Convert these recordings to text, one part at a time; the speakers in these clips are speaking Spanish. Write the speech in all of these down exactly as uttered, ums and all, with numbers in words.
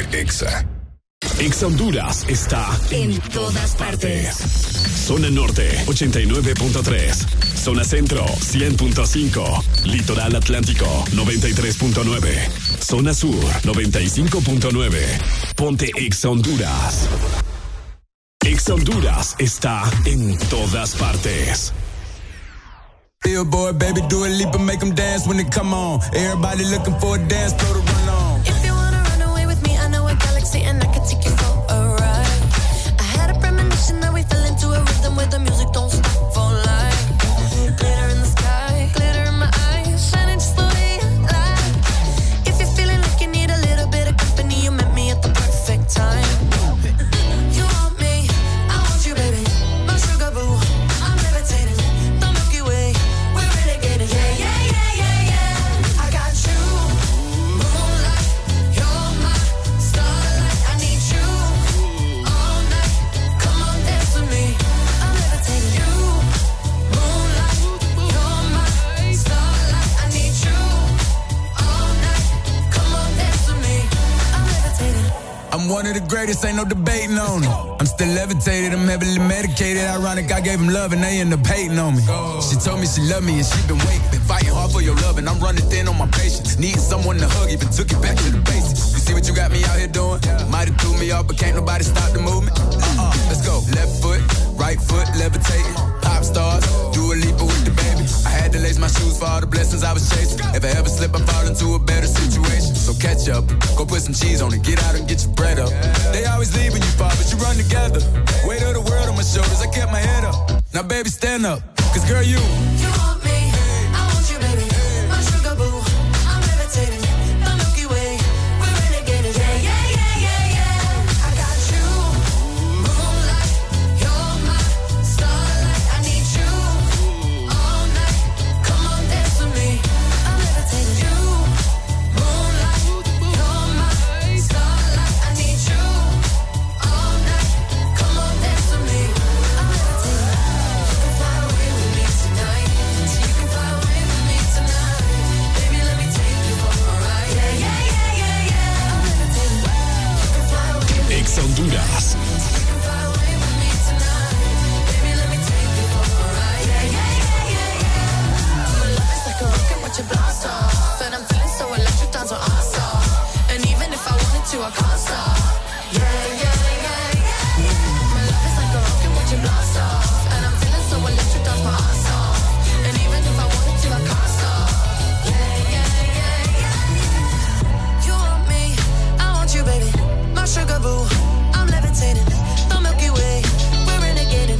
Exa. Exa Honduras está en, en todas partes. Zona Norte, ochenta y nueve punto tres. Zona Centro, cien punto cinco. Litoral Atlántico, noventa y tres punto nueve. Zona Sur, noventa y cinco punto nueve. Ponte Exa Honduras. Exa Honduras está en todas partes. Billboard, baby, do a leap and make them dance when they come on. Everybody looking for a dance floor to run on. If you wanna run away with me, I know a galaxy and I can take you for a ride. I had a premonition that we fell into a rhythm where the music don't stop for life. Glitter in the sky, glitter in my eyes, shining just the way I like. If you're feeling like you need a little bit of company, you met me at the perfect time. You want me, I want you, baby, my sugar boo. I'm levitating, the Milky Way, we're renegading. Yeah, yeah, yeah, yeah, yeah. I got you, moonlight, you're my starlight. I need you all night. Come on, dance with me. I'm levitating. You, moonlight, you're my starlight. I need you all night. Come on, dance with me. I'm levitating. I'm one of the greatest, ain't no debating on it. I'm still levitated, I'm heavily medicated. Ironic, I gave them love and they end up hating on me. She told me she loved me and she been waiting. Been fighting hard for your love and I'm running thin on my patience. Needing someone to hug, even took it back to the basics. You see what you got me out here doing? Might have threw me off, but can't nobody stop the movement. Uh-uh, let's go. Left foot, right foot, levitating. Pop stars, do a leap with the baby. I had to lace my shoes for all the blessings I was chasing. If I ever slip, I fall into a better situation. So catch up, go put some cheese on it, get out and get your bread up. They always leaving you far, but you run together. Weight of the world on my shoulders, I kept my head up. Now baby, stand up, cause girl, you You want me, I want you, baby, my sugar boo. I'm levitating, the Milky Way, we're renegading. Yeah, yeah, yeah, yeah, yeah. I got you, moonlight, you're my starlight. I need you all night. Come on, dance with me. I'm levitating. You, moonlight, you're my starlight. I need you all night. Come on, dance with me. I'm levitating. You can fly away with me tonight. You can fly away with me tonight. Baby, let me take you for a ride. Yeah, yeah, yeah, yeah, yeah. I'm levitating. You can fly away with me. Exa Honduras. You can fly away with me tonight. Baby, let me take you for a ride. Yeah, yeah, yeah, yeah, yeah. My love is like a rocket, watch it blast off. And I'm feeling so electric, dance on our off. And even if I wanted to, I can't stop. Yeah, yeah, yeah, yeah. My love is like a rocket, watch it blast off. And I'm feeling so electric, dance my ass off. And even if I wanted to, I can't stop. Yeah, yeah, yeah, yeah. You want me, I want you, baby, my sugar boo. I'm levitating, the Milky Way, we're renegading.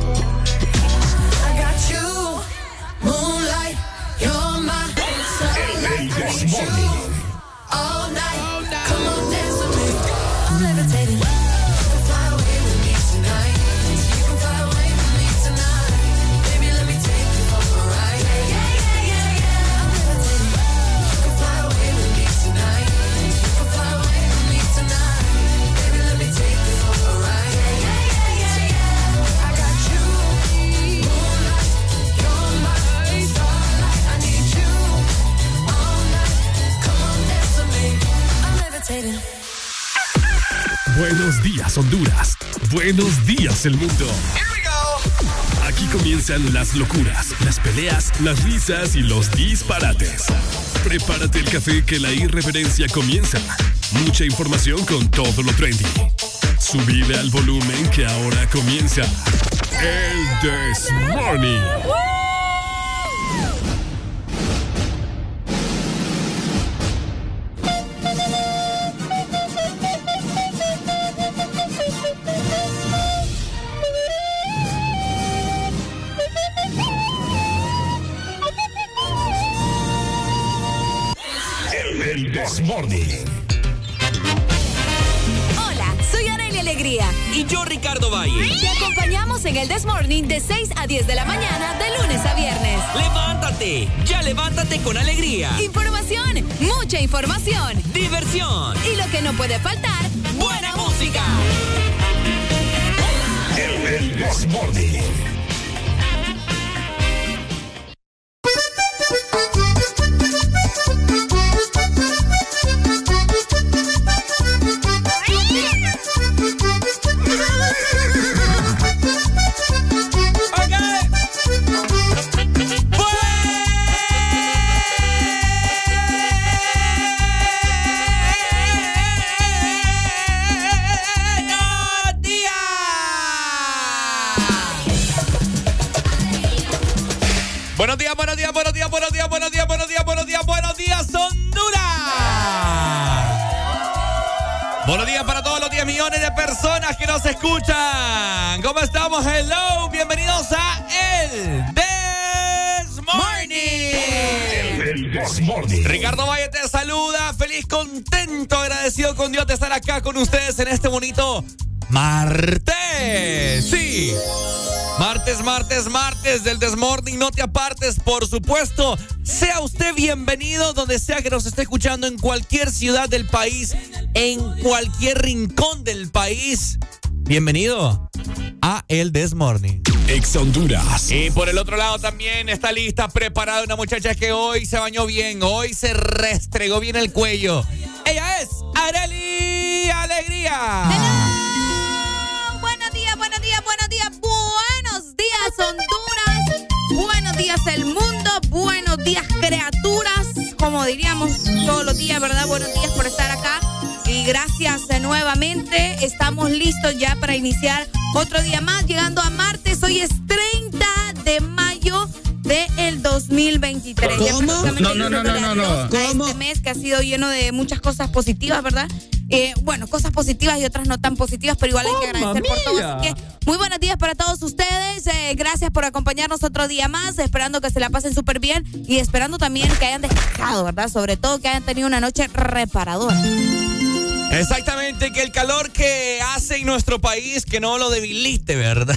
I got you, moonlight, you're my starlight. I need you all night. Come on, dance with me. I'm levitating. You can fly away with me tonight. You can fly away with me tonight. Baby, let me take you for a ride. Yeah, yeah, yeah, yeah, yeah. I'm levitating. You can fly away with me tonight. You can fly away with me tonight. Baby, let me take you for a ride. Yeah, yeah, yeah, yeah, yeah. I got you, moonlight, you're my starlight. I need you all night. Come on, dance with me. I'm levitating. Buenos días, Honduras. Buenos días, el mundo. Aquí comienzan las locuras, las peleas, las risas y los disparates. Prepárate el café que la irreverencia comienza. Mucha información con todo lo trendy. Subile al volumen que ahora comienza el This Morning. El This Morning. Hola, soy Arely Alegría. Y yo, Ricardo Valle. Te acompañamos en el This Morning de seis a diez de la mañana, de lunes a viernes. ¡Levántate! ¡Ya levántate con alegría! Información, mucha información. ¡Diversión! Y lo que no puede faltar, ¡buena música! El, el This Morning. Buenos días, buenos días, buenos días, buenos días, buenos días, buenos días, buenos días, buenos días, Honduras. Buenos días para todos los diez millones de personas que nos escuchan. ¿Cómo estamos? Hello, bienvenidos a El This Morning. El This Morning. Ricardo Valle te saluda, feliz, contento, agradecido con Dios de estar acá con ustedes en este bonito martes. Sí. Martes, martes, martes del This Morning. No te apartes, por supuesto. Sea usted bienvenido donde sea que nos esté escuchando, en cualquier ciudad del país, en cualquier rincón del país. Bienvenido a El This Morning. Ex Honduras. Y por el otro lado también está lista, preparada una muchacha que hoy se bañó bien, hoy se restregó bien el cuello. Ella es Arely Alegría. Hello. Buenos días, buenos días, buenos días, buenos días, Honduras. Buenos días, el mundo. Buenos días, criaturas. Como diríamos todos los días, ¿verdad? Buenos días por estar acá. Y gracias eh, nuevamente. Estamos listos ya para iniciar otro día más, llegando a martes. Hoy es treinta de mayo del dos mil veintitrés. ¿Cómo? No, no, no, no, no, no. ¿Cómo? Este mes que ha sido lleno de muchas cosas positivas, ¿verdad? Eh, bueno, cosas positivas y otras no tan positivas, pero igual hay que agradecer por todo. Así que muy buenos días para todos ustedes. Eh, gracias por acompañarnos otro día más, esperando que se la pasen súper bien y esperando también que hayan descansado, ¿verdad? Sobre todo que hayan tenido una noche reparadora. Exactamente, que el calor que hace en nuestro país que no lo debilite, ¿verdad?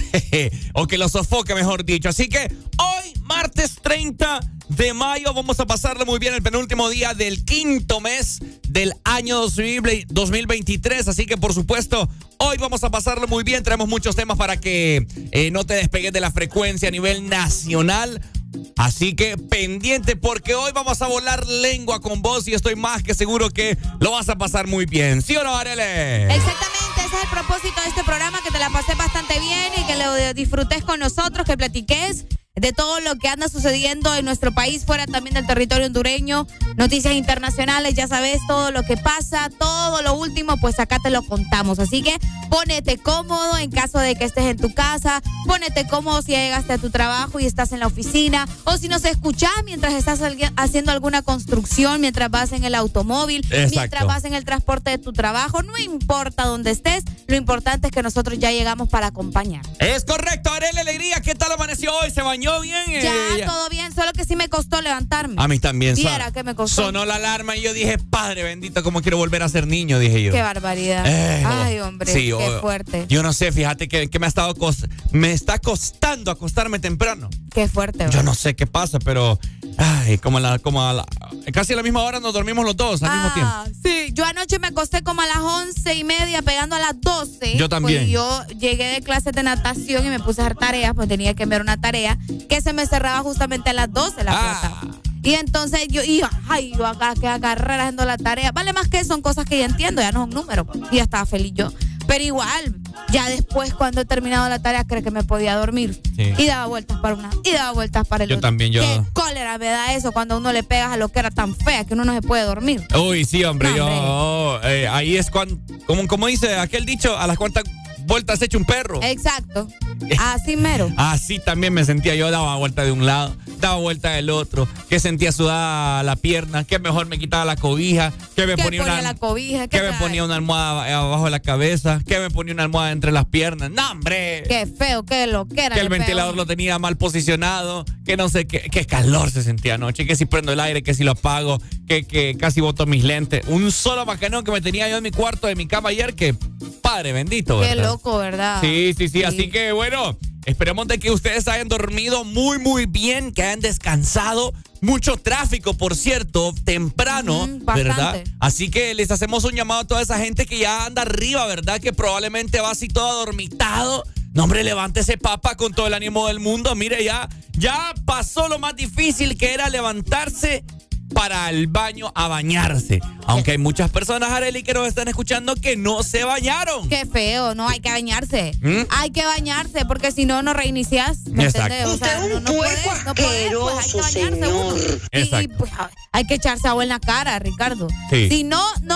O que lo sofoque, mejor dicho. Así que hoy, martes treinta de mayo, vamos a pasarlo muy bien, el penúltimo día del quinto mes del año dos mil veintitrés. Así que, por supuesto, hoy vamos a pasarlo muy bien. Traemos muchos temas para que eh, no te despegues de la frecuencia a nivel nacional. Así que pendiente, porque hoy vamos a volar lengua con vos y estoy más que seguro que lo vas a pasar muy bien. ¿Sí o no, Arely? Exactamente, ese es el propósito de este programa, que te la pasé bastante bien y que lo disfrutes con nosotros, que platiques de todo lo que anda sucediendo en nuestro país, fuera también del territorio hondureño, noticias internacionales, ya sabes, todo lo que pasa, todo lo último, pues acá te lo contamos. Así que ponete cómodo en caso de que estés en tu casa, ponete cómodo si ya llegaste a tu trabajo y estás en la oficina, o si nos escuchás mientras estás haciendo alguna construcción, mientras vas en el automóvil, Exacto. mientras vas en el transporte de tu trabajo, no importa dónde estés, lo importante es que nosotros ya llegamos para acompañar. Es correcto, Arely Alegría, ¿qué tal amaneció hoy? ¿Se bañó bien? Ya, Eh, todo bien, solo que sí me costó levantarme. A mí también. Viera que me costó. Sonó la alarma y yo dije, Padre bendito, cómo quiero volver a ser niño, dije yo. Qué barbaridad. Eh, Ay, hombre, sí, qué yo, fuerte. Yo no sé, fíjate que, que me ha estado cost- me está costando acostarme temprano. Qué fuerte. Yo ¿verdad? no sé qué pasa, pero ay, como, la, como a la, casi a la misma hora nos dormimos los dos al mismo tiempo. Ah, sí, yo anoche me acosté como a las once y media, pegando a las doce. Yo también. Pues yo llegué de clases de natación y me puse a hacer tareas, pues tenía que enviar una tarea que se me cerraba justamente a las doce la Ah. plataforma. Y entonces yo, y, ay, yo acá que agarré haciendo la tarea. Vale más que son cosas que ya entiendo, ya no son números. Pues, y ya estaba feliz yo. Pero igual, ya después cuando he terminado la tarea, creo que me podía dormir. Sí. Y daba vueltas para una, y daba vueltas para el Yo otro. también, yo- Qué cólera me da eso cuando uno le pegas a lo que era tan fea que uno no se puede dormir. Uy, sí, hombre, No, yo hombre. oh, eh, ahí es cuando, como, como dice aquel dicho, a las cuantas vueltas hecho un perro. Exacto. Así mero. Así también me sentía yo, daba vuelta de un lado, daba vuelta del otro, que sentía sudada la pierna, que mejor me quitaba la cobija, que me ¿Qué ponía ponía una la cobija? que ¿Qué me trae? ponía una almohada abajo de la cabeza, que me ponía una almohada entre las piernas. ¡No, hombre! Qué feo, qué lo que era. Que el qué ventilador feo. lo tenía mal posicionado, que no sé qué, qué calor se sentía anoche, que si prendo el aire, que si lo apago, que, que casi boto mis lentes. Un solo bacanón que me tenía yo en mi cuarto de mi cama ayer, que padre bendito, Qué ¿verdad? loco, ¿verdad? Sí, sí, sí, así que bueno, esperemos de que ustedes hayan dormido muy, muy bien, que hayan descansado. Mucho tráfico, por cierto, temprano, Ujú, bastante. ¿verdad? Así que les hacemos un llamado a toda esa gente que ya anda arriba, ¿verdad? Que probablemente va así todo adormitado. No, hombre, levántese, papa, con todo el ánimo del mundo. Mire, ya, ya pasó lo más difícil, que era levantarse para el baño a bañarse. Aunque hay muchas personas, Arely, que nos están escuchando que no se bañaron. Qué feo, no, hay que bañarse. ¿Mm? Hay que bañarse porque si no, no reinicias. ¿Me Exacto. entendés? O sea, Usted es no, un no puedes, puerco no puedes, pues hay que asqueroso, bañarse uno. señor. Y- Y, Exacto. pues, hay que echarse agua en la cara, Ricardo. Sí. Si no, no vas a comenzar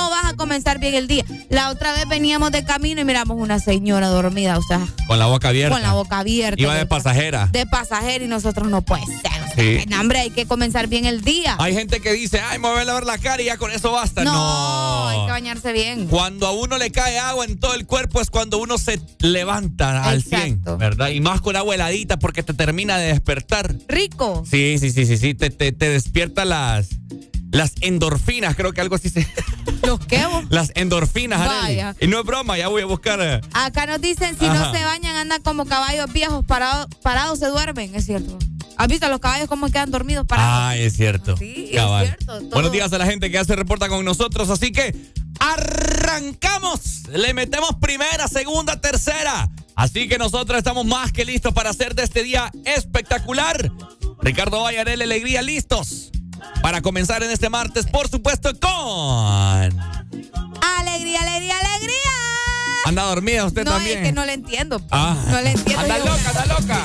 comenzar bien el día. La otra vez veníamos de camino y miramos una señora dormida, o sea. Con la boca abierta. Con la boca abierta. Iba de pasajera. De pasajera y nosotros no puede ser. O sea, Sí. no, hombre, hay que comenzar bien el día. Hay gente que dice, ay, me voy a lavar la cara y ya con eso basta. No, No. hay que bañarse bien. Cuando a uno le cae agua en todo el cuerpo es cuando uno se levanta al Exacto. cien, ¿verdad? Y más con agua heladita porque te termina de despertar. Rico. Sí, sí, sí, sí, sí. Te, te, te despierta las, las endorfinas, creo que algo así se... ¿Los qué vos? Las endorfinas, Arely. Vaya. Y no es broma, ya voy a buscar... eh, Acá nos dicen, si Ajá. no se bañan, andan como caballos viejos, parados, parados se duermen, es cierto. ¿Has visto a los caballos cómo quedan dormidos parados? Ah, es cierto. Sí, es Cabal. cierto, todo. Buenos días a la gente que ya se reporta con nosotros, así que arrancamos. Le metemos primera, segunda, tercera. Así que nosotros estamos más que listos para hacer de este día espectacular. Ricardo Valle, Arely Alegría, listos para comenzar en este martes, por supuesto, con... Alegría, alegría, alegría. ¿Anda dormida usted No, también? es que no le entiendo. pues. Ah. No le entiendo. Anda yo. loca, anda loca.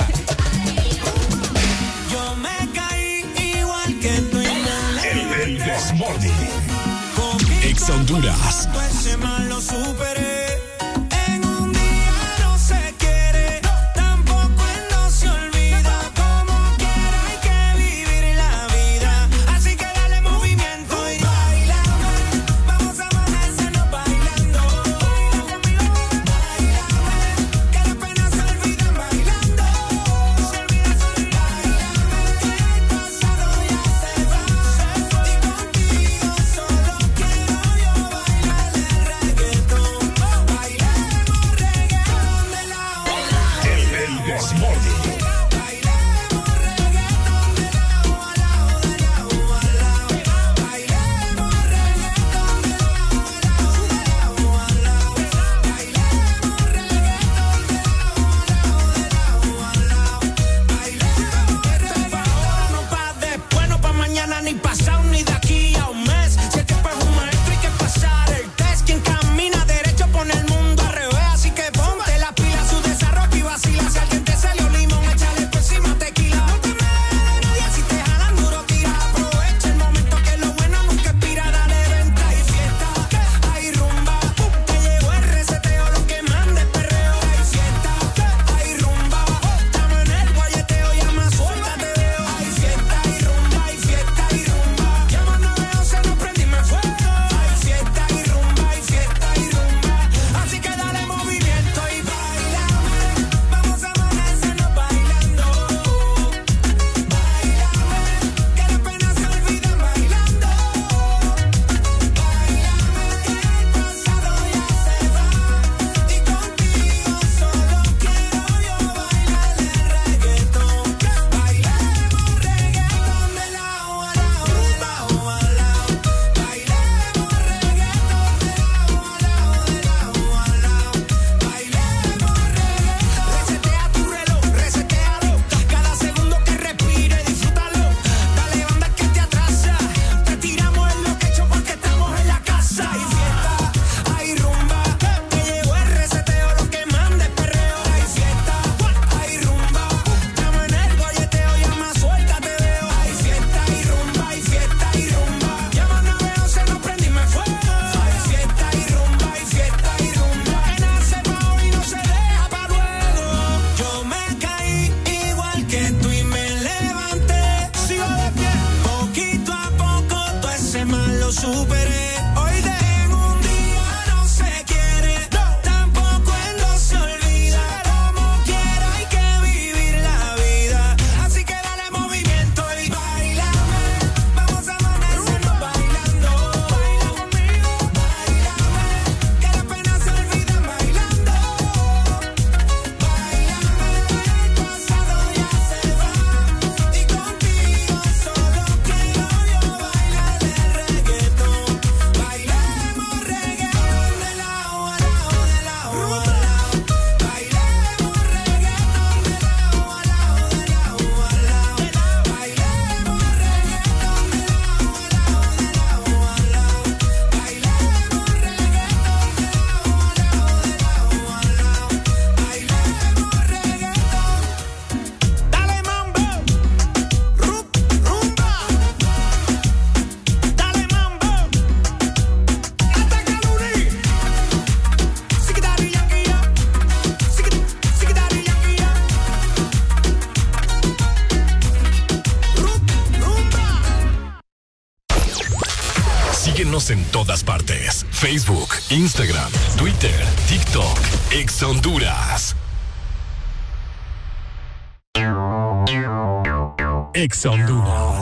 Yo me caí igual que tú en El Desmorning. Ex Honduras. ese mal lo superé. En un día no se quiere, tampoco él no se olvida. Como quiera hay que vivir la vida. Así que dale movimiento y bailame. Vamos a amanecernos bailando. Bailame, que las penas se olvidan bailando. Se olvidan, se olvidan. Bailame, que el pasado ya se va. Y contigo solo quiero yo bailar el reggaetón. Estamos en todas partes. Facebook, Instagram, Twitter, TikTok. Ex Honduras. Ex Honduras.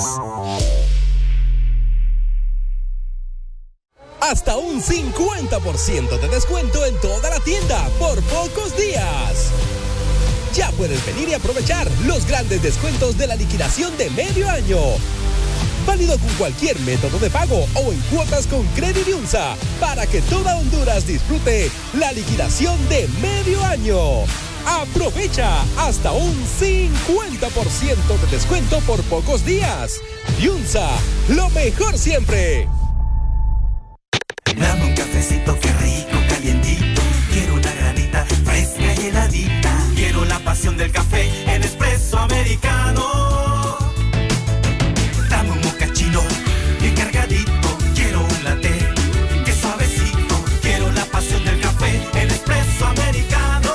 Hasta un cincuenta por ciento de descuento en toda la tienda por pocos días. Ya puedes venir y aprovechar los grandes descuentos de la liquidación de medio año. Válido con cualquier método de pago o en cuotas con Credit Yunza para que toda Honduras disfrute la liquidación de medio año. Aprovecha hasta un cincuenta por ciento de descuento por pocos días. Yunza, lo mejor siempre. Dame un cafecito, qué rico, calientito. Quiero una granita fresca y heladita. Quiero la pasión del café en espresso americano. Dame un mocachino bien cargadito. Quiero un latte que suavecito. Quiero la pasión del café en espresso americano.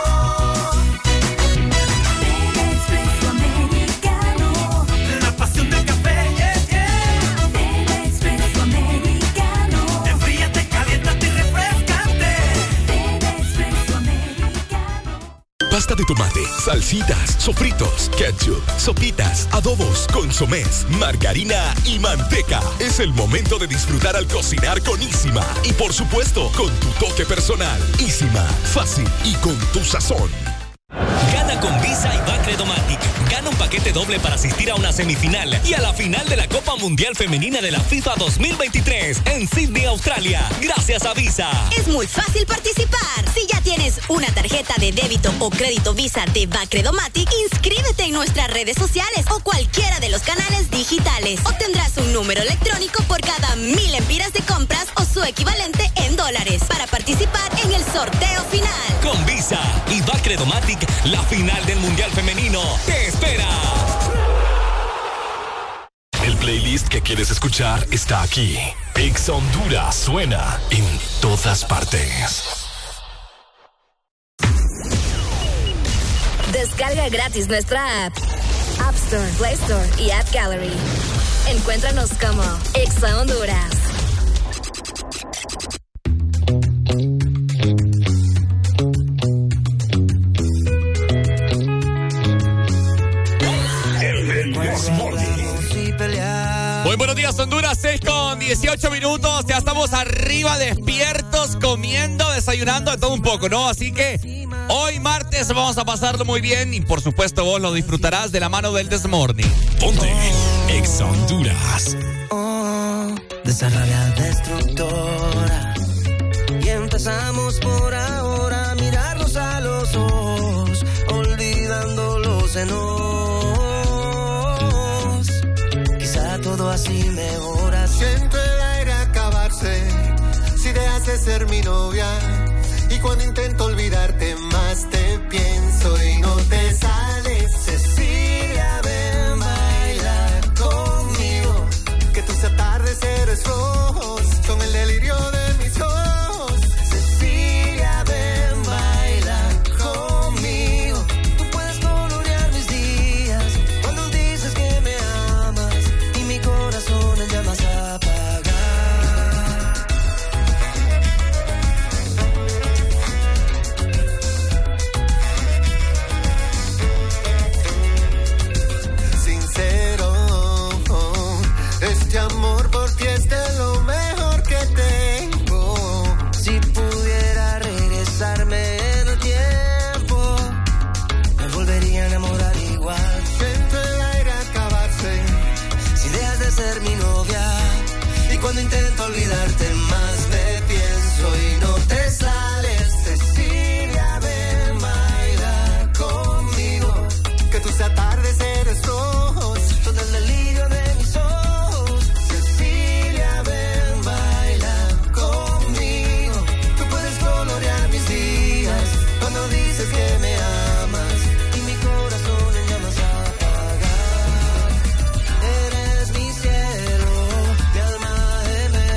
Bebe espresso americano. La pasión del café, yeah, yeah. Bebe espresso americano. Enfríate, caliéntate y refrescante. Bebe espresso americano. Pasta de tomate, salsitas, sofritos, ketchup, sopitas, adobos, consomés, margarina y manteca. Es el momento de disfrutar al cocinar con Isima. Y por supuesto, con tu toque personal. Isima, fácil y con tu sazón. Gana con Visa y Bacredomatic. Gana un paquete doble para asistir a una semifinal y a la final de la Copa Mundial Femenina de la FIFA dos mil veintitrés en Sydney, Australia. Gracias a Visa. Es muy fácil participar. Si ya tienes una tarjeta de débito o crédito Visa de Bacredomatic, inscríbete en nuestras redes sociales o cualquiera de los canales digitales. Obtendrás un número electrónico por cada mil empiras de compras o su equivalente en dólares para participar en el sorteo final. Con Visa y Bacredomatic, la final del Mundial Femenino te espera. El playlist que quieres escuchar está aquí. Ex Honduras suena en todas partes. Descarga gratis nuestra app. App Store, Play Store y App Gallery. Encuéntranos como Exa Honduras. Muy buenos días, Honduras, seis con dieciocho minutos. Ya estamos arriba, despiertos, comiendo, desayunando, de todo un poco, ¿no? Así que hoy martes vamos a pasarlo muy bien y por supuesto vos lo disfrutarás de la mano del This Morning. Ponte Ex Honduras. Oh, de esa rabia destructora. Y empezamos por ahora a mirarnos a los ojos, olvidando los enojos. Quizá todo así mejora. Siento el aire acabarse si dejas de ser mi novia. Y cuando intento olvidarte más te pienso y no te sales. Cecilia, ven bailar conmigo, que tus atardeceres rojos son el delirio de mis ojos. Cecilia, ven bailar conmigo. Tú puedes colorear mis días cuando dices que me amas y mi corazón en llamas apagar. Sincero, este amor por ti es de lo mejor que tengo. Si pudiera regresarme en el tiempo, me volvería a enamorar igual. Siento el aire acabarse Si dejas de ser mi novia y cuando intento olvidarte más me pienso y no te sales. Cecilia, ven bailar conmigo, que tus atardeceres rojos Son el delirio de mis ojos. Cecilia, ven bailar conmigo. Tú puedes colorear mis días cuando dices que me amas y mi corazón en llamas apagar. Eres mi cielo, mi alma gemela.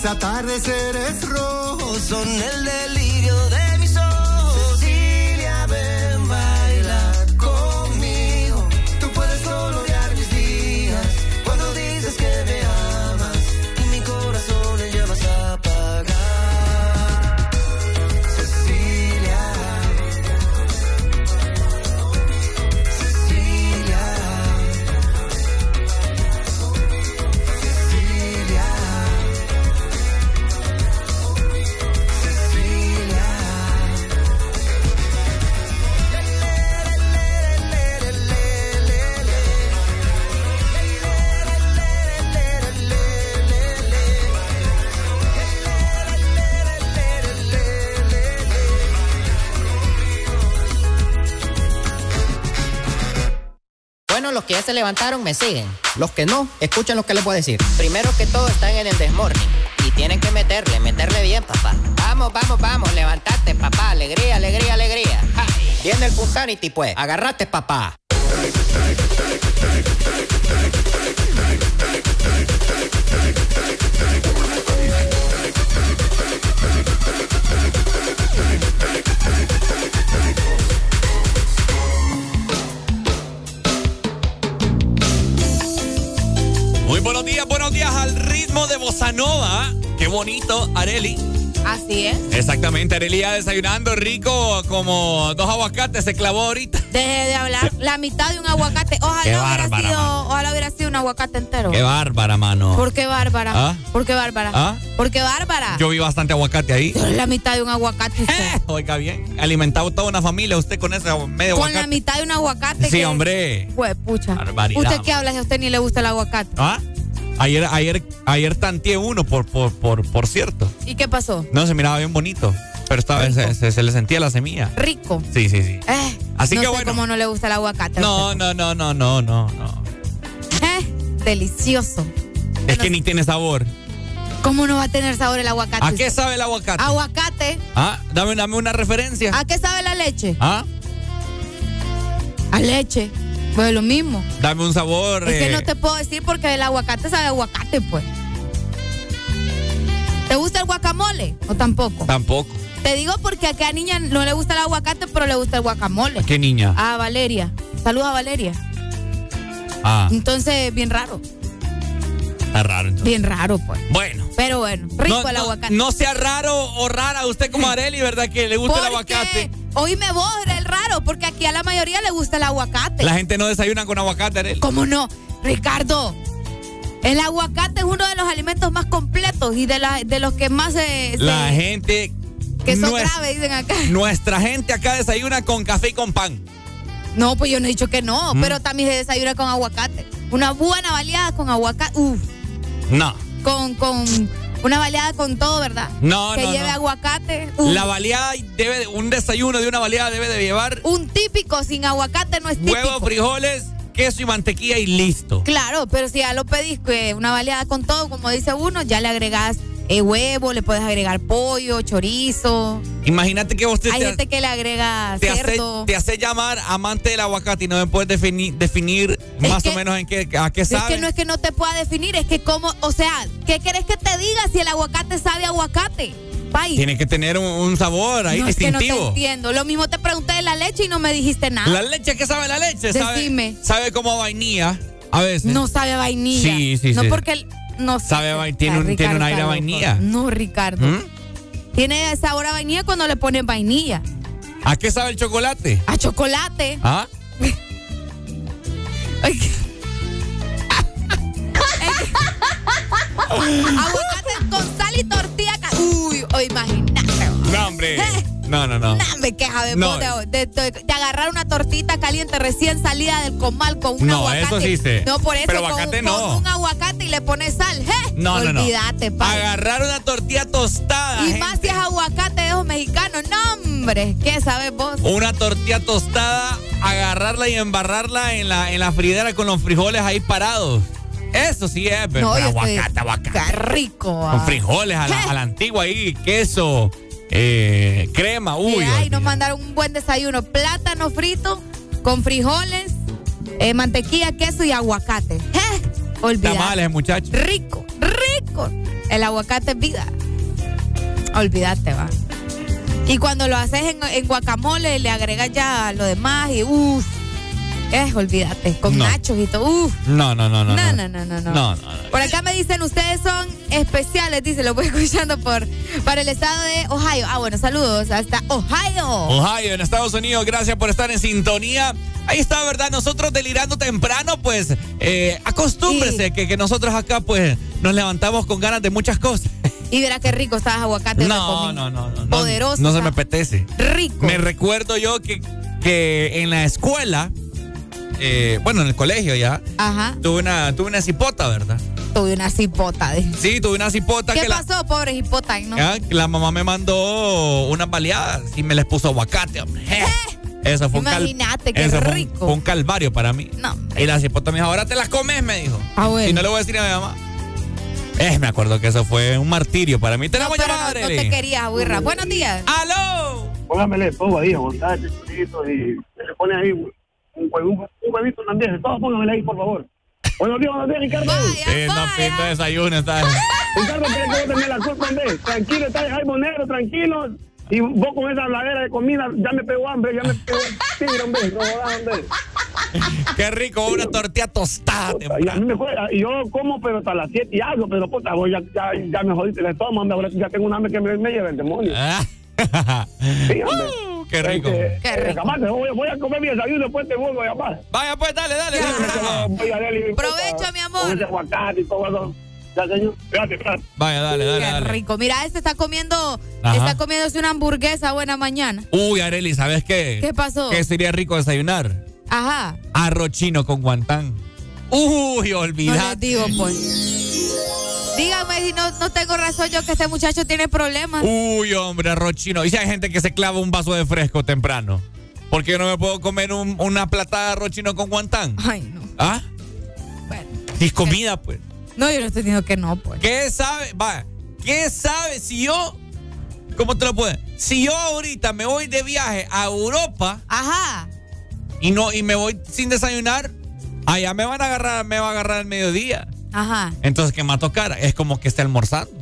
atardeceres rojos son el delirio de mis ojos. Cecilia, ven, baila conmigo. Tú puedes colorear mis días cuando dices que me amas y mi corazón en llamas apagar. Cecilia, Cecilia, Cecilia, Cecilia. Bueno, los que ya se levantaron me siguen. Los que no, escuchen lo que les voy a decir. Primero que todo están en el desmorning y tienen que meterle, meterle bien, papá. Vamos, vamos, vamos, levantate, papá. Alegría, alegría, alegría. ¡Ja! Viene el Punsanity, pues. Agarrate, papá. Muy buenos días, buenos días al ritmo de Bossa Nova. Qué bonito, Areli. Así es. Exactamente, Areli ya desayunando rico como dos aguacates se clavó ahorita. Deje de hablar. La mitad de un aguacate. Ojalá, Qué hubiera, bárbara, sido, mano. ojalá hubiera sido un aguacate entero. Qué bárbara, mano. ¿Por qué bárbara? ¿Ah? ¿Por qué bárbara? ¿Ah? ¿Por qué bárbara? Yo vi bastante aguacate ahí. La mitad de un aguacate. Usted. Oiga bien, alimentado toda una familia usted con ese medio Con aguacate. la mitad de un aguacate. Sí, que- hombre. Pues, pucha. Barbaridad, ¿Usted man. qué habla si a usted ni le gusta el aguacate? ¿Ah? Ayer, ayer, ayer tanteé uno, por, por, por, por cierto. ¿Y qué pasó? No, se miraba bien bonito. Pero esta vez se, se- se le sentía la semilla. Rico. Sí, sí, sí. Eh, Así no que sé bueno. cómo no le gusta el aguacate. a No, usted. no, no, no, no, no, no. Eh, delicioso. Es que ni tiene sabor. ¿Cómo no va a tener sabor el aguacate? ¿A qué sabe el aguacate? Aguacate. Ah, dame, dame una referencia. ¿A qué sabe la leche? Ah, A leche. Pues lo mismo. dame un sabor. Es que eh, no te puedo decir porque el aguacate sabe a aguacate, pues. ¿Te gusta el guacamole o tampoco? Tampoco. Te digo porque a cada niña no le gusta el aguacate, pero le gusta el guacamole. ¿Qué niña? Ah, Valeria. Saludos a Valeria. Ah, Entonces, bien raro. está raro entonces. Bien raro, pues. Bueno. Pero bueno, rico No, el no, aguacate. no sea raro o rara usted como Areli, ¿verdad? Que le gusta el aguacate. Oíme vos, el raro, porque aquí a la mayoría le gusta el aguacate. La gente no desayuna con aguacate, Areli. ¿Cómo no? Ricardo, el aguacate es uno de los alimentos más completos y de, la, de los que más se... La se- gente... que son nues- graves, dicen acá. Nuestra gente acá desayuna con café y con pan. No, pues yo no he dicho que no, Mm. pero también se desayuna con aguacate. Una buena baleada con aguacate. Uf, No. con, con una baleada con todo, ¿verdad? No, que no, lleve no. aguacate. Uf. La baleada debe, un desayuno de una baleada debe de llevar Un típico sin aguacate no es típico. huevos, frijoles, queso y mantequilla y listo. Claro, pero si ya lo pedís, que una baleada con todo, como dice uno, ya le agregás eh, huevo, le puedes agregar pollo, chorizo. Imagínate que vos te, Hay te, gente que le agrega te hace, cerdo. te hace llamar amante del aguacate y no me puedes definir, definir Es más que- o menos en qué, a qué Es sabe. que no es que no te pueda definir, es que como, o sea, ¿qué querés que te diga si el aguacate sabe a aguacate? Pai. Tiene que tener un, un sabor ahí no, es que no te distintivo. entiendo. Lo mismo te pregunté de la leche y no me dijiste nada. La leche, ¿qué sabe la leche? Sabe, Decime. sabe como a vainilla a veces. No sabe a vainilla. Sí, sí, no sí. porque el- no Sabe a vain- tiene Ah, un- tiene un aire a está loco. vainilla. No, Ricardo. ¿Mm? Tiene sabor a vainilla cuando le ponen vainilla. ¿A qué sabe el chocolate? A chocolate. ¿Ah? Ay, aguacate con sal y tortilla. ca- Uy, oh, imagínate. No, hombre. No, no, no. No, me queja de, No. de, de- de- de agarrar una tortita caliente recién salida del comal con un No, aguacate. eso sí sé. No, por eso Pero con, aguacate con no. un aguacate y le pones sal. ¿eh? No, no, no. Olvídate, pa. Agarrar una tortilla tostada. Y gente. más si es aguacate de esos mexicanos. No, hombre. ¿Qué sabes vos? Una tortilla tostada, agarrarla y embarrarla en la, en la fridera con los frijoles ahí parados. Eso sí es, pero No, yo estoy- aguacate, aguacate. Qué rico. ah. Con frijoles a la, a la antigua ahí, queso, eh, crema, uy. Mira, y nos olvídate. mandaron un buen desayuno. Plátano frito con frijoles, eh, mantequilla, queso y aguacate. ¿Eh? Olvídate. Tamales, muchachos. Rico, rico. El aguacate es vida. Olvídate, va. Y cuando lo haces en, en guacamole, le agregas ya lo demás y uff. Es, olvídate, con No. nachos y todo. Uf. No, no, no, no. No, no, no, no, no. No, no, no. Por acá me dicen, ustedes son especiales, dice, lo voy escuchando por para el estado de Ohio. Ah, bueno, saludos hasta Ohio. Ohio, en Estados Unidos, gracias por estar en sintonía. Ahí está, ¿verdad? Nosotros delirando temprano, pues, eh, acostúmbrese Sí. que, que nosotros acá, pues, nos levantamos con ganas de muchas cosas. Y verá qué rico estabas aguacate. No, no, no, no. Poderoso. No, no se me apetece. Rico. Me recuerdo yo que, que en la escuela, eh, bueno, en el colegio ya, Ajá. tuve una, tuve una cipota, ¿verdad? Tuve una cipota. De... Sí, tuve una cipota ¿Qué que la, pasó, pobre cipota? ¿No? ya, que la mamá me mandó unas baleadas y me les puso aguacate, hombre. Eso fue un cal- Imagínate, qué eso fue un- rico. Fue un calvario para mí. No, Y la cipota me dijo, ahora te las comes, me dijo. Ah, bueno. Y no le voy a decir a mi mamá. Eh, me acuerdo que eso fue un martirio para mí. No, Tenemos pero llamada, no, no Arely. te querías, Agüirra. Buenos días. ¡Aló! Póngamele todo ahí, aguacate, chorizo y se pone ahí un, un, un, un huevito también. Todo póngamele ahí, por favor. Buenos días, buenos días, Ricardo. Vaya, Sí, no vaya. pinta desayuno, está. Ricardo, ¿quieres que vos tenés la culpa, hombre? Tranquilo, está ahí, Monero, tranquilo. Y vos con esa habladera de comida, ya me pegó hambre, ya me pegó tigre, hombre. No jodas, hombre. Qué rico, una tortilla tostada. Y a mí me juega, y yo como, pero hasta las siete y algo, pero puta, vos ya, ya, ya me jodiste el estómago, hombre. Ahora ya tengo un hambre que me, me lleva el demonio. Ah. Sí, hombre. Uh, qué rico. Este, Qué rico. eh, Jamás, voy, voy a comer mi desayuno, después te vuelvo a llamar. Vaya, pues, dale, dale. Ya. dale. Voy a darle, Provecho, puta, mi amor. Con ese aguacate y todo eso. Ya, señor. Gracias, gracias. Vaya, dale, dale, Qué dale. rico. Mira, este está comiendo, Ajá. está comiéndose una hamburguesa buena mañana. Uy, Arely, ¿sabes qué? ¿Qué pasó? Que sería rico desayunar. Ajá. Arroz chino con guantán. Uy, No olvidate. les digo, pues. Dígame si no, no tengo razón yo que este muchacho tiene problemas. Uy, hombre, arroz chino. Y si hay gente que se clava un vaso de fresco temprano. ¿Por qué no me puedo comer un- una platada de arroz chino con guantán? Ay, no. ¿Ah? Bueno. Si es comida, pues. No, yo no estoy diciendo que no, pues. ¿Qué sabe? Va, ¿qué sabe si yo... ¿Cómo te lo puedo? Si yo ahorita me voy de viaje a Europa Ajá. y no y me voy sin desayunar, allá me van a agarrar, me va a agarrar al mediodía. Ajá. Entonces, ¿qué me va a tocar? Es como que esté almorzando.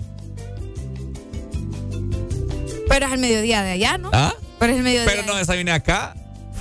Pero es al mediodía de allá, ¿no? ¿Ah? Pero es el mediodía. Pero no desayuné acá.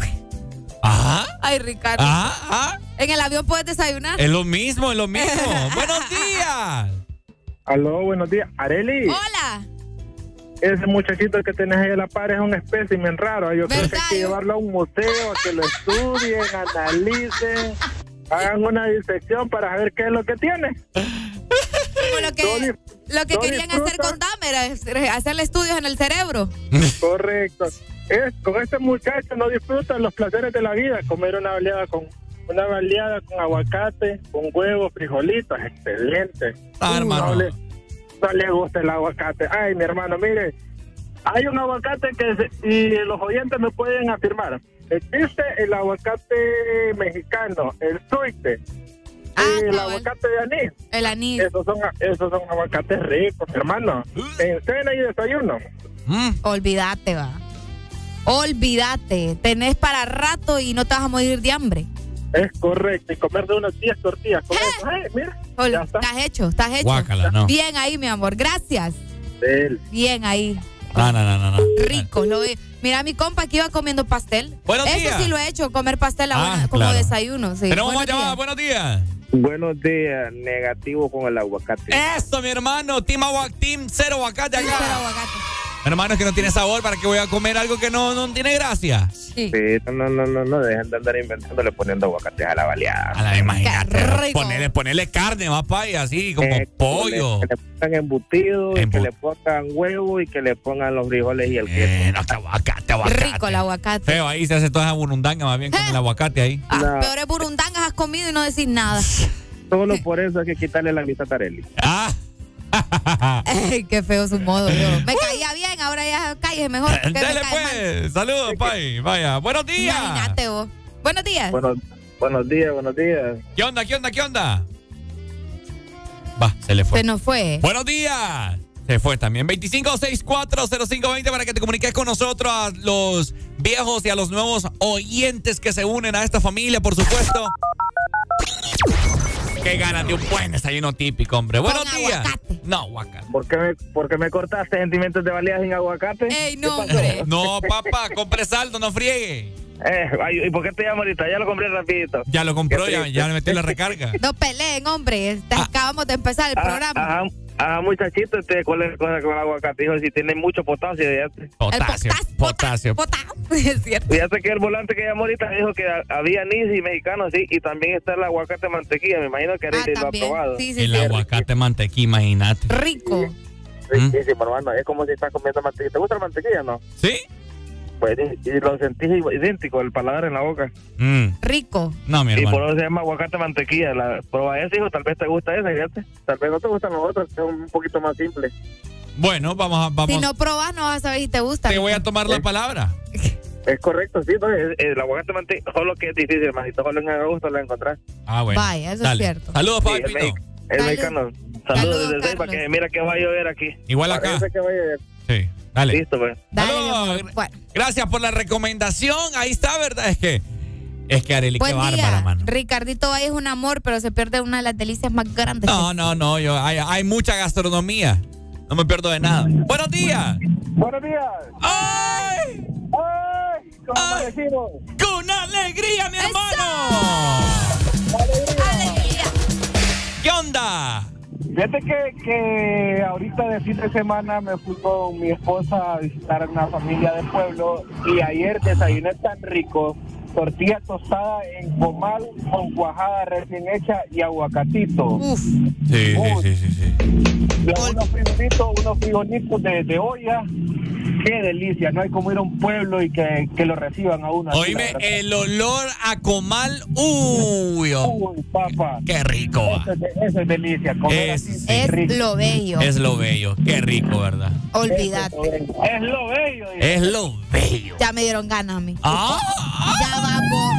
Ajá. Ay, Ricardo. Ajá. Ajá. En el avión puedes desayunar. Es lo mismo, es lo mismo. Buenos días. Aló, buenos días. Arely, Hola. ese muchachito que tenés ahí a la par es un espécimen raro. Yo creo que ¿Verdad? hay que llevarlo a un museo, a que lo estudien, analicen, hagan una disección para saber qué es lo que tiene. Como lo que, No lo que no querían disfruta. hacer con Dahmer, es hacerle estudios en el cerebro. Correcto. Es, con este muchacho no disfrutan los placeres de la vida. Comer una baleada con una baleada con aguacate, con huevos, frijolitos, excelente. Ah, Uh, hermano. No le, no le gusta el aguacate. Ay, mi hermano, mire, hay un aguacate que, se- y los oyentes me pueden afirmar, existe el aguacate mexicano, el suite, Ah, y el cabal. aguacate de anís. El anís. Esos son, esos son aguacates ricos, hermano. En cena y desayuno. Mm. Olvídate, va. Olvídate. Tenés para rato y no te vas a morir de hambre. Es correcto, y comer de unas diez tortillas. Con eso, ay, mira, Ol- ya está. Estás hecho, estás hecho. Guácala, no. Bien ahí, mi amor. Gracias. Del- Bien ahí. No, no, no, no. no. Rico. Lo ve- Mira, mi compa que iba comiendo pastel. Buenos Eso días. sí lo he hecho, comer pastel a Ah, buena- como claro. desayuno. Sí. Tenemos Buenos más llamadas. días. Buenos días. Buenos días, negativo con el aguacate. Eso, mi hermano. Team, agua, team cero aguacate Sí, acá. pero aguacate. Mi hermano, es que no tiene sabor. ¿Para qué voy a comer algo que no, no tiene gracia? Sí. Sí, no, no, no, no dejen de andar inventándole poniendo aguacates a la baleada. A la imagínate. Qué rico. Ponerle, ponerle carne, más pa' y así, como Eh, pollo. Que le, que le pongan embutido, y Embu- que le pongan huevo y que le pongan los frijoles y el queso. Eh, no, que aguacate, aguacate. Rico el aguacate. Feo, ahí se hace toda esa burundanga más bien con el aguacate ahí. Ah, No. peores burundangas has comido y no decís nada. Solo por eso hay que quitarle la vista a Tarelli. Ah. Ay, qué feo su modo. Yo. Me caía bien, ahora ya cállese mejor. que me Dale cae pues. Saludos, Pai. Vaya. Buenos mal. días. Imagínate vos. Buenos días. Buenos, buenos días, buenos días. ¿Qué onda, qué onda, qué onda? Va, se le fue. Se nos fue. Buenos días. Se fue también. veinticinco sesenta y cuatro cero cinco veinte para que te comuniques con nosotros, a los viejos y a los nuevos oyentes que se unen a esta familia, por supuesto. qué ganas de un buen desayuno típico, hombre. Buenos Con días. aguacate. No, aguacate. ¿Por qué me, por qué me cortaste sentimientos de valía sin aguacate? Ey, no, hombre. No, papá, compre saldo, no friegue. Eh, ay, ¿y por qué te llamo ahorita? Ya lo compré rapidito. Ya lo compró, Qué ya, triste. ya le metí la recarga. No peleen, hombre. Ah. Acabamos de empezar el Ah, programa. Ajá, ajá, muchachito, este, ¿cuál es la cosa con el aguacate? Dijo, si tiene mucho potasio, fíjate. Potasio, potasio. Potasio. Es cierto. Fíjate que el volante que llamó ahorita dijo que había anís y mexicano, sí, y también está el aguacate mantequilla. Me imagino que Arely Ah, lo ha también. probado. Sí, sí, El sí. aguacate mantequilla, imagínate. Rico. Riquísimo, hermano. Es como si estás comiendo mantequilla. ¿Te gusta la mantequilla, no? ¿Sí? Pues y, y lo sentís idéntico, el paladar en la boca. Mm. Rico. No, mi Y por hermano. eso se llama aguacate mantequilla. La, prueba ese, hijo, tal vez te gusta ese, fíjate. Tal vez no te gustan los otros, que son un poquito más simples. Bueno, vamos a... Vamos. Si no probas, no vas a saber si te gusta. Te voy a tomar la palabra. Es correcto, sí, no, el, el aguacate mantequilla, solo que es difícil, hermanito. Solo en agosto lo encontrás. Ah, bueno. Vaya, eso Dale. es cierto. Saludos, Sí, papi. el, mex- el Salud. mexicano. Saludos, Saludos, desde Ceiba, Carlos. que mira que va a llover aquí. Igual acá. Parece que va a llover. Sí, dale. Listo, pues. Dale, mi Saludos. amor. Bueno, Gracias por la recomendación. Ahí está, ¿verdad? Es que... Es que Arely, qué buen bárbara, día. mano. Ricardito Valle es un amor, pero se pierde una de las delicias más grandes. No, no, no. Yo, hay, hay mucha gastronomía. No me pierdo de nada. Buenos días. Buenos días. ¡Ay! ¡Ay! ¿Cómo Ay. amanecimos? ¡Con alegría, mi ¡Eso! hermano! ¡Alegría! ¿Qué onda? Fíjate que, que ahorita de fin de semana me fui con mi esposa a visitar a una familia del pueblo y ayer desayuné tan rico, tortilla tostada en comal con cuajada recién hecha y aguacatito. Uf. Sí, sí, sí, sí, sí. Luego unos frijolitos, unos frijolitos de, de olla. Qué delicia, no hay como ir a un pueblo y que, que lo reciban a uno. así, Oíme, la verdad. el olor a comal. Uy, oh, Uy, papá. qué rico. va. Eso es, de- eso es delicia. Comer Es, así, sí. Es rico. lo bello. Es lo bello. Qué rico, ¿verdad? Olvídate. Es lo bello. dice. Es lo bello. Ya me dieron ganas a mí. Ah. Ya vamos.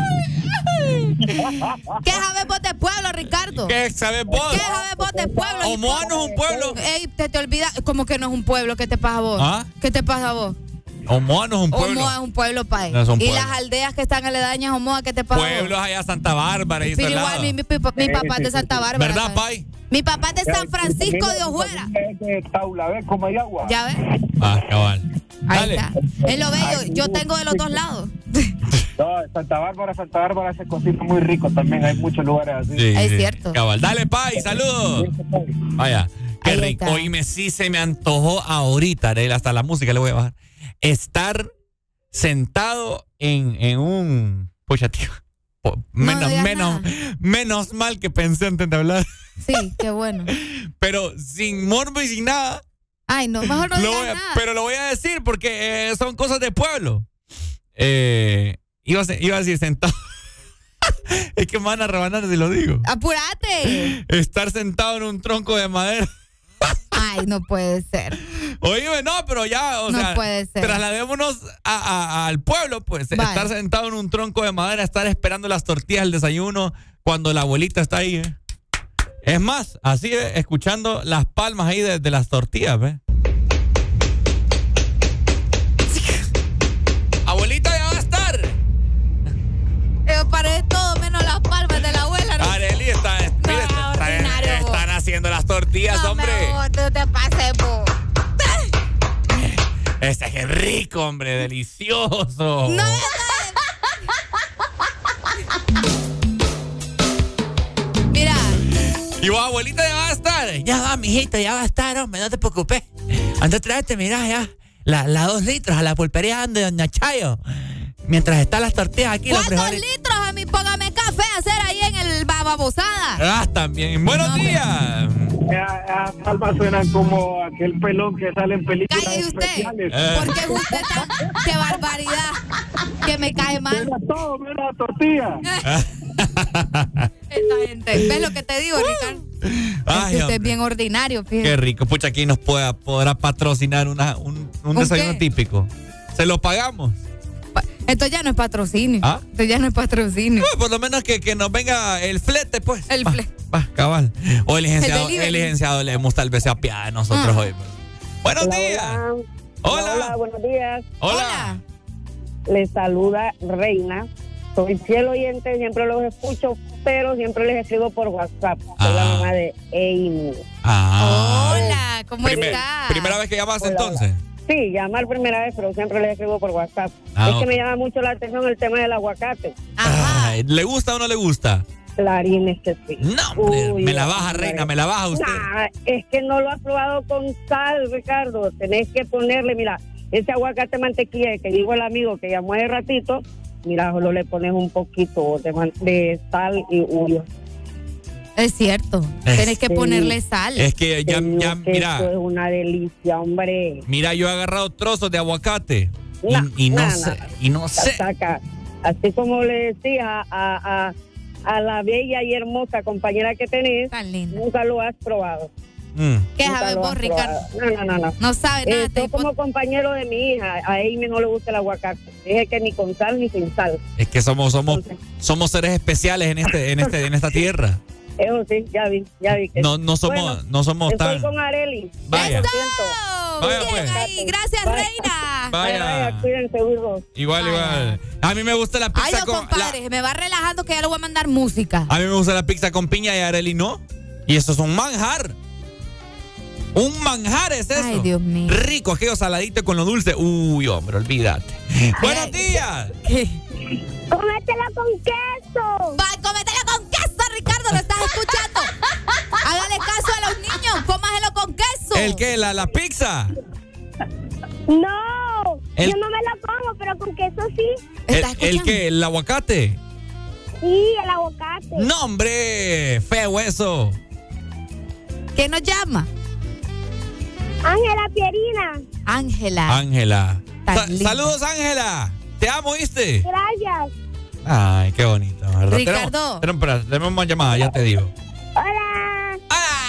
¿Qué sabes vos de pueblo, Ricardo? ¿Qué sabes vos? ¿Qué sabes vos de pueblo? Omoa no es un pueblo. Ey, te, te olvidas. ¿Cómo que no es un pueblo? ¿Qué te pasa a vos? ¿Ah? ¿Qué te pasa a vos? Omoa no es un pueblo. Omoa es un pueblo, país. No es un y pueblo. las aldeas que están aledañas a Omoa, ¿qué te pasa a vos? Pueblos allá Santa Bárbara y Pero ese igual lado. mi, mi, mi papá es de Santa Bárbara. ¿Verdad, ¿sabes? Pai? Mi papá es de San Francisco de Ojuela. Es de Taula, ¿ves cómo hay agua? ¿Ya ves? Ah, cabal. Ahí Dale. está. Es lo bello. Yo tengo de los dos lados. No, Santa Bárbara, Santa Bárbara se cocina muy rico también. Hay muchos lugares así. Sí, Es sí. cierto. Cabal. Dale, Pai, saludos. Vaya, qué Ahí rico. está. Oíme, sí se me antojó ahorita, Arely, hasta la música le voy a bajar. Estar sentado en, en un... Pucha, tío. po- Menos, digas menos, menos mal que pensé antes de hablar. Sí, qué bueno. Pero sin morbo y sin nada. Ay, no, mejor no Lo digas voy a- nada. pero lo voy a decir porque eh, son cosas de pueblo. Eh, iba, a, se- iba a decir sentado. Es que me van a rebanar si lo digo. ¡Apúrate! Estar sentado en un tronco de madera. Ay, no puede ser. Oye, no, pero ya, o No sea, puede ser. trasladémonos a- a- al pueblo, pues. Vale. Estar sentado en un tronco de madera, estar esperando las tortillas del desayuno cuando la abuelita está ahí, ¿eh? Es más, así, eh, escuchando las palmas ahí de, de las tortillas, ¿ves? Abuelita ya va a estar. Eh, parece todo menos las palmas de la abuela. ¿no? Arely está, mire, está- ordinario, están, vos. haciendo las tortillas, No, hombre. me gusta, no te pases, po. Este es rico, hombre, delicioso. No, Mira, Y vos, abuelita, ya va a estar. Ya va, mijito, ya va a estar, hombre, no te preocupes. Anda, tráete, mirá, ya. La, la dos litros a la pulpería de Doña Chayo. Mientras están las tortillas aquí, los ¿cuántos frijoles. litros a mí? Póngame café a hacer ahí en el bababosada. Ah, también. Buenos No, hombre. días. Esas palmas suenan como aquel pelón que sale en películas Cállese usted. especiales. Eh. Porque es usted tan... ¡Qué barbaridad! Que me cae mal. Mira todo, mira la tortilla. Esta gente. ¿Ves lo que te digo, Ricardo? Es Ay, que usted es hombre. bien ordinario, Qué fíjate. rico. Pucha, aquí nos pueda, podrá patrocinar una, un, un ¿Un desayuno qué? típico. ¿Se lo pagamos? Pa- Esto ya no es patrocinio. ¿Ah? Esto ya no es patrocinio. No, por lo menos que, que nos venga el flete, pues. El Va, flete. Va, cabal. O el licenciado, delivery. el licenciado Lemus tal vez se apiade de nosotros Ah. hoy. pues. Buenos días. Hola. Hola, buenos días. Hola. Les saluda Reina soy fiel oyente, siempre los escucho, pero siempre les escribo por WhatsApp. Soy la mamá de Amy. Ah. Hola, ¿cómo Primer- estás? ¿Primera vez que llamas Hola, entonces? Sí, llamar primera vez, pero siempre les escribo por WhatsApp. Ah, es que ok. me llama mucho la atención el tema del aguacate. Ay, ¿le gusta o no le gusta? Clarín, es que sí. No, hombre, Uy, me la hombre. baja, reina, me la baja usted. Nah, es que no lo has probado con sal, Ricardo. Tenés que ponerle, mira, ese aguacate mantequilla que dijo el amigo que llamó hace ratito, mira, solo le pones un poquito de, man- de sal y uy. Es cierto. Es- Tienes que Sí. ponerle sal. Es que ya, Te digo ya, que mira, Eso es una delicia, hombre. mira, yo he agarrado trozos de aguacate y, Nah, y no nah, sé, nah. y no sé. Saca. Así como le decía a, a, a la bella y hermosa compañera que tenés, nunca lo has probado. Mm. ¿Qué Nunca sabes lo vos, has Ricardo? probado. No, no, no, no. No sabe nada. Eh, soy como compañero de mi hija. A Amy no le gusta el aguacate. Dije que ni con sal ni sin sal. Es que somos, somos, somos seres especiales en este, en este, en esta tierra. Eso sí, ya vi, ya vi. Que No, no somos, Bueno, no somos estoy tan. con Areli. Vaya. Lo Vaya, siento. pues. Ahí, gracias, reina. Vaya. Vaya, cuídense, burros. Igual, igual. A mí me gusta la Ay, pizza no, con. la- compadre, se me va relajando que ya le voy a mandar música. a mí me gusta la pizza con piña y a Areli no. Y eso es un manjar. Un manjar es eso. Ay, Dios mío. Rico, aquello saladito con lo dulce. Uy, hombre, olvídate. Buenos días. ¡Cómetela con queso! Va, cómetela con queso, Ricardo, lo estás escuchando. Hágale caso a los niños, cómaselo con queso. ¿El qué? ¿La, la pizza? No, El- yo no me lo como, pero con queso sí. ¿El, el qué? ¿El aguacate? Sí, el aguacate. No, hombre, feo eso. ¿Quién nos llama? Ángela Pierina. Ángela. Ángela. Tan Sa- linda. saludos, Ángela. Te amo, ¿viste? Gracias. Ay, qué bonito, ¿verdad? Ricardo. Tenemos, tenemos, espera, tenemos más llamadas, ya te digo. Hola.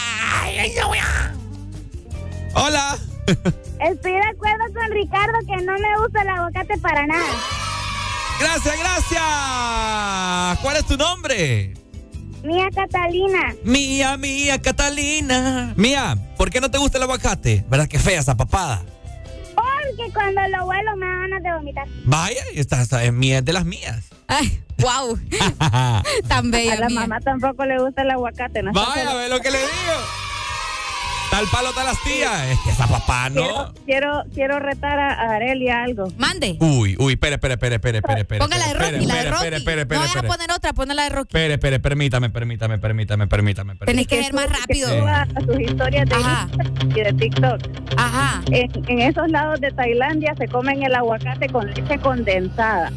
Hola. Estoy de acuerdo con Ricardo que no me gusta el aguacate para nada. Gracias, gracias. ¿Cuál es tu nombre? Mía Catalina. Mía, mía, Catalina. Mía, ¿por qué no te gusta el aguacate? ¿Verdad que fea esa papada? Porque cuando lo huelo me da ganas de vomitar. Vaya, y esta, esta es mía, es de las mías. Ay, wow. Tan bella. A la mía. mamá tampoco le gusta el aguacate. ¿No? Está Vaya, solo- ve lo que le digo. Tal palo, tal astilla. Es que esa papá no. Quiero, quiero, quiero retar a, a Areli a algo. Mande. Uy, uy, espere, espere, espere, espere, espere, espere. Póngala de espere, Rocky, la de espere, Rocky. espere, espere, espere, No vayas a espere. poner otra, ponla de Rocky. Espere, espere, permítame, permítame, permítame, permítame. Tenés permítame. que ser más rápido. Que suba a sus historias de Ajá. Instagram y de TikTok. Ajá. En, en esos lados de Tailandia se comen el aguacate con leche condensada.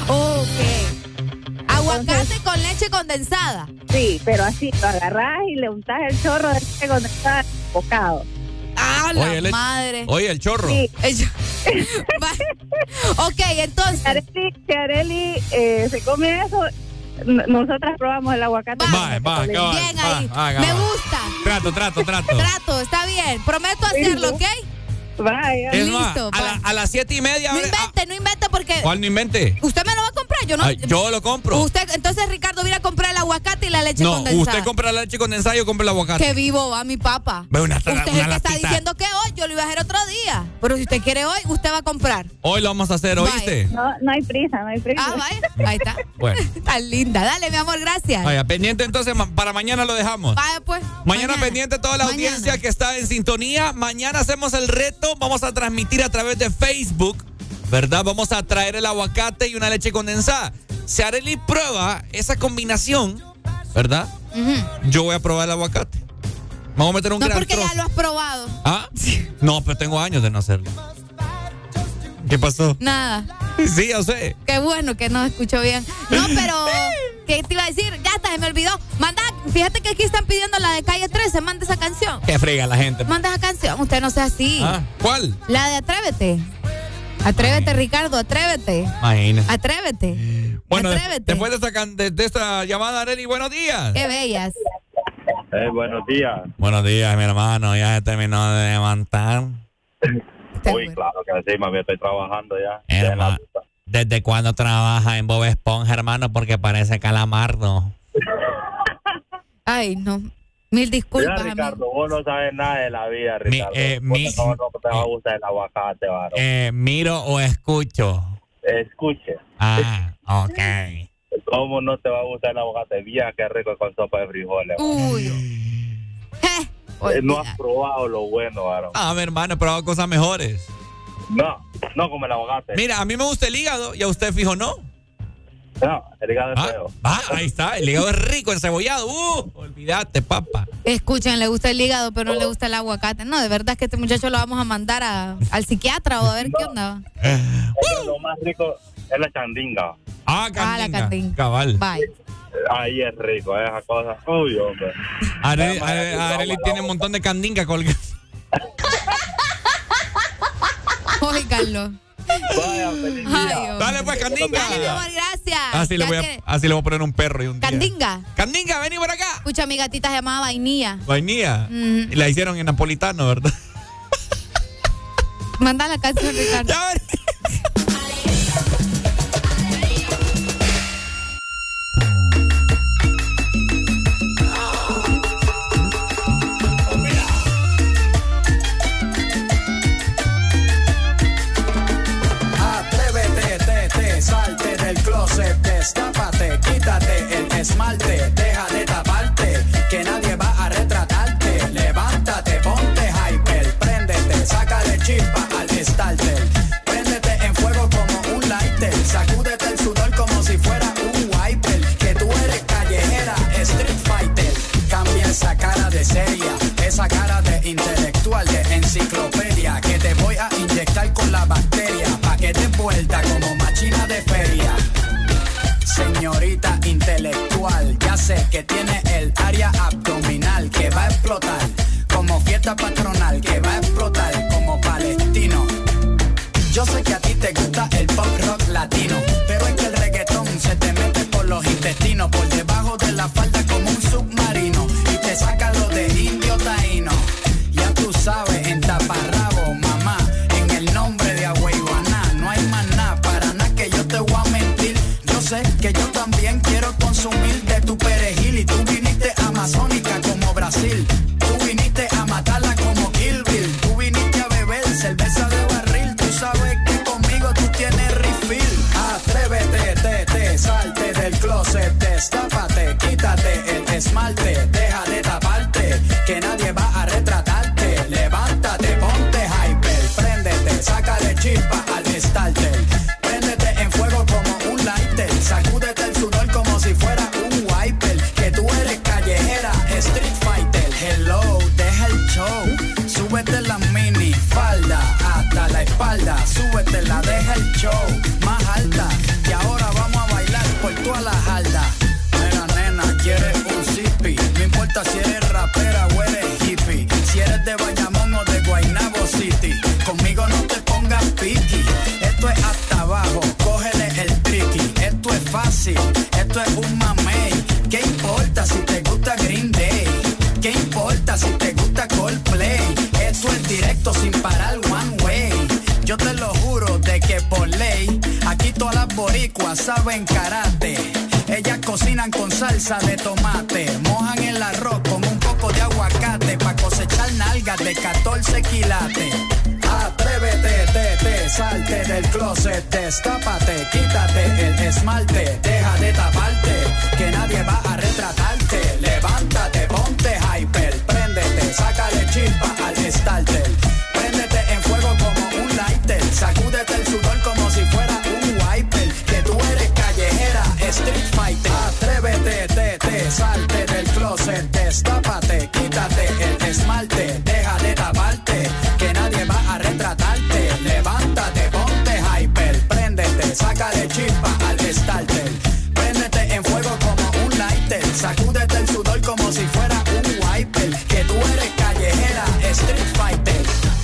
Ok. Aguacate con leche condensada. Sí, pero así, lo agarrás y le untás el chorro de leche condensada en el bocado. Ah, la Oye, le- madre. Oye, el chorro. Sí. El cho- Va. Ok, entonces. Si Areli, si Areli eh, se come eso, n- nosotras probamos el aguacate. Va, va, cabal, Bien va, ahí. va, Me cabal. gusta. Trato, trato, trato. Trato, está bien. Prometo hacerlo, ¿ok? Vaya. Es más, Listo, a, va. la- a las siete y media. No abre- invente, no invente porque. ¿Cuál no invente? Usted me lo va a comprar, yo no. Ay, yo lo compro. Usted, entonces Ricardo viene a comprar el aguacate y la leche No, condensada. usted compra la leche condensada y yo compro el aguacate. Que vivo va mi papá. Ve una, Usted una es el que está latita. diciendo que hoy yo lo iba a hacer otro día. Pero si usted quiere hoy, usted va a comprar. Hoy lo vamos a hacer, Vaya. ¿oíste? No, no hay prisa, no hay prisa. Ah, vaya. Ahí está. Bueno, Tan linda. Dale, mi amor, gracias. vaya, pendiente entonces, ma- para mañana lo dejamos. Vaya, pues. Mañana, pendiente toda la Mañana. audiencia que está en sintonía. Mañana hacemos el reto. Vamos a transmitir a través de Facebook, ¿verdad? Vamos a traer el aguacate y una leche condensada. Si Areli prueba esa combinación, ¿verdad? Ujú. Yo voy a probar el aguacate. Vamos a meter un No gran porque trozo. ya lo has probado. ¿Ah? No, pero tengo años de no hacerlo. ¿Qué pasó? Nada. Sí, yo sé. Qué bueno que no escucho bien. No, pero, ¿qué te iba a decir? Ya hasta se me olvidó. Manda, fíjate que aquí están pidiendo la de Calle trece. Manda esa canción. Qué friga la gente. Manda esa canción. Usted no sea así. Ah, ¿cuál? La de Atrévete. Atrévete, Ricardo, atrévete. Imagínate. Atrévete. Bueno, de- atrévete. después de esta, can- de, de esta llamada, Areli, buenos días. Qué bellas. Eh, buenos días. Buenos días, mi hermano. Ya se terminó de levantar. Uy, claro que sí, mami, estoy trabajando ya. Hermano, ¿desde cuándo trabaja en Bob Esponja, hermano? Porque parece calamardo. Ay, no. Mil disculpas, Mira, amigo. Ricardo, vos no sabes nada de la vida, Mi- Ricardo. eh, Vos mi- no, no te va a gustar el aguacate, varón. Eh, ¿miro o escucho? Escuche. Ah, ok. ¿Cómo no te va a gustar el aguacate? Vieja, qué rico con sopa de frijoles. Uy. Eh, no has probado lo bueno, varón. Ah, mi hermano, he probado cosas mejores. No, no como el aguacate. Mira, a mí me gusta el hígado y a usted fijo no. No, el hígado es ah, feo. Ah, ahí está, el hígado es rico, encebollado. Uh, olvídate, papá. Escuchen, le gusta el hígado, pero no le gusta el aguacate. No, de verdad es que este muchacho lo vamos a mandar a, al psiquiatra o a ver no. qué onda. Es que lo más rico es la candinga. Ah, candinga. Ah, la candinga. Cabal. Bye. Ahí es rico, esa cosa. Uy, hombre. Areli, Areli tiene un montón de candinga colgadas. Óiganlo. Vaya, feliz día. Dale pues, candinga. Dale, mi amor, gracias. Así le, voy a, que... así le voy a poner un perro y un día. Candinga. Candinga, vení por acá. Escucha, mi gatita se llamaba Vainilla. Vainilla. Mm. Y la hicieron en napolitano, ¿verdad? Manda la canción, Ricardo. Ya ven. Salte del closet, destápate, quítate el esmalte, deja de taparte, que nadie va a retratarte. Levántate, ponte hyper, préndete, sácale chispa al starter. Préndete en fuego como un lighter, sacúdete el sudor como si fuera un wiper. Que tú eres callejera, street fighter. Cambia esa cara de seria, esa cara de intelectual, de enciclopedia. Que te voy a inyectar con la bacteria, pa' que te vuelta como machina de feria. Señorita intelectual, ya sé que tiene el área abdominal que va a explotar como fiesta patronal, que va a explotar como palestino. Yo sé que a ti te gusta el pop rock latino, pero es que el reggaetón se te mete por los intestinos, por debajo de la falda como un submarino, y te saca lo de indio taíno. Ya tú sabes, en taparrabo, mamá, en el nombre de Agüeyuaná, no hay más nada, para nada que yo te voy a mentir. Yo sé que yo también quiero consumir de tu perejil, y tú viniste amazónica como Brasil, tú viniste a matarla como Kill Bill, tú viniste a beber cerveza de barril, tú sabes que conmigo tú tienes refill. Atrévete, te, te, salte del closet, destápate, quítate el esmalte, deja de taparte, que nadie va a retratarte. Levántate, ponte hyper, préndete, sácale chispa al starter. Préndete en fuego como un lighter, sacúdete el sudor como si fuera un wiper. Que tú eres callejera, street fighter. Hello, deja el show, súbete la mini falda hasta la espalda, súbete la, deja el show más alta. Y ahora vamos a bailar por toda la jarda. Nena, nena, quieres un zippy, no importa si eres rapera o eres hippie, si eres de Bayamón o de Guaynabo City, conmigo no te pongas piqui. Esto es hasta abajo, cógele el tricky. Esto es fácil, esto es un mamey. ¿Qué importa si te gusta Green Day? ¿Qué importa si te gusta Coldplay? Esto es directo sin parar one way. Yo te lo juro de que por ley, aquí todas las boricuas saben karate. Ellas cocinan con salsa de tomate, mojan el arroz con un poco de aguacate, pa' cosechar nalgas de catorce quilates. Atrévete, te, te, salte del closet, destápate, quítate el esmalte, deja de taparte, que nadie va a retratarte. Levántate, ponte hyper, préndete, sácale chispa al starter. Préndete en fuego como un lighter, sacúdete el sudor como si fuera un wiper. Que tú eres callejera, street fighter. Atrévete, te, te, salte del closet, destápate, quítate el esmalte, deja de taparte, que nadie va a retratarte. Levántate, ponte hyper, préndete, sácale chispa al starter. Préndete en fuego como un lighter, sacúdete el sudor como si fuera un wiper. Que tú eres callejera, street fighter.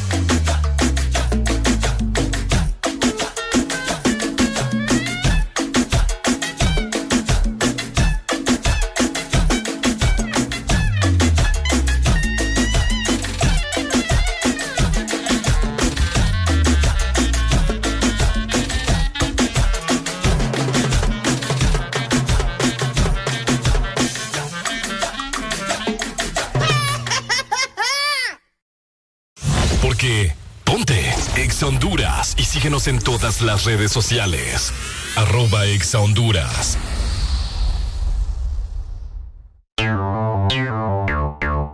Porque ponte Exa Honduras y síguenos en todas las redes sociales. Arroba Exa Honduras.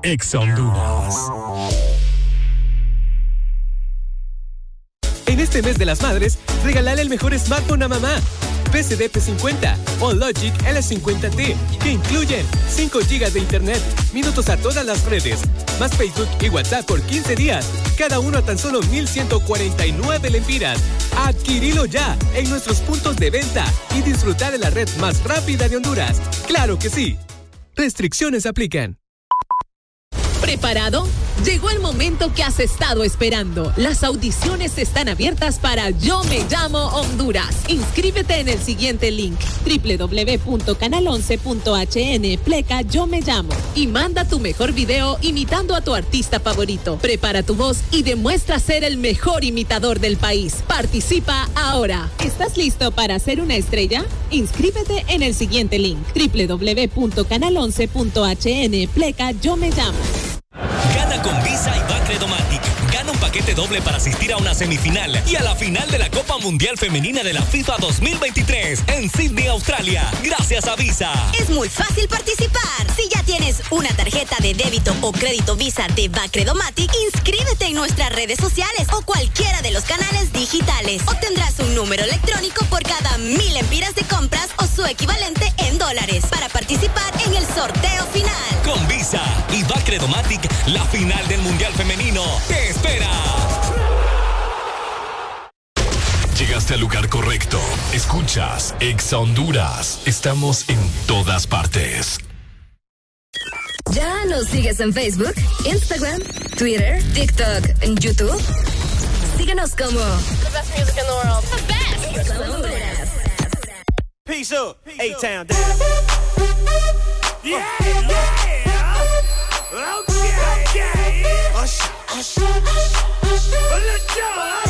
Ex Honduras. En este mes de las madres, regálale el mejor smartphone a mamá. P C D P cincuenta o Logic L cincuenta T, que incluyen cinco gigas de internet, minutos a todas las redes, más Facebook y WhatsApp por quince días, cada uno a tan solo mil ciento cuarenta y nueve lempiras. Adquirilo ya en nuestros puntos de venta y disfrutar de la red más rápida de Honduras. ¡Claro que sí! Restricciones aplican. ¿Preparado? Llegó el momento que has estado esperando. Las audiciones están abiertas para Yo Me Llamo Honduras. Inscríbete en el siguiente link: doble u doble u doble u punto canal once punto h n pleca Yo Me Llamo y manda tu mejor video imitando a tu artista favorito. Prepara tu voz y demuestra ser el mejor imitador del país. Participa ahora. ¿Estás listo para ser una estrella? Inscríbete en el siguiente link: doble u doble u doble u punto canal once punto h n pleca Yo Me Llamo. Gana con Visa y Bacredomatic. Gana un paquete doble para asistir a una semifinal y a la final de la Copa Mundial Femenina de la FIFA dos mil veintitrés en Sydney, Australia. Gracias a Visa. Es muy fácil participar. Si ya tienes una tarjeta de débito o crédito Visa de Bacredomatic, inscríbete en nuestras redes sociales o cualquiera de los canales digitales. Obtendrás un número electrónico por cada mil lempiras de compras o su equivalente en dólares para participar en el sorteo final. Con Visa y Bacredomatic, la final del Mundial Femenino te espera. Llegaste al lugar correcto. Escuchas Ex Honduras. Estamos en todas partes. ¿Ya nos sigues en Facebook, Instagram, Twitter, TikTok, en YouTube? Síguenos como The best music in the world. The best. Ex Honduras. Peace up, A-Town down. Yeah, yeah. Okay, okay. Hush, hush, hush, hush. Let's go.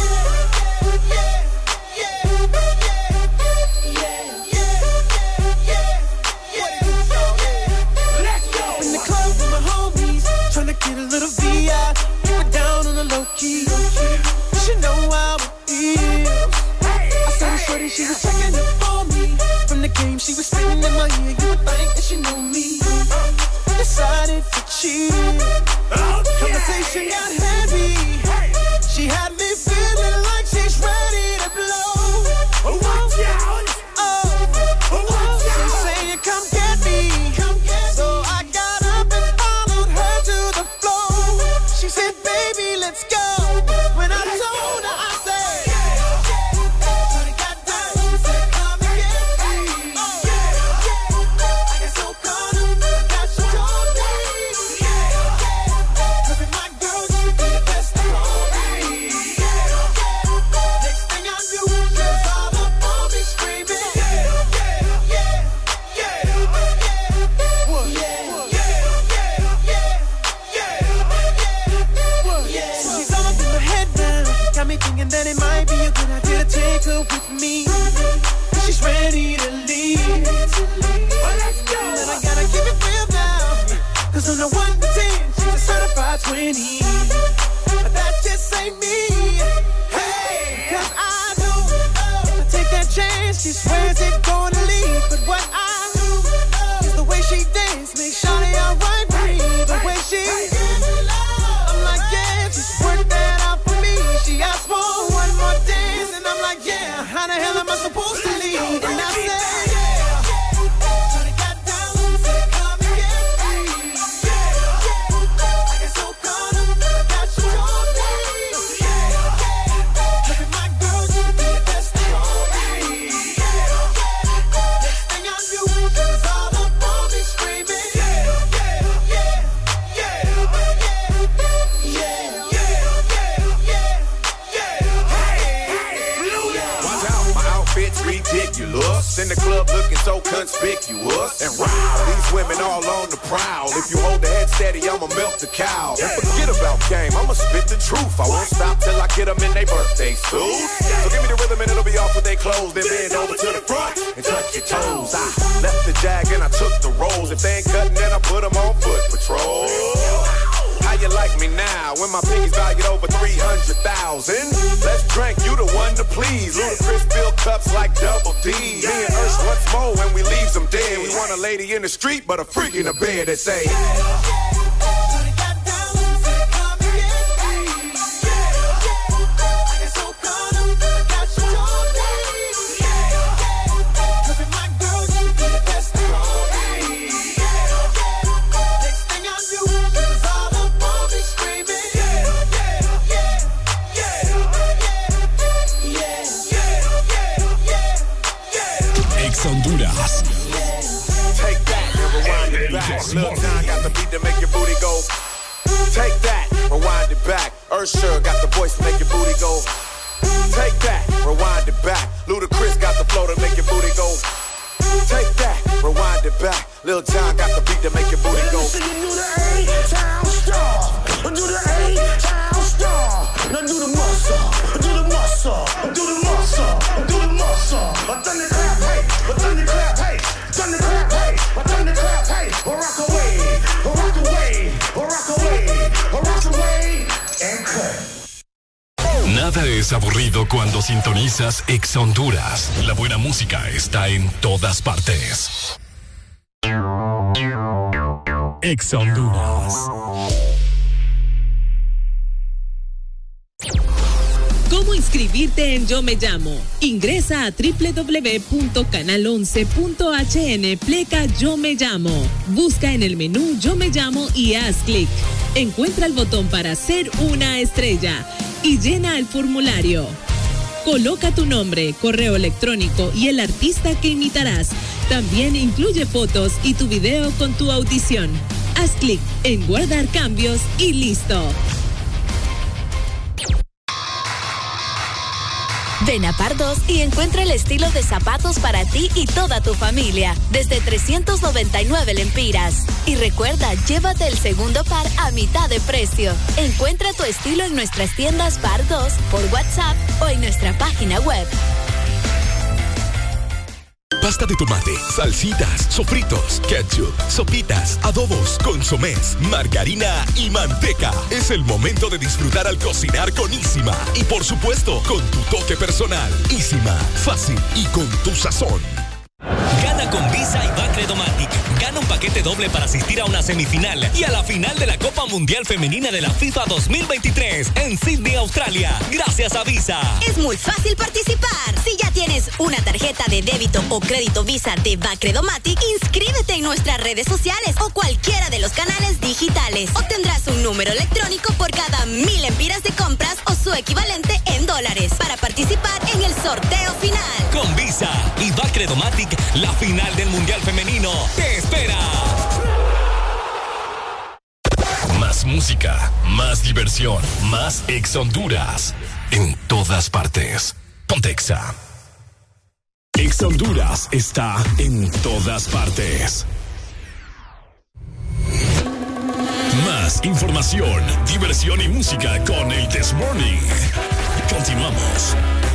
Get a little V I, keep it down on the low key. You should know how it feels. I saw the shorty, she was checking up on me. From the game, she was spitting in my ear. You would think that she knew me. Decided to cheat. Conversation got heavy. She had me feeling like she's ready to blow. Watch out! Oh, watch out! She's saying, come get me. So I got up and followed her to the floor. She said, baby, let's go. When I told her, I said, Shorty got down, said, come and get me. I got so caught up, that she told me. Loving my girl, she be the best of all me. Next thing I knew, she was all up on me screaming. Yeah, yeah, yeah, yeah. What? Yeah, she's all up in my head now. Got me thinking that it might be a good idea to take her with me. She's ready to leave. Well, let's go. And I gotta keep it real now. Cause on the one to ten, she's a certified twenty. But that just ain't me. Hey, cause I know if I take that chance, she swears it's gonna leave. But what I know is the way she dance makes Shawty alright with me. The way she I'm like, yeah, just work that out for me. She asked for one more dance, and I'm like, yeah, how the hell am I supposed to leave? And I said, yeah, Shawty got down, said, come and get me. I got so caught up, that she told me. Look at my girl, she be the best of all me. Next thing I knew, she was all up on me screaming. Yeah, yeah, yeah, yeah, yeah, yeah. Watch out, my outfit's ridiculous. In the club looking so conspicuous. And wow, these women all on the prowl. If you hold the head steady, I'ma milk the cow. And forget about game, I'ma spit the truth. I won't stop till I get them in their birthday suits. So give me the rhythm and it'll be off with their clothes. Then bend over to the front and touch your toes. I left the jag and I took the rolls. If they ain't cutting, then I put them on foot patrol. How you like me now when my pinky's valued over three hundred thousand? Let's drink, you the one to please. Ludacris fill cups like double D. Me and Ursh once more when we leaves them dead. We want a lady in the street, but a freak in the bed that say Lil Jon got the beat to make your booty go. Take that, rewind it back. Usher got the voice to make your booty go. Take that, rewind it back. Ludacris got the flow to make your booty go. Take that, rewind it back. Lil Jon got the beat to make your booty go. Do the A-Town star. Do the A-Town star. Now do the muscle. Do the muscle. Do the muscle. Do the muscle. Thunderclap, hey. Thunderclap, hey. Thunderclap, hey. Thunderclap, hey. Rock away. Rock away. Rock away. Rock away. And cut. Nada es aburrido cuando sintonizas Ex Honduras. La buena música está en todas partes. Ex Honduras. ¿Cómo inscribirte en Yo Me Llamo? Ingresa a doble u doble u doble u punto canal once punto h n pleca Yo Me Llamo. Busca en el menú Yo Me Llamo y haz clic. Encuentra el botón para ser una estrella y llena el formulario. Coloca tu nombre, correo electrónico y el artista que imitarás. También incluye fotos y tu video con tu audición. Haz clic en guardar cambios y listo. Ven a Pardos y encuentra el estilo de zapatos para ti y toda tu familia, desde trescientos noventa y nueve lempiras. Y recuerda, llévate el segundo par a mitad de precio. Encuentra tu estilo en nuestras tiendas Pardos, por WhatsApp o en nuestra página web. Pasta de tomate, salsitas, sofritos, ketchup, sopitas, adobos, consomés, margarina y manteca. Es el momento de disfrutar al cocinar con Isima. Y por supuesto, con tu toque personal. Isima, fácil y con tu sazón. Gana con Visa y Bacredomatic. Gana un paquete doble para asistir a una semifinal y a la final de la Copa Mundial Femenina de la FIFA dos mil veintitrés en Sydney, Australia. Gracias a Visa. Es muy fácil participar. Si ya tienes una tarjeta de débito o crédito Visa de Bacredomatic, inscríbete en nuestras redes sociales o cualquiera de los canales digitales. Obtendrás un número electrónico por cada mil empiras de compras o su equivalente en dólares para participar en el sorteo final. Con Visa y Bacredomatic, la final del Mundial Femenino te espera. Más música, más diversión, más Ex Honduras. En todas partes. Ponte Exa. Ex Honduras está en todas partes. Más información, diversión y música con el This Morning. Continuamos.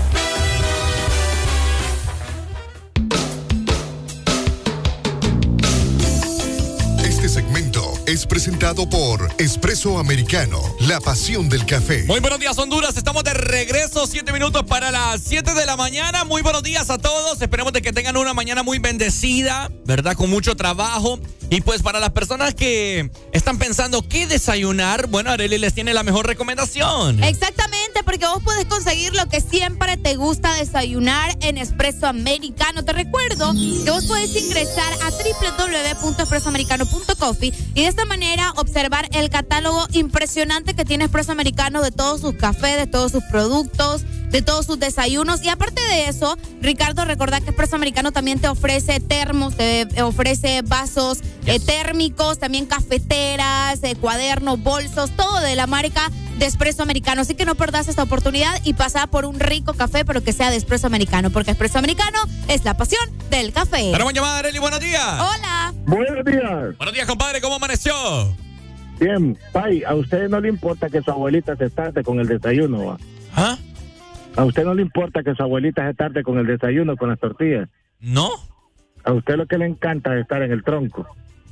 Este segmento es presentado por Espresso Americano, la pasión del café. Muy buenos días, Honduras. Estamos de regreso, siete minutos para las siete de la mañana. Muy buenos días a todos. Esperemos de que tengan una mañana muy bendecida, ¿verdad? Con mucho trabajo. Y pues para las personas que están pensando qué desayunar, bueno, Arely les tiene la mejor recomendación. Exactamente, porque vos puedes conseguir lo que siempre te gusta desayunar en Espresso Americano. Te recuerdo que vos podés ingresar a doble u doble u doble u punto espresso americano punto coffee y de esta manera observar el catálogo impresionante que tiene Espresso Americano de todos sus cafés, de todos sus productos, de todos sus desayunos. Y aparte de eso, Ricardo, recordá que Espresso Americano también te ofrece termos, te ofrece vasos eh, térmicos, también cafeteras, eh, cuadernos, bolsos, todo de la marca de Espresso Americano. Así que no perdás esta oportunidad y pasá por un rico café, pero que sea de Espresso Americano, porque Espresso Americano es la pasión del café. Tenemos llamada, Arely, buenos días. Hola. Buenos días. Buenos días, compadre, ¿cómo amaneció? Bien, Pai, a usted no le importa que su abuelita se tarde con el desayuno, ¿va? ¿Ah? ¿A usted no le importa que su abuelita se tarde con el desayuno, con las tortillas? No. A usted lo que le encanta es estar en el tronco.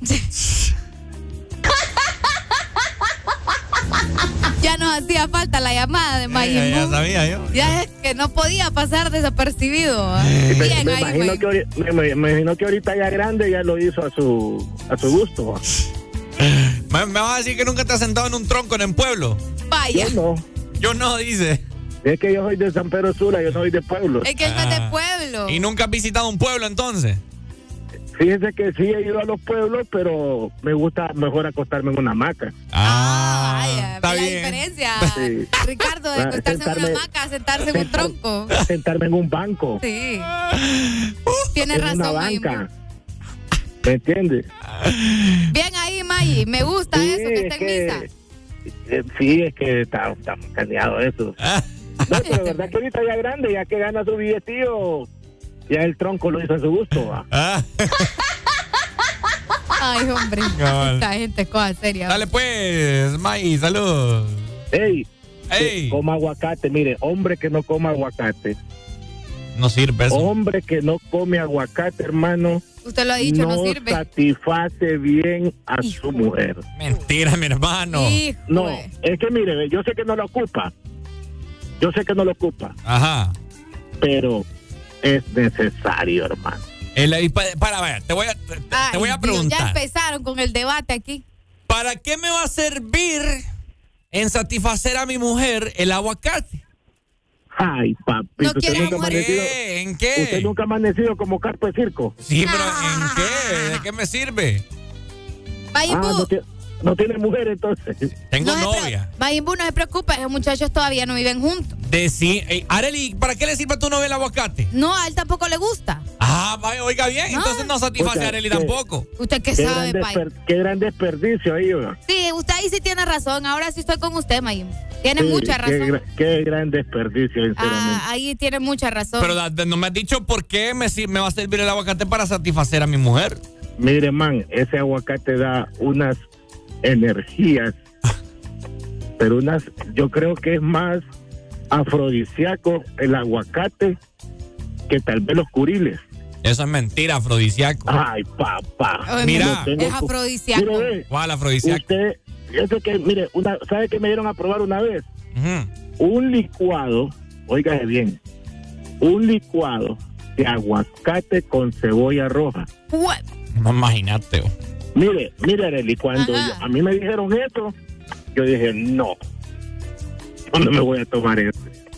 Ya nos hacía falta la llamada de Mayimbu. Ya, ya sabía yo. Ya es que no podía pasar desapercibido. ¿Eh? Me, Bien, me, ahí, imagino que, ahorita- me, me- me imagino que ahorita ya grande ya lo hizo a su a su gusto. ¿va? ¿Me, me vas a decir que nunca te has sentado en un tronco en el pueblo? Vaya. Yo no. Yo no, dice. Es que yo soy de San Pedro Sula, yo soy de pueblo. Es que él no es de pueblo. ¿Y nunca has visitado un pueblo entonces? Fíjese que sí he ido a los pueblos, pero me gusta mejor acostarme en una hamaca. Ah, Vaya, está ve la bien. diferencia, Sí. Ricardo, de Ah, acostarse en sentarme- una hamaca a sentarse en un tronco. Sentarme en un banco, Sí. Tienes en razón, una Mayimbu. banca. ¿Me entiendes? Bien ahí, May, me gusta Sí, eso, que es esté en que- misa. Eh, sí, es que está, está caneado eso. No, pero la verdad que ahorita ya grande, ya que gana su billetillo, ya el tronco lo hizo a su gusto, va. Ay, hombre. Cabal. Esta gente es cosa seria. Dale pues, May, salud. Ey, Ey. que coma aguacate, mire, hombre que no coma aguacate. No sirve eso. Hombre que no come aguacate, hermano. Usted lo ha dicho, no, no sirve. satisface bien a su mujer. Mentira, mi hermano. Hijo. No, es que mire, yo sé que no lo ocupa. Yo sé que no lo ocupa. Ajá. Pero es necesario, hermano. El, y pa- para, ver, te voy a, te, Ay, te voy a Dios, ya preguntar. empezaron con el debate aquí. ¿Para qué me va a servir en satisfacer a mi mujer el aguacate? Ay, papi, No usted quiere nunca ha mujer. amanecido. ¿Qué? ¿En qué? Usted nunca ha amanecido como carpa de circo. Sí, pero ¿en qué? ¿De qué me sirve? Mayimbu, Ah, no, tiene, no tiene mujer entonces. Tengo no se pre- novia. Mayimbu, no se preocupe, los muchachos todavía no viven juntos. De sí. Ey, Arely, ¿para qué le sirve a tu novia el aguacate? No, a él tampoco le gusta. Ah, vaya, oiga bien, No. entonces no satisface Oiga, a Arely ¿qué? tampoco. ¿Usted qué Qué sabe, gran, Pai? desper- qué gran desperdicio ahí, oiga. Sí, usted ahí sí tiene razón. Ahora sí estoy con usted, Mayimbu. Tiene Sí, mucha Qué, razón. gra- qué gran desperdicio, sinceramente. Ah, ahí tiene mucha razón. Pero da- no me has dicho por qué me, sir- me va a servir el aguacate para satisfacer a mi mujer. Mire, man, ese aguacate da unas energías, pero unas, yo creo que es más afrodisíaco el aguacate que tal vez los curiles. Eso es mentira, afrodisíaco. Ay, papá. Ay, Mira. Yo tengo- es afrodisíaco. Mire, ve, ¿Cuál afrodisíaco? usted, eso que, mire, una, ¿sabe qué me dieron a probar una vez? Ujú. Un licuado, óigase bien, un licuado de aguacate con cebolla roja. What? No, imagínate. oh. Mire, mire, Arely, cuando Ajá. yo- a mí me dijeron eso, yo dije, no, yo no me voy a tomar eso.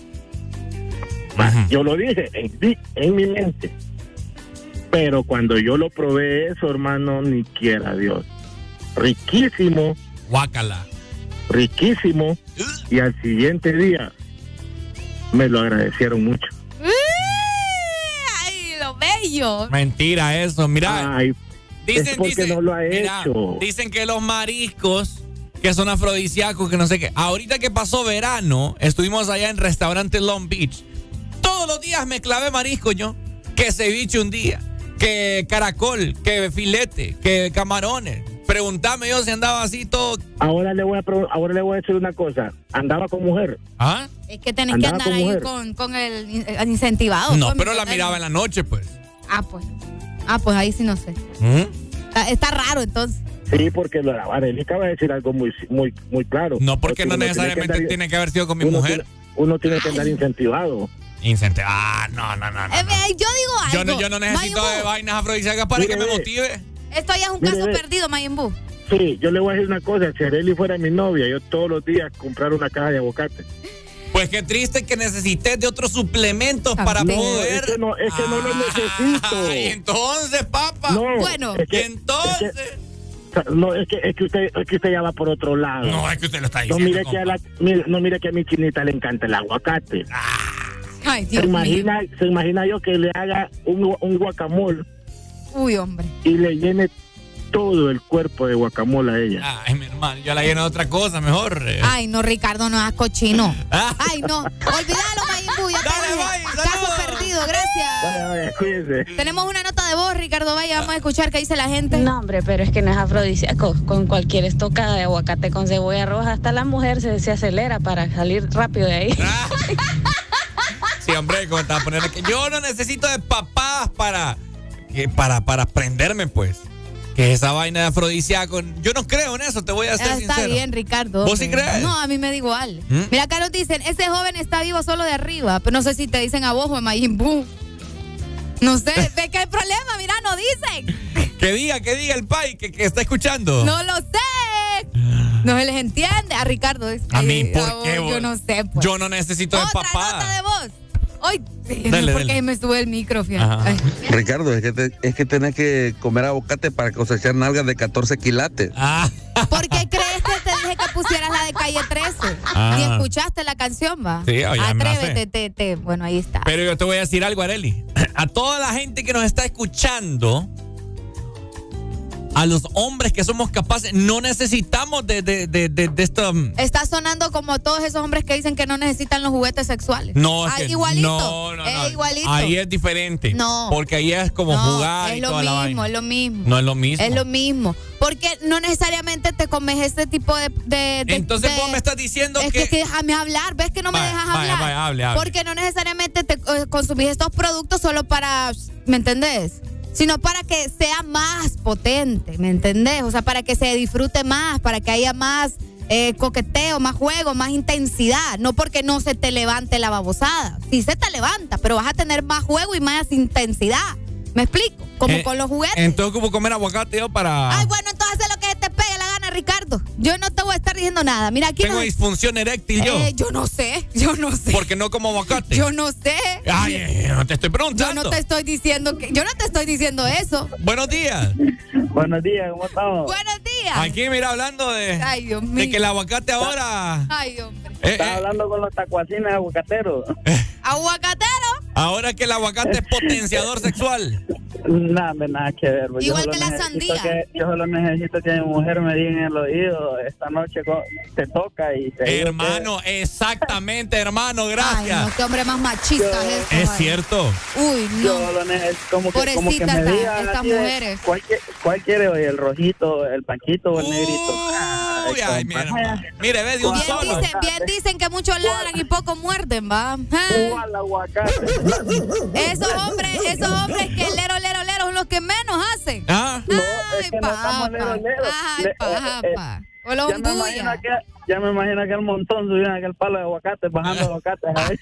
Va, Ujú. yo lo dije en, mi- en mi mente. Pero cuando yo lo probé eso, hermano, ni quiera Dios. Riquísimo, Guácala. riquísimo. Y al siguiente día me lo agradecieron mucho. Ay, lo bello. Mentira eso. Mira, Ay, dicen, es porque dicen, no lo ha mira, hecho. dicen que los mariscos que son afrodisíacos, que no sé qué. Ahorita que pasó verano, estuvimos allá en restaurante Long Beach. Todos los días me clavé marisco yo. Que ceviche un día, que caracol, que filete, que camarones. Preguntame yo si andaba así todo. Ahora le voy a pro- ahora le voy a decir una cosa. Andaba con mujer. ¿Ah? Es que tenés Andaba que andar con ahí mujer. con, con el, in- el incentivado. No, pues, pero mi la papel. miraba en la noche, pues. Ah, pues. Ah, pues ahí sí no sé. ¿Mm? Está, está raro entonces. Sí, porque lo Arely acaba de decir algo muy muy muy claro. No, porque no uno tiene que necesariamente andar- tiene que haber sido con mi uno mujer. tiene- uno tiene que andar incentivado. Incente- Ah, no, no, no. no, Eh, no. eh, yo digo algo. Yo no, yo no necesito Mayimbu, de vainas afrodisíacas para Mire, que me ve. motive. esto ya es un Mire, caso ve. perdido, Mayimbu. Sí, yo le voy a decir una cosa. Si Arely fuera mi novia, yo todos los días comprar una caja de aguacate. Pues qué triste que necesites de otros suplementos para No, poder. es que no, es que no lo necesito. Ay, entonces, papá. No, Bueno. es que- y entonces. es que- no, es que, es que usted, es que usted ya va por otro lado. No, es que usted lo está No diciendo. mire, que a la, mire, no mire que a mi chinita le encanta el aguacate. Ay, Se Dios mío. imagina, se imagina yo que le haga un, un guacamole Uy, hombre. y le llene todo el cuerpo de guacamole a ella. Ay, mi hermano, yo la lleno de otra cosa mejor. eh. Ay, no, Ricardo, no es cochino. Ah. Ay, no. Olvídalo, Mayimbu. Ya te Dale, dije. bye, Caso saludos. perdido, gracias. Vaya, vaya, cuídese. Tenemos una nota de voz, Ricardo Valle. Vamos a escuchar qué dice la gente. No, hombre, pero es que no es afrodisíaco. Con cualquier estocada de aguacate con cebolla roja, hasta la mujer se, se acelera para salir rápido de ahí. Sí, hombre, como te vas a poner que yo no necesito de papás para, que- para, para prenderme, pues. Que esa vaina de afrodisíaco, yo no creo en eso, te voy a ser Ah, sincero. está bien, Ricardo. ¿Vos sí crees? No, a mí me da igual. ¿Mm? Mira, acá nos dicen, ese joven está vivo solo de arriba. Pero no sé si te dicen a vos o a Mayimbu. No sé, ¿de qué hay problema? Mira, no dicen. Que diga, que diga el pai que, que está escuchando. No lo sé. No se les entiende. A Ricardo es. A mí, ¿por a vos, qué, Yo vos? no sé, pues. Yo no necesito de Otra papá. nota de voz. Hoy, sí, Dale, no, porque dale. me sube el micro, fíjate. Ajá. Ay. Ricardo, es que, te- es que tenés que comer aguacate para cosechar nalgas de catorce quilates. Ah. ¿Por qué crees que te dije que pusieras la de Calle trece? Ah. Ni escuchaste la canción, va. Sí, oye, me la sé. Atrévete, te, te. Bueno, ahí está. Pero yo te voy a decir algo, Arely. A toda la gente que nos está escuchando, a los hombres que somos capaces, no necesitamos de, de, de, de, de esto. Está sonando como todos esos hombres que dicen que no necesitan los juguetes sexuales. No, es ah, que, igualito. no, no, es no. igualito. Ahí es diferente. No. Porque ahí es como no, jugar es y lo toda mismo, la vaina. es lo mismo. No es lo mismo. Es lo mismo. Porque no necesariamente te comes este tipo de... de, de Entonces de, vos me estás diciendo es que... Es que déjame hablar. ¿Ves que no vaya, me dejas vaya, hablar? Vaya, hable, hable. Porque no necesariamente te eh, consumís estos productos solo para... ¿Me entendés? Sino para que sea más potente, ¿me entendés? O sea, para que se disfrute más, para que haya más eh, coqueteo, más juego, más intensidad. No porque no se te levante la babosada. Sí se te levanta, pero vas a tener más juego y más intensidad. ¿Me explico? Como eh, con los juguetes. Entonces, como comer aguacate yo para... Ay, bueno, entonces haz lo que te pegue la gana, Ricardo. Yo no te voy a estar diciendo nada. Mira, aquí Tengo nos... disfunción eréctil yo. Eh, yo no sé, yo no sé. Porque no como aguacate. Yo no sé. Ay, ay, no te estoy preguntando. Yo no te estoy diciendo que... Yo no te estoy diciendo eso. Buenos días. Buenos días, ¿cómo estamos? Buenos días. Aquí, mira, hablando de... Ay, Dios mío. De que el aguacate ahora... Ay, hombre. Eh, Estás eh. hablando con los tacuacines aguacateros. ¿Aguacatero? Ahora que el aguacate es potenciador sexual. Nada, nada que ver. Yo Igual solo que la necesito sandía. que- yo solo necesito que mi mujer me diga en el oído, esta noche co- te toca y te digo Hermano, exactamente, hermano, Ay, gracias. no, qué hombre más machista es este, Es vale. cierto. Uy, que no. yo lo necesito, como que, como que Pobrecitas me estas- digan estas así de, mujeres. ¿cuál, qui- ¿Cuál quiere hoy? ¿El rojito, el blanquito o el negrito? Uy, ay, mi hermano. Mire, ve, de un Bien solo. dicen, bien dicen que muchos ladran y poco muerden, va. Ah. ¿Cuál aguacate? Esos hombres, esos hombres que lero, lero, lero son los que menos hacen. Ah. No, Ay, es que no estamos lero, lero. Ay, Le- eh, papá. O los ya, me imagino bulla. que, ya me imagino que el montón subió en aquel palo de aguacate, bajando aguacates ahí.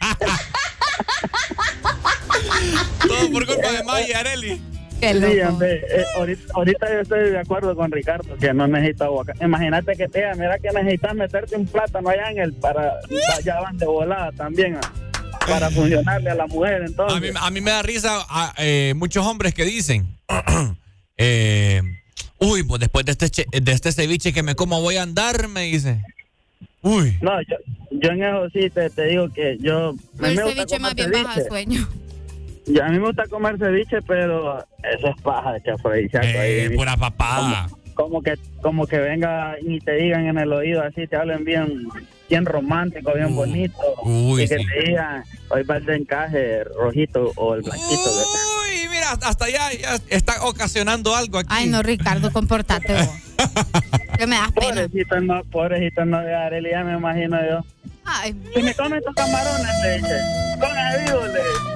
Todo por culpa de Maya, Areli. Qué Sí, loco. hombre, eh, ahorita, ahorita yo estoy de acuerdo con Ricardo que no necesita aguacate. Imagínate que te diga, mira que necesitas meterte un plátano allá en el para ya van de volada también ah, para funcionarle a la mujer. Entonces, A mí, a mí me da risa a, eh, muchos hombres que dicen, eh, uy, pues después de este, che- de este ceviche que me como voy a andar, me dice. Uy. no, yo, yo en eso sí te, te digo que yo Pero a mí el me gusta ceviche más comer bien baja ceviche. sueño. Ya, a mí me gusta comer ceviche, pero eso es paja de afrodisíaco Eh, ahí. pura papada. Como, como que como que venga y te digan en el oído así, te hablen bien bien romántico, bien Uh, bonito. uy, y que sí. te digan, hoy va el de encaje rojito o el blanquito. Uy, mira, hasta ya, ya está ocasionando algo aquí. Ay, no, Ricardo, comportate vos. Que me das pena. Pobrecito no, pobrecito no de Arely, ya me imagino yo. Ay, Si me comen estos camarones, le dice, con el vivo, le dice.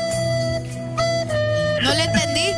no le entendí.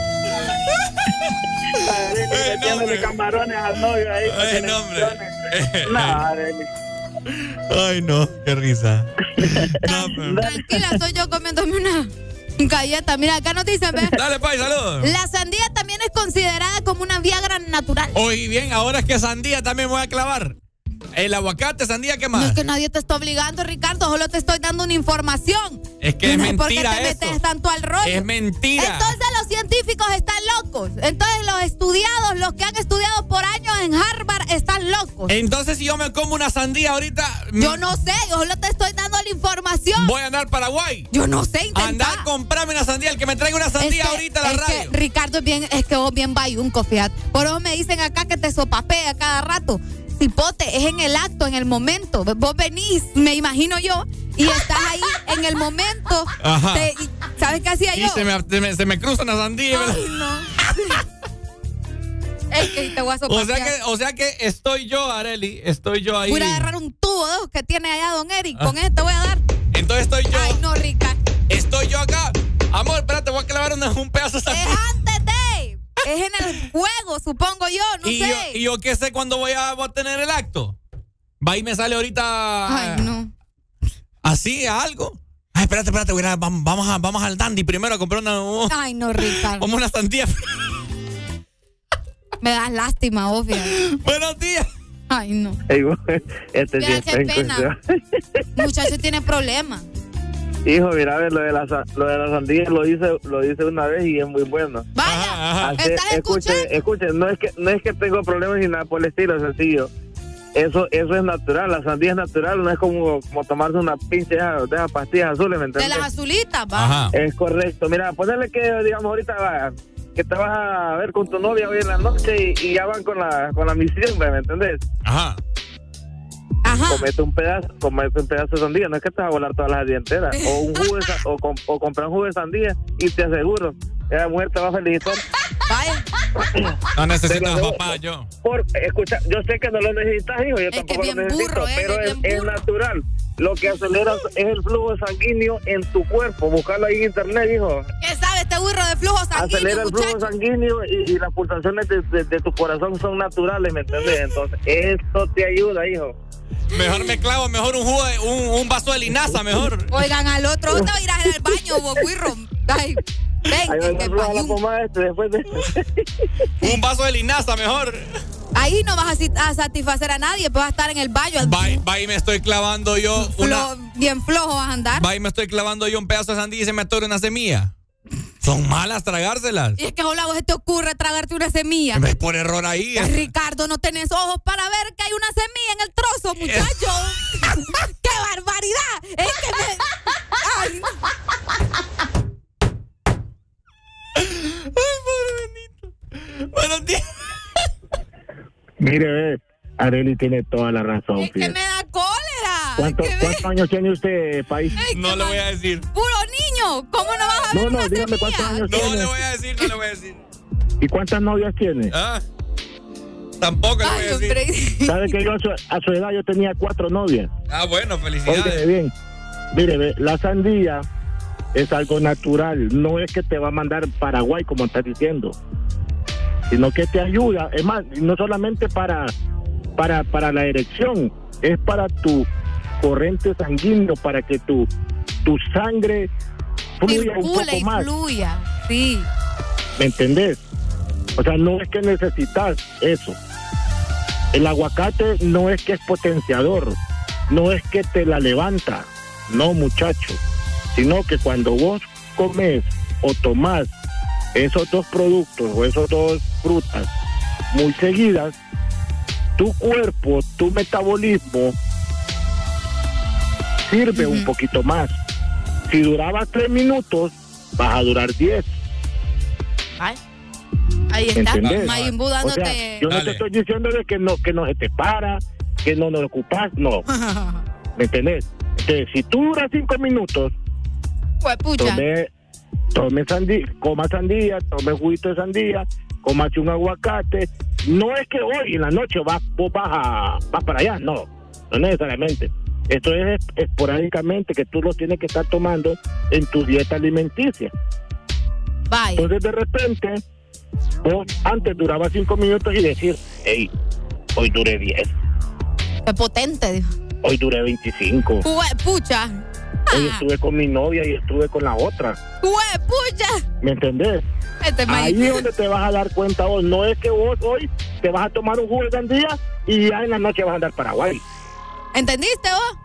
Arely, Eh, no, metiéndole hombre. camarones al novio ahí. para Ay, que no, le hombre. funcione. No, Arely. Ay, no, qué risa. No, pero- Tranquila, soy yo comiéndome una galleta. Mira, acá nos dicen, ve. Dale, Pai, saludos. La sandía también es considerada como una Viagra natural. Oye, bien, ahora es que sandía también me voy a clavar. El aguacate, sandía, ¿qué No más? es que nadie te está obligando, Ricardo, solo te estoy dando una información. Es que es No sé ¿Por qué mentira te eso. metes tanto al rollo? Es mentira. Entonces los científicos están locos. Entonces los estudiados, los que han estudiado por años en Harvard, están locos. Entonces, si yo me como una sandía ahorita, Yo no sé, yo solo te estoy dando la información. voy a andar a Paraguay. Yo no sé, intenta. Andar a comprarme una sandía. El que me traiga una sandía Es que- ahorita a la es que radio. Ricardo es bien, es que vos bien bayunco, fíjate. Por eso me dicen acá que te sopapea cada rato. Cipote, es en el acto, en el momento. Vos venís, me imagino yo, y estás ahí en el momento. Ajá. Te- y- ¿Sabes qué hacía Y yo? se me, se, me, se me cruza una sandía. Ay, no. Es que te voy a o, sopapear. sea que, o sea que estoy yo, Areli, estoy yo ahí. Voy a ir a agarrar un tubo de esos que tiene allá don Eric. Con ese te voy a dar. Entonces estoy yo. Ay, no, Rica. Estoy yo acá. Amor, espérate, voy a clavar una- un pedazo de sandía. Es antes de. Es en el juego, supongo yo, no y, sé. yo, y yo qué sé cuándo voy a, voy a tener el acto. Va y me sale ahorita. Ay, no. Así, algo. Ay, espérate, espérate, voy a ir a- vamos, vamos, a- vamos al Dandy primero a comprar una. uh, Ay, no, Ricardo. Como una sandía. Me das lástima, obvio. Buenos días. Ay, no. Ey, vos, este sí Mira, está qué en pena. cuestión. Muchacho tiene problemas. Hijo, mira, a ver, lo de la, sa- lo de la sandía lo hice, lo hice una vez y es muy bueno. Vaya, Así, ¿estás escuche, escuchando? escuche, no es que no es que tengo problemas ni nada por el estilo, es sencillo. Eso eso es natural, la sandía es natural, no es como, como tomarse una pinche de esas- de esas pastillas azules, ¿me De entiendes? las azulitas, va. Es correcto. Mira, ponerle que, digamos, ahorita va, que te vas a ver con tu novia hoy en la noche y, y ya van con la, con la misión, ¿me entendés? Ajá. Ajá. Comete un pedazo, comete un pedazo de sandía, no es que te vas a volar todas las dienteras. O un jugo de sa- o, com- o comprar un jugo de sandía y te aseguro, esa mujer te va a felicitar. Vaya. No necesitas papá, yo. Por, escucha, yo sé que no lo necesitas, hijo, yo Es que tampoco bien lo necesito, burro, eh, pero es es, bien es burro. natural. Lo que acelera es el flujo sanguíneo en tu cuerpo. Buscarlo ahí en internet, hijo. ¿Qué sabe este burro de flujo sanguíneo, Acelera el flujo muchacho? sanguíneo y, y las pulsaciones de, de, de tu corazón son naturales, ¿me entiendes? Entonces, esto te ayuda, hijo. Mejor me clavo, mejor un jugo, de, un, un vaso de linaza, mejor. Oigan, al otro, ¿dónde irás al baño, vos, güirro? Ay, ven, Ahí que va a que la payún. pomada este, después de... Un vaso de linaza, mejor. Ahí no vas a, si- a satisfacer a nadie, pues vas a estar en el baño. Va, y- va y me estoy clavando yo una... Flo- bien flojo vas a andar. Va y me estoy clavando yo un pedazo de sandía y se me atora una semilla. Son malas tragárselas. Y es que, hola, vos se te ocurre tragarte una semilla. Es por error ahí. Ay, Ricardo, no tenés ojos para ver que hay una semilla en el trozo, muchacho. ¡Qué barbaridad! Es que me... Ay, no. Ay, padre bendito. Buenos días. Mire, ve, Arely tiene toda la razón. Es que fíjate. me da cólera. ¿Cuánto- Es que ¿Cuántos años tiene usted, país? Ay, No qué le mal- voy a decir. Puro niño. ¿Cómo no vas a ver No, no, una dígame semilla? cuántos años No tiene. le voy a decir, no le voy a decir. ¿Y cuántas novias tiene? Ah, tampoco le voy Ay, a decir. hombre. ¿Sabe que yo a su, a su edad yo tenía cuatro novias? Ah, bueno, Óigame felicidades. bien. Mire, ve, la sandía es algo natural. No es que te va a mandar Paraguay, como estás diciendo, sino que te ayuda. Es más, no solamente para, para, para la erección, es para tu corriente sanguíneo, para que tu, tu sangre fluya un Circula poco y más. fluya. Sí. ¿Me entendés? O sea, no es que necesitas eso. El aguacate no es que es potenciador, no es que te la levanta, no, muchacho, sino que cuando vos comes o tomás esos dos productos o esos dos frutas muy seguidas, tu cuerpo, tu metabolismo sirve un poquito más. Si duraba tres minutos, vas a durar diez. Ay. Ahí está. ¿Entendés? Mayimbu O sea, dándote. yo no Dale. te estoy diciendo de que no, que no se te para, que no nos ocupas, no. ¿Me entendés? Entonces, si tú duras cinco minutos, Huepucha. tome, tome sandía, coma sandía, tome juguito de sandía, comase un aguacate. No es que hoy en la noche vas, vos vas, a, vas para allá, no, no necesariamente. Esto es esporádicamente que tú lo tienes que estar tomando en tu dieta alimenticia. Vaya. Entonces de repente, vos antes duraba cinco minutos y decir, hey, hoy duré diez, Qué potente, dijo. hoy duré veinticinco, Huepucha. hoy Ah, estuve con mi novia y estuve con la otra. Huepucha. ¿Me entendés? Este Ahí Mayimbu. es donde te vas a dar cuenta vos. No es que vos hoy te vas a tomar un jugo de sandía y ya en la noche vas a andar Paraguay. ¿Entendiste vos?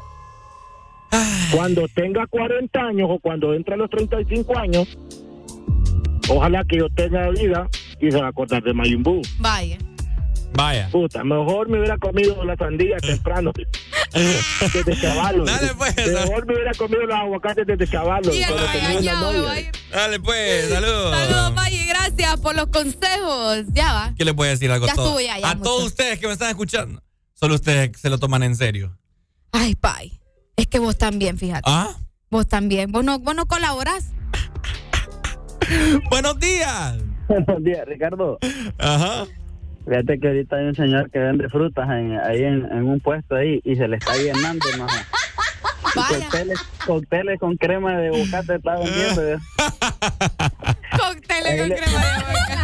Cuando tenga cuarenta años o cuando entre a los treinta y cinco años, ojalá que yo tenga vida y se va a acordar de Mayimbu. Vaya. Vaya. Puta, mejor me hubiera comido la sandía temprano desde chavalos. Dale, pues. Mejor me hubiera comido los aguacates desde chavalos. Y el cuando tenía una regañado, novia. vaya. Dale, pues, saludos. Saludos, Maggie, gracias por los consejos. Ya va. ¿Qué les voy a decir algo Ya a todos? estuvo, ya, ya, a mucho. todos ustedes que me están escuchando, solo ustedes se lo toman en serio. Ay, Pai. Es que vos también, fíjate. ¿Ah? Vos también. Vos no, vos no colaborás. Buenos días. Buenos días, Ricardo. Ajá. Fíjate que ahorita hay un señor que vende frutas en, ahí en, en un puesto ahí y se le está llenando, maja. Y Vaya. Cócteles, cócteles con crema de aguacate está vendiendo. ¿eh? Cócteles con Ahí le- crema de aguacate.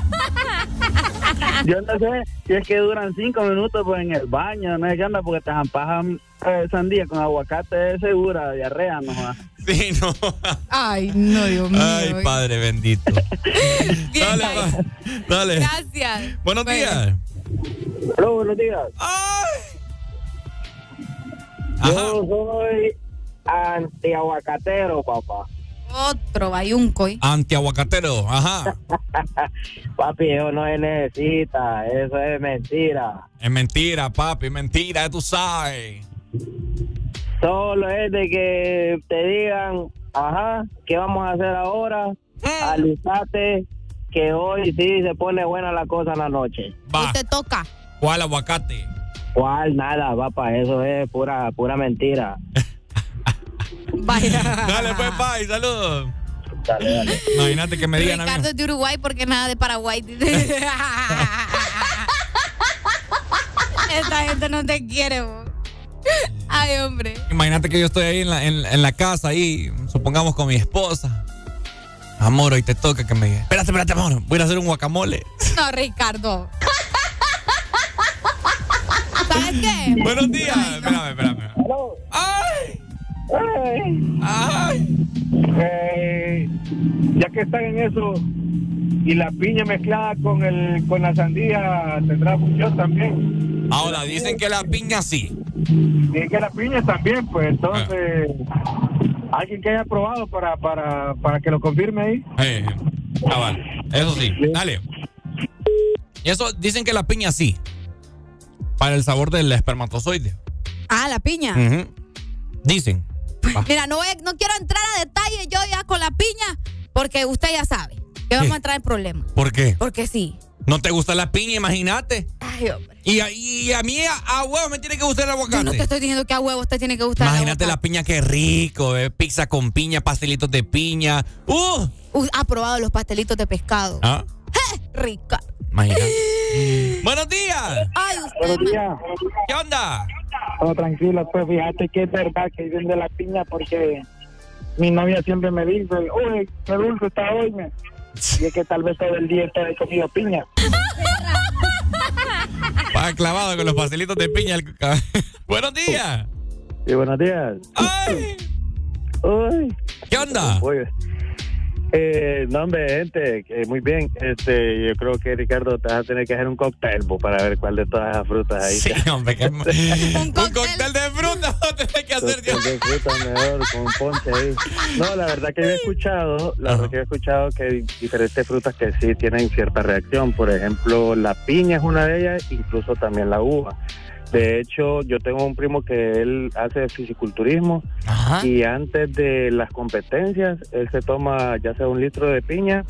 Yo no sé si es que duran cinco minutos pues, en el baño, no sé qué onda, porque te zampajan eh, sandía con aguacate es segura, diarrea, no jodas. Sí, no. Ay, no, Dios mío. Ay, Padre bendito. Bien, Dale, Pai. pa- dale. Gracias. Buenos Bueno. días. Hola, buenos días. Ajá. Yo soy anti-aguacatero, papá. Otro bayunco. ¿eh? Antiaguacatero, ajá. Papi, eso no se necesita, eso es mentira. Es mentira, papi, mentira, tú sabes. Solo es de que te digan, ajá, ¿qué vamos a hacer ahora? Alistate que hoy sí se pone buena la cosa en la noche. Va. Te toca. ¿Cuál aguacate? ¿Cuál? Nada, papá, eso es pura pura mentira. Vaya. Dale, pues, bye, saludos. Dale, dale. Imagínate que me digan a mí. Ricardo es de Uruguay porque nada de Paraguay. Esta gente no te quiere, vos. Ay, hombre. Imagínate que yo estoy ahí en la, en, en la casa, ahí, supongamos con mi esposa. Amor, hoy te toca que me diga. Espérate, espérate, amor. Voy a hacer un guacamole. No, Ricardo. ¿Sabes qué? Buenos días. Espérame, espérame. ¡Ay! ¡Ay! ¡Ay! Eh, ya que están en eso y la piña mezclada con el con la sandía tendrá función también. Ahora, dicen que la piña sí. Dicen que la piña también, pues entonces, ah. alguien que haya probado para, para, para que lo confirme ahí. Eh, ah, vale. Eso sí, dale. Y eso, dicen que la piña sí. Para el sabor del espermatozoide. Ah, la piña. Uh-huh. Dicen. Va. Mira, no, voy, no quiero entrar a detalle yo ya con la piña, porque usted ya sabe que vamos a entrar en problemas. ¿Por qué? Porque sí. ¿No te gusta la piña? Imagínate. Ay, hombre. Y a, y a mí a, a huevo me tiene que gustar el aguacate. Yo no te estoy diciendo que a huevo usted tiene que gustar Imagínate el la piña, que rico, eh. Pizza con piña, pastelitos de piña. ¡Uh! Uh, ha probado los pastelitos de pescado. ¿Ah? ¡Eh! Rica. Imagínate. ¡Buenos días! Ay, usted. Buenos días. ¿Qué onda? Oh, tranquilo, pues fíjate que es verdad que dicen de la piña porque mi novia siempre me dice, uy, qué dulce está hoy, me. Y es que tal vez todo el día está de comido piña. Va clavado con los pastelitos de piña. El... Buenos días. Sí, buenos días. ¡Ay! Uy. ¿Qué onda? Oye, eh, no, hombre, gente, eh, muy bien. Este, yo creo que, Ricardo, te vas a tener que hacer un cóctel para ver cuál de todas esas frutas ahí. Sí, hombre, que... un, ¿Un cóctel de frutas vas a tener que hacer, Dios. de frutas mejor, con un ponche ahí. No, la verdad que yo he escuchado, la verdad que he escuchado que hay diferentes frutas que sí tienen cierta reacción. Por ejemplo, la piña es una de ellas, incluso también la uva. De hecho, yo tengo un primo que él hace fisiculturismo. Ajá. Y antes de las competencias, él se toma ya sea un litro de piña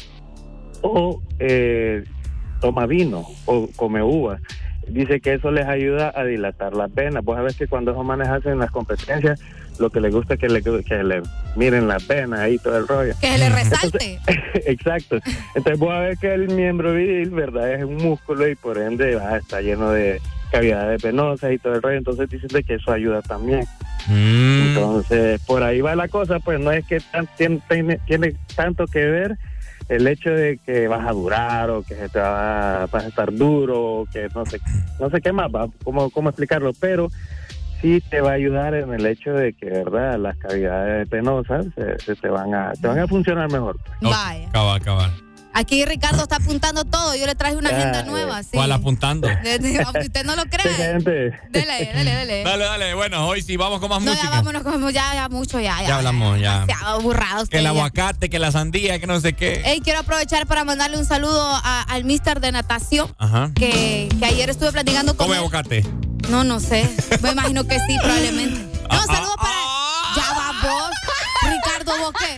o eh, toma vino o come uva. Dice que eso les ayuda a dilatar las venas. Vos sabés que cuando esos manes hacen las competencias, lo que les gusta es que le, que le miren las venas ahí, todo el rollo. Que se le resalte. Entonces, exacto. Entonces vos sabés que el miembro viril, ¿verdad? Es un músculo y por ende ah, está lleno de cavidades venosas y todo el rollo. Entonces dicen de que eso ayuda también. Mm. Entonces, por ahí va la cosa. Pues no es que tan, tiene, tiene, tiene tanto que ver el hecho de que vas a durar o que se te va, vas a estar duro o que no sé, no sé qué más va, cómo, cómo explicarlo, pero sí te va a ayudar en el hecho de que, verdad, las cavidades venosas se, se te van a te van a funcionar mejor. Vaya. Oh, cabal, cabal. Aquí Ricardo está apuntando todo. Yo le traje una agenda nueva. Sí. ¿Cuál apuntando? Aunque usted no lo cree. Dale, dale, dale. Dale, dale. Bueno, hoy sí vamos con más no, música. Ya vámonos, como ya, ya mucho, ya. Ya, ya hablamos, ya. Demasiado burrados. Que el aguacate, que la sandía, que no sé qué. Hey, quiero aprovechar para mandarle un saludo a, al mister de natación. Ajá. Que, que ayer estuve platicando con ¿Come él. aguacate? No, no sé. Me imagino que sí, probablemente. No, saludo para... Ya va vos. Ricardo, ¿vos qué?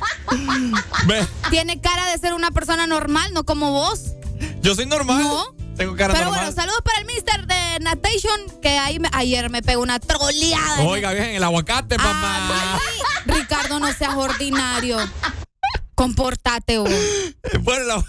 Ve. Tiene cara de ser una persona normal, no como vos. Yo soy normal. No. Tengo cara Pero normal. bueno, saludos para el mister de Natation, que ahí me, ayer me pegó una troleada. Oiga, bien, el aguacate, mamá. Ah, no, Ricardo, no seas ordinario. Comportate, vos. Bueno, la...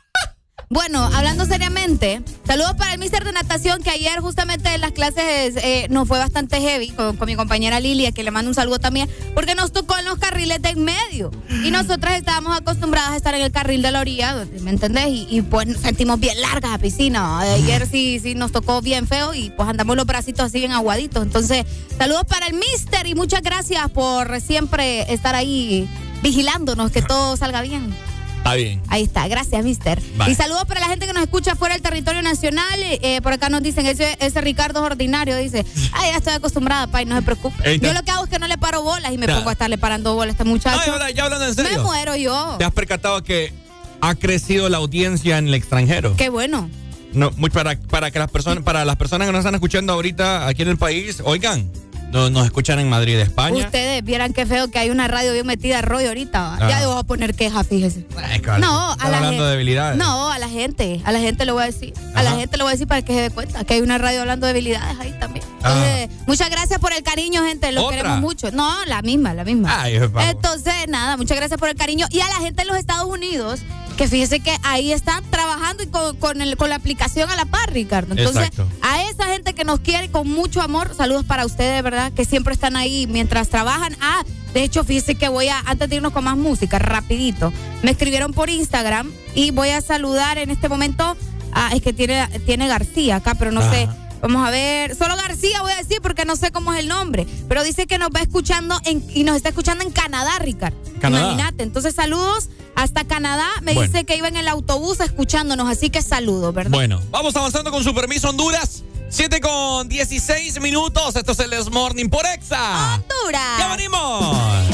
Bueno, hablando seriamente, saludos para el mister de natación, que ayer justamente en las clases eh, nos fue bastante heavy con, con mi compañera Lilia, que le mando un saludo también, porque nos tocó en los carriles de en medio. Y nosotras estábamos acostumbradas a estar en el carril de la orilla, ¿me entendés? Y, y pues nos sentimos bien largas la piscina. Ayer sí, sí nos tocó bien feo y pues andamos los bracitos así bien aguaditos. Entonces, saludos para el mister y muchas gracias por siempre estar ahí vigilándonos, que todo salga bien. Está bien. Ahí está, gracias, mister. Bye. Y saludos para la gente que nos escucha fuera del territorio nacional. Eh, por acá nos dicen, ese, ese Ricardo es ordinario, dice. Ay, ya estoy acostumbrada, pay, no se preocupe. Yo lo que hago es que no le paro bolas y me nah. pongo a estarle parando bolas a este muchacho. No, ya, ya hablando en serio. Me muero yo. ¿Te has percatado que ha crecido la audiencia en el extranjero? Qué bueno. No, muy para, para que las personas, para las personas que nos están escuchando ahorita aquí en el país, oigan, no, nos escuchan en Madrid, España. Ustedes vieran qué feo que hay una radio bien metida rollo ahorita. Ah. Ya le voy a poner queja, fíjese. Ay, claro, no, a la hablando gente. de debilidades. No, a la gente. A la gente le voy a decir. A la Ajá. gente le voy a decir para que se dé cuenta que hay una radio hablando de debilidades ahí también. Ah. Entonces, muchas gracias por el cariño, gente. Los ¿Otra? queremos mucho. No, la misma, la misma. Ay, vamos. Entonces, nada, muchas gracias por el cariño. Y a la gente en los Estados Unidos, que fíjese que ahí están trabajando y con, con, el, con la aplicación a la par, Ricardo. Entonces, Exacto. a esa gente que nos quiere con mucho amor, saludos para ustedes, ¿verdad? Que siempre están ahí mientras trabajan. Ah, de hecho, fíjese que voy a, antes de irnos con más música, rapidito, me escribieron por Instagram y voy a saludar en este momento, ah, es que tiene, tiene García acá, pero no Ajá. sé. Vamos a ver, solo García voy a decir porque no sé cómo es el nombre, pero dice que nos va escuchando en, y nos está escuchando en Canadá, Ricardo. Canadá. Imagínate, entonces saludos hasta Canadá. Me Bueno. dice que iba en el autobús escuchándonos, así que saludos, ¿verdad? Bueno, vamos avanzando con su permiso, Honduras. siete con dieciséis minutos. Esto es el This Morning por Exa. Honduras. ¡Ya venimos!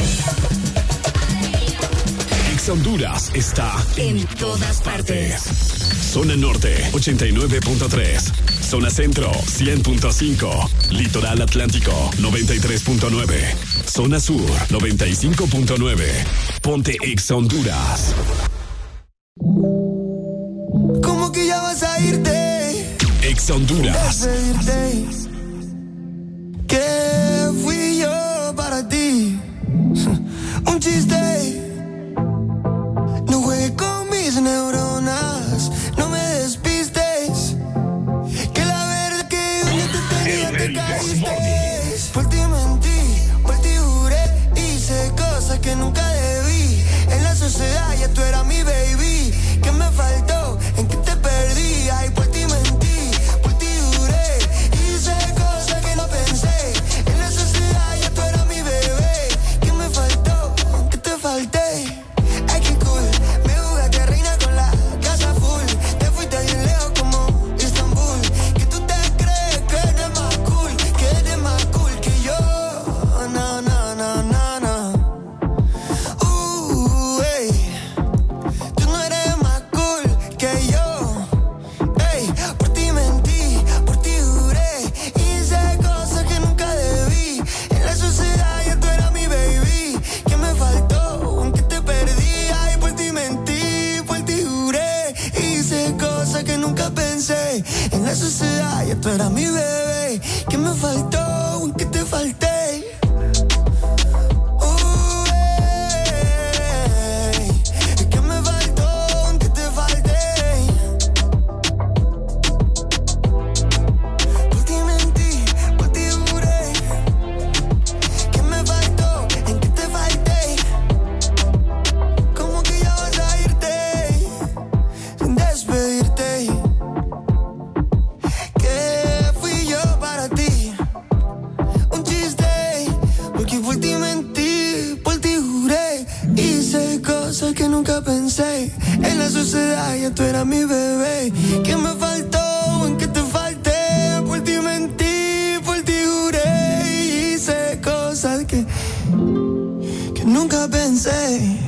Exa Honduras está en todas partes. Zona Norte, ochenta y nueve punto tres. Zona Centro, cien punto cinco. Litoral Atlántico, noventa y tres punto nueve. Zona Sur, noventa y cinco punto nueve. Ponte Exa Honduras. ¿Cómo que ya vas a irte? Exa Honduras. Despedirte. ¿Qué fui yo para ti? Un chiste. No juegues con mis neuronas. No me despistes. Que la verdad que yo te tenía te caíste. Por ti mentí, por ti juré. Hice cosas que nunca debí. En la sociedad ya tú eras mi baby. ¿Qué me faltó? ¿En qué te perdí? Ay, por ti mentí, por ti juré. Hice cosas que no pensé. En la sociedad ya tú eras mi bebé. ¿Qué me faltó? ¿En qué te falté? Ay, qué cool. Me jugaste reina con la casa full. Te fuiste bien lejos como Istambul. Que tú te crees que eres más cool, que eres más cool que yo. No, no, no, no, no. Uh, ey. Tú no eres más cool que yo. Ey, por ti mentí, por ti juré. Hice cosas que nunca debí. En la sociedad ya tú eras mi baby. ¿Qué me faltó? Aunque te perdí. Ay, por ti mentí, por ti juré. Hice cosas que nunca pensé. En la sociedad ya tú eras mi bebé. ¿Qué me faltó? Aunque te falté. Uh, ey. ¿Qué me faltó? Aunque te falté. Por ti mentí, por ti juré. ¿Qué me faltó? ¿En qué te falté? ¿Cómo que ya vas a irte? Sin despedirte. ¿Qué fui yo para ti? Un chiste. Porque por ti mentí, por ti juré. Hice cosas que nunca pensé. En la sociedad ya tú eras mi bebé. ¿Qué me faltó? ¿En qué te falté? Por ti mentí, por ti juré. Hice cosas que, que nunca pensé.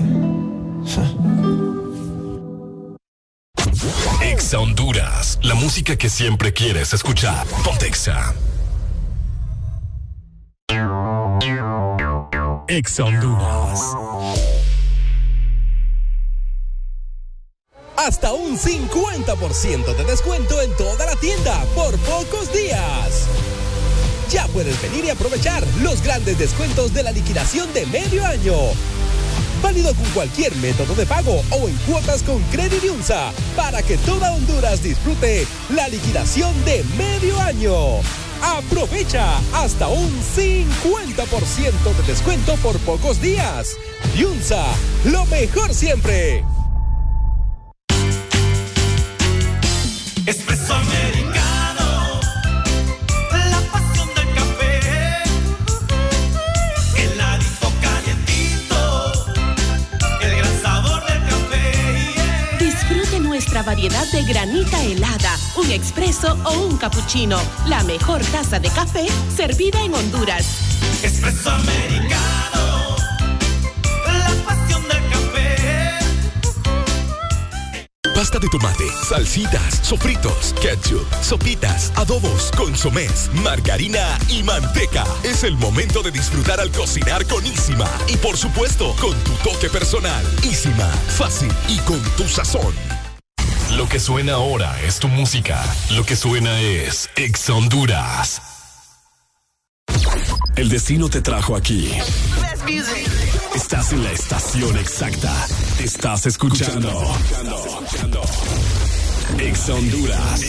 Exa Honduras. La música que siempre quieres escuchar. Ponte Exa. Exa Honduras. Hasta un cincuenta por ciento de descuento en toda la tienda por pocos días. Ya puedes venir y aprovechar los grandes descuentos de la liquidación de medio año. Válido con cualquier método de pago o en cuotas con Credit Yunza para que toda Honduras disfrute la liquidación de medio año. Aprovecha hasta un cincuenta por ciento de descuento por pocos días. Yunza, lo mejor siempre. Espresso americano, la pasión del café, heladito calientito, el gran sabor del café. Disfrute nuestra variedad de granita helada, un expreso o un cappuccino. La mejor taza de café servida en Honduras. Espresso americano, la pasión del café. Pasta de tomate, salsitas, sofritos, ketchup, sopitas, adobos, consomés, margarina y manteca. Es el momento de disfrutar al cocinar con Isima. Y por supuesto, con tu toque personal. Isima, fácil y con tu sazón. Lo que suena ahora es tu música. Lo que suena es Ex Honduras. El destino te trajo aquí. Estás en la estación exacta. Estás escuchando Ex Honduras.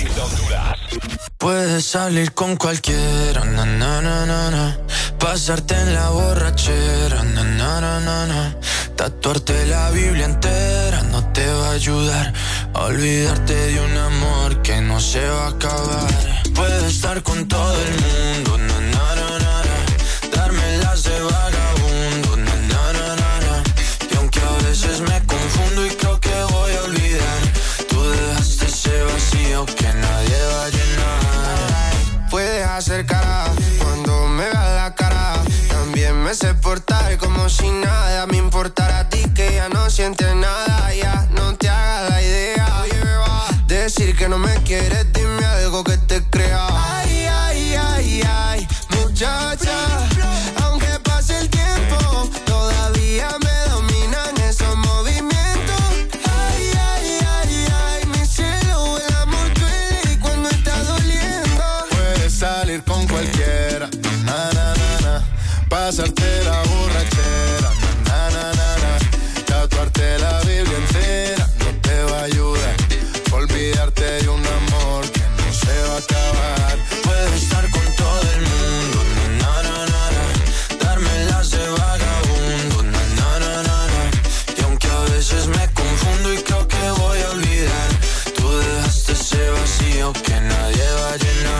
Puedes salir con cualquiera, na, na, na, na, na. Pasarte en la borrachera, na, na, na, na, na. Tatuarte la Biblia entera no te va a ayudar a olvidarte de un amor que no se va a acabar. Puedes estar con todo el mundo, na, na, na, na, na. Darme las de vagabundo, na, na, na, na, na. Y aunque a veces me confundo y creo que voy a olvidar, tú dejaste ese vacío que nadie va a llenar. Puedes hacer cara cuando me veas la cara. También me sé portar como si nada me importara a ti, que ya no sientes nada. Ya no te hagas la idea. Decir que no me quieres, dime algo que te crea. Ay, ay, ay, ay, muchacha. Aunque pase el tiempo, todavía me dominan esos movimientos. Ay, ay, ay, ay, mi cielo, el amor duele y cuando está doliendo. Puedes salir con cualquiera, na, na, na, na. Pasarte la borrachera, na, na, na, na. Tatuarte la Biblia entera no te va a ayudar. Olvidarte de un amor que no se va a acabar. Puedes estar con todo el mundo, na, na, na, na. Darme las de vagabundo, na, na, na, na, na. Y aunque a veces me confundo y creo que voy a olvidar, tú dejaste ese vacío que nadie va a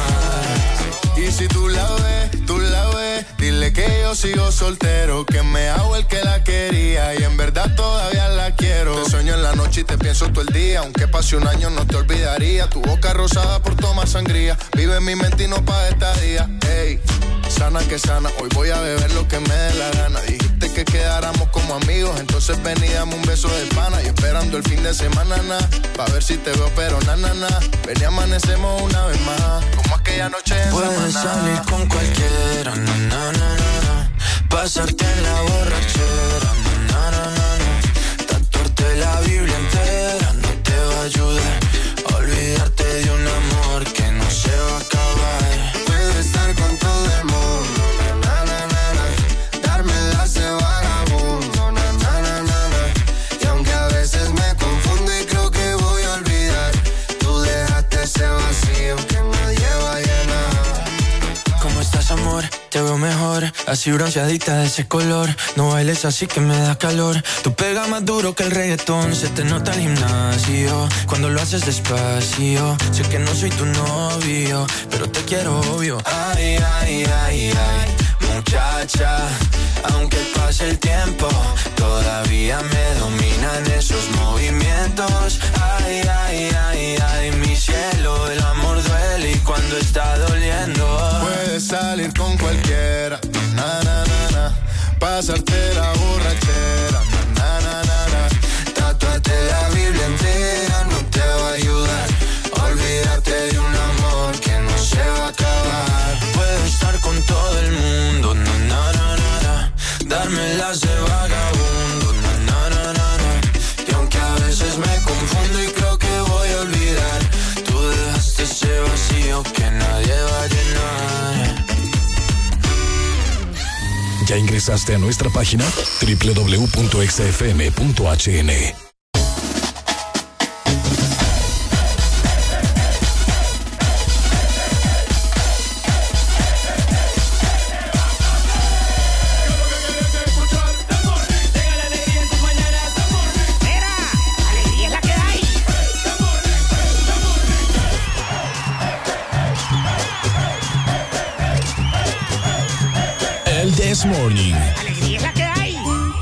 llenar. Y si tú la ves, tú la ves, dile que yo sigo soltero, que me hago el que la quería y en verdad todavía la quiero. Te sueño en la noche y te pienso todo el día, aunque pase un año no te olvidaría. Tu boca rosada por tomar sangría, vive en mi mente y no pa' esta día. Ey, sana que sana, hoy voy a beber lo que me dé la gana. Dijiste que quedáramos como amigos, entonces ven y dame un beso de pana. Y esperando el fin de semana, na, pa' ver si te veo, pero na, na, na. Ven y amanecemos una vez más, como aquella noche en Puedes Samaná. Salir con cualquiera, na, na, na, na, na. Pasarte en la borrachera, na, na, na, na. Tatuarte la Biblia entera no te va a ayudar a olvidarte de un amor que no se va a acabar. Puedes estar con todo el mundo, na, na, na, na. Darme las de vagabundo, na, na, na, na, na. Y aunque a veces me confundo y creo que voy a olvidar, tú dejaste ese vacío que nadie va a llenar. ¿Cómo estás, amor? Te veo mejor, así bronceadita de ese color. No bailes así que me da calor. Tú pegas más duro que el reggaetón. Se te nota el gimnasio cuando lo haces despacio. Sé que no soy tu novio, pero te quiero obvio. Ay, ay, ay, ay, muchacha. Aunque pase el tiempo, todavía me dominan esos movimientos. Ay, ay, ay, ay, mi cielo, el amor duele y cuando está doliendo. Puedes salir con cualquiera, na, na, na, na. Pasarte la borrachera, na, na, na, na. Tatuarte la Biblia entera no te va a ayudar a olvidarte de un amor que no se va a acabar. Puedes estar con todo el mundo, na, na, na, na, na. Darme las de vagabundo, na, na, na, na, na. Y aunque a veces me confundo y creo que voy a olvidar, tú dejaste ese vacío que nadie va a llenar. ¿Ya ingresaste a nuestra página? doble u doble u doble u punto exa efe eme punto hache ene. This Morning. Alegría es la que hay.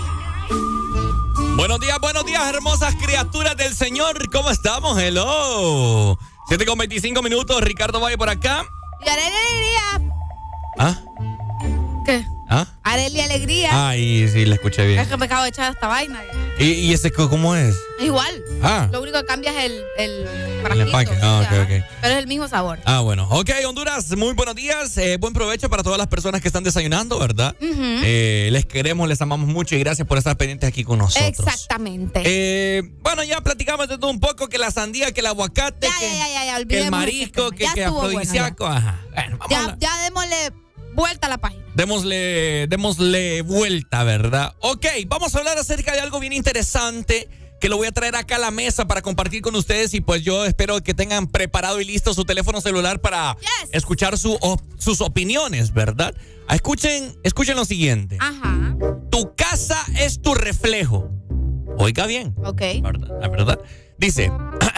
Buenos días, buenos días, hermosas criaturas del Señor. ¿Cómo estamos? Hello. siete con veinticinco minutos. Ricardo Valle por acá. Y alegría. ¿Ah? ¿Qué? ¿Ah? Areli Alegría. Ay, sí, la escuché bien. Es que me acabo de echar esta vaina. ¿Y, y ese cómo es? Igual. Ah. Lo único que cambia es el, el El empaque. Ah, ok, ok. Pero es el mismo sabor. Ah, bueno. Ok, Honduras, muy buenos días. Eh, buen provecho para todas las personas que están desayunando, ¿verdad? Ujú. Eh, les queremos, les amamos mucho y gracias por estar pendientes aquí con nosotros. Exactamente. Eh, bueno, ya platicamos de todo un poco, que la sandía, que el aguacate, ya, que, ya, ya, ya, que el olvidemos marisco, este que, tema. que Ya estuvo bueno, afrodisíaco. Ajá. Bueno, vamos a Ya, hablar. ya démosle vuelta a la página. Démosle, démosle vuelta, ¿verdad? Ok, vamos a hablar acerca de algo bien interesante que lo voy a traer acá a la mesa para compartir con ustedes y pues yo espero que tengan preparado y listo su teléfono celular para Yes. escuchar su, op- sus opiniones, ¿verdad? Ah, Escuchen, escuchen lo siguiente. Ajá. Tu casa es tu reflejo. Oiga bien. Ok. ¿Verdad? La verdad. Dice,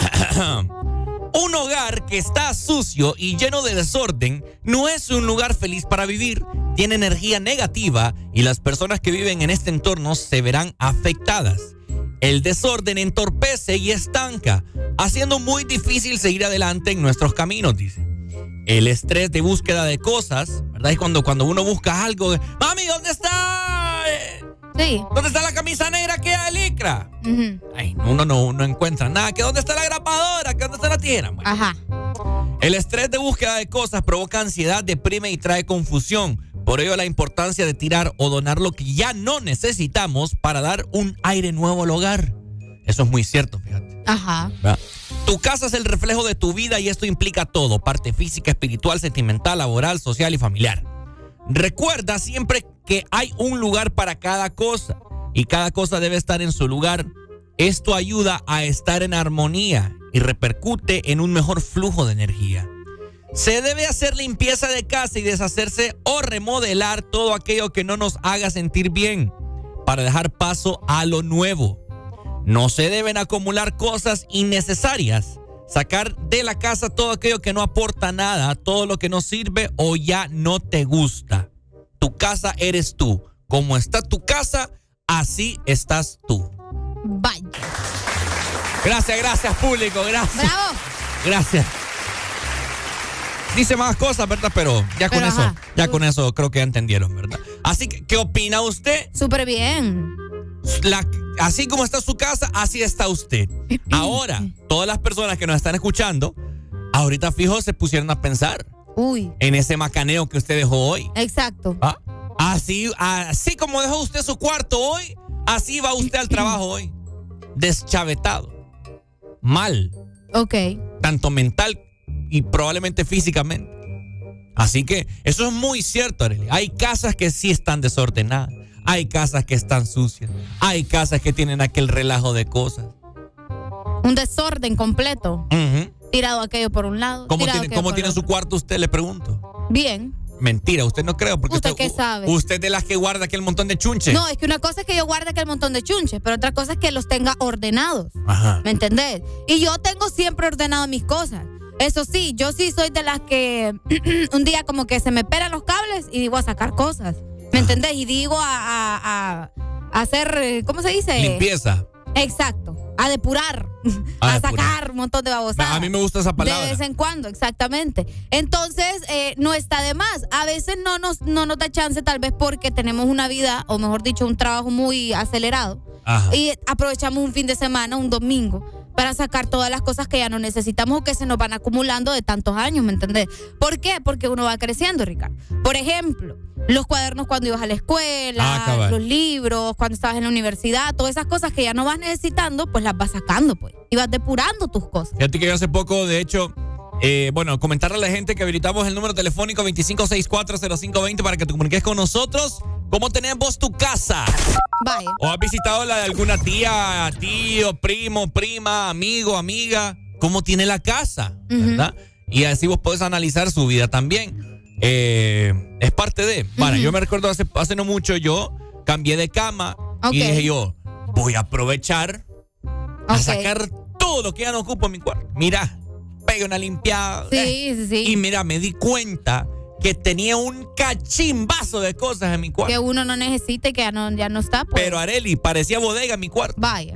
un hogar que está sucio y lleno de desorden no es un lugar feliz para vivir. Tiene energía negativa y las personas que viven en este entorno se verán afectadas. El desorden entorpece y estanca, haciendo muy difícil seguir adelante en nuestros caminos, dice. El estrés de búsqueda de cosas, ¿verdad? Es cuando, cuando uno busca algo. Mami, ¿dónde está? Sí. ¿Dónde está la camisa negra que hay de licra? Ujú. Ay, uno no, no encuentra nada. ¿Que dónde está la grapadora? ¿Que dónde está la tijera? Bueno. Ajá. El estrés de búsqueda de cosas provoca ansiedad, deprime y trae confusión. Por ello la importancia de tirar o donar lo que ya no necesitamos para dar un aire nuevo al hogar. Eso es muy cierto, fíjate. Ajá. ¿Verdad? Tu casa es el reflejo de tu vida y esto implica todo, parte física, espiritual, sentimental, laboral, social y familiar. Recuerda siempre que hay un lugar para cada cosa y cada cosa debe estar en su lugar. Esto ayuda a estar en armonía y repercute en un mejor flujo de energía. Se debe hacer limpieza de casa y deshacerse o remodelar todo aquello que no nos haga sentir bien para dejar paso a lo nuevo. No se deben acumular cosas innecesarias. Sacar de la casa todo aquello que no aporta nada, todo lo que no sirve o ya no te gusta. Tu casa eres tú. Como está tu casa, así estás tú. Vaya. Gracias, gracias público, gracias. Bravo. Gracias. Dice más cosas, ¿verdad? Pero ya con Pero eso, ajá. ya con eso creo que ya entendieron, ¿verdad? Así que, ¿qué opina usted? Súper bien. La, así como está su casa, así está usted. Ahora, todas las personas que nos están escuchando, ahorita fijo se pusieron a pensar Uy. en ese macaneo que usted dejó hoy. Exacto. ¿Ah? Así, así como dejó usted su cuarto hoy, así va usted al trabajo hoy. Deschavetado. Mal. Ok. Tanto mental y probablemente físicamente. Así que eso es muy cierto, Arely. Hay casas que sí están desordenadas. Hay casas que están sucias. Hay casas que tienen aquel relajo de cosas. Un desorden completo. Ujú. Tirado aquello por un lado. ¿Cómo tirado tiene, aquello cómo por tiene el su otro. cuarto usted? Le pregunto. Bien. Mentira, usted no creo. Porque ¿Usted qué sabe? Usted es de las que guarda aquel montón de chunche. No, es que una cosa es que yo guarde aquel montón de chunches, pero otra cosa es que los tenga ordenados. Ajá. ¿Me entendés? Y yo tengo siempre ordenado mis cosas. Eso sí, yo sí soy de las que un día como que se me pelan los cables y digo a sacar cosas. ¿Me entendés? Y digo a, a, a- a hacer, eh, ¿cómo se dice? Limpieza. Exacto. A depurar. A A, depurar. sacar un montón de babosadas. A mí me gusta esa palabra. De vez en cuando, exactamente. Entonces, eh, no está de más. A veces no nos, no nos da chance, tal vez porque tenemos una vida, o mejor dicho, un trabajo muy acelerado. Ajá. Y aprovechamos un fin de semana, un domingo, para sacar todas las cosas que ya no necesitamos o que se nos van acumulando de tantos años, ¿me entendés? ¿Por qué? Porque uno va creciendo, Ricardo. Por ejemplo, los cuadernos cuando ibas a la escuela, Ah, cabal. los libros, cuando estabas en la universidad, todas esas cosas que ya no vas necesitando, pues las vas sacando, pues. Y vas depurando tus cosas. Fíjate que yo hace poco, de hecho, eh, bueno, comentarle a la gente que habilitamos el número telefónico veinticinco sesenta y cuatro cero cinco veinte para que te comuniques con nosotros. ¿Cómo tenés vos tu casa? Vaya. ¿O has visitado la de alguna tía, tío, primo, prima, amigo, amiga? ¿Cómo tiene la casa? ¿Verdad? Y así vos podés analizar su vida también. Eh, es parte de... Bueno, Ujú. yo me recuerdo hace, hace no mucho, yo cambié de cama Ok. y dije yo, voy a aprovechar a Ok. sacar todo lo que ya no ocupo en mi cuarto. Mira, pegué una limpiada. Sí, eh, sí, sí. Y mira, me di cuenta que tenía un cachimbazo de cosas en mi cuarto. Que uno no necesita y que ya no, ya no está, pues. Pero Arely, parecía bodega en mi cuarto. Vaya.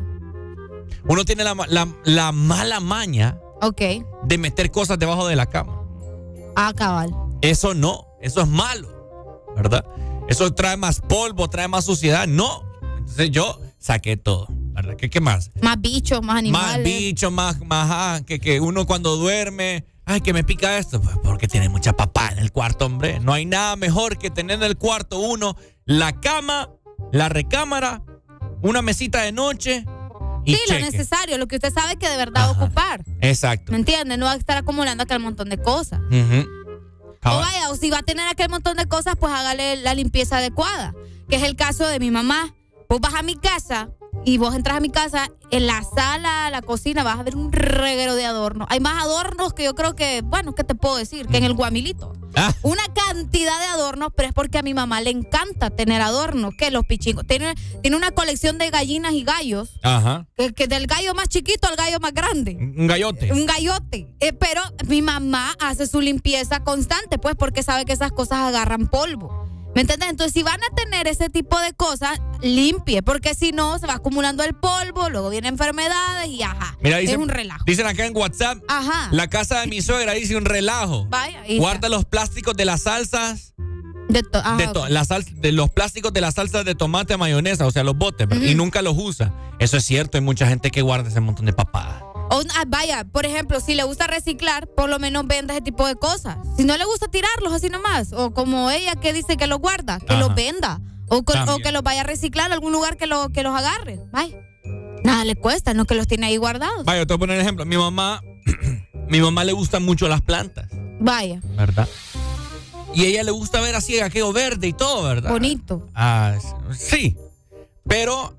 Uno tiene la, la, la mala maña Ok. de meter cosas debajo de la cama. Ah, cabal. Eso no, eso es malo, ¿verdad? eso trae más polvo, trae más suciedad. No. Entonces yo saqué todo, ¿verdad? ¿Qué, qué más? Más bichos, más animales. Más bichos, más, más ah, que, que uno cuando duerme, ay, que me pica esto. Pues porque tiene mucha papá en el cuarto, hombre. No hay nada mejor que tener en el cuarto uno la cama, la recámara, una mesita de noche. Y sí, cheque. lo necesario, lo que usted sabe que de verdad va a ocupar. Exacto. ¿Me entiende? No va a estar acumulando aquel montón de cosas. Uh-huh. O vaya, o si va a tener aquel montón de cosas, pues hágale la limpieza adecuada. Que es el caso de mi mamá. Vos vas a mi casa y vos entras a mi casa, en la sala, la cocina, vas a ver un reguero de adornos. Hay más adornos que yo creo que, bueno, ¿qué te puedo decir? Que en el Guamilito. Ah. Una cantidad de adornos, pero es porque a mi mamá le encanta tener adornos. Que los pichingos. Tiene, tiene una colección de gallinas y gallos. Ajá. Que, que del gallo más chiquito al gallo más grande. Un gallote. Un gallote. Eh, pero mi mamá hace su limpieza constante, pues, porque sabe que esas cosas agarran polvo. ¿Me entiendes? Entonces, si van a tener ese tipo de cosas, limpie, porque si no, se va acumulando el polvo, luego vienen enfermedades y ajá. Mira, dicen, es un relajo. Dicen acá en WhatsApp, Ajá. la casa de mi suegra dice un relajo. Vaya. y Guarda los plásticos de las salsas. De, to ajá, de, to ok. la sal de los plásticos de las salsas de tomate, mayonesa, o sea, los botes, ¿verdad? Ujú. Y nunca los usa. Eso es cierto, hay mucha gente que guarda ese montón de papadas. O, ah, vaya, por ejemplo, si le gusta reciclar, por lo menos venda ese tipo de cosas. Si no le gusta tirarlos así nomás, o como ella que dice que los guarda, que Ajá. los venda. O, co- También. o que los vaya a reciclar a algún lugar que, lo, que los agarre. Vaya. Nada le cuesta, no que los tiene ahí guardados. Vaya, te voy a poner un ejemplo. Mi mamá, mi mamá le gustan mucho las plantas, Vaya. ¿verdad? Y a ella le gusta ver así aquello verde y todo, ¿verdad? Bonito. Ah, sí. Pero,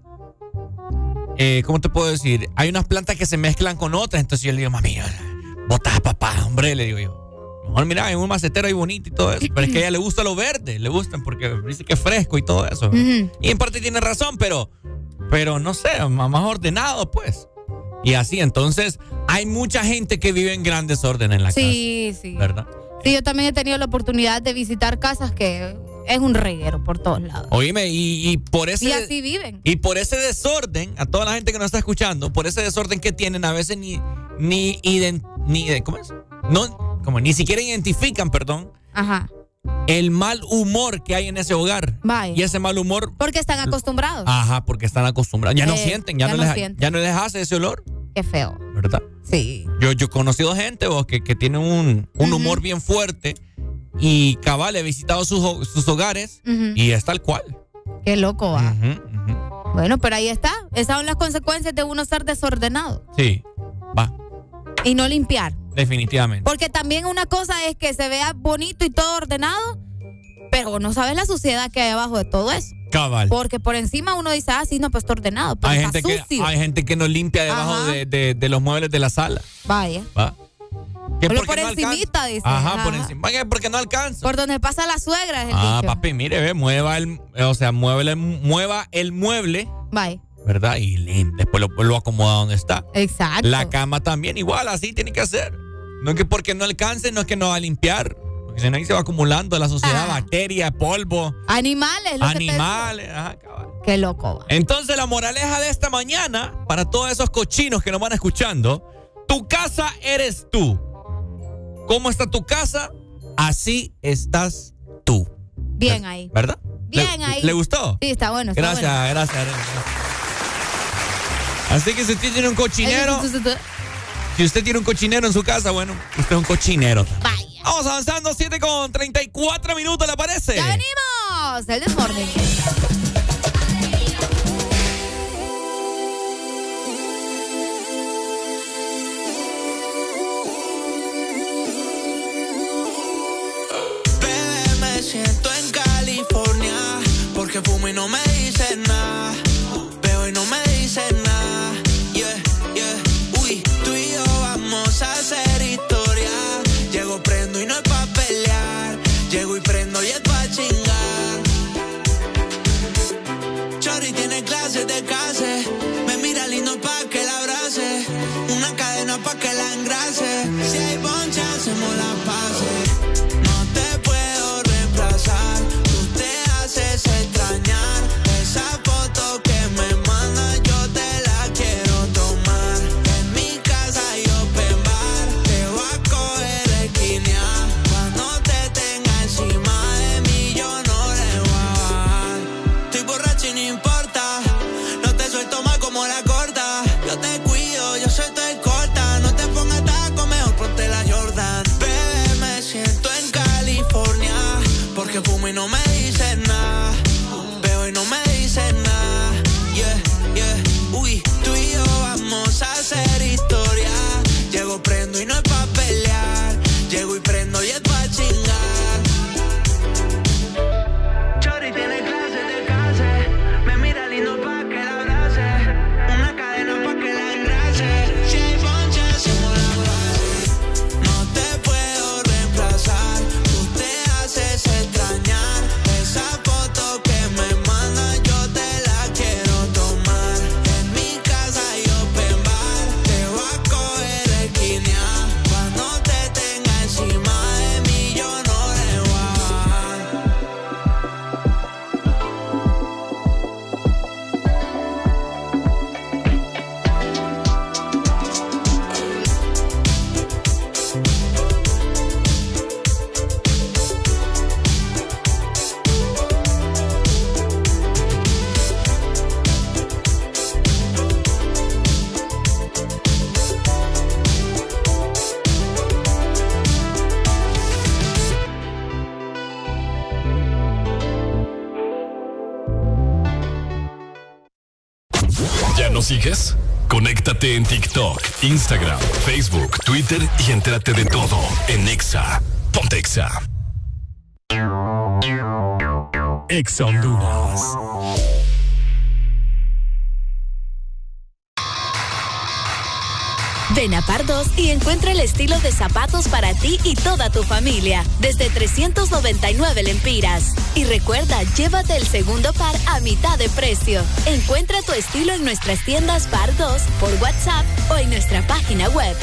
eh, ¿cómo te puedo decir? Hay unas plantas que se mezclan con otras. Entonces yo le digo, mami, botas papá, hombre, le digo yo. Mejor mira, hay un macetero ahí bonito y todo eso. Pero es que a ella le gusta lo verde, le gustan porque dice que es fresco y todo eso. Ujú. Y en parte tiene razón, pero, pero no sé, más ordenado, pues. Y así, entonces, hay mucha gente que vive en gran desorden en la Sí, casa. sí. ¿Verdad? Sí, yo también he tenido la oportunidad de visitar casas que es un reguero por todos lados. Oíme, y, y por ese. Y así viven. Y por ese desorden, a toda la gente que nos está escuchando, por ese desorden que tienen, a veces ni, ni, ident, ni ¿cómo es? No, como ni siquiera identifican, perdón, Ajá. el mal humor que hay en ese hogar. Vaya. Y ese mal humor, Porque están acostumbrados. ajá, porque están acostumbrados. Ya no Eh, sienten, ya, ya no, no les, sienten. ya no les hace ese olor, Qué feo. ¿verdad? Sí. Yo, yo he conocido gente vos, que, que tienen un, un Ujú. humor bien fuerte y cabal, he visitado sus, ho- sus hogares Ujú. y es tal cual. Qué loco va. Ujú, ujú. Bueno, pero ahí está. Esas son las consecuencias de uno ser desordenado Sí, va, y no limpiar. definitivamente. Porque también una cosa es que se vea bonito y todo ordenado, pero no sabes la suciedad que hay abajo de todo eso. Cabal. Porque por encima uno dice, ah, sí, no, pues está ordenado, pero Hay está gente, que, sucio. hay gente que no limpia debajo Ajá. de, de- de los muebles de la sala. Vaya. ¿Va? Que Solo porque por no encimita, alcanza. dice. Ajá, Ajá. por encima. ¿Qué? Porque no alcanza. Por donde pasa la suegra es el Ah, dicho. papi, mire, ve, mueva el, o sea, mueve el, mueva el mueble, Vaya. ¿verdad? Y lim- después lo, lo acomoda donde está. Exacto. La cama también, igual, así tiene que hacer. No es que porque no alcance, no es que no va a limpiar. Porque si no, ahí se va acumulando la suciedad, Ah. bacterias, polvo, Animales, lo que te animales. Ajá, cabal. digo. Qué loco va. Entonces, la moraleja de esta mañana, para todos esos cochinos que nos van escuchando, tu casa eres tú. ¿Cómo está tu casa? Así estás tú. Bien ahí. ¿Verdad? Bien ¿Le, ahí. ¿Le gustó? Sí, está bueno. Está Gracias, bueno. gracias, gracias. Así que si usted tiene un cochinero, si usted tiene un cochinero en su casa, bueno, usted es un cochinero. Vaya. Vamos avanzando, siete con treinta y cuatro minutos, ¿le parece? ¡Ya venimos! El desorden. Bebé, me siento en California porque fumo y no me dice nada. Veo y no me dice nada. Yeah, yeah. Uy, tú y yo vamos a hacer historia. Llego, prendo y no es pa' pelear. Llego y prendo y es pa' chingar. Chori tiene clases de clase. Me mira lindo pa' que la abrace. Una cadena pa' que la engrase. Si hay boncha, hacemos la pase. No te puedo reemplazar. Tú te haces extrañar. Esa foto que me manda yo te la quiero tomar. En mi casa y open bar. Te voy a coger de esquina. Cuando te tenga encima de mí yo no le voy a ¿Ya nos sigues? Conéctate en TikTok, Instagram, Facebook, Twitter y entérate de todo en Exa. Ponte Exa. Exa Honduras. Ven a Pardos y encuentra el estilo de zapatos para ti y toda tu familia, desde trescientos noventa y nueve lempiras. Y recuerda, llévate el segundo par a mitad de precio. Encuentra tu estilo en nuestras tiendas Pardos, por WhatsApp o en nuestra página web.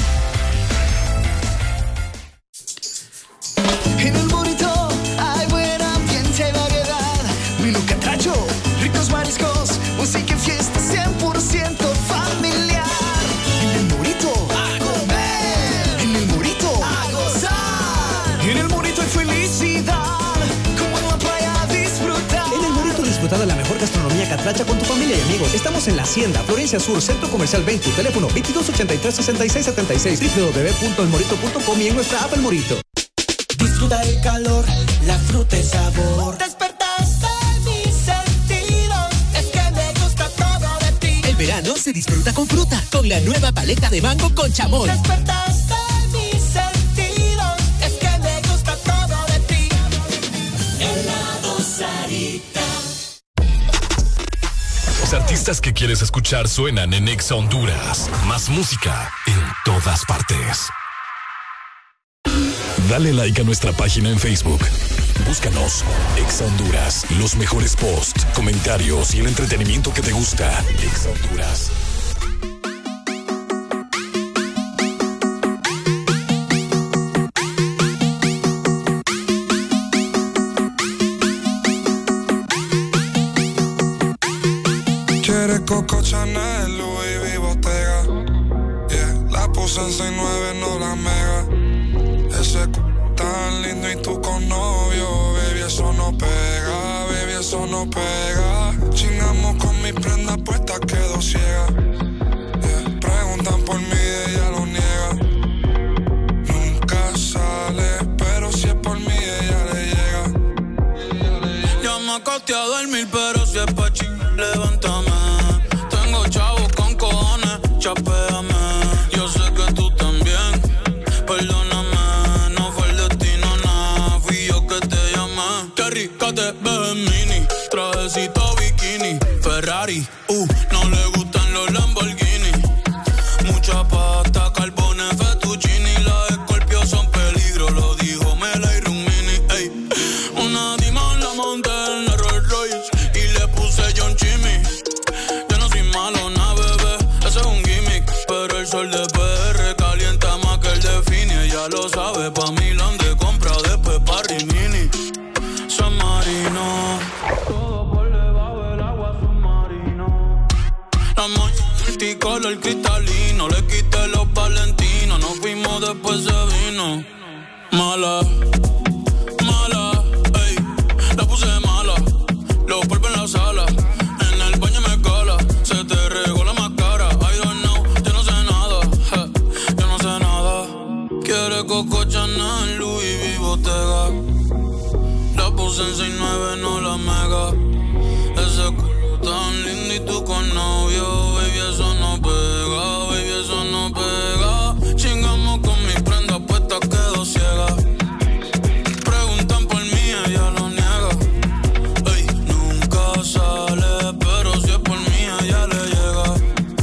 En el Morito hay buen ambiente y variedad. Menú catracho, ricos mariscos, música y fiesta cien por ciento familiar. En el Morito a comer, en el Morito a gozar. En el Morito hay felicidad, como en la playa disfrutar. En el Morito disfruta de la mejor gastronomía catracha con tu familia y amigos. Estamos en La Hacienda, Florencia Sur, Centro Comercial veinte, teléfono veintidós ochenta y tres sesenta y seis setenta y seis, doble u doble u doble u punto el morito punto com y en nuestra app El Morito. Disfruta el calor, la fruta y sabor. Despertaste mis sentidos, es que me gusta todo de ti. El verano se disfruta con fruta, con la nueva paleta de mango con chamoy. Despertaste mis sentidos, es que me gusta todo de ti. Helado Sarita. Los artistas que quieres escuchar suenan en Exa Honduras. Más música en todas partes. Dale like a nuestra página en Facebook. Búscanos, Exa Honduras. Los mejores posts, comentarios y el entretenimiento que te gusta. Exa Honduras. Quieres Coco Chanel, Louis V, Bottega. Yeah, la puse en seis nueve, no la mega. Ese c tan lindo y tú con novio, baby, eso no pega, baby, eso no pega. Chingamos con mi prenda puesta, quedo ciega. Yeah. Preguntan por mí y ella lo niega. Nunca sale, pero si es por mí ella le llega. Ya me acosté a dormir, pero si es pa' chingar, levántame. Tengo chavos con cojones, chapéame. Yo sé que tú también, perdóname. Rica te ves en mini, trajecito bikini, Ferrari, uh, no le gustan los Lamborghini. Mucha pasta, carbones, fettuccini, las Scorpio son peligro, lo dijo Mela y Rumini, ey. Una Dima la monté en la Rolls Royce y le puse John Chimmy. Yo no soy malo, na bebé, ese es un gimmick, pero el sol de P R calienta más que el de Fini, ella lo sabe, pa' Milán de compra, después pa' Rimini. San Marino, todo por debajo del agua submarino. La moña multicolor cristalino, le quité los valentinos, nos fuimos después se vino. Mala, mala, ey, la puse mala, los polvos en la sala, en el baño me cala, se te regó la máscara, I don't know, yo no sé nada, je, yo no sé nada. Quiere Coco Chanel, Louis V, Bottega. La puse en seis nueve, no la mega. Ese culo tan lindo y tú con novio, baby, eso no pega, baby, eso no pega. Chingamos con mis prendas puestas, quedo ciega. Preguntan por mí, ella lo niega. Ey, nunca sale, pero si es por mí, ella le llega.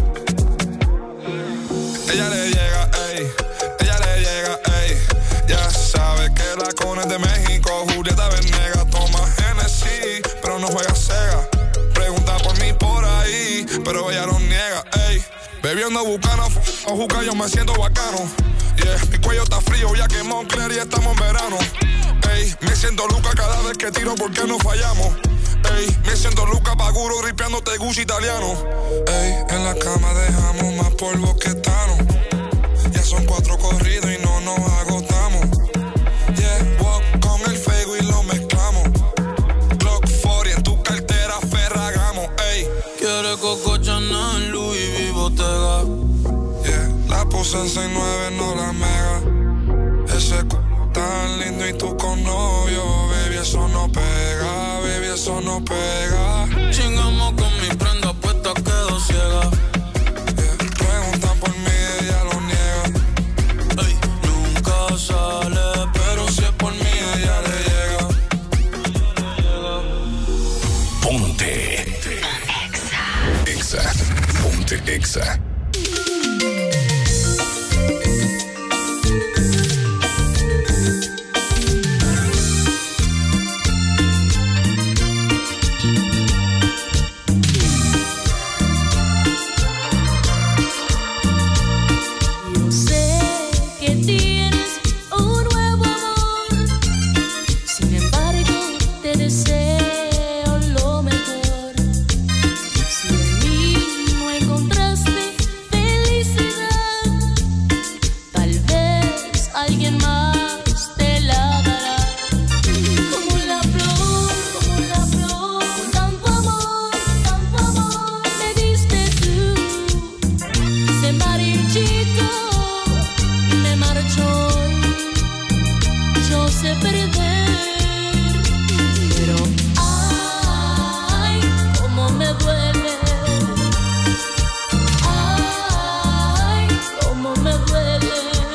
Ella le llega, ey, ella le llega, ey. Ya sabe que la cona es de México, Julieta Venegas, toma Genesis, pero no juega Sega. Pregunta por mí por ahí, pero ella lo niega, ey. Bebiendo bucana, o juca, yo me siento bacano. Yeah, mi cuello está frío, ya que Moncler y estamos en verano. Ey, me siento Luca cada vez que tiro porque no fallamos. Ey, me siento Luca Paguro, ripeándote Gucci italiano. Ey, en la cama dejamos más polvo que Tano. Ya son cuatro corridos y no nos agotamos. Yeah, walk con el fuego y lo mezclamos. Glock cuarenta en tu cartera, Ferragamo, ey. Quiere Coco Chanel, Louis V, Bottega. Yeah, la puse en seis nueve, no la mega. Ese c tan lindo y tú con novio, baby, eso no pega, baby, eso no pega. Chingamos con mis prendas puestas, quedo ciega. Exa. Yo sé que tienes un nuevo amor, sin embargo te deseo lo mejor. Si en mí no encontraste felicidad, tal vez alguien más te la dará. Como la flor, como la flor, con tanto amor, tanto amor me diste tú. Se marchito, me marchó, yo sé perder, pero ay, cómo me duele, ay, cómo me duele.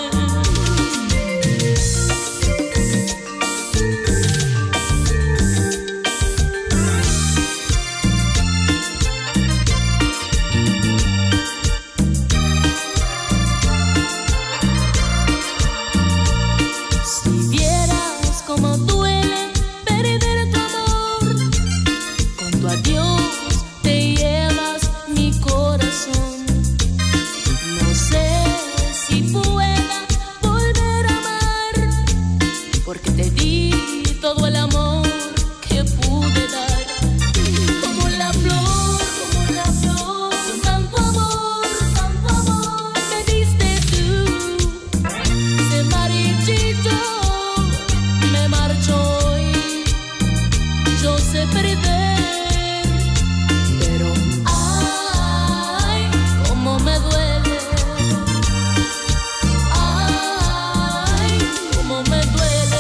Si vieras cómo duele perder tu amor, con tu adiós te llevas mi corazón. No sé si pueda volver a amar, porque te di todo el amor que pude dar. Como la flor, como la flor, con tanto amor, tanto amor me diste tú. Se marchito, me marchó y yo sé perder, pero ay, cómo me duele, ay, cómo me duele.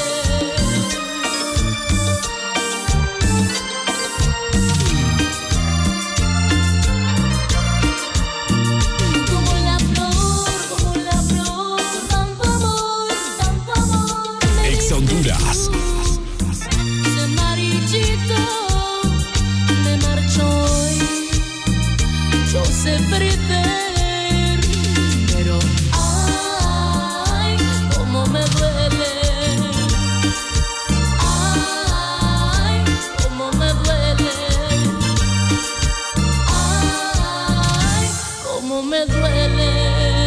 Como la flor, como la flor, con tanto amor, tanto amor me Exa Honduras. se marchito, me marchó y yo sé perder, pero ay, cómo me duele, ay, cómo me duele, ay, cómo me duele.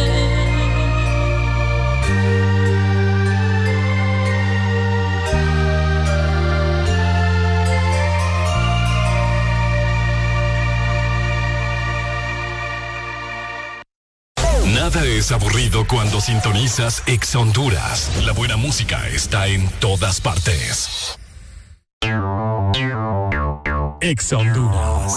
Nada es aburrido cuando sintonizas Exa Honduras. La buena música está en todas partes. Exa Honduras.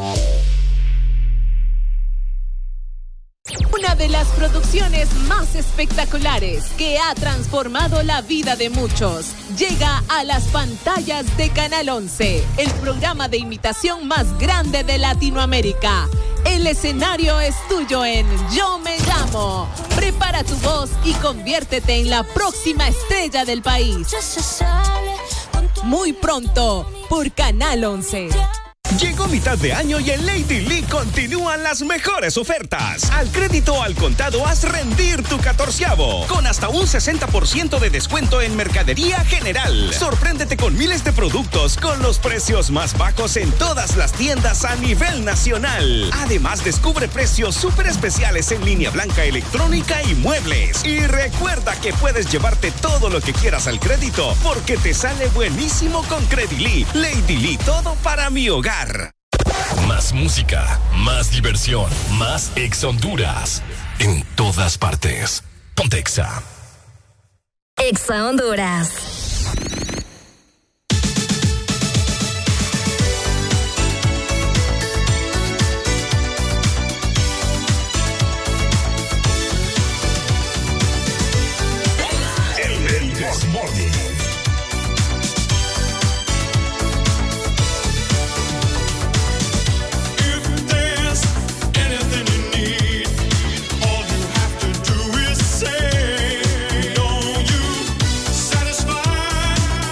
Una de las producciones más espectaculares que ha transformado la vida de muchos llega a las pantallas de Canal once, el programa de imitación más grande de Latinoamérica. El escenario es tuyo en Yo Me Llamo. Prepara tu voz y conviértete en la próxima estrella del país. Muy pronto por Canal once. Llegó mitad de año y en Lady Lee continúan las mejores ofertas. Al crédito al contado haz rendir tu catorceavo, con hasta un sesenta por ciento de descuento en mercadería general. Sorpréndete con miles de productos con los precios más bajos en todas las tiendas a nivel nacional. Además, descubre precios súper especiales en línea blanca, electrónica y muebles. Y recuerda que puedes llevarte todo lo que quieras al crédito, porque te sale buenísimo con Credili. Lady Lee, todo para mi hogar. Más música, más diversión, más Exa Honduras. En todas partes. Ponte Exa. Exa Honduras. El This Morning. Say, don't you satisfy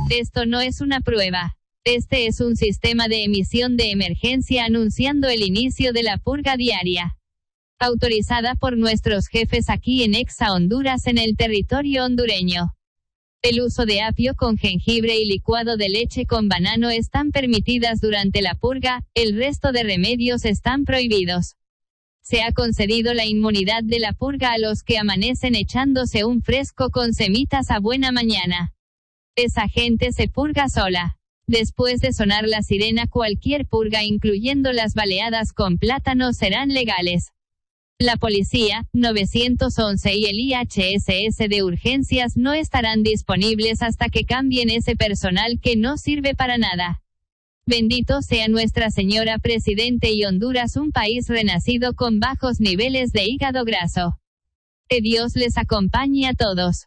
Esto no es una prueba. Este es un sistema de emisión de emergencia anunciando el inicio de la purga diaria. Autorizada por nuestros jefes aquí en Exa Honduras en el territorio hondureño. El uso de apio con jengibre y licuado de leche con banano están permitidas durante la purga, el resto de remedios están prohibidos. Se ha concedido la inmunidad de la purga a los que amanecen echándose un fresco con semitas a buena mañana. Esa gente se purga sola. Después de sonar la sirena, cualquier purga, incluyendo las baleadas con plátano, serán legales. La policía, nueve once y el I H S S de urgencias no estarán disponibles hasta que cambien ese personal que no sirve para nada. Bendito sea Nuestra Señora Presidente y Honduras, un país renacido con bajos niveles de hígado graso. Que Dios les acompañe a todos.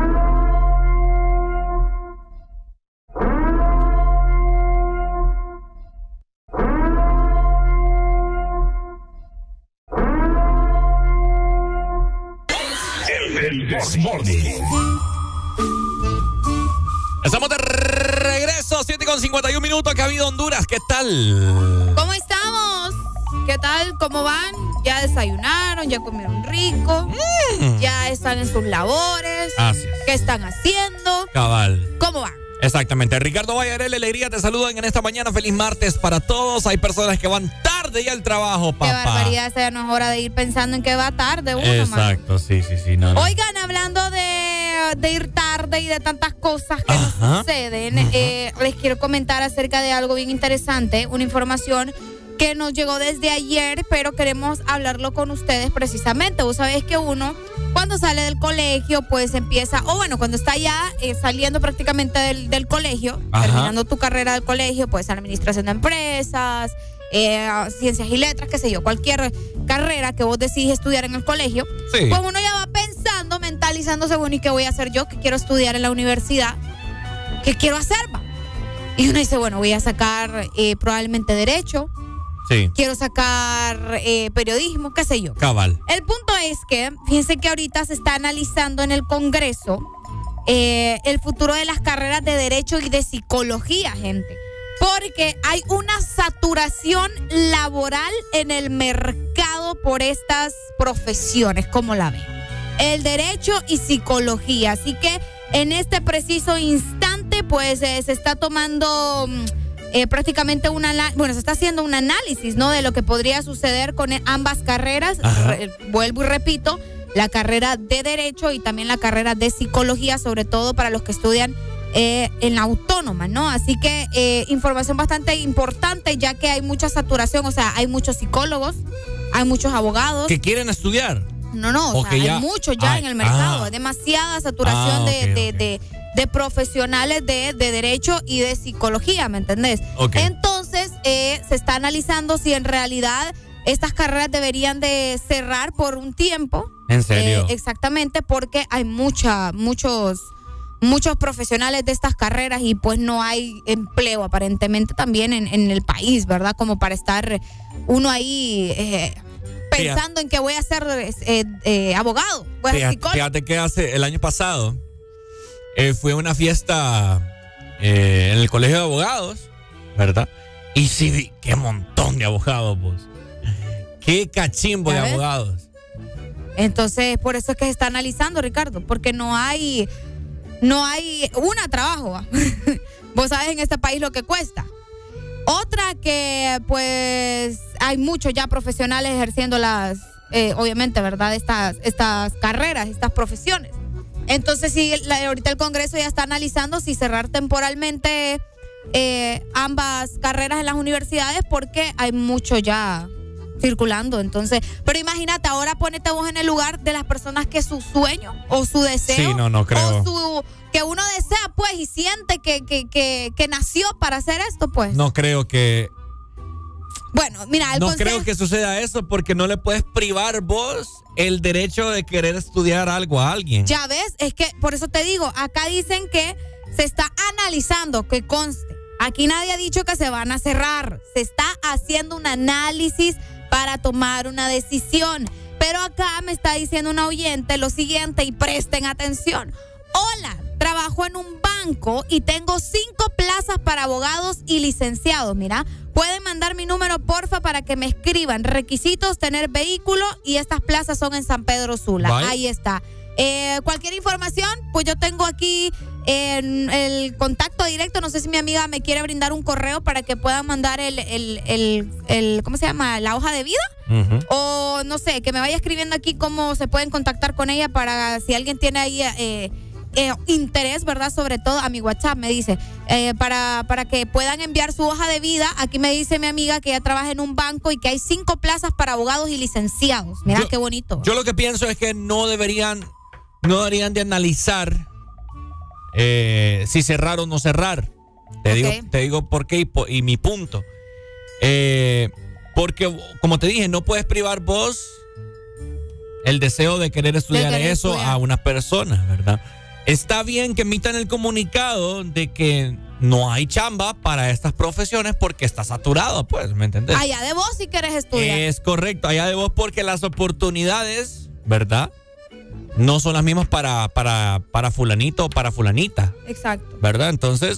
El Desmorning. Estamos de regreso, siete con cincuenta y un minutos, que ha habido Honduras. ¿Qué tal? ¿Cómo estamos? ¿Qué tal? ¿Cómo van? ¿Ya desayunaron? ¿Ya comieron rico? Mm. ¿Ya están en sus labores? Así es. ¿Qué están haciendo? Cabal. ¿Cómo van? Exactamente. Ricardo Vallarel, Alegría, te saludan en esta mañana. Feliz martes para todos. Hay personas que van tarde ya al trabajo, papá. Qué barbaridad, esta ya no es hora de ir pensando en que va tarde uno. Exacto, man. sí, sí, sí. No, no. Oigan, hablando de, de ir tarde y de tantas cosas que Ajá. nos suceden, uh-huh. eh, les quiero comentar acerca de algo bien interesante, una información que nos llegó desde ayer, pero queremos hablarlo con ustedes precisamente. Vos sabés que uno, cuando sale del colegio, pues empieza, o bueno, cuando está ya eh, saliendo prácticamente del, del colegio, Ajá. terminando tu carrera del colegio, pues administración de empresas, eh, ciencias y letras, qué sé yo, cualquier carrera que vos decidís estudiar en el colegio, sí. pues uno ya va pensando, mentalizándose, bueno, ¿y qué voy a hacer yo? ¿Qué quiero estudiar en la universidad? ¿Qué quiero hacer, va? Y uno dice, bueno, voy a sacar eh, probablemente Derecho, Sí. quiero sacar eh, periodismo, qué sé yo. Cabal. El punto es que, fíjense que ahorita se está analizando en el Congreso eh, el futuro de las carreras de Derecho y de Psicología, gente. Porque hay una saturación laboral en el mercado por estas profesiones, ¿cómo la ven? El Derecho y Psicología. Así que en este preciso instante, pues eh, se está tomando... Eh, prácticamente una, bueno, se está haciendo un análisis, ¿no? De lo que podría suceder con ambas carreras. Re, vuelvo y repito, la carrera de Derecho y también la carrera de Psicología, sobre todo para los que estudian eh, en la autónoma, ¿no? Así que eh, información bastante importante, ya que hay mucha saturación, o sea, hay muchos psicólogos, hay muchos abogados. ¿Que quieren estudiar? No, no, o, o sea, ya, hay muchos ya ay, en el mercado, hay ah, demasiada saturación ah, okay, de, de, okay. de de profesionales de, de Derecho y de Psicología, ¿me entendés? Okay. Entonces, eh, se está analizando si en realidad estas carreras deberían de cerrar por un tiempo. ¿En serio? Eh, exactamente, porque hay mucha, muchos, muchos profesionales de estas carreras y pues no hay empleo aparentemente también en, en el país, ¿verdad? Como para estar uno ahí... Eh, pensando en que voy a ser eh, eh, abogado, voy a ser psicólogo. Fíjate que hace el año pasado... Eh, fue una fiesta eh, en el colegio de abogados, ¿verdad? Y sí, qué montón de abogados, vos. Qué cachimbo de abogados. Entonces, por eso es que se está analizando, Ricardo, porque no hay, no hay, una, trabajo. Vos sabés en este país lo que cuesta. Otra que, pues, hay muchos ya profesionales ejerciendo las, eh, obviamente, ¿verdad? Estas, estas carreras, estas profesiones. Entonces, sí, la, ahorita el Congreso ya está analizando si cerrar temporalmente eh, ambas carreras en las universidades porque hay mucho ya circulando. Entonces, pero imagínate, ahora ponete vos en el lugar de las personas que su sueño o su deseo sí, no, no creo. o su que uno desea, pues, y siente que, que, que, que nació para hacer esto, pues. No creo que... Bueno, mira, el No consejo... creo que suceda eso porque no le puedes privar vos el derecho de querer estudiar algo a alguien. Ya ves, es que por eso te digo, acá dicen que se está analizando, que conste. Aquí nadie ha dicho que se van a cerrar. Se está haciendo un análisis para tomar una decisión. Pero acá me está diciendo una oyente lo siguiente y presten atención. Hola, trabajo en un banco. banco y tengo cinco plazas para abogados y licenciados. Mira, pueden mandar mi número, porfa, para que me escriban. Requisitos, tener vehículo y estas plazas son en San Pedro Sula. Bye. Ahí está. Eh, cualquier información, pues yo tengo aquí en el contacto directo. No sé si mi amiga me quiere brindar un correo para que puedan mandar el, el, el, el ¿cómo se llama? La hoja de vida. Uh-huh. O no sé, que me vaya escribiendo aquí cómo se pueden contactar con ella para si alguien tiene ahí eh, eh, interés, ¿verdad? Sobre todo a mi WhatsApp me dice, eh, para, para que puedan enviar su hoja de vida. Aquí me dice mi amiga que ella trabaja en un banco y que hay cinco plazas para abogados y licenciados. Mira Yo- qué bonito. Yo lo que pienso es que no deberían, no deberían de analizar eh, si cerrar o no cerrar. Te Ok. digo, te digo por qué y, po- y mi punto. Eh, porque, como te dije, no puedes privar vos el deseo de querer estudiar querer eso estudiar. a una persona, ¿verdad? Está bien que emitan el comunicado de que no hay chamba para estas profesiones porque está saturado, pues, ¿me entendés? Allá de vos si quieres estudiar. Es correcto, allá de vos, porque las oportunidades, ¿verdad? No son las mismas para, para, para fulanito o para fulanita, Exacto. ¿verdad? Entonces,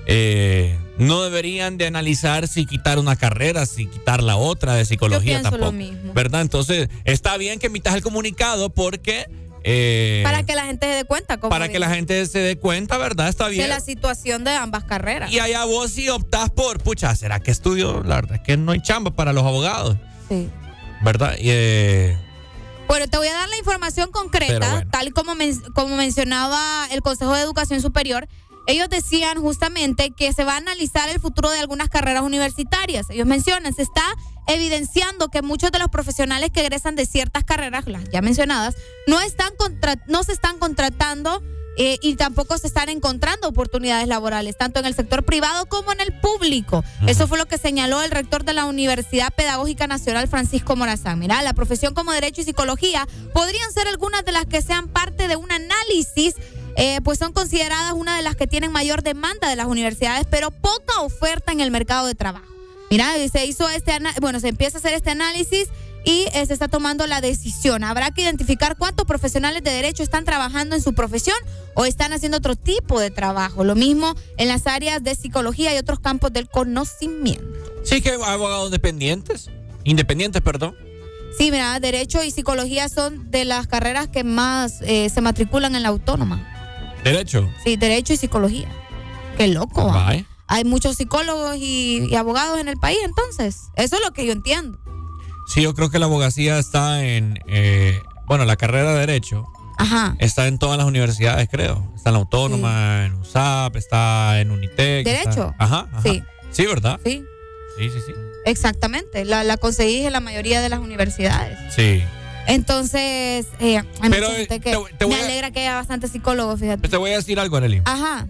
eh, no deberían de analizar si quitar una carrera, si quitar la otra de psicología pienso lo tampoco. mismo. ¿Verdad? Entonces, está bien que emitas el comunicado porque... eh, Para que la gente se dé cuenta. Como para que la gente se dé cuenta, ¿verdad? Está bien. de la situación de ambas carreras. Y allá vos si optás por, pucha, ¿será que estudio? La verdad es que no hay chamba para los abogados. Sí. ¿Verdad? Y, eh, Bueno, te voy a dar la información Pero concreta, bueno. tal como, men- como mencionaba el Consejo de Educación Superior. Ellos decían justamente que se va a analizar el futuro de algunas carreras universitarias. Ellos mencionan, se está evidenciando que muchos de los profesionales que egresan de ciertas carreras, las ya mencionadas, no, están contra- no se están contratando eh, y tampoco se están encontrando oportunidades laborales, tanto en el sector privado como en el público. Eso fue lo que señaló el rector de la Universidad Pedagógica Nacional, Francisco Morazán. Mira, la profesión como Derecho y Psicología podrían ser algunas de las que sean parte de un análisis, eh, pues son consideradas una de las que tienen mayor demanda de las universidades, pero poca oferta en el mercado de trabajo. Mira, se hizo este, ana- bueno, se empieza a hacer este análisis y eh, se está tomando la decisión. Habrá que identificar cuántos profesionales de derecho están trabajando en su profesión o están haciendo otro tipo de trabajo. Lo mismo en las áreas de psicología y otros campos del conocimiento. sí que hay abogados dependientes, independientes, perdón. Sí, mira, derecho y psicología son de las carreras que más eh, se matriculan en la autónoma. Derecho. Sí, derecho y psicología. Qué loco. ¿ah? Bye. Hay muchos psicólogos y, y abogados en el país, entonces. Eso es lo que yo entiendo. Sí, yo creo que la abogacía está en, eh, bueno, la carrera de Derecho Ajá. está en todas las universidades, creo. Está en la Autónoma, en U S A P, está en Unitec. ¿Derecho? está- Ajá, ajá. Sí. Sí, ¿verdad? Sí. Sí, sí, sí. Exactamente. La, la conseguís en la mayoría de las universidades. Sí. Entonces, eh, hay Pero, mucha gente eh, que te- te voy me a- alegra que haya bastante psicólogos, fíjate. Te voy a decir algo, Arely. Ajá.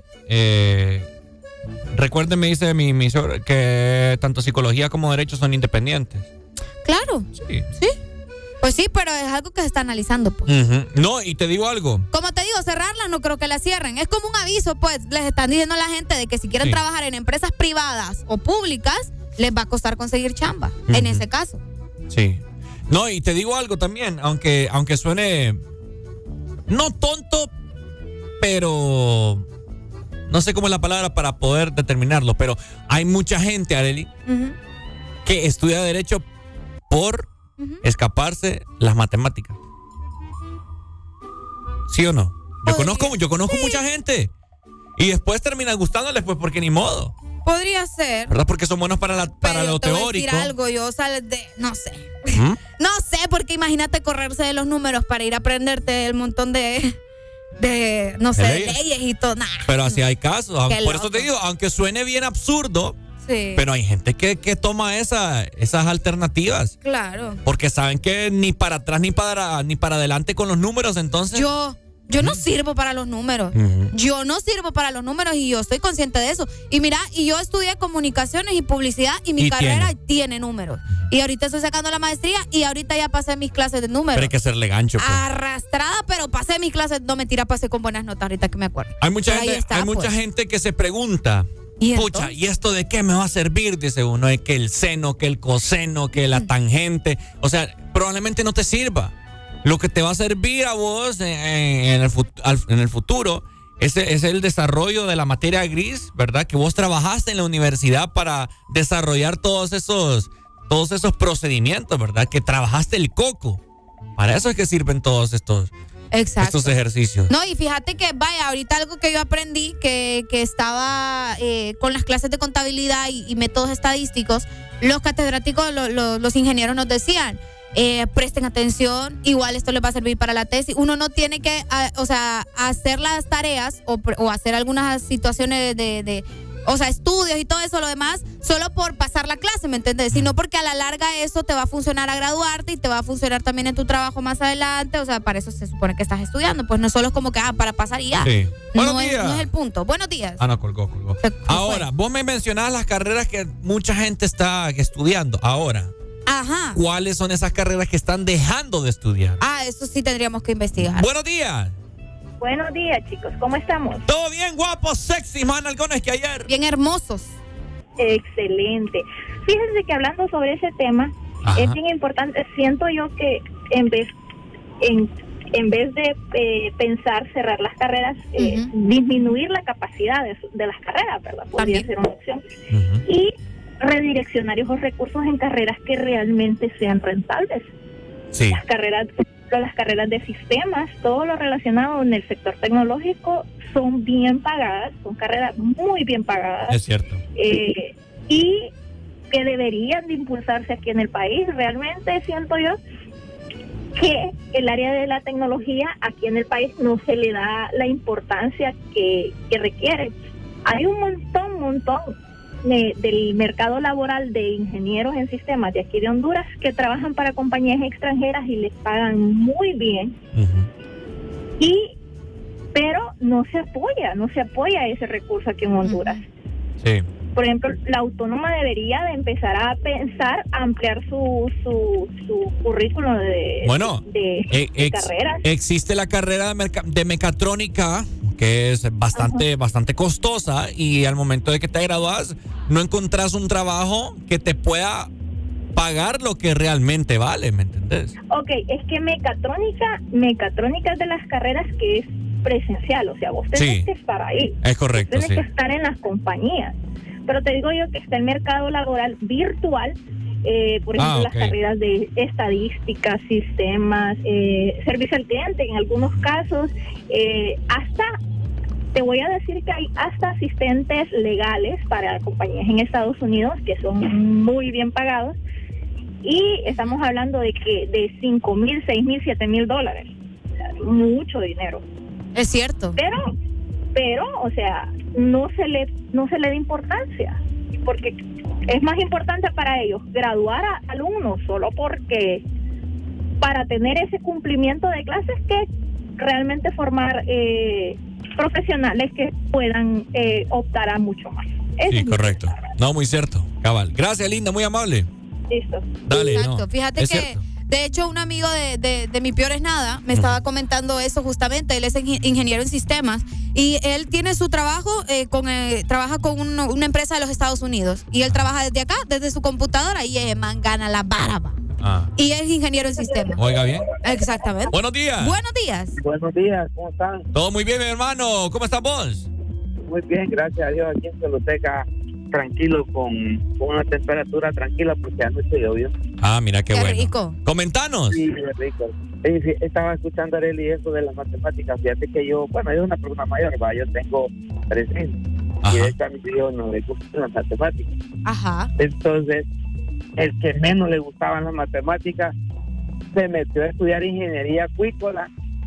Eh, recuerden, me dice mi, mi suegra, que tanto psicología como derecho son independientes. Claro. Sí. Sí. Pues sí, pero es algo que se está analizando, pues. Ujú. No, y te digo algo. Como te digo, cerrarlas no creo que la cierren. Es como un aviso, pues. Les están diciendo a la gente de que si quieren Sí. trabajar en empresas privadas o públicas, les va a costar conseguir chamba. En Ujú. ese caso. Sí. No, y te digo algo también, aunque, aunque suene no tonto, pero no sé cómo es la palabra para poder determinarlo, pero hay mucha gente, Arely, Ujú. que estudia Derecho por escaparse las matemáticas. ¿Sí o no? Yo conozco, yo conozco mucha gente. Y después terminan gustándoles, pues, porque ni modo. Podría ser. ¿Verdad? Porque son buenos para, la, para Pero lo te voy a decir teórico. algo, yo sal de, no sé. ¿Mm? No sé, porque imagínate correrse de los números para ir a aprenderte el montón de, de no sé, De de leyes. leyes y todo. Nah. Pero así hay casos. aunque- Qué Por eso loco. te digo, aunque suene bien absurdo, Sí. pero hay gente que, que toma esa, esas alternativas. Claro. Porque saben que ni para atrás ni para, ni para adelante con los números, entonces. Yo, yo no sirvo para los números. Ujú. Yo no sirvo para los números y yo estoy consciente de eso. Y mira, y yo estudié comunicaciones y publicidad y mi Y carrera tiene. tiene. números. Y ahorita estoy sacando la maestría y ahorita ya pasé mis clases de números. Pero hay que hacerle gancho. pues. Arrastrada, pero pasé mis clases, no mentira, pasé con buenas notas ahorita que me acuerdo. Hay mucha, Pero ahí gente, está, hay mucha pues. gente que se pregunta, ¿Y pucha, ¿y esto de qué me va a servir? Dice uno, es que el seno, que el coseno, que la tangente. O sea, probablemente no te sirva. Lo que te va a servir a vos en, en el, fut- al- en el futuro ese es el desarrollo de la materia gris, ¿verdad? Que vos trabajaste en la universidad para desarrollar todos esos, todos esos procedimientos, ¿verdad? Que trabajaste el coco. Para eso es que sirven todos estos, Exacto. estos ejercicios. No, y fíjate que, vaya, ahorita algo que yo aprendí, que, que estaba eh, con las clases de contabilidad y, y métodos estadísticos, los catedráticos, lo, lo, los ingenieros nos decían, eh, presten atención, igual esto les va a servir para la tesis. Uno no tiene que, a, o sea, hacer las tareas o, o hacer algunas situaciones de, de, o sea, estudios y todo eso, lo demás, solo por pasar la clase, ¿me entiendes? Sino porque a la larga eso te va a funcionar a graduarte y te va a funcionar también en tu trabajo más adelante. O sea, para eso se supone que estás estudiando. Pues no solo es como que, ah, para pasar y ya. Sí. Buenos No es, días. no es el punto. Buenos días. Ah, no, colgó, colgó. Ahora, vos me mencionabas las carreras que mucha gente está estudiando. Ahora, Ajá. ¿cuáles son esas carreras que están dejando de estudiar? Ah, eso sí tendríamos que investigar. Buenos días. Buenos días, chicos. ¿Cómo estamos? Todo bien, guapos, sexy, más nalgones que ayer. Bien hermosos. Excelente. Fíjense que hablando sobre ese tema, Ajá. es bien importante. Siento yo que en vez en, en vez de eh, pensar cerrar las carreras, eh, disminuir la capacidad de, de las carreras, ¿verdad? Podría También. ser una opción. Y redireccionar esos recursos en carreras que realmente sean rentables. Sí. Las carreras, las carreras de sistemas, todo lo relacionado en el sector tecnológico son bien pagadas, son carreras muy bien pagadas. Es cierto. Eh, y que deberían de impulsarse aquí en el país. Realmente siento yo que el área de la tecnología aquí en el país no se le da la importancia que, que requiere. Hay un montón, montón de, del mercado laboral de ingenieros en sistemas de aquí de Honduras que trabajan para compañías extranjeras y les pagan muy bien. Y pero no se apoya, no se apoya ese recurso aquí en Honduras. Sí. Por ejemplo, la autónoma debería de empezar a pensar ampliar su su, su currículum de, Bueno, de, eh, de ex- carreras. existe la carrera de, merca- de mecatrónica, que es bastante, bastante costosa, y al momento de que te gradúas, no encontrás un trabajo que te pueda pagar lo que realmente vale, ¿me entendés? Ok, es que mecatrónica, mecatrónica es de las carreras que es presencial, o sea, vos tenés Sí. que estar ahí. Es correcto, Tienes sí. que estar en las compañías. Pero te digo yo que está el mercado laboral virtual, eh, por Ah, ejemplo, ok. las carreras de estadística, sistemas, eh, servicio al cliente en algunos casos, eh, hasta, te voy a decir que hay hasta asistentes legales para compañías en Estados Unidos que son muy bien pagados, y estamos hablando de que de cinco mil, seis mil, siete mil dólares. O sea, mucho dinero. Es cierto. Pero, pero, o sea, no se le, no se le da importancia, porque es más importante para ellos graduar a alumnos solo porque para tener ese cumplimiento de clases que realmente formar eh, profesionales que puedan eh, optar a mucho más. Eso Sí, es mi correcto. No, muy cierto. Cabal. Gracias, linda, muy amable. Listo. Dale, Exacto. no. Fíjate Es que, cierto. de hecho, un amigo de, de, de Mi Peor es Nada me estaba comentando eso justamente. Él es ing- ingeniero en sistemas y él tiene su trabajo, eh, con eh, trabaja con un- una empresa de los Estados Unidos. Y él trabaja desde acá, desde su computadora, y ese man gana la barba. Ah. Y es ingeniero en sistemas. Oiga bien. Exactamente. Buenos días. Buenos días. Buenos días, ¿cómo están? Todo muy bien, mi hermano. ¿Cómo estás vos? Muy bien, gracias a Dios, aquí en Soloteca, tranquilo, con, con una temperatura tranquila porque anoche llovió. Ah, mira qué, Qué bueno. rico. Comentanos. Sí, qué rico. Eh, sí, estaba escuchando a Arely eso de las matemáticas. Fíjate que yo, bueno, yo soy una persona mayor, ¿va? Yo tengo tres hijos. Y de hecho a mis hijos no les gustan las matemáticas. Ajá. Entonces, el que menos le gustaban las matemáticas se metió a estudiar ingeniería acuícola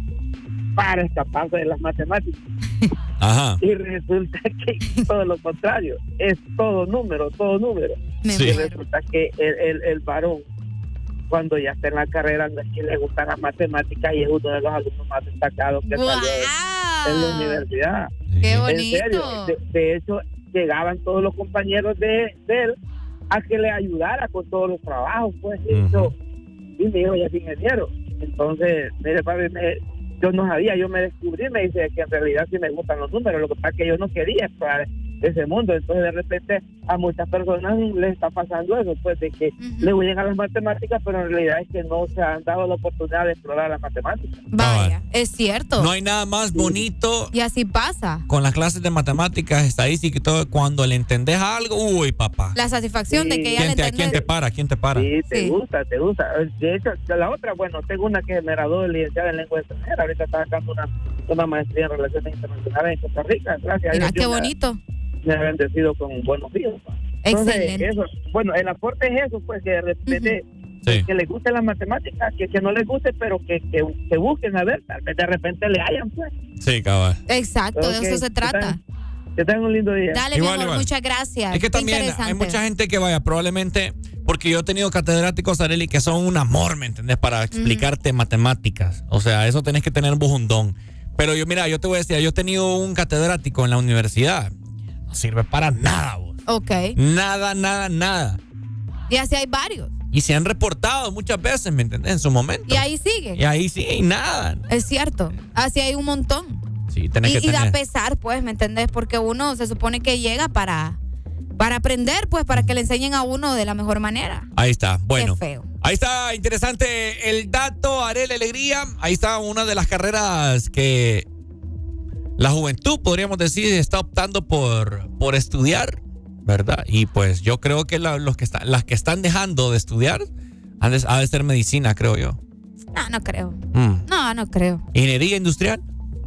para escaparse de las matemáticas. Ajá. Y resulta que todo lo contrario, es todo número, todo número. Sí. Y resulta que el, el, el varón, cuando ya está en la carrera, no es que le gustan las matemáticas y es uno de los alumnos más destacados que ¡Guau! salió en la universidad. ¡Qué En bonito! serio, de, de hecho, llegaban todos los compañeros de, de él a que le ayudara con todos los trabajos, pues. De hecho, y mi hijo ya es ingeniero. Entonces, mire, papi, me, yo no sabía, yo me descubrí, me dice que en realidad sí me gustan los números, lo que pasa es que yo no quería estar- ese mundo. Entonces de repente a muchas personas les está pasando eso, pues de que uh-huh. les huyen a las matemáticas, pero en realidad es que no se han dado la oportunidad de explorar las matemáticas. Vaya, es cierto. No hay nada más bonito. Y así pasa. Con las clases de matemáticas, estadística y todo, cuando le entendés algo, uy, papá. La satisfacción sí. de que ya ¿Quién le te, entendés. ¿Quién te para? ¿Quién te para? Sí, te sí. gusta, te gusta. De hecho, la otra, bueno, tengo una que me graduó de licenciada en lengua extranjera, ahorita está sacando una, una maestría en relaciones internacionales en Costa Rica, gracias Mira, a Dios. Qué bonito. Me ha bendecido con buenos hijos. Entonces, excelente. Eso, bueno, el aporte es eso, pues, que de repente, uh-huh. sí. que les guste las matemáticas, que, que no les guste, pero que, que, que busquen, a ver, tal vez de repente le hayan, pues. Sí, cabal. Exacto, okay. de eso se trata. Que tengan un lindo día. Dale, igual, mi amor, igual. Muchas gracias. Es que también hay mucha gente que vaya, probablemente, porque yo he tenido catedráticos, Arely, que son un amor, ¿me entendés? Para explicarte uh-huh. matemáticas. O sea, eso tenés que tener vos un don. Pero yo, mira, yo te voy a decir, yo he tenido un catedrático en la universidad. No sirve para nada, vos. Ok. Nada, nada, nada. Y así hay varios. Y se han reportado muchas veces, ¿me entendés? En su momento. Y ahí sigue. Y ahí sí, y nada. Es cierto. Así hay un montón. Sí, tenés y, que y tener. da pesar, pues, ¿me entendés? Porque uno se supone que llega para, para aprender, pues, para que le enseñen a uno de la mejor manera. Ahí está, bueno. Qué feo. Ahí está, interesante el dato, Arely Alegría. Ahí está una de las carreras que la juventud, podríamos decir, está optando por, por estudiar, ¿verdad? Y pues yo creo que la, los que están, las que están dejando de estudiar han de, ha de ser medicina, creo yo. No, no creo. Mm. No, no creo. ¿Ingeniería industrial?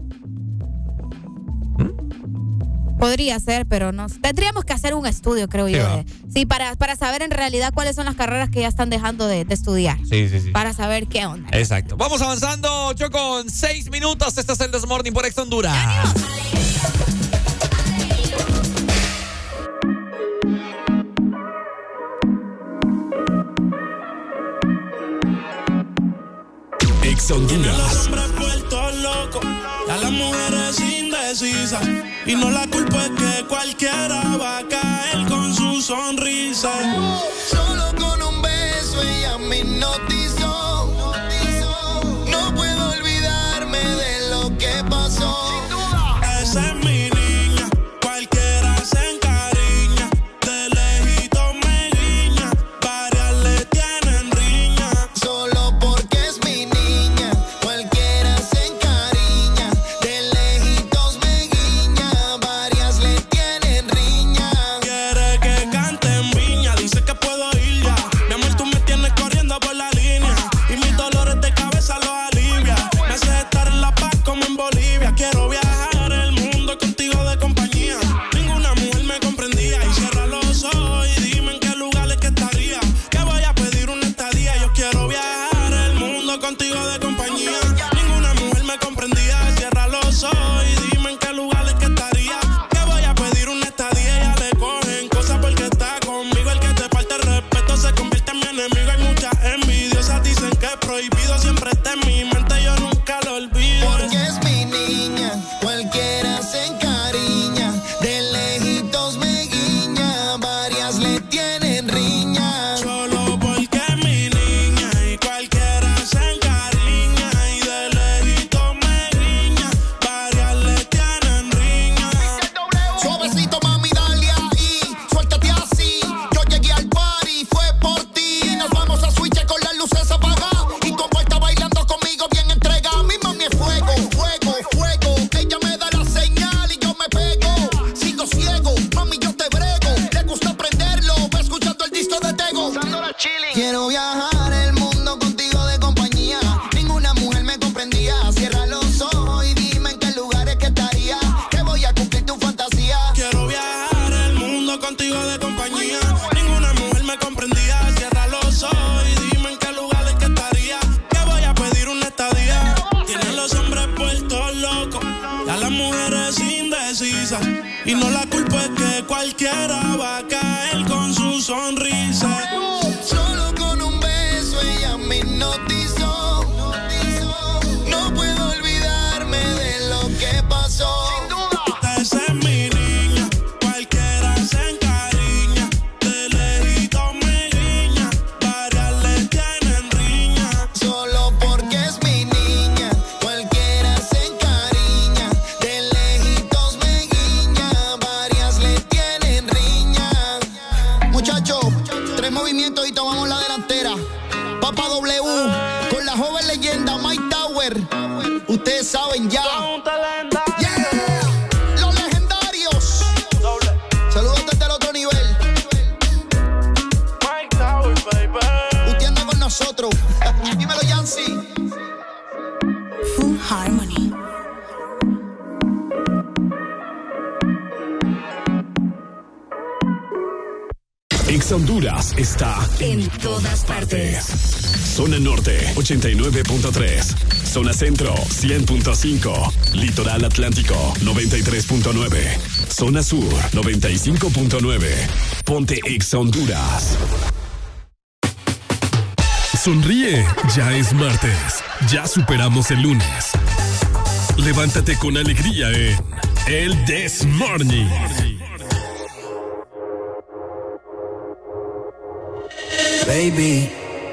Podría ser, pero no. Tendríamos que hacer un estudio, creo yo. De, sí, para, para saber en realidad cuáles son las carreras que ya están dejando de, de estudiar. Sí, sí, sí. Para saber qué onda. Exacto. Vamos avanzando, ocho con seis minutos. Este es el This Morning por Ex Honduras. Ex Honduras. A las mujeres indecisas y no la culpa es que cualquiera va a caer con su sonrisa. Solo con un beso ella me hipnotizó. No puedo olvidarme de lo que pasó. Esa es mi niña, cualquiera se encariña. De lejito me guiña, varias le tienen riña. Solo porque es mi niña, cualquiera se encariña. De lejitos me guiña, varias le tienen riña. Quiere que cante en Viña, dice que puedo ir ya. Mi amor, tú me tienes corriendo por la línea y mis dolores de cabeza los alivia. Me hace estar en La Paz como en Bolivia. Quiero viajar el mundo contigo de compañía. Ninguna mujer me comprendía y cierra los ojos y dime en qué lugares que estaría. Que voy a pedir una estadía. Yo quiero viajar el mundo contigo de compañía. Ninguna mujer me comprendía. Cierra los ojos y dime en qué lugares que estaría. Que voy a pedir una estadía. Ya le cogen cosas porque está conmigo. El que te falta el respeto se convierte en mi enemigo. Hay muchas envidiosas, dicen que es prohibido. Siempre está en mi mente, yo nunca lo olvido. Porque es mi niña, cualquiera se encariña. De lejitos me guiña, varias le tienen riña. Solo porque es mi niña y cualquiera se encariña. Y de lejito me guiña, varias le tienen riña. Suavecito mami, dale ahí, suéltate así. Yo llegué al party, fue por ti. Nos vamos a switch con las luces apagadas. Y como está bailando conmigo bien entregada. Mi mami es fuego, fuego, fuego. Ella me da la señal y yo me pego. Sigo ciego, mami yo te brego. Le gusta aprenderlo, va escuchando el disco de Tego. Quiero viajar el mundo contigo de compañía. Ninguna mujer me comprendía. Cierra los ojos y dime en qué lugares que estaría. Que voy a cumplir tu fantasía. Quiero viajar el mundo contigo de compañía. Ninguna mujer me comprendía. Cierra los ojos y dime en qué lugares que estaría. Que voy a pedir una estadía. Tienen los hombres puestos locos, a las mujeres indecisas. Y no la culpa es que cualquiera va a caer con su sonrisa. Solo con un beso ella me hipnotizó. No puedo olvidarme de lo que pasó. Esa es mi niña, cualquiera se encariña. De lejito me guiña, varias le tienen riña. Solo porque es mi niña, cualquiera se encariña. De lejitos me guiña, varias le tienen ustedes saben ya. Yeah. Los legendarios. Saludos desde el otro nivel. Usted anda con nosotros. Dímelo, Yancy. Full Harmony. Ex Honduras está en todas partes. Zona Norte, ochenta y nueve punto tres. Zona Centro, cien punto cinco. Litoral Atlántico, noventa y tres punto nueve. Zona Sur, noventa y cinco punto nueve. Ponte Ex Honduras. Sonríe, ya es martes. Ya superamos el lunes. Levántate con alegría en El This Morning. Baby,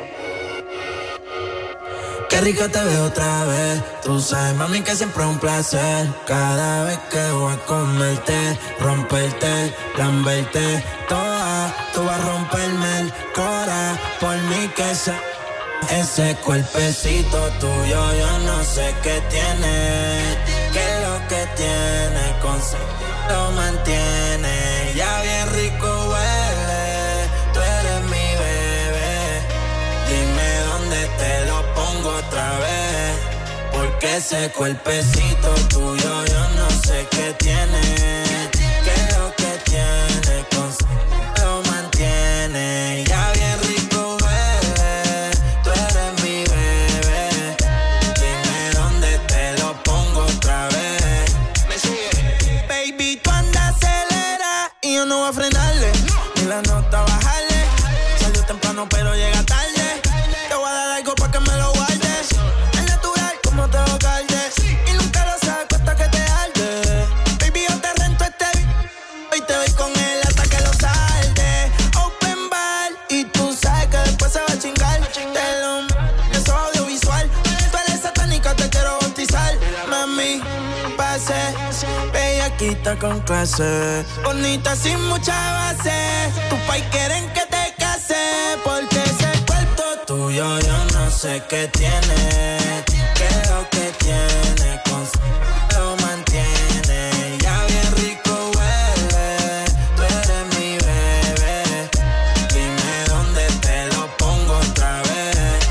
qué rico te veo otra vez. Tú sabes, mami, que siempre es un placer. Cada vez que voy a comerte, romperte, lamberte toda. Tú vas a romperme el cora. Por mí que se... Ese cuerpecito tuyo, yo no sé qué tiene. Qué es lo que tiene, con lo mantiene. Ya bien rico huele, tú eres mi bebé. Dime dónde te lo pongo otra vez. Porque ese cuerpecito tuyo, yo no sé qué tiene. Qué es lo que tiene, con lo mantiene. Ya bien rico huele, tú eres mi bebé. Dime dónde te lo pongo otra vez. Me sigue. Baby, tú andas acelera y yo no voy a frenarle. Ni la nota bajarle. Salió temprano pero llega tarde. Te voy a dar algo pa' que me lo guardes. Es natural como te lo caldes. Y nunca lo saco hasta que te arde. Baby, yo te rento este y te voy con él hasta que lo salde. Open bar y tú sabes que después se va a chingar. Te lo eso es audiovisual. Tú eres satánica, te quiero bautizar. Mami, pase, bellaquita con clase. Bonita sin mucha base. Tu pai quieren que te case. Porque ese cuerpo tuyo yo no sé qué tiene. Qué es lo que tiene, con lo mantiene. Ya bien rico huele, tú eres mi bebé. Dime dónde te lo pongo otra vez.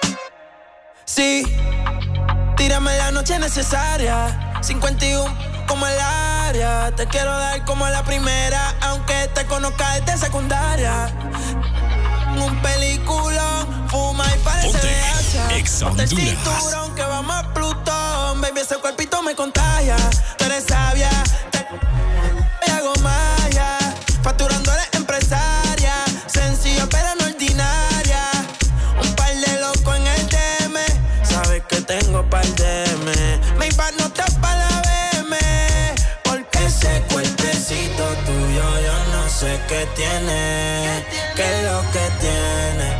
Sí, tírame la noche necesaria. cincuenta y uno como el área. Te quiero dar como la primera, aunque te conozca desde secundaria. Un peliculón, fuma y parece de Asia. Ex Ponte el Honduras. cinturón que vamos a Plutón. Baby, ese cuerpito me contagia. Tú eres sabia, te y hago maya. Facturando eres empresaria. Sencilla pero no ordinaria. Un par de loco en el D M. Sabes que tengo par de M. Me iba no te pa' la B M. Porque ese cuerpecito tuyo yo no sé qué tiene. Qué es lo que tiene,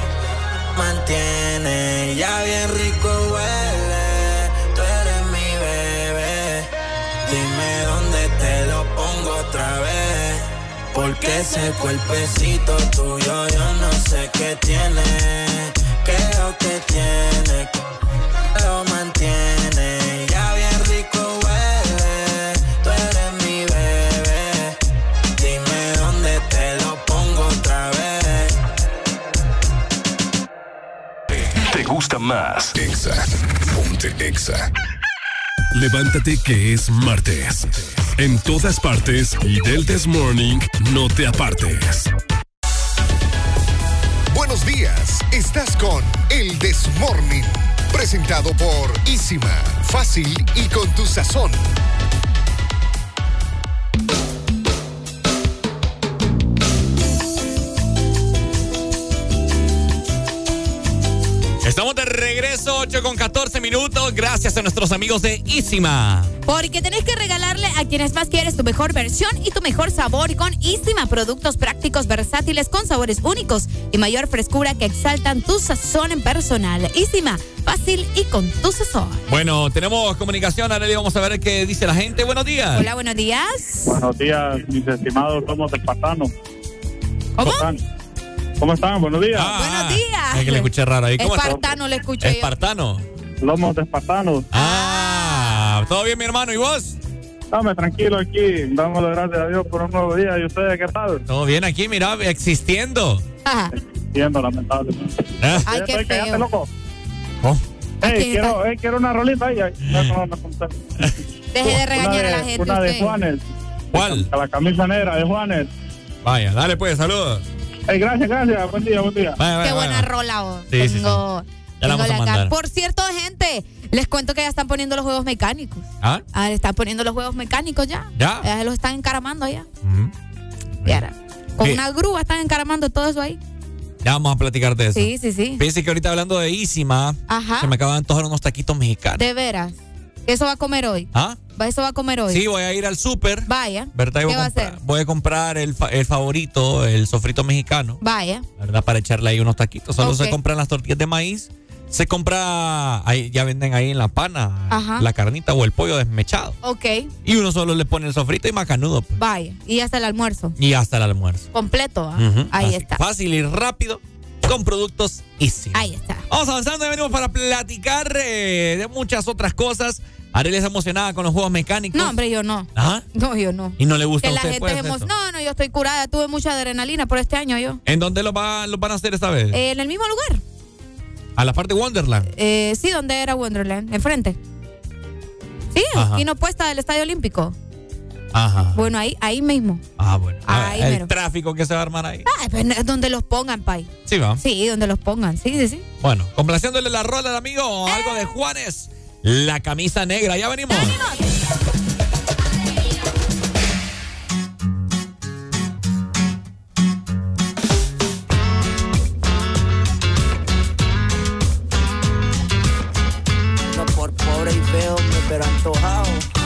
mantiene. Ya bien rico huele, tú eres mi bebé. Dime dónde te lo pongo otra vez. Porque ese cuerpecito tuyo yo no sé qué tiene. Qué es lo que tiene, lo mantiene. Ya bien rico huele, tú eres mi bebé. Dime dónde te lo pongo otra vez. ¿Te gusta más? Exa. Ponte Exa. Levántate que es martes. En todas partes y del This Morning no te apartes. Buenos días, estás con El This Morning, presentado por Isima, fácil y con tu sazón. Estamos de regreso, ocho con catorce minutos, gracias a nuestros amigos de Isima. Porque tenés que regalarle a quienes más quieres tu mejor versión y tu mejor sabor con Isima. Productos prácticos, versátiles, con sabores únicos y mayor frescura que exaltan tu sazón en personal. Isima, fácil y con tu sazón. Bueno, tenemos comunicación, ahora le vamos a ver qué dice la gente. Buenos días. Hola, buenos días. Buenos días, mis estimados, somos espartanos. ¿Cómo? ¿Cómo están? Buenos días. Ah, Buenos días. Es que le escuché raro ahí. ¿Cómo está? Espartano le escuché yo. Espartano. lomos de espartanos. Ah, ¿todo bien, mi hermano? ¿Y vos? Dame tranquilo aquí, dámosle gracias a Dios por un nuevo día. ¿Y ustedes qué tal? Todo bien aquí, mira, existiendo. Ajá. Existiendo, lamentablemente. ¿Eh? Ay, qué Cállate, feo. loco. ¿Oh? Hey, quiero, hey, quiero una rolita ahí. Ay, no, no, no, no, Deje de regañar una de, a la gente. Una de usted. Juanes. ¿Cuál? A la camisa negra de Juanes. Vaya, dale pues, saludos. Hey, gracias, gracias. Buen día, buen día. Vaya, vaya, Qué buena vaya. rola vos. Sí, sí, sí. Tengo, Ya la tengo vamos a la mandar. cara. Por cierto, gente, les cuento que ya están poniendo los juegos mecánicos. ¿Ah? Ah, están poniendo los juegos mecánicos ya. ¿Ya? Ya los están encaramando allá. Ujú. Y ahora, con Sí. una grúa están encaramando todo eso ahí. Ya vamos a platicar de eso. Sí, sí, sí. Fíjese que ahorita hablando de Isima, Ajá. se me acaban de antojar unos taquitos mexicanos. De veras. ¿Eso va a comer hoy? ¿Ah? ¿Eso va a comer hoy? Sí, voy a ir al súper. Vaya. ¿Verdad? Y voy ¿Qué va a comprar- hacer? Voy a comprar el, fa- el favorito, el sofrito mexicano, Vaya. ¿verdad? Para echarle ahí unos taquitos. Solo Ok. se compran las tortillas de maíz. Se compra, ahí, ya venden ahí en la pana, Ajá. la carnita o el pollo desmechado. Ok. Y uno solo le pone el sofrito y macanudo. Pues. Vaya. Y hasta el almuerzo. Y hasta el almuerzo. Completo. ¿ah? Ujú. Ahí Así, está. Fácil y rápido con productos Easy. Ahí está. Vamos avanzando y venimos para platicar eh, de muchas otras cosas. Arely es emocionada con los juegos mecánicos. No, hombre, yo no. ¿Ah? No, yo no. ¿Y no le gusta Que a la usted, gente pues, se emo- eso? No, no, yo estoy curada. Tuve mucha adrenalina por este año yo. ¿En dónde lo, va- lo van a hacer esta vez? Eh, en el mismo lugar. A la parte de Wonderland. Eh, sí, donde era Wonderland. Enfrente. Sí, Ajá. aquí no puesta del Estadio Olímpico. Ajá. Bueno, ahí, ahí mismo. Ah, bueno. Ah, Ahí el mero. tráfico que se va a armar ahí. Ah, pues, es donde los pongan, pay. Sí, va. Sí, donde los pongan. Sí, sí, sí. Bueno, complaciéndole la rola al amigo, algo de Juanes. La camisa negra. Ya venimos. No por pobre y feo, pero antojado.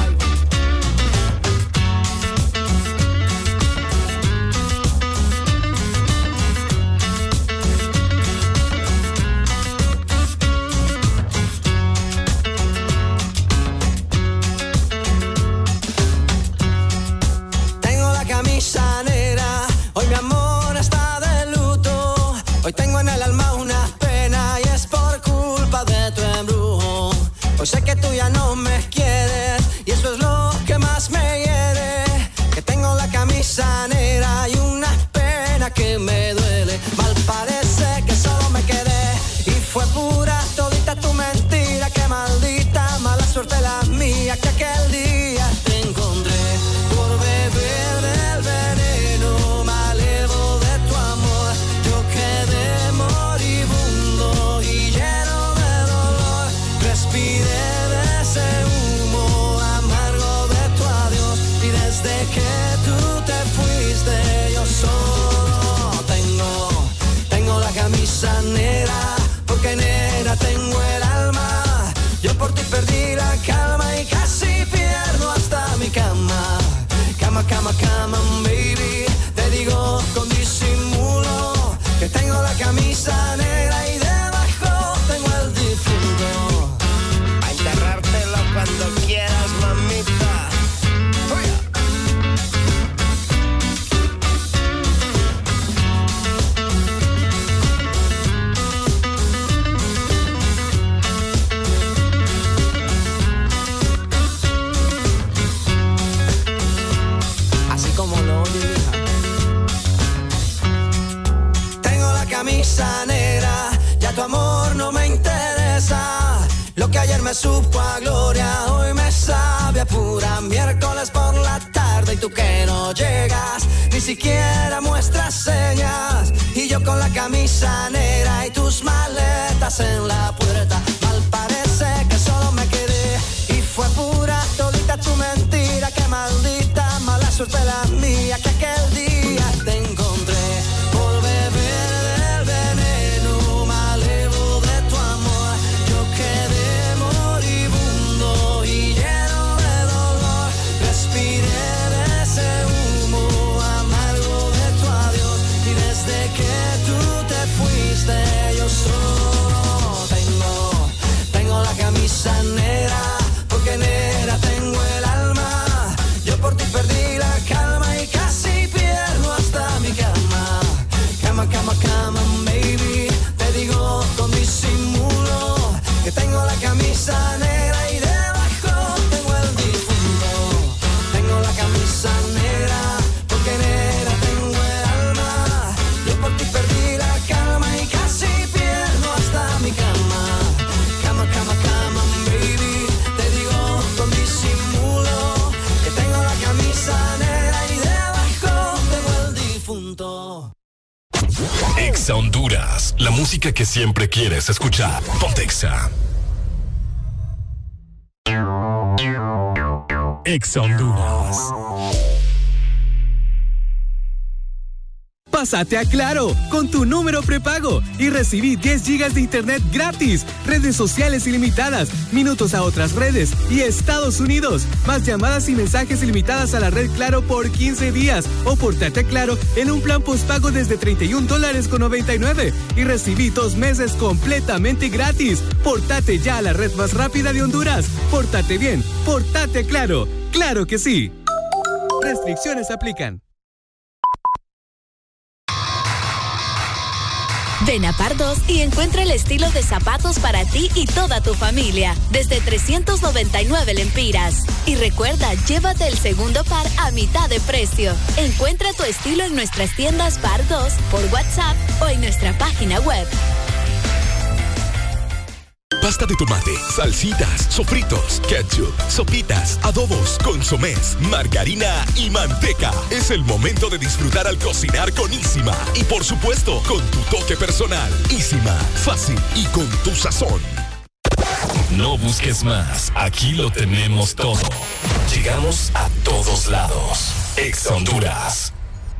Tengo la camisa negra, hoy mi amor está de luto. Hoy tengo en el alma una pena y es por culpa de tu embrujo. Hoy sé que tú ya no me quieres y eso es lo que más me hiere. Que tengo la camisa negra y una pena que me duele. Mal parece que solo me quedé y fue pura todita tu mentira. Que maldita mala suerte la mía que aquel día te encontré. Por beber del veneno malevo de tu amor, yo quedé moribundo y lleno de dolor. Respiré de ese humo amargo de tu adiós y desde que tú te fuiste yo solo tengo, tengo la camisa negra, porque negra tengo el alma. Yo por ti perdí la calma y casi pierdo hasta mi cama. Cama, cama, cama, baby. Te digo con disimulo que tengo la camisa negra y debajo tengo el difunto. A enterrártelo cuando quieras, mamita. Así como lo oye, hija. Tengo la camisa negra, ya tu amor no me interesa. Lo que ayer me supo a gloria, hoy me sabe a pura miércoles por la tarde. Y tú que no llegas, ni siquiera muestras señas. Y yo con la camisa negra y tus maletas en la puerta. Mal parece que solo me quedé y fue pura todita tu mentira. Que maldita mala suerte la mía que aquel día te encontré. Por beber del veneno malevo de tu amor, yo quedé moribundo y lleno de dolor. Respiré de ese humo amargo de tu adiós y desde que tú te fuiste yo solo tengo, tengo la camisa negra, porque negra tengo el alma. Yo por ti perdí la calma y casi música que siempre quieres escuchar. Ponte Exa. Exa Honduras. Pásate a Claro con tu número prepago y recibí diez gigas de internet gratis, redes sociales ilimitadas, minutos a otras redes y Estados Unidos, más llamadas y mensajes ilimitadas a la red Claro por quince días o portate a Claro en un plan postpago desde treinta y un dólares con noventa y nueve y recibí dos meses completamente gratis. Portate ya a la red más rápida de Honduras. Portate bien, portate a Claro. ¡Claro que sí! Restricciones aplican. Ven a Pardos y encuentra el estilo de zapatos para ti y toda tu familia, desde trescientos noventa y nueve lempiras. Y recuerda, llévate el segundo par a mitad de precio. Encuentra tu estilo en nuestras tiendas Pardos, por WhatsApp o en nuestra página web. Pasta de tomate, salsitas, sofritos, ketchup, sopitas, adobos, consomés, margarina y manteca. Es el momento de disfrutar al cocinar con Isima. Y por supuesto, con tu toque personal. Isima, fácil y con tu sazón. No busques más, aquí lo tenemos todo. Llegamos a todos lados. Exa Honduras.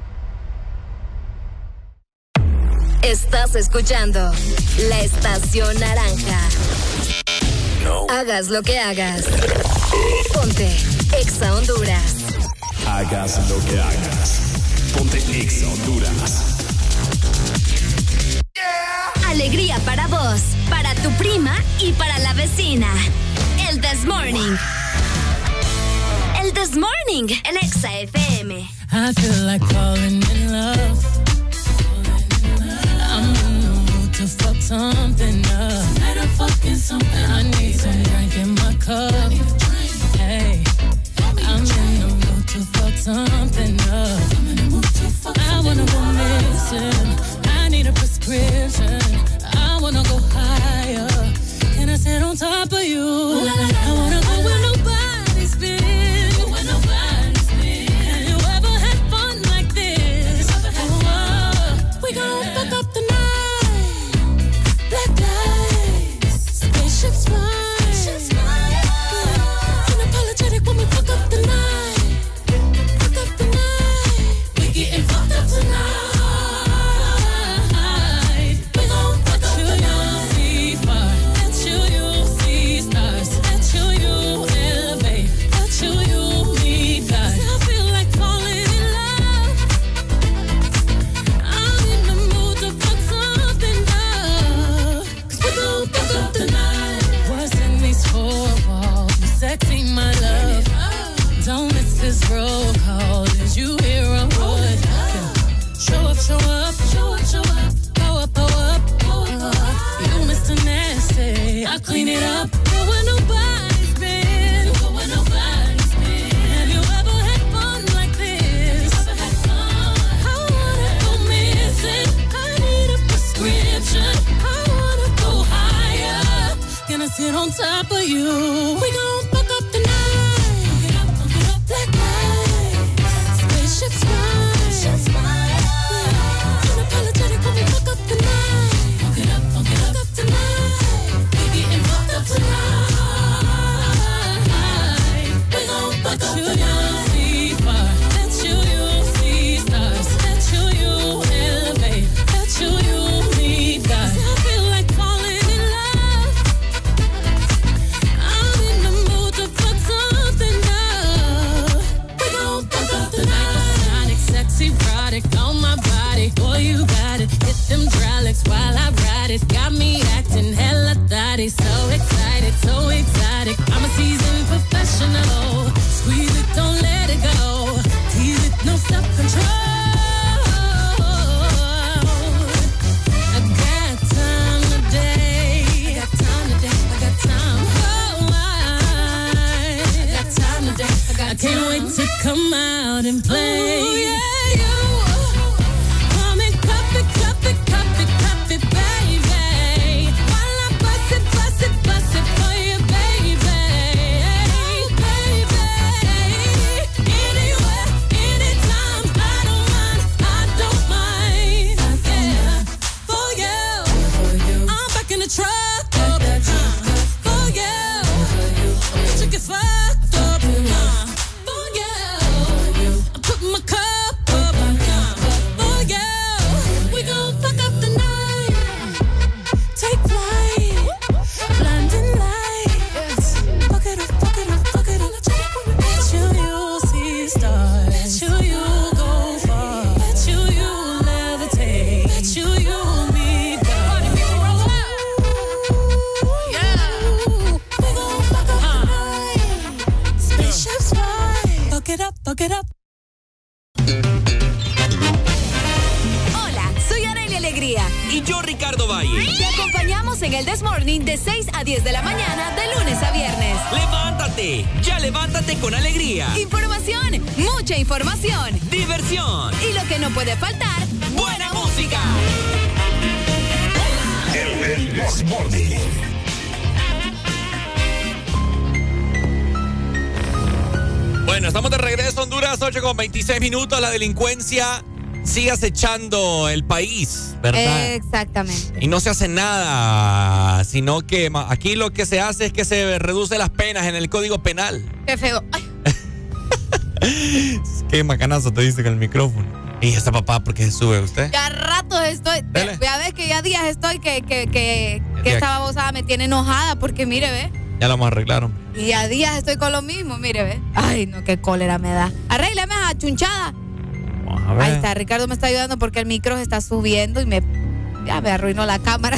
Estás escuchando la Estación Naranja. No. Hagas lo que hagas. Ponte Exa Honduras. Hagas lo que hagas. Ponte Exa Honduras. Alegría para vos, para tu prima y para la vecina. El This Morning. El This Morning, el Exa F M. I feel like falling in love. I'm in the mood to fuck something up. Tonight I'm fucking something. I need some drink in my cup. Hey, I'm in the mood to fuck something up. I wanna go missing. I need a prescription. I wanna go higher. Can I sit on top of you? I wanna go where nobody's been. Where nobody's been. Have you ever had fun like this? Oh, we gon' fuck up the night. Black lights, spaceships fly. Unapologetic when we fuck up the night. Fuck up the night. We getting fucked up tonight. We gon' fuck up the night. See fire. Let you, you see stars. Let you, you elevate. Let you, you meet God. I feel like falling in love. I'm in the mood to fuck something up. 'Cause we gon' fuck up the night. What's in these four walls? You sexy, my love. Don't miss this roll call. Did you hear a word? Show up, show up, show up, show up. Go up, go up, go up. You Mister Nasty, I clean it up. Go where nobody's been. Go where nobody's been. Have you ever had fun like this? Ever had fun? I wanna go missing. I need a prescription. I wanna go higher. Can I sit on top of you? We gon' fuck up the night. Get up, get up, black lights. Spaceships fly. Spaceships fly. Unapologetic when we fuck up the night. Fuck it up, fuck it up, fuck up tonight. We getting fucked up tonight. We gon' fuck up the night. See fire. Let you, you see stars. Let you, you elevate. Let you, you meet God. I feel like falling in love. I'm in the mood to fuck something up. We gon' fuck up the night. Sonic, sexy, erotic on my body. Boy, you got it. Hit them hydraulics while I ride it. Got me acting hella thotty. So excited, so exotic. I'm a seasoned professional. Squeeze it, don't let it go. Tease it, no self-control. I got time today. I got time today. I got time. Oh, I, I got time today. I got I can't time. Wait to come out and play. Ooh, yeah, you. Come and cup it, cup it, cup it, cup it, baby. While I bust it, bust it, bust it for you, baby. Oh, baby. Anywhere, anytime, I don't mind, I don't mind. Yeah, for you. Morning de seis a diez de la mañana, de lunes a viernes. ¡Levántate! ¡Ya levántate con alegría! Información, mucha información. ¡Diversión! Y lo que no puede faltar, ¡buena música! El This Morning. Bueno, estamos de regreso a Honduras, ocho con veintiséis minutos. La delincuencia sigue acechando el país, ¿verdad? Exactamente. Y no se hace nada, sino que aquí lo que se hace es que se reduce las penas en el Código Penal. Qué feo. Ay. Qué macanazo te dice con el micrófono. ¿Y esta papá por qué se sube usted? Ya ratos estoy, Dele. ya ves que ya días estoy que, que, que, que esta babosada me tiene enojada porque mire, ve. Ya lo vamos a arreglar, hombre. Y a días estoy con lo mismo, mire, ve. Ay, no, qué cólera me da. Arréglame esa chunchada. Vamos a ver. Ahí está, Ricardo me está ayudando porque el micro se está subiendo y me, ya me arruinó la cámara.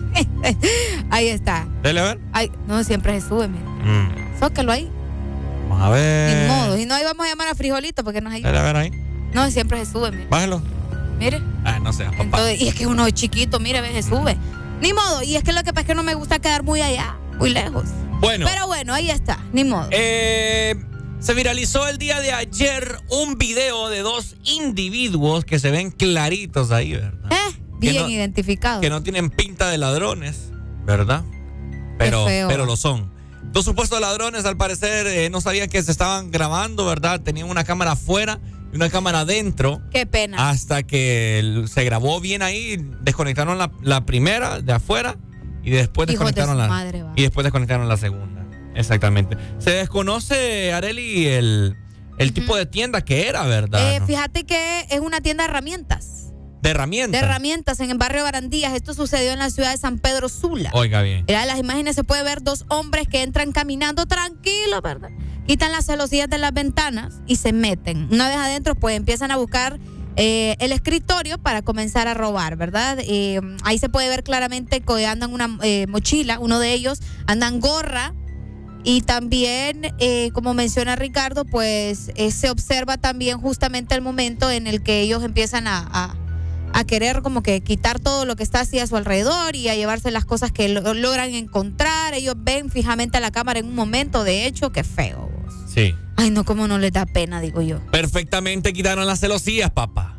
Ahí está. Dele a ver. Ay, no, siempre se sube, mire. Mm. Zócalo ahí. Vamos a ver. Ni modo. Y no, ahí vamos a llamar a Frijolito porque nos ayuda. Dele a ver ahí. No, siempre se sube, mire. Bájalo. Mire. Ah, no sé, papá. Entonces, y es que uno es chiquito, mire, ve, se sube. Ni modo. Y es que lo que pasa es que no me gusta quedar muy allá, muy lejos. Bueno. Pero bueno, ahí está, ni modo. Eh, se viralizó el día de ayer un video de dos individuos que se ven claritos ahí, ¿verdad? Eh, bien no, identificados. Que no tienen pinta de ladrones, ¿verdad? Pero, pero lo son. Dos supuestos ladrones, al parecer, eh, no sabían que se estaban grabando, ¿verdad? Tenían una cámara afuera y una cámara adentro. Qué pena. Hasta que se grabó bien ahí, desconectaron la, la primera de afuera. Y después Hijos desconectaron de su la madre, va. y después desconectaron la segunda. Exactamente. Se desconoce, Arely, el, el uh-huh. tipo de tienda que era, ¿verdad? Eh, ¿no? Fíjate que es una tienda de herramientas. De herramientas. De herramientas en el barrio Barandillas. Esto sucedió en la ciudad de San Pedro Sula. Oiga bien. Mira, en las imágenes se puede ver dos hombres que entran caminando tranquilos, ¿verdad? Quitan las celosías de las ventanas y se meten. Una vez adentro, pues empiezan a buscar Eh, el escritorio para comenzar a robar, ¿verdad? Eh, ahí se puede ver claramente que andan una eh, mochila, uno de ellos andan gorra y también, eh, como menciona Ricardo, pues eh, se observa también justamente el momento en el que ellos empiezan a, a, a querer como que quitar todo lo que está así a su alrededor y a llevarse las cosas que lo, logran encontrar. Ellos ven fijamente a la cámara en un momento, de hecho, qué feo. Sí. Ay, no, cómo no les da pena, digo yo. Perfectamente quitaron las celosías, papá.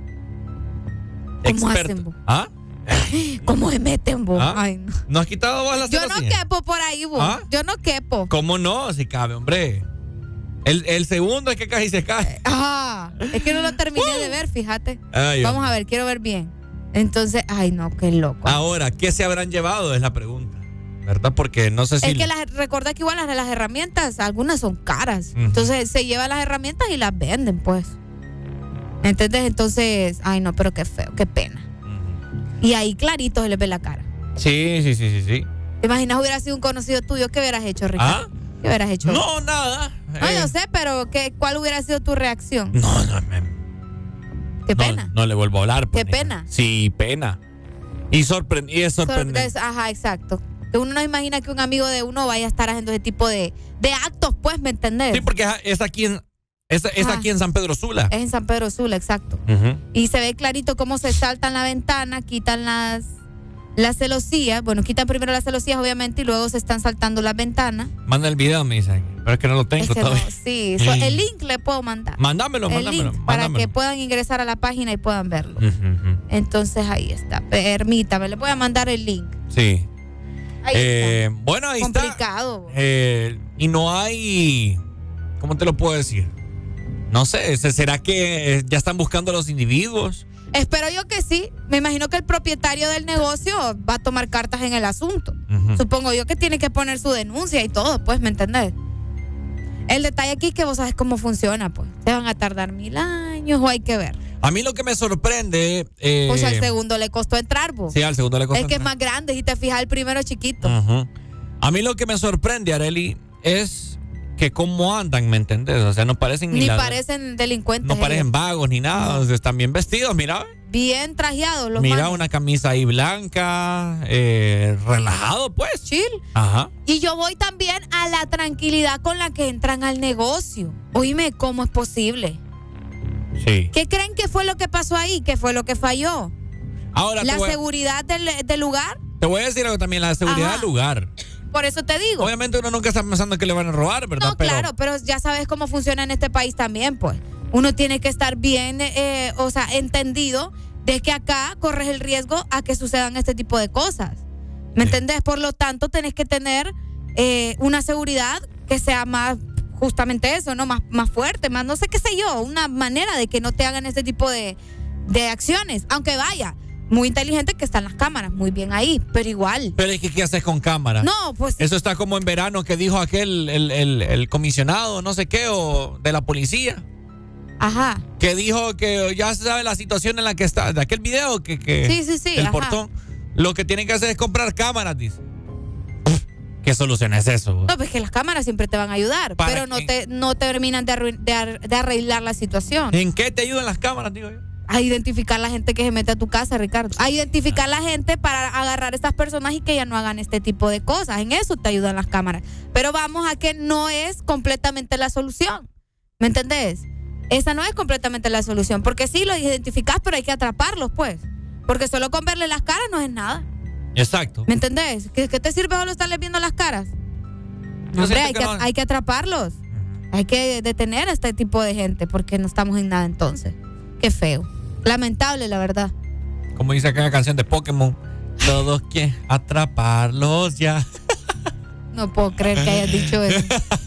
¿Cómo Experto. hacen vos? ¿Ah? ¿Cómo se meten vos? ¿Ah? Ay, no. ¿No has quitado vos las Yo celosías? no quepo por ahí, vos. ¿Ah? Yo no quepo. ¿Cómo no? Si cabe, hombre. El, el segundo es que casi se cae. Ah, es que no lo terminé de ver, fíjate. Ay, Vamos hombre. a ver, quiero ver bien. Entonces, ay, no, qué loco. Ahora, ¿qué se habrán llevado? Es la pregunta. ¿Verdad? Porque no sé si... Es que las, recuerda que igual las, las herramientas, algunas son caras. Uh-huh. Entonces se llevan las herramientas y las venden, pues. ¿Entendés? Entonces, ay, no, pero qué feo, qué pena. Uh-huh. Y ahí clarito se les ve la cara. Sí, sí, sí, sí, sí. ¿Te imaginas hubiera sido un conocido tuyo? ¿Qué hubieras hecho, Ricardo? ¿Ah? ¿Qué hubieras hecho? No, nada. No, eh. yo sé, pero ¿qué, ¿cuál hubiera sido tu reacción? No, no, me... Qué no, pena. No le vuelvo a hablar. Qué pues, pena. Sí, pena. Y, sorpre- y es sorprendente. Sorpres- Ajá, exacto. Que uno no imagina que un amigo de uno vaya a estar haciendo ese tipo de, de actos, pues, ¿me entendés? Sí, porque es aquí en, es, es aquí en San Pedro Sula. Es en San Pedro Sula, exacto. Uh-huh. Y se ve clarito cómo se saltan la ventana, quitan las, las celosías. Bueno, quitan primero las celosías, obviamente, y luego se están saltando las ventanas. Manda el video, me dicen. Pero es que no lo tengo Es que todavía. no, sí, so, el link le puedo mandar. Mándamelo, el mándamelo. link para mándamelo. que puedan ingresar a la página y puedan verlo. Uh-huh. Entonces ahí está. Permítame, le voy a mandar el link. Sí. Ahí eh, está. Bueno, ahí Complicado. está. Eh, y no hay... ¿Cómo te lo puedo decir? No sé, ¿será que ya están buscando a los individuos? Espero yo que sí. Me imagino que el propietario del negocio va a tomar cartas en el asunto. Uh-huh. Supongo yo que tiene que poner su denuncia y todo, pues, ¿me entendés? El detalle aquí es que vos sabes cómo funciona, pues. Se van a tardar mil años o hay que ver. A mí lo que me sorprende... Eh, o sea, al segundo le costó entrar, vos. Sí, al segundo le costó El que entrar. es más grande, si te fijas, el primero es chiquito. Uh-huh. A mí lo que me sorprende, Arely, es que cómo andan, ¿me entendés? O sea, no parecen ni, Ni la- parecen delincuentes. no parecen ellos. vagos ni nada. No. O sea, están bien vestidos, mira. Bien trajeados los Mira, manes. una camisa ahí blanca, eh, relajado, pues. Chill. Ajá. Y yo voy también a la tranquilidad con la que entran al negocio. Oíme, ¿cómo es posible? Sí. ¿Qué creen que fue lo que pasó ahí? ¿Qué fue lo que falló? Ahora ¿La te voy a- seguridad del, del lugar? Te voy a decir algo también, la seguridad Ajá. del lugar. Por eso te digo. Obviamente uno nunca está pensando que le van a robar, ¿verdad? No, pero, claro, pero ya sabes cómo funciona en este país también, pues. Uno tiene que estar bien, eh, o sea, entendido de que acá corres el riesgo a que sucedan este tipo de cosas. ¿Me sí. entendés? Por lo tanto, tenés que tener eh, una seguridad que sea más, justamente eso, ¿no? Más, más fuerte, más no sé qué sé yo, una manera de que no te hagan este tipo de, de acciones. Aunque vaya, muy inteligente que están las cámaras, muy bien ahí, pero igual. Pero es que, ¿qué haces con cámaras? No, pues. Eso está como en verano que dijo aquel, el, el, el comisionado, no sé qué, o de la policía. Ajá. Que dijo que ya se sabe la situación en la que está, de aquel video que, que sí, sí, sí, el ajá. portón. Lo que tienen que hacer es comprar cámaras, dice. ¿Qué solución es eso? No, pues que las cámaras siempre te van a ayudar, pero no te, no terminan de, arru- de, ar- de arreglar la situación. ¿En qué te ayudan las cámaras, digo yo? A identificar la gente que se mete a tu casa, Ricardo. A identificar la gente para agarrar a estas personas y que ya no hagan este tipo de cosas. En eso te ayudan las cámaras. Pero vamos a que no es completamente la solución. ¿Me entendés? Esa no es completamente la solución. Porque sí, los identificás, pero hay que atraparlos, pues. Porque solo con verle las caras no es nada. Exacto. ¿Me entendés? ¿Qué, qué te sirve solo estarles viendo las caras? No, hombre, hay que, que no... hay que atraparlos. Uh-huh. Hay que detener a este tipo de gente porque no estamos en nada entonces. Qué feo. Lamentable, la verdad. Como dice acá en la canción de Pokémon, todos quieren atraparlos ya. No puedo creer que hayas dicho eso.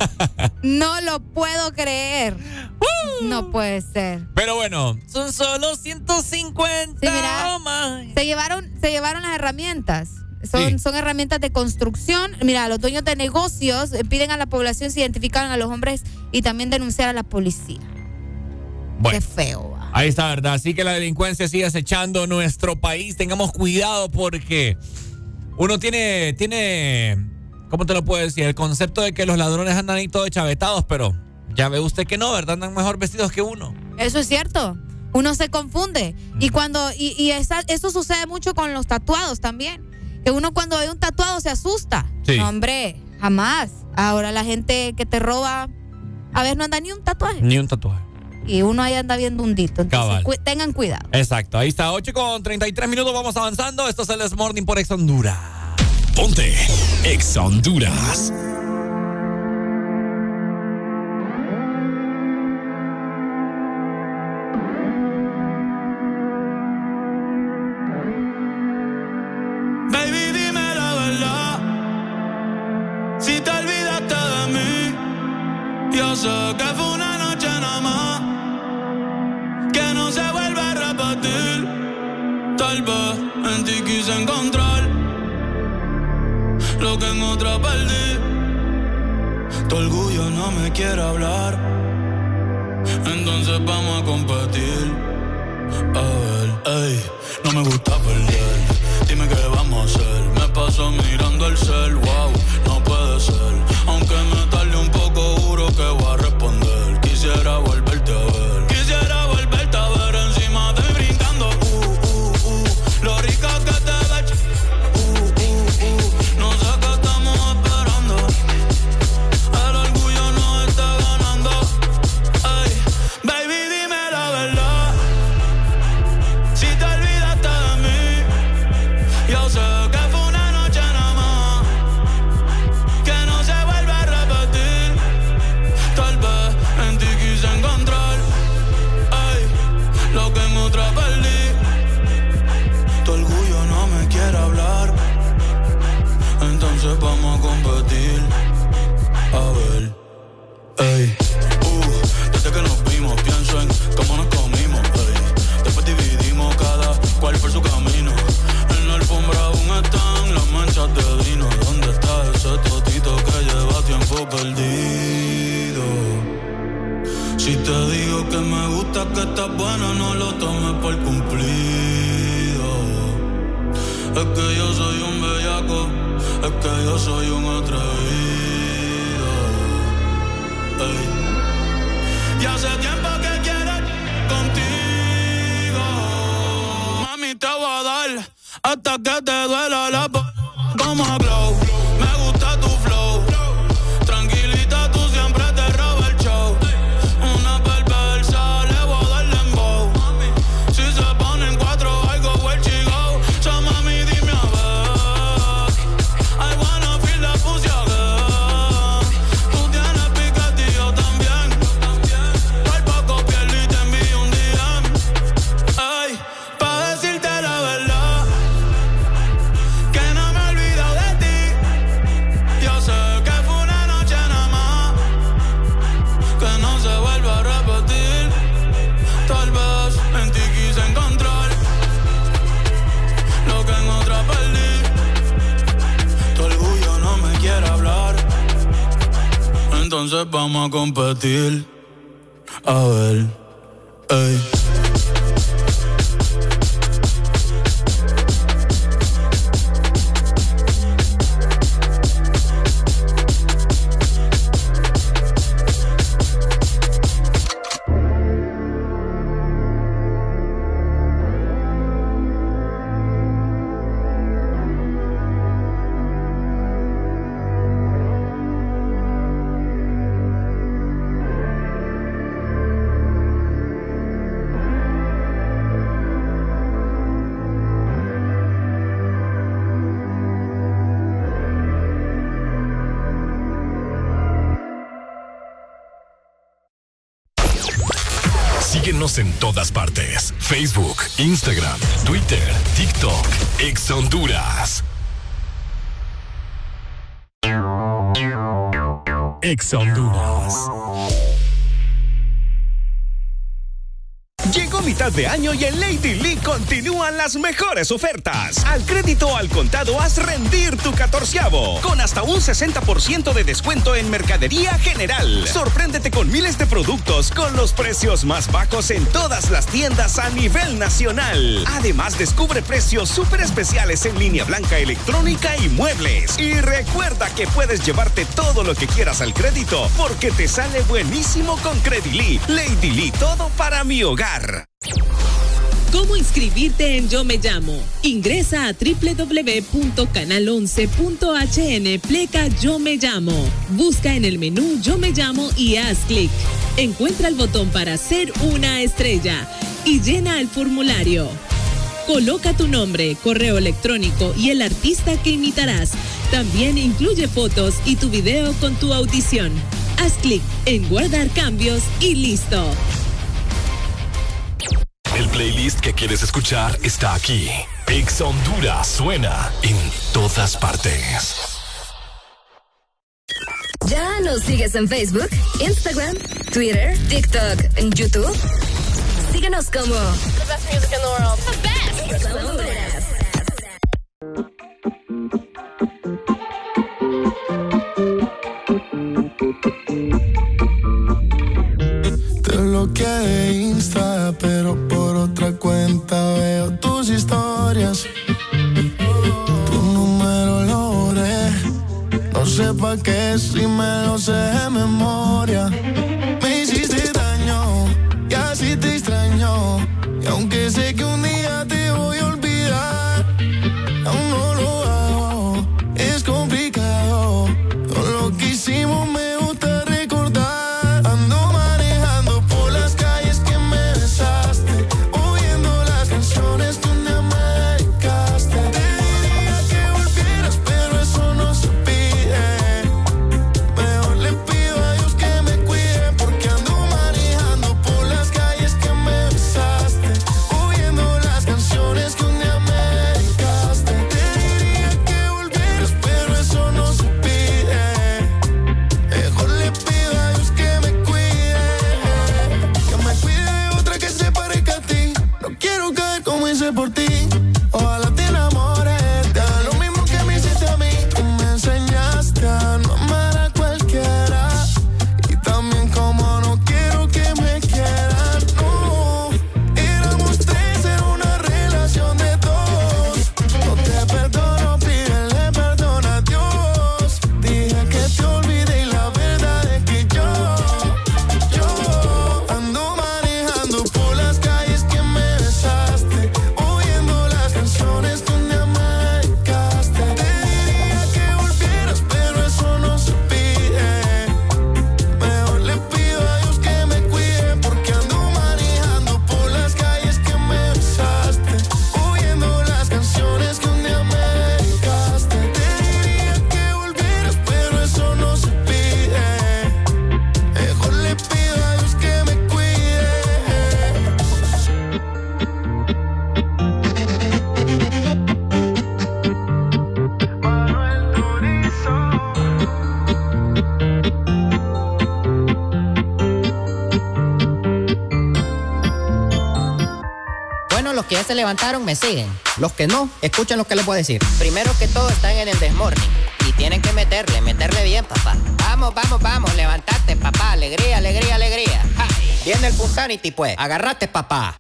No lo puedo creer. No puede ser. Pero bueno, son solo ciento cincuenta. Sí, mira, oh se llevaron, se llevaron las herramientas. Son, sí. son herramientas de construcción. Mira, los dueños de negocios piden a la población se identificaran a los hombres y también denunciar a la policía. Bueno, qué feo. Va. Ahí está, ¿verdad? Así que la delincuencia sigue acechando nuestro país. Tengamos cuidado porque uno tiene, tiene, ¿cómo te lo puedo decir? El concepto de que los ladrones andan ahí todos chavetados, pero ya ve usted que no, ¿verdad? Andan mejor vestidos que uno. Eso es cierto. Uno se confunde. Mm. Y cuando y, y esa, eso sucede mucho con los tatuados también. Que uno cuando ve un tatuado se asusta. Sí. No, hombre, jamás. Ahora la gente que te roba, a ver, no anda ni un tatuaje. Ni un tatuaje. Y uno ahí anda viendo un dito. Entonces, cu- tengan cuidado. Exacto. Ahí está, ocho con treinta y tres minutos. Vamos avanzando. Esto es el This Morning por Ex Honduras. Ponte Ex Honduras. Baby, dime la verdad. Si te olvidaste de mí, yo sé que fue una noche nada más, que no se vuelve a repetir. Tal vez en ti quise encontrar lo que en otra perdí. Tu orgullo no me quiere hablar, entonces vamos a competir. A ver, ey, no me gusta perder. Dime qué vamos a hacer. Me paso mirando el cel, wow, no puede ser. Aunque me tarde un poco, juro que voy a responder. Quisiera volverte a ver. Quisiera volverte a ver encima de mí brincando. Uh, uh, uh. Lo rica que te ves. Uh, uh, uh. No sé qué estamos esperando. El orgullo nos está ganando. Ey, baby, dime la verdad. Si te olvidaste de mí, yo sé que fue una noche nada más, que no se vuelve a repetir. Tal vez en ti quise encontrar, ey, lo que en otra perdí. Tu orgullo no me quiere hablar, entonces vamos a competir. A ver, ey, uh, desde que nos vimos pienso en cómo nos comimos, ey. Después dividimos cada cual por su camino. En la alfombra aún están las manchas de vino. ¿Dónde está ese totito que lleva tiempo perdido? Si te digo que me gusta, que estás buena, no lo tomes por cumplido. Es que yo soy un bellaco, es que yo soy un atrevido. Ey. Y hace tiempo que quiero contigo, mami, te voy a dar hasta que te duela la po- como glow. Me gusta tu flow, tranquilita, tú siempre te robas el show. Una perversa, le voy a dar dembow. Si se ponen cuatro, I go where she go. So mami, dime a ver, entonces vamos a competir. A ver, ey. Síguenos en todas partes. Facebook, Instagram, Twitter, TikTok, Ex Honduras. Ex Honduras. Llegó mitad de año y en Lady Lee continúan las mejores ofertas. Al crédito o al contado haz rendir tu catorceavo. Con hasta un sesenta por ciento de descuento en mercadería general. Sorpréndete con miles de productos con los precios más bajos en todas las tiendas a nivel nacional. Además, descubre precios súper especiales en línea blanca, electrónica y muebles. Y recuerda que puedes llevarte todo lo que quieras al crédito porque te sale buenísimo con Credily. Lady Lee, todo para mi hogar. ¿Cómo inscribirte en Yo Me Llamo? Ingresa a doble u doble u doble u punto canal once punto h n pleca Yo Me Llamo. Busca en el menú Yo Me Llamo y haz clic. Encuentra el botón para ser una estrella y llena el formulario. Coloca tu nombre, correo electrónico y el artista que imitarás. También incluye fotos y tu video con tu audición. Haz clic en guardar cambios y listo. El playlist que quieres escuchar está aquí. Ex Honduras suena en todas partes. ¿Ya nos sigues en Facebook, Instagram, Twitter, TikTok, en YouTube? Síguenos como The Best Music in the World. The Best. Ex Honduras. Te bloqueé de Insta, pero por otra cuenta veo tus historias. Tu número lo borré. No sé pa' qué si me lo sé de memoria. Me hiciste daño y así te extraño. Y aunque sé que un día te voy a olvidar, aún no lo hago. Es complicado. Todo lo que hicimos me gusta recordar. Ando manejando por las calles que me besaste, oyendo las canciones que un día me dedicaste. Te diría que volvieras, pero eso no se pide. Mejor le pido a Dios que me cuide, porque ando manejando por las calles que me besaste, oyendo las canciones que un día me dedicaste. Te diría que volvieras, pero eso no se pide. Mejor le pido a Dios que me cuide, que me cuide de otra que se parezca a ti. No quiero caer como hice por ti. Ojalá te enamores, te haga lo mismo que me hiciste a mí. Tú me enseñaste a no amar a cualquiera, y también como no quiero que me quieran. No, éramos tres, era una relación de dos. No te perdono, pídele perdón a Dios. Dije que te olvidé y la verdad es que yo, yo ando manejando por las calles que me besaste, oyendo las canciones que un día me dedicaste. Te diría que volvieras, pero eso no se pide. Mejor le pido a Dios que me cuide, porque ando manejando por las calles que me besaste, oyendo las canciones que un día me dedicaste. Te diría que volvieras, pero eso no se pide. Mejor le pido a Dios que me cuide. Bueno, los que ya se levantaron me siguen. Los que no, escuchen lo que les voy a decir. Primero que todo, están en el Desmorning y tienen que meterle, meterle bien, papá. Vamos, vamos, vamos, levantate, papá. Alegría, alegría, alegría. Ja. Viene el Punsanity, pues. Agarrate, papá.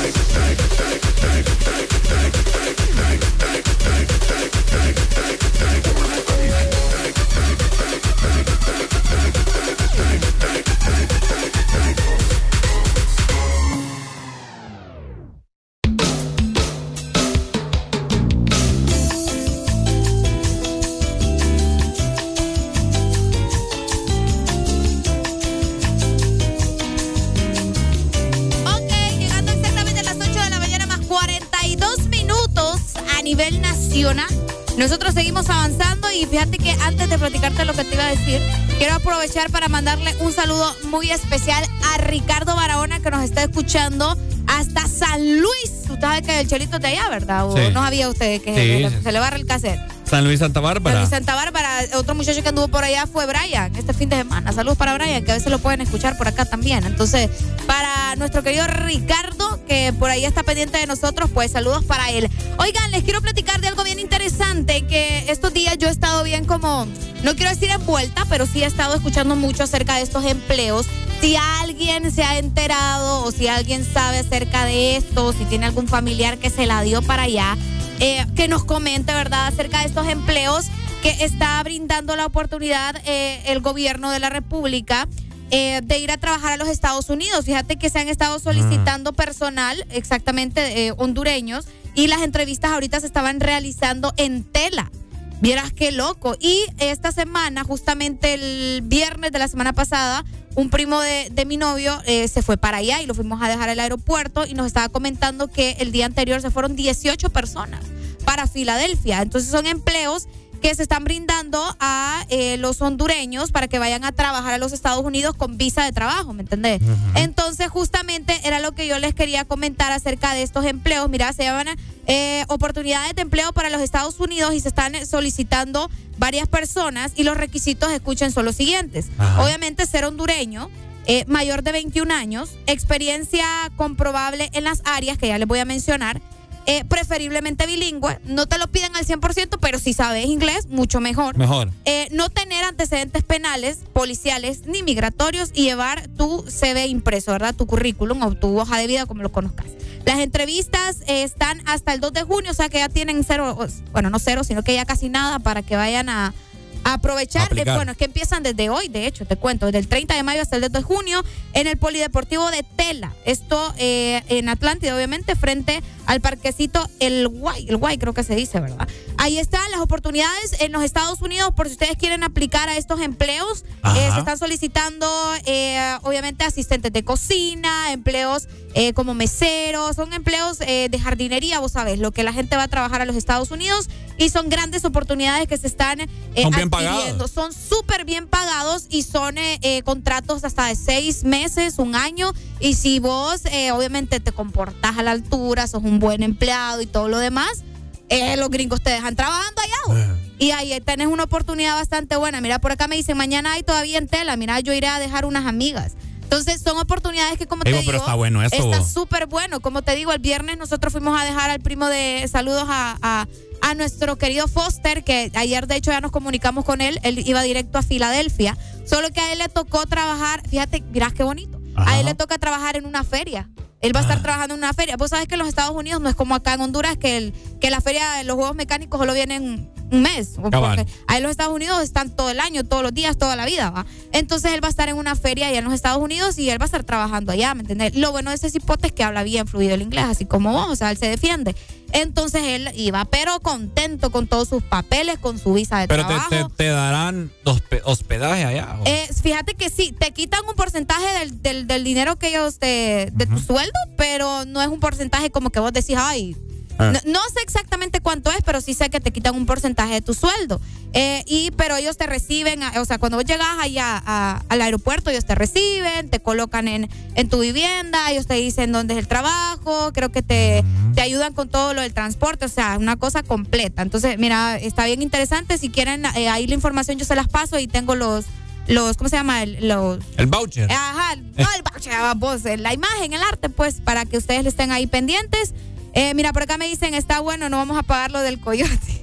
Nivel nacional. Nosotros seguimos avanzando y fíjate que antes de platicarte lo que te iba a decir, quiero aprovechar para mandarle un saludo muy especial a Ricardo Barahona, que nos está escuchando hasta San Luis. Usted sabe que el Chelito es de allá, ¿verdad? ¿O sí. no sabía usted que sí. se, se le barra el cassette? San Luis Santa Bárbara. San Luis Santa Bárbara. Otro muchacho que anduvo por allá fue Brian, este fin de semana. Saludos para Brian, que a veces lo pueden escuchar por acá también. Entonces, para nuestro querido Ricardo, que por ahí está pendiente de nosotros, pues saludos para él. Oigan, les quiero platicar de algo bien interesante, que estos días yo he estado bien como, no quiero decir envuelta, pero sí he estado escuchando mucho acerca de estos empleos. Si alguien se ha enterado o si alguien sabe acerca de esto, si tiene algún familiar que se la dio para allá, eh, que nos comente, ¿verdad?, acerca de estos empleos que está brindando la oportunidad eh, el gobierno de la República eh, de ir a trabajar a los Estados Unidos. Fíjate que se han estado solicitando personal, exactamente eh, hondureños, y las entrevistas ahorita se estaban realizando en Tela. Vieras qué loco. Y esta semana, justamente el viernes de la semana pasada, un primo de, de mi novio eh, se fue para allá y lo fuimos a dejar al aeropuerto y nos estaba comentando que el día anterior se fueron dieciocho personas para Filadelfia. Entonces son empleos que se están brindando a eh, los hondureños para que vayan a trabajar a los Estados Unidos con visa de trabajo, ¿me entendés? Uh-huh. Entonces justamente era lo que yo les quería comentar acerca de estos empleos. Mira, se llaman eh, oportunidades de empleo para los Estados Unidos y se están solicitando varias personas y los requisitos, escuchen, son los siguientes. Uh-huh. Obviamente ser hondureño, eh, mayor de veintiún años, experiencia comprobable en las áreas que ya les voy a mencionar, Eh, preferiblemente bilingüe, no te lo piden al cien por ciento, pero si sabes inglés, mucho mejor. Mejor. Eh, no tener antecedentes penales, policiales ni migratorios y llevar tu C V impreso, ¿verdad? Tu currículum o tu hoja de vida, como lo conozcas. Las entrevistas eh, están hasta el dos de junio, o sea que ya tienen cero, bueno, no cero, sino que ya casi nada para que vayan a A aprovechar, eh, bueno, es que empiezan desde hoy, de hecho, te cuento, desde el treinta de mayo hasta el dos de junio en el Polideportivo de Tela. Esto eh, en Atlántida, obviamente, frente al parquecito El Guay, El Guay creo que se dice, ¿verdad? Ahí están las oportunidades en los Estados Unidos por si ustedes quieren aplicar a estos empleos. Eh, se están solicitando, eh, obviamente, asistentes de cocina, empleos eh, como meseros, son empleos eh, de jardinería, vos sabés, lo que la gente va a trabajar a los Estados Unidos y son grandes oportunidades que se están eh, son bien pagados. Son súper bien pagados y son eh, eh, contratos hasta de seis meses, un año. Y si vos, eh, obviamente, te comportás a la altura, sos un buen empleado y todo lo demás, eh, los gringos te dejan trabajando allá. Uh-huh. Y ahí tenés una oportunidad bastante buena. Mira, por acá me dicen, mañana hay todavía en Tela. Mira, yo iré a dejar unas amigas. Entonces, son oportunidades que, como Digo, te digo, pero está bueno eso. Está súper bueno. Como te digo, el viernes nosotros fuimos a dejar al primo de saludos a... a a nuestro querido Foster, que ayer de hecho ya nos comunicamos con él, él iba directo a Filadelfia, solo que a él le tocó trabajar, fíjate, mirá qué bonito, Ajá. a él le toca trabajar en una feria, él va a estar ah. trabajando en una feria. Vos sabés que en los Estados Unidos no es como acá en Honduras, que, el, que la feria de los juegos mecánicos solo vienen un mes, porque ahí en los Estados Unidos están todo el año, todos los días, toda la vida, ¿va? Entonces él va a estar en una feria allá en los Estados Unidos y él va a estar trabajando allá, ¿me entiendes? Lo bueno de ese cipote es que habla bien fluido el inglés, así como vos, o sea, él se defiende. Entonces él iba, pero contento con todos sus papeles, con su visa de pero trabajo. Pero te, te, te darán hospedaje allá. Eh, fíjate que sí, te quitan un porcentaje del, del, del dinero que ellos te, de uh-huh. tu sueldo, pero no es un porcentaje como que vos decís, ay, ah. no, no sé exactamente cuánto es, pero sí sé que te quitan un porcentaje de tu sueldo. Eh, y pero ellos te reciben, o sea, cuando vos llegas allá a, al aeropuerto, ellos te reciben, te colocan en, en tu vivienda, ellos te dicen dónde es el trabajo, creo que te, uh-huh. te ayudan con todo lo del transporte, o sea, una cosa completa. Entonces, mira, está bien interesante. Si quieren, eh, ahí la información yo se las paso y tengo los, los ¿cómo se llama? El, los, el voucher. Ajá, no el voucher, vos, la imagen, el arte, pues, para que ustedes estén ahí pendientes. Eh, mira, por acá me dicen, está bueno, no vamos a pagar lo del coyote.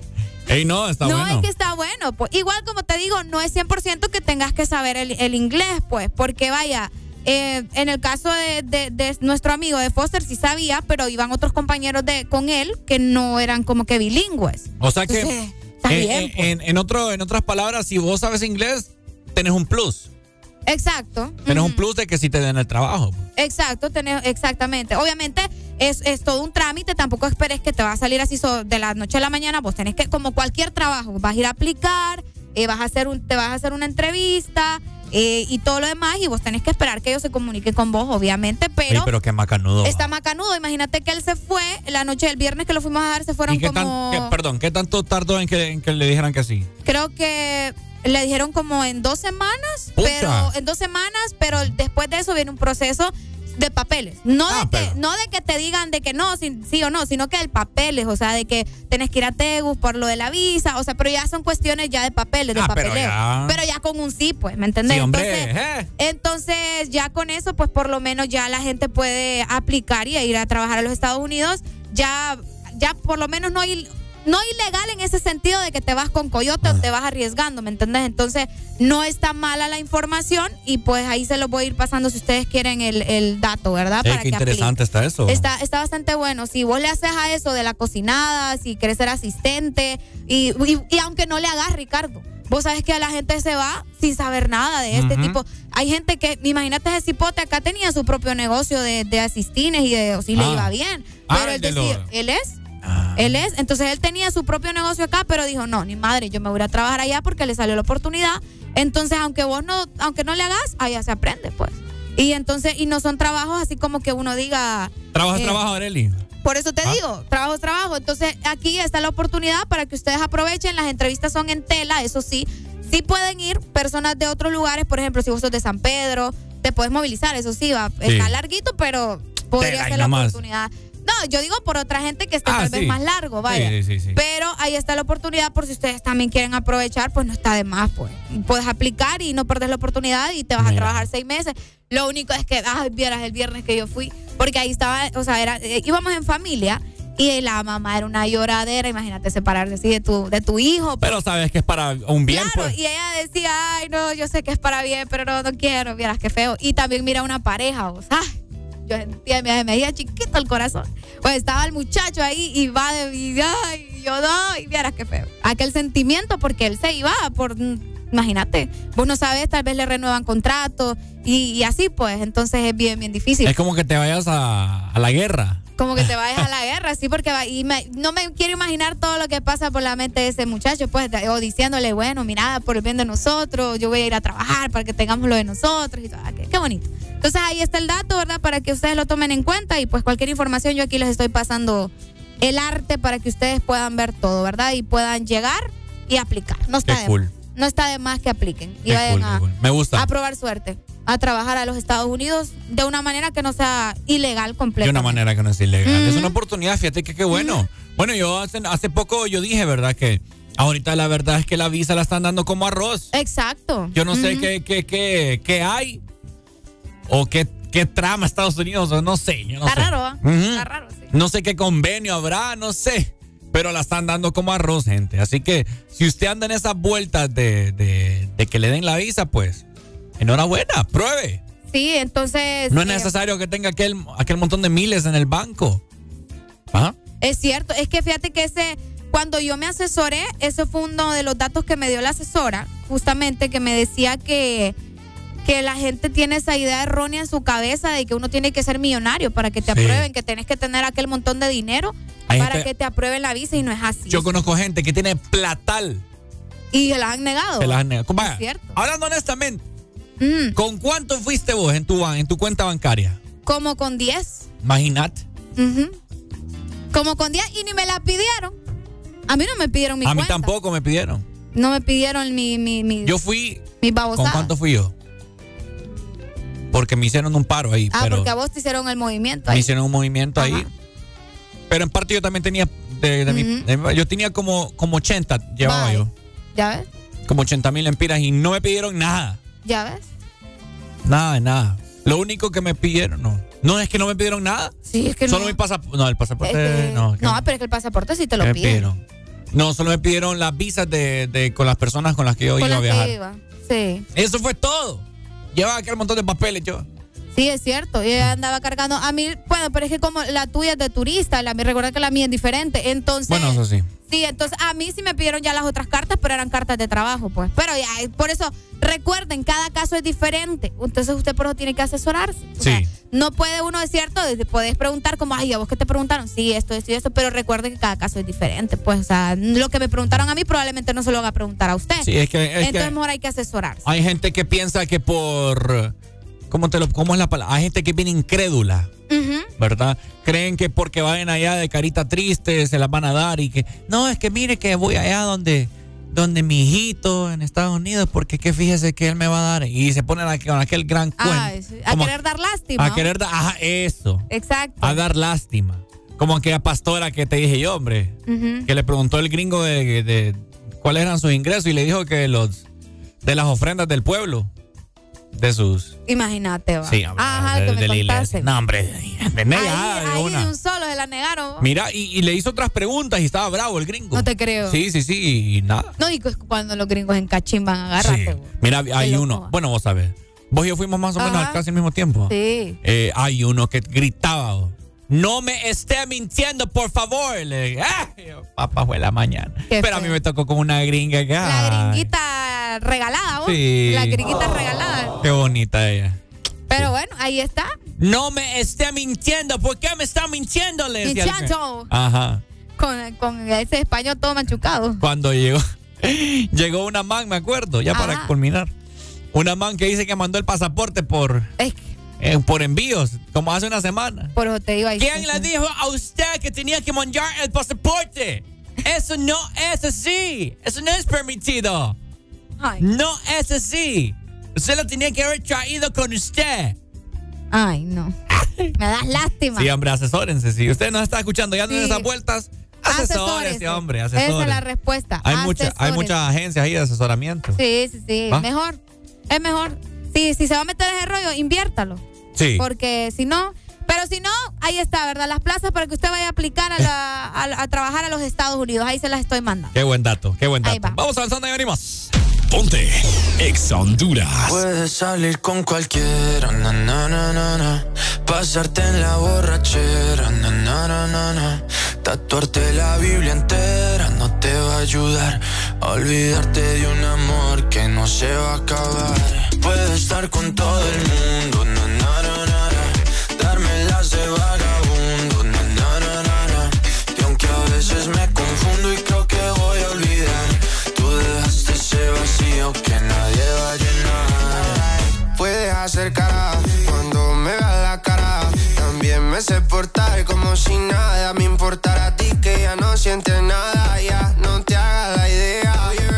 Ey, no, está no, bueno. No, es que está bueno. Pues, igual, como te digo, no es cien por ciento que tengas que saber el, el inglés, pues, porque vaya, eh, en el caso de, de, de nuestro amigo de Foster sí sabía, pero iban otros compañeros de con él que no eran como que bilingües. O sea que, Entonces, está eh, bien, eh, pues. en, en, otro, en otras palabras, si vos sabes inglés, tenés un plus. Exacto. Tenés uh-huh. un plus de que si te den el trabajo. Exacto, tenés, exactamente. Obviamente es, es todo un trámite, tampoco esperes que te va a salir así so, de la noche a la mañana. Vos tenés que, como cualquier trabajo, vas a ir a aplicar, eh, vas a hacer un, te vas a hacer una entrevista eh, y todo lo demás, y vos tenés que esperar que ellos se comuniquen con vos, obviamente, pero... Ey, pero qué macanudo. Está macanudo. Imagínate que él se fue la noche del viernes que lo fuimos a dar, se fueron ¿Y qué como... tan, qué, perdón, ¿qué tanto tardó en que, en que le dijeran que sí? Creo que le dijeron como en dos semanas, Pucha. pero en dos semanas, pero después de eso viene un proceso de papeles. No, Ah, de que, pero- no de que te digan de que no, sí, sí o no, sino que el papeles, o sea, de que tenés que ir a Tegus por lo de la visa, o sea, pero ya son cuestiones ya de papeles, de Ah, pero papeleo. ya. Pero ya con un sí, pues, ¿me entendés? Sí, hombre, entonces, eh. entonces, ya con eso, pues por lo menos ya la gente puede aplicar y ir a trabajar a los Estados Unidos. Ya, ya por lo menos no hay... No ilegal en ese sentido de que te vas con coyote o te vas arriesgando, ¿me entendés? Entonces, no está mala la información y pues ahí se los voy a ir pasando si ustedes quieren el, el dato, ¿verdad? Ey, Para qué que interesante apliquen. está eso. Está, está bastante bueno. Si vos le haces a eso de la cocinada, si querés ser asistente, y, y, y aunque no le hagas, Ricardo, vos sabes que la gente se va sin saber nada de este Ujú. tipo. Hay gente que, imagínate ese cipote acá tenía su propio negocio de, de asistines y de, o si le Ah. iba bien. Ah, Pero el él de decía, lo- él es... Él es, entonces él tenía su propio negocio acá, pero dijo, no, ni madre, yo me voy a trabajar allá porque le salió la oportunidad. Entonces, aunque vos no, aunque no le hagas, allá se aprende, pues. Y entonces, y no son trabajos así como que uno diga... Trabajo es eh, trabajo, Arely. Por eso te ¿Ah? digo, trabajo es trabajo. Entonces, aquí está la oportunidad para que ustedes aprovechen. Las entrevistas son en tela, eso sí. Sí pueden ir personas de otros lugares, por ejemplo, si vos sos de San Pedro, te puedes movilizar, eso sí, va. Sí. Está larguito, pero podría Tela y ser la nomás. oportunidad. No, yo digo por otra gente que esté Ah, tal sí. vez más largo, vaya. Sí, sí, sí, sí. Pero ahí está la oportunidad por si ustedes también quieren aprovechar, pues no está de más, pues. Puedes aplicar y no perder la oportunidad y te vas a Mira. trabajar seis meses. Lo único es que, ay, vieras el viernes que yo fui, porque ahí estaba, o sea, era, eh, íbamos en familia y la mamá era una lloradera, imagínate separarse así de tu, de tu hijo. Pero sabes que es para un bien, Claro, pues. y ella decía, ay, no, yo sé que es para bien, pero no, no quiero, vieras qué feo. Y también mira una pareja, o sea, yo sentía, me, me hacía chiquito el corazón. Pues estaba el muchacho ahí y va de y, ay, y yo no, y vieras qué feo. Aquel sentimiento porque él se iba por, imagínate, vos no sabes, tal vez le renuevan contrato y, y así pues, entonces es bien, bien difícil. Es como que te vayas a, a la guerra. Como que te vayas a la guerra, sí, porque va, y me- no me quiero imaginar todo lo que pasa por la mente de ese muchacho, pues, de- o diciéndole, bueno, mira, por el bien de nosotros, yo voy a ir a trabajar para que tengamos lo de nosotros y todo, ah, qué, qué bonito. Entonces ahí está el dato, ¿verdad? Para que ustedes lo tomen en cuenta y pues cualquier información yo aquí les estoy pasando el arte para que ustedes puedan ver todo, ¿verdad? Y puedan llegar y aplicar. No está Qué de cool. más. No está de más que apliquen y Qué vayan cool, a, qué cool. Me gusta. a probar suerte, a trabajar a los Estados Unidos de una manera que no sea ilegal De completamente. una manera que no es ilegal. Ujú. Es una oportunidad, fíjate que qué bueno. Bueno, yo hace, hace poco yo dije, ¿verdad? Que ahorita la verdad es que la visa la están dando como arroz. Exacto. Yo no sé Ujú. qué, qué, qué, qué hay o qué, qué trama Estados Unidos, o no sé. Yo no Está sé. raro, ¿ah? Ujú. Está raro, sí. No sé qué convenio habrá, no sé. Pero la están dando como arroz, gente. Así que si usted anda en esas vueltas de, de, de que le den la visa, pues enhorabuena, pruebe. Sí, entonces. No es eh, necesario que tenga aquel, aquel montón de miles en el banco. ¿Ah? Es cierto, es que fíjate que ese, cuando yo me asesoré, ese fue uno de los datos que me dio la asesora, justamente que me decía que, que la gente tiene esa idea errónea en su cabeza de que uno tiene que ser millonario para que te Sí. aprueben, que tenés que tener aquel montón de dinero Hay para gente- que te aprueben la visa y no es así. Yo conozco gente que tiene platal. Y se la han negado. Se las han negado. Vaya, Es cierto. hablando honestamente, Mm, ¿con cuánto fuiste vos en tu, ban- en tu cuenta bancaria? como con diez. Imagínate. Ujú. Como con diez y ni me la pidieron. A mí no me pidieron mi A mí cuenta. tampoco me pidieron. No me pidieron mi, mi, mi, Yo fui. mi ¿Con babosada. cuánto fui yo? Porque me hicieron un paro ahí. Ah, pero porque a vos te hicieron el movimiento me ahí. hicieron un movimiento ahí. Pero en parte yo también tenía. De, de mi- Ujú. de mi- yo tenía como, como ochenta, llevaba Bye. yo. ¿Ya ves? Como ochenta mil empiras y no me pidieron nada. ¿Ya ves? Nada, de nada. Lo único que me pidieron, no. No es que no me pidieron nada. Sí, es que Solo no. mi pasaporte. No, el pasaporte. Es que- no, no, pero es que el pasaporte sí te lo ¿qué me piden. pidieron? No, solo me pidieron las visas de, de con las personas con las que yo Con iba a las que viajar. iba, sí. Eso fue todo. Llevaba aquel montón de papeles yo. Sí, es cierto. Yo andaba cargando. A mí, bueno, pero es que como la tuya es de turista, la mía, recuerda que la mía es diferente. Entonces. Bueno, eso sí. Sí, entonces a mí sí me pidieron ya las otras cartas, pero eran cartas de trabajo, pues. Pero ya, por eso, recuerden, cada caso es diferente. Entonces usted por eso tiene que asesorarse. O Sí. sea, no puede uno, es cierto, podés preguntar como, ay, ¿a vos qué te preguntaron? Sí, esto, esto y esto, pero recuerden que cada caso es diferente. Pues, o sea, lo que me preguntaron a mí probablemente no se lo van a preguntar a usted. Sí, es que. Es entonces que mejor hay que asesorarse. hay gente que piensa que por. ¿Cómo, te lo, ¿Cómo es la palabra? Hay gente que viene incrédula. Ujú. ¿Verdad? Creen que porque vayan allá de carita triste se las van a dar y que no, es que mire que voy allá donde donde mi hijito en Estados Unidos porque que fíjese que él me va a dar y se ponen a, con aquel gran cuento. Ay, sí. A querer dar lástima. A querer dar, ajá, eso. Exacto. A dar lástima. Como aquella pastora que te dije yo, hombre, Ujú. que le preguntó el gringo de, de cuáles eran sus ingresos y le dijo que los de las ofrendas del pueblo. De sus. Imagínate, va. Sí, hombre, Ajá, de, que me de la iglesia. contaste. No, hombre, de negada, ahí, de ahí una. de un solo se la negaron. Mira, y, y le hizo otras preguntas y estaba bravo el gringo. No te creo. Sí, sí, sí, y nada. No, y cu- cuando los gringos en cachín van a agarrarte. Sí. Mira, hay loco. uno. Bueno, vos sabés. Vos y yo fuimos más o menos Ajá. casi al mismo tiempo. Sí. Eh, hay uno que gritaba. oh, No me esté mintiendo, por favor. Le dije, "Ay, papá, fue la mañana. Qué Pero a mí me tocó con una gringa acá. La gringuita regalada, vos. Sí. La gringuita regalada. Qué bonita ella. Pero bueno, ahí está. No me esté mintiendo. ¿Por qué me está mintiendo? Le decía el- Minchando. Ajá. Con, con ese español todo machucado. Cuando llegó, llegó una man, me acuerdo, ya para Ajá. culminar. Una man que dice que mandó el pasaporte por, Es eh, por envíos, como hace una semana. Por eso te iba a decir. ¿Quién le dijo a usted que tenía que mandar el pasaporte? Eso no es así. Eso no es permitido. Ay. No es así. Usted lo tenía que haber traído con usted. Ay, no. Me das lástima. Sí, hombre, asesórense. Si usted nos está escuchando ya no Sí. esas vueltas, asesórese, hombre, Esa es asesórese. la respuesta. Hay, mucha, hay Asesórese. muchas agencias ahí de asesoramiento. Sí, sí, sí. ¿Va? Mejor. Es mejor. Sí, si se va a meter en ese rollo, inviértalo. Sí. Porque si no, pero si no, ahí está, ¿verdad? Las plazas para que usted vaya a aplicar a, la, a, a trabajar a los Estados Unidos. Ahí se las estoy mandando. Qué buen dato, qué buen Ahí dato. va. Vamos avanzando y venimos. Ponte Exa Honduras. Puedes salir con cualquiera, na, na, na, na, na. Pasarte en la borrachera, na, na, na, na, na. Tatuarte la Biblia entera no te va a ayudar a olvidarte de un amor que no se va a acabar. Puedes estar con todo el mundo, na, na, na, na, na. Darme las de vagabundo, na, na, na, na, na. Y aunque a veces me confundo y creo que voy a olvidar, tú dejaste ese vacío que nadie va a llenar. Puedes hacer cara cuando me veas la cara. También me sé portar como si nada me importara a ti, que ya no sientes nada. Ya no te hagas la idea.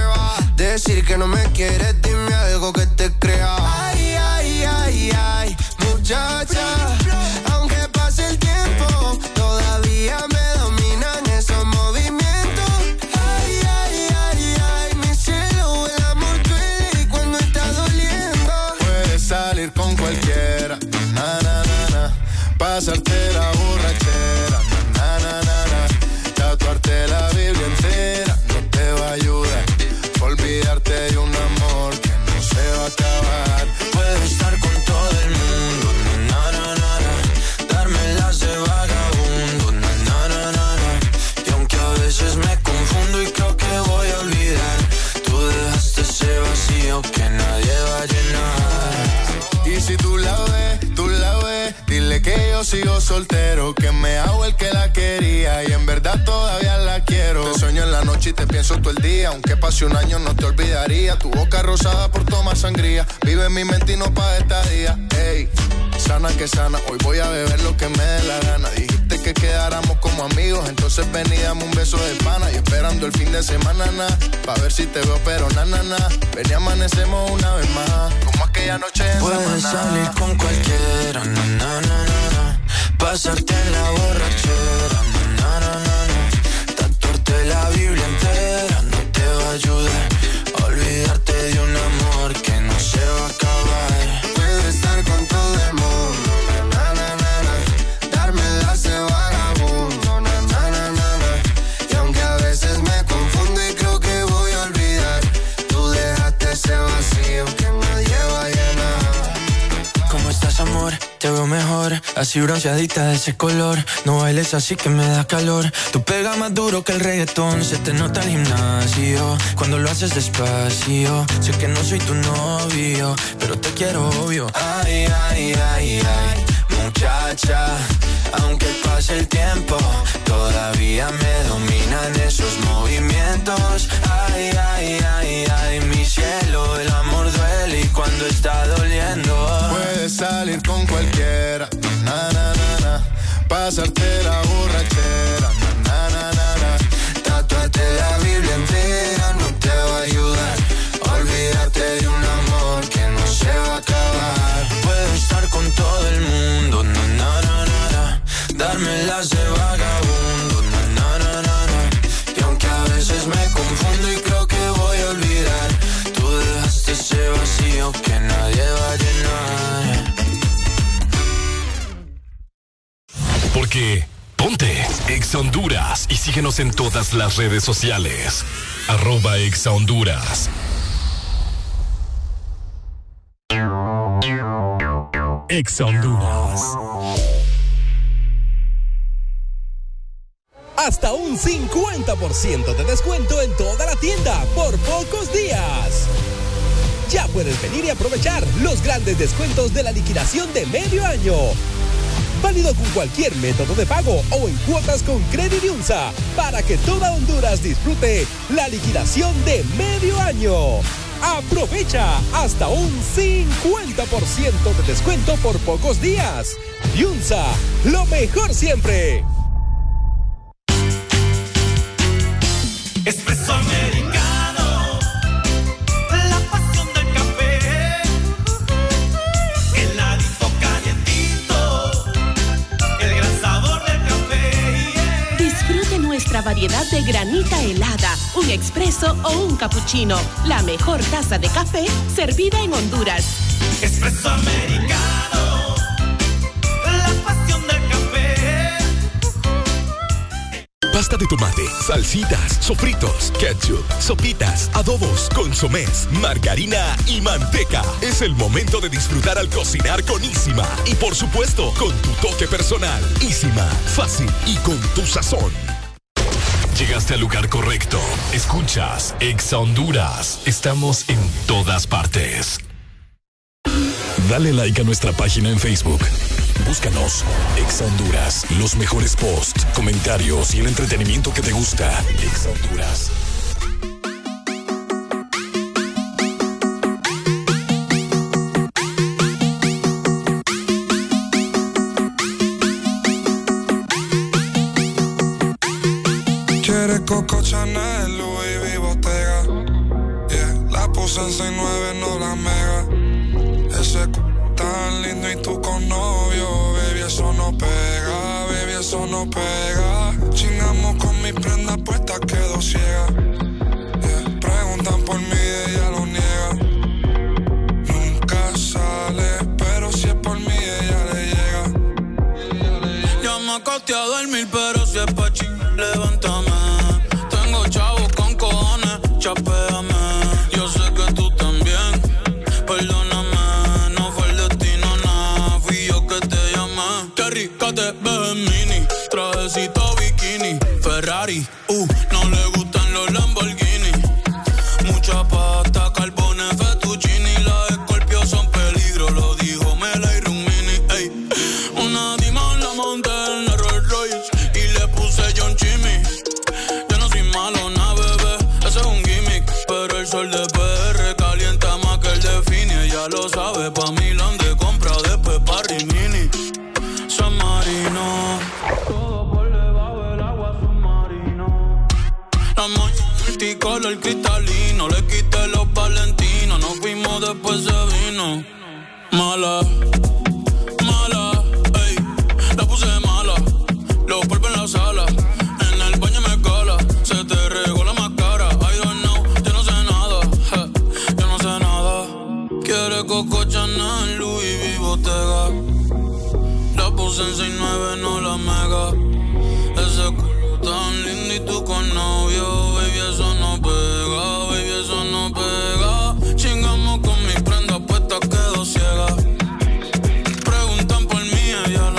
Decir que no me quieres, dime algo que te crea. Ay, ay, ay, ay, muchacha. Aunque pase el tiempo, todavía me dominan esos movimientos. Ay, ay, ay, ay, mi cielo, el amor duele y cuando está doliendo. Puedes salir con cualquiera, na, na, na, na. Pasarte la borrachera, na, na, na, na. Tatuarte la Biblia entera no te va a ayudar. Olvidarte de un amor que no se va a acabar. Puedes estar con todo el mundo, na, na, na, na. Darme las de vagabundo, na, na, na, na, na. Y aunque a veces me confundo y creo que voy a olvidar, tú dejaste ese vacío que nadie va a llenar. Y si tú la ves, tú la ves, dile que yo sigo soltero, que me hago el que la quería y en verdad todavía la quiero. Te sueño en la noche y te pienso todo el día, aunque pase un año no te olvidaría. Tu boca rosada por tomar sangría, vive en mi mente y no pa' esta día. Ey, sana que sana, hoy voy a beber lo que me dé la gana. Dijiste que quedáramos como amigos, entonces ven y dame un beso de pana. Y esperando el fin de semana, na, pa' ver si te veo, pero na, na, na. Ven y amanecemos una vez más, como aquella noche en Puedes Samaná. Salir con cualquiera, na, na, na, na, na. Pasarte en la borrachera, na, na, na, na. Tatuarte la Biblia entera no te va a ayudar a olvidarte de un amor que no se va a acabar. Puedes estar con todo el mundo, na, na, na, na. Darme las de vagabundo, na, na, na, na, na. Y aunque a veces me confundo amor, así bronceadita de ese color. No bailes así que me da calor. Tú pegas más duro que el reggaetón. Se te nota el gimnasio cuando lo haces despacio. Sé que no soy tu novio, pero te quiero obvio. Ay, ay, ay, ay, muchacha. Aunque pase el tiempo, todavía me dominan esos movimientos. Ay, ay, ay, ay, mi cielo, el amor duele y cuando está doliendo. Puedes salir con cualquiera, na, na, na, na. Pasarte la borrachera, na, na, na, na. Tatuate la Biblia entera no te va a ayudar. Olvídate de un amor que no se va a acabar. Puedo estar con todo el mundo, na, na, na, na, na. Dármelas de vagabundo, na, na, na, na, na. Y aunque a veces me confundo y creo que voy a olvidar, tú dejaste ese vacío que nadie va a llenar. Porque ponte Exa Honduras y síguenos en todas las redes sociales. Arroba Exa Honduras. Exa Honduras. Hasta un cincuenta por ciento de descuento en toda la tienda por pocos días. Ya puedes venir y aprovechar los grandes descuentos de la liquidación de medio año. Válido con cualquier método de pago o en cuotas con Credit Yunza para que toda Honduras disfrute la liquidación de medio año. Aprovecha hasta un cincuenta por ciento de descuento por pocos días. Yunza, lo mejor siempre. Espresso americano, la pasión del café, heladito calientito, el gran sabor del café. Yeah. Disfrute nuestra variedad de granita helada, un expreso o un cappuccino. La mejor taza de café servida en Honduras. Espresso americano, la pasión del café. Pasta de tomate, salsitas, sofritos, ketchup, sopitas, adobos, consomés, margarina y manteca. Es el momento de disfrutar al cocinar con Isima. Y por supuesto, con tu toque personal. Isima, fácil y con tu sazón. Llegaste al lugar correcto. Escuchas Exa Honduras. Estamos en todas partes. Dale like a nuestra página en Facebook. Búscanos, Exa Honduras. Los mejores posts, comentarios y el entretenimiento que te gusta. Exa Honduras. Quiere Coco Chanel, Louis V, Bottega. Yeah, la puse en seis nueve, no la mega. Ese c tan lindo y tú con novio, baby, eso no pega, baby, eso no pega. Chingamos con mi prenda puesta, quedo ciega. Yeah, preguntan por mí, ella lo niega. Nunca sale, pero si es por mí, ella le llega. Ya me acosté a dormir, pero si es pa' chingar, levántame. Tengo chavos con cojones, chapéame. Yo sé que tú también, perdóname. Rica te ves en mini, trajecito bikini, Ferrari, uh, no le gustan los Lamborghini. Mucha pasta, carbones, fettuccini, las Scorpio son peligro, lo dijo Mela y Rumini, ey. Una Dima la monté en la Rolls Royce y le puse John Chimmy. Yo no soy malo, na bebé, ese es un gimmick, pero el sol de P R calienta más que el de Fini. Ella lo sabe, pa' Milán de compra, después pa' Rimini. San Marino, todo por debajo del agua submarino. La moña multicolor cristalino, le quité los valentinos, nos fuimos después se vino. Mala, mala, ey, la puse mala, los polvos en la sala, en el baño me cala, se te regó la máscara. I don't know, yo no sé nada, je, yo no sé nada. Quiere Coco Chanel, Louis V, Bottega. La puse en seis nueve, no la mega. Ese culo tan lindo y tú con novio, baby, eso no pega, baby, eso no pega. Chingamos con mi prenda puesta, quedo ciega. Preguntan por mí, ella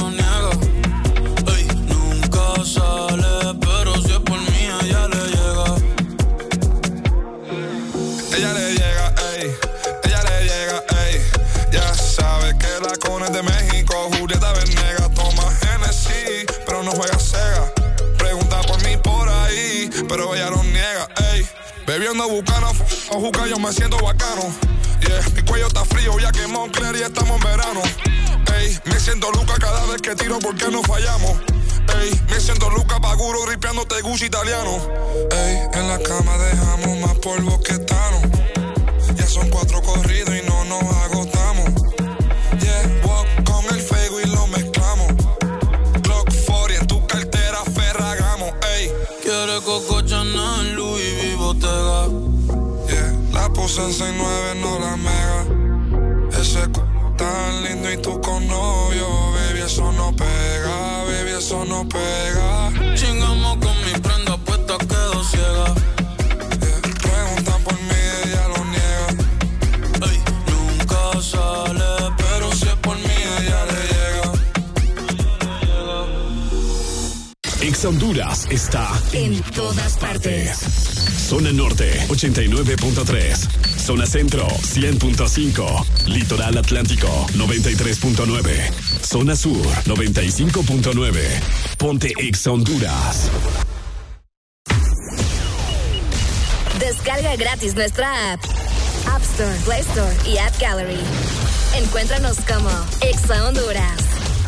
Prendo bucana, f- o juca, yo me siento bacano. Yeah, mi cuello está frío, ya que Moncler y estamos en verano. Ey, me siento Luca cada vez que tiro porque no fallamos. Ey, me siento Luca Paguro ripeándote Gucci italiano. Ey, en la cama dejamos más polvo que Tano. Ya son cuatro corridos y no nos agotamos. Yeah, walk con el fuego y lo mezclamos. Glock cuarenta en tu cartera, Ferragamo. Ey, quiere Coco Chanel, Louis V, Bottega. Yeah, la puse en seis nueve, no la mega. Ese c tan lindo y tú con novio, baby, eso no pega, baby, eso no pega. Chingamos con mi prenda puesta, quedo ciega. Yeah, preguntan por mí, ella lo niega. Ey, nunca sale, pero si es por mí, ella le llega. Ex Honduras está en todas partes. Zona Norte, ochenta y nueve punto tres. Zona Centro, cien punto cinco. Litoral Atlántico, noventa y tres punto nueve. Zona Sur, noventa y cinco punto nueve. Ponte Ex Honduras. Descarga gratis nuestra app. App Store, Play Store y App Gallery. Encuéntranos como Ex Honduras.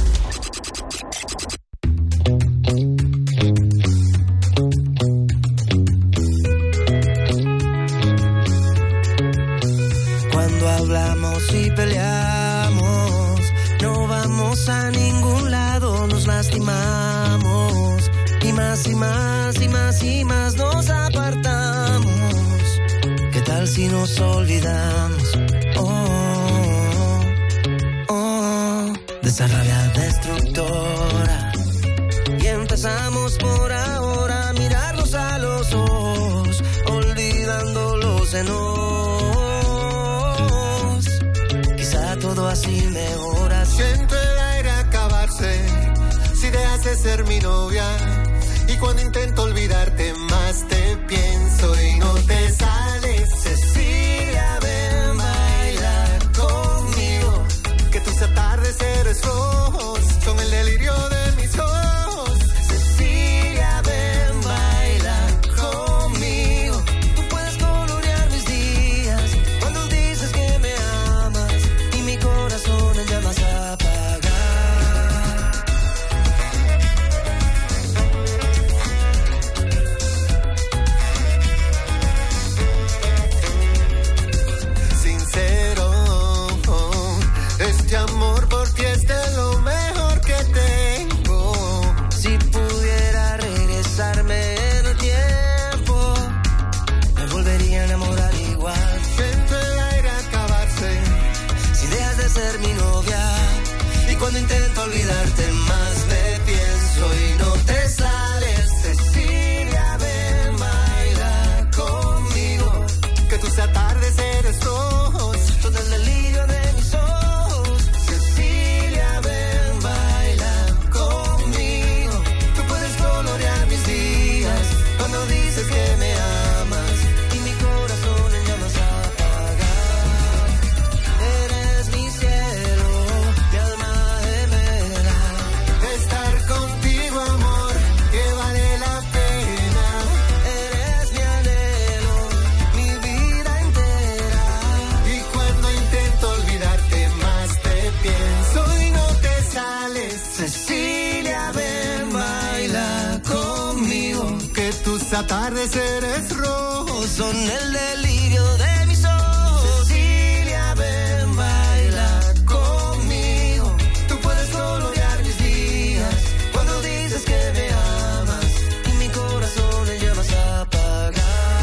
Hablamos y peleamos, no vamos a ningún lado, nos lastimamos, y más y más y más y más nos apartamos. ¿Qué tal si nos olvidamos? Oh, oh, de esa rabia destructora, y empezamos por ahora a mirarnos a los ojos, olvidando los enojos. Todo así mejora. Siento el aire acabarse si dejas de ser mi novia. Y cuando intento olvidarte más te pienso y no te sales. Cecilia, ven, baila conmigo, que tus atardeceres rojos son el delirio de mis ojos. Cecilia, ven, baila conmigo. Tú puedes colorear mis días cuando dices que me amas y mi corazón en llamas apagar. Sincero, este amor por ti es de lo mejor que tengo. Si pudiera regresarme en el tiempo, me volvería a enamorar igual. Siento el aire acabarse si dejas de ser mi novia. Y cuando intento olvidarte más me pienso y no te sales. Cecilia, ven, baila conmigo, que tus atardeceres rojos son el delirio de mis ojos. Cecilia, ven, baila conmigo. Tú puedes colorear mis días cuando dices que me amas y mi corazón en llamas apagar. Eres mi cielo, mi alma gemela. Estar contigo, amor, que vale la pena. Eres mi anhelo, mi vida entera. Y cuando intento olvidarte más te pienso y no te sales. Cecilia, ven, baila conmigo, que tus atardeceres rojos son el delirio de mis ojos. Cecilia, ven, baila conmigo. Tú puedes colorear mis días cuando dices que me amas y mi corazón en llamas apagar.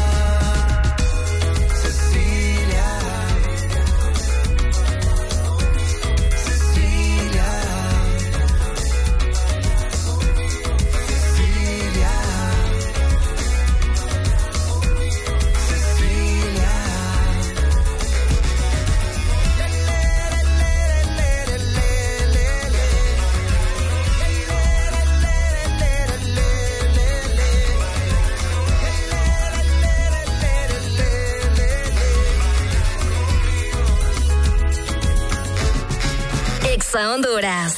Cecilia, Cecilia, Cecilia, Cecilia. Exa Honduras.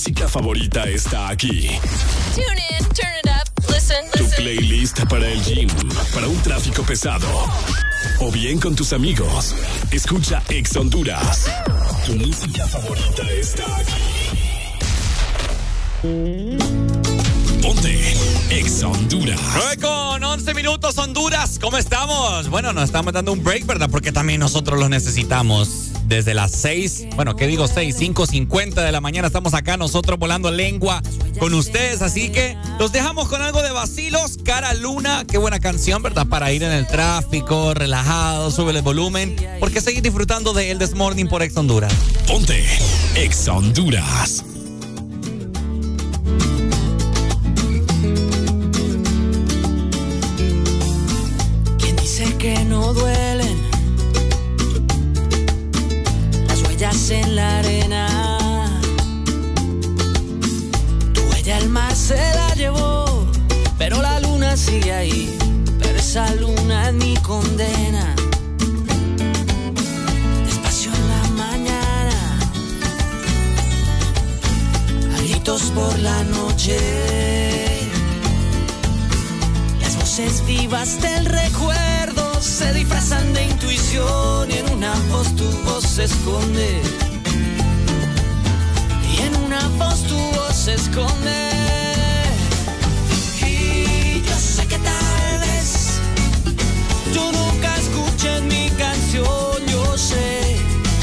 música favorita está aquí. Tune in, turn it up, listen, Tu listen. playlist para el gym, para un tráfico pesado. O bien con tus amigos. Escucha Ex Honduras. Tu música favorita está aquí. Ponte Ex Honduras. nueve con once minutos, Honduras. ¿Cómo estamos? Bueno, nos estamos dando un break, ¿verdad? Porque también nosotros los necesitamos. Desde las seis, bueno, ¿qué digo? seis, cinco cincuenta de la mañana estamos acá nosotros volando lengua con ustedes. Así que los dejamos con algo de Vacilos, Cara Luna. Qué buena canción, ¿verdad? Para ir en el tráfico, relajado, sube el volumen. Porque seguir disfrutando de El This Morning por Ex Honduras. Ponte Ex Honduras. ¿Quién dice que no duelen las huellas en la arena? Tu huella el mar se la llevó, pero la luna sigue ahí. Pero esa luna es mi condena. Despacio en la mañana, a gritos por la noche. Las voces vivas del recuerdo se disfrazan de intuición y en una voz tu voz se esconde. Y en una voz tu voz se esconde. Y yo sé que tal vez tú nunca escuches mi canción, yo sé.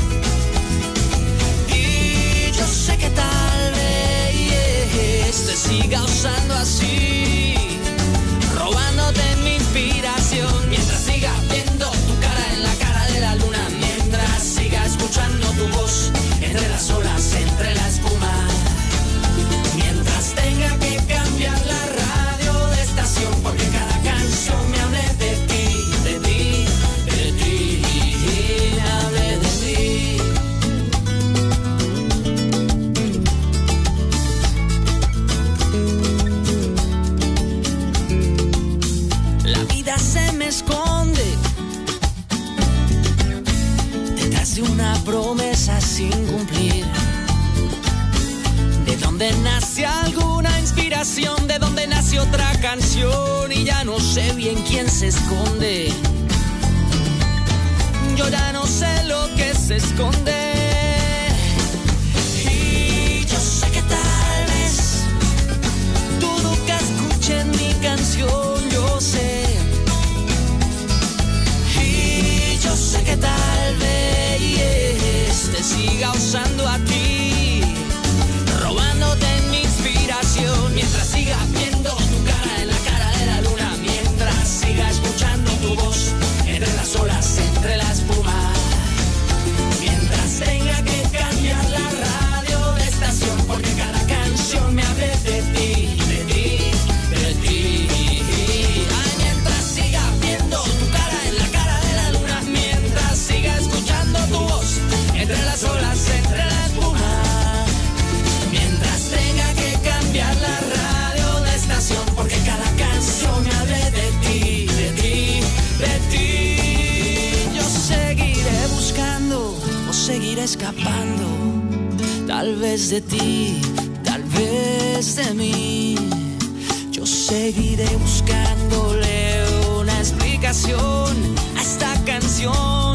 Y yo sé que tal vez te siga usando así, robándote mi inspiración. Mientras siga viendo tu cara en la cara de la luna, mientras siga escuchando tu voz entre las olas, entre la espuma, mientras tenga que cambiar la radio de estación, porque cada canción me hable de ti, de ti, de ti, me hable de ti. La vida se me esconde detrás de una promesa sin cumplir. De donde nace alguna inspiración, de donde nace otra canción, y ya no sé bien quién se esconde. Yo ya no sé lo que se esconde. Y yo sé que tal vez tú nunca escuches mi canción, yo sé. Y yo sé que tal vez te siga usando a ti, robándote mi inspiración. Mientras siga viendo tu cara en la cara de la luna, mientras siga escuchando tu voz entre las olas, entre la espuma, mientras tenga que cambiar la radio de estación, porque cada canción me hable de ti, de ti, de ti. Ay, mientras siga viendo tu cara en la cara de la luna, mientras siga escuchando tu voz entre las olas, entre la espuma, mientras tenga que cambiar la radio de estación, porque cada canción me hable de ti, de ti, de ti. Yo seguiré buscando o seguiré escapando, tal vez de ti, tal vez de mí. Yo seguiré buscándole una explicación a esta canción.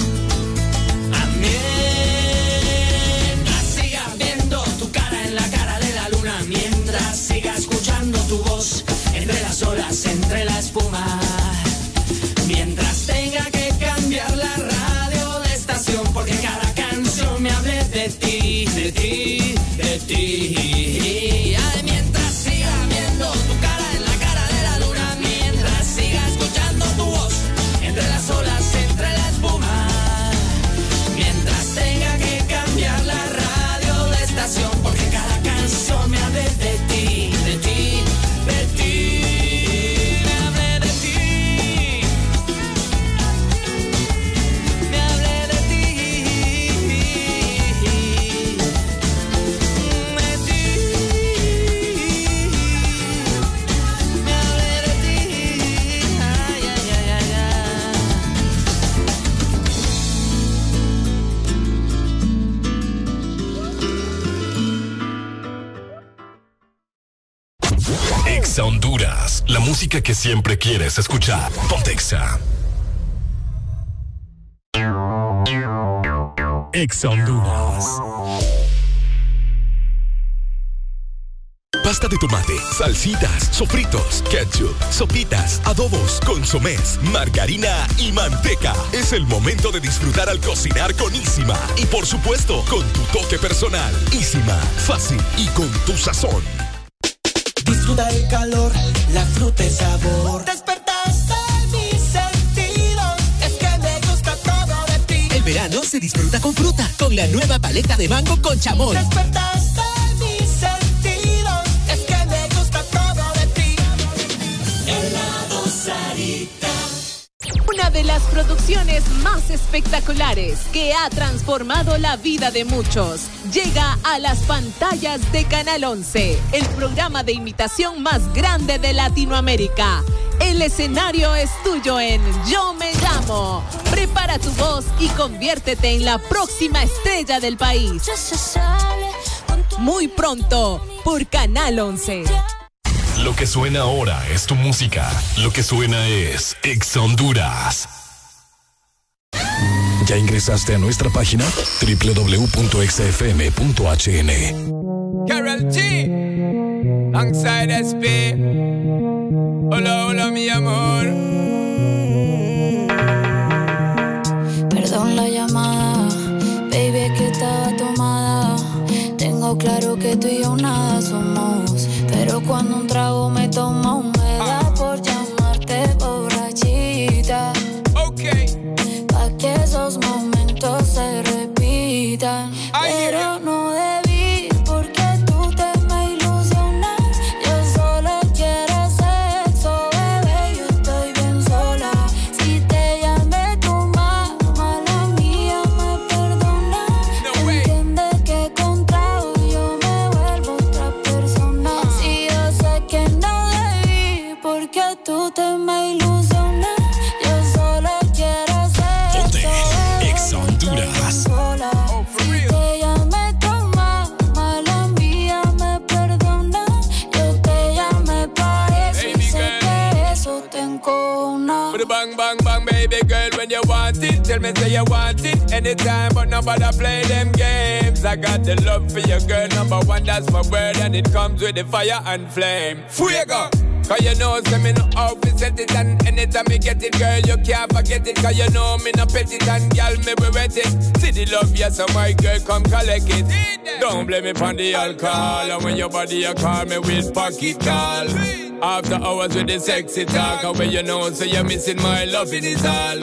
Mientras siga viendo tu cara en la cara de la luna, mientras siga escuchando tu voz entre las olas, entre la espuma, mientras tenga que cambiar la radio de estación, porque cada canción me hable de ti, de ti, de ti. Ay, mientras siga viendo tu cara en la cara de la luna, mientras siga escuchando tu voz entre las olas, entre la espuma, mientras tenga que cambiar la radio de estación, porque cada canción me hable de ti, de ti, de ti. Exa Honduras, la música que siempre quieres escuchar. Ponte Exa. Exa Honduras. Pasta de tomate, salsitas, sofritos, ketchup, sopitas, adobos, consomés, margarina y manteca. Es el momento de disfrutar al cocinar con Isima. Y por supuesto, con tu toque personal. Isima, fácil y con tu sazón. Disfruta el calor, la fruta y sabor. Despertaste mis sentidos, es que me gusta todo de ti. El verano se disfruta con fruta, con la nueva paleta de mango con chamoy. Despertaste mis sentidos, es que me gusta todo de ti. Helado Sarita. Una de las producciones más espectaculares que ha transformado la vida de muchos llega a las pantallas de Canal once, el programa de imitación más grande de Latinoamérica. El escenario es tuyo en Yo Me Llamo. Prepara tu voz y conviértete en la próxima estrella del país. Muy pronto, por Canal once. Lo que suena ahora es tu música. Lo que suena es Exa Honduras. ¿Ya ingresaste a nuestra página? doble u doble u doble u punto exa efe eme punto hache ene. Carol G, alongside S P. Hola, hola, mi amor. Perdón la llamada, baby, es que estaba tomada. Tengo claro que tú y yo nada somos, pero cuando un trago me toma, me da por llamarte borrachita. Ok. Pa' que esos momentos se repitan. Ay, pero no debí, porque tú te me ilusionas. Yo solo quiero sexo, bebé, yo estoy bien sola. Si te llamé tu mamá, la mía me perdona. No entiende que con trago yo me vuelvo otra persona. Si yo sé que no debí, porque tú te me ilusionas. Yo solo quiero sexo, bebé, Exa Honduras. sola. Si te llamé tu mamá, la mía me perdona. Yo te llamé para eso y sé que eso te encona. Put a bang, bang, bang, baby girl, when you want it. Tell me say you want it anytime, but nobody play them games. I got the love for your girl, number one, that's my word. And it comes with the fire and flame. Fuego! Cause you know, say me no how to set it. And anytime me get it, girl, you can't forget it. Cause you know me no pet it, and girl, me be wet it. See the love, yes, so my girl, come collect it. Don't blame me for the alcohol. And when your body, you call me with pocket call. After hours with the sexy talk, and when you know, so you're missing my love, it is all.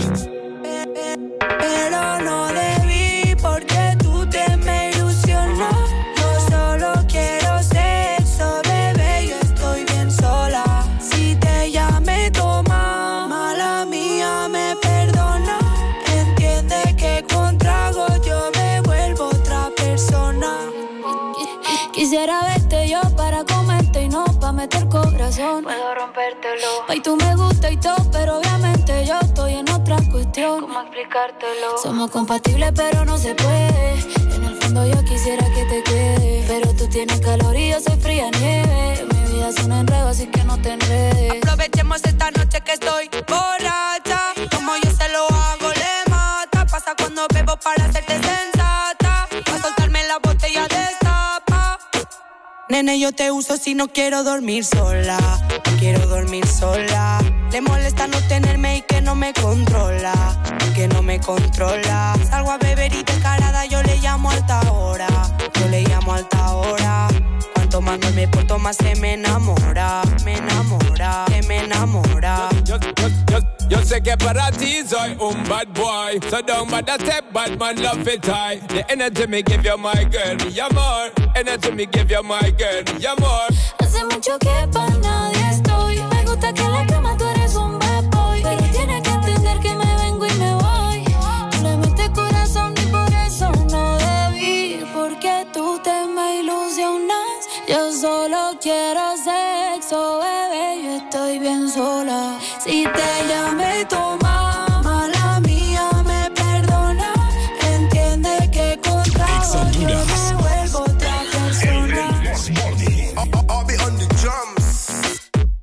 Pero no debí, porque tú te me ilusionas. Yo solo quiero sexo, bebé, yo estoy bien sola. Si te llamé tu mamá, la mía me perdona. Entiende que con trago yo me vuelvo otra persona. Quisiera verte yo para comerte y no pa' meter corazón. Puedo rompértelo. Ay, tú me gusta y todo, pero obviamente yo estoy en otra cuestión. ¿Cómo explicártelo? Somos compatibles, pero no se puede. En el fondo yo quisiera que te quede, pero tú tienes calor y yo soy fría nieve. Mi vida es un enredo, así que no te enredes. Aprovechemos esta noche que estoy borracha. Como yo se lo hago, le mata. Pasa cuando bebo para hacerte sensata. Pa' soltarme la botella destapa. Nene, yo te uso si no quiero dormir sola. Quiero dormir sola. Le molesta no tenerme y que no me controla. Que no me controla. Salgo a beber y descarada yo le llamo a alta hora. Yo le llamo a alta hora. Cuanto más no me porto más se me enamora. Me enamora, se me enamora. Yo, yo, yo, yo sé que para ti soy un bad boy. So don't bother step, bad man love it high. The energy me give you my girl, mi amor. Energy me give you my girl, mi amor. Hace mucho que pa' nadie estoy. Me gusta que en la cama tú eres un bad boy, pero tienes que entender que me vengo y me voy. Tú le metes corazón y por eso no debí, porque tú te me ilusionas. Yo solo quiero sexo, bebé, yo estoy bien sola. Si te llamé tu mamá, la mía me perdona. Entiende que con trago yo me vuelvo otra persona. I'll be on the drums.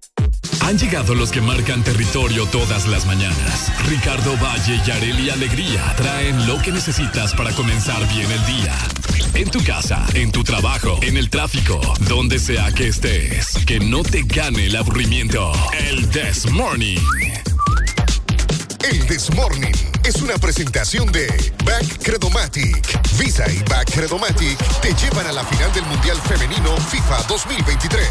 llegado los que marcan territorio todas las mañanas. Ricardo Valle y Arely Alegría traen lo que necesitas para comenzar bien el día. En tu casa, en tu trabajo, en el tráfico, donde sea que estés. Que no te gane el aburrimiento. El This Morning. El This Morning es una presentación de Back Credomatic. Visa y Back Credomatic te llevan a la final del Mundial Femenino FIFA dos mil veintitrés.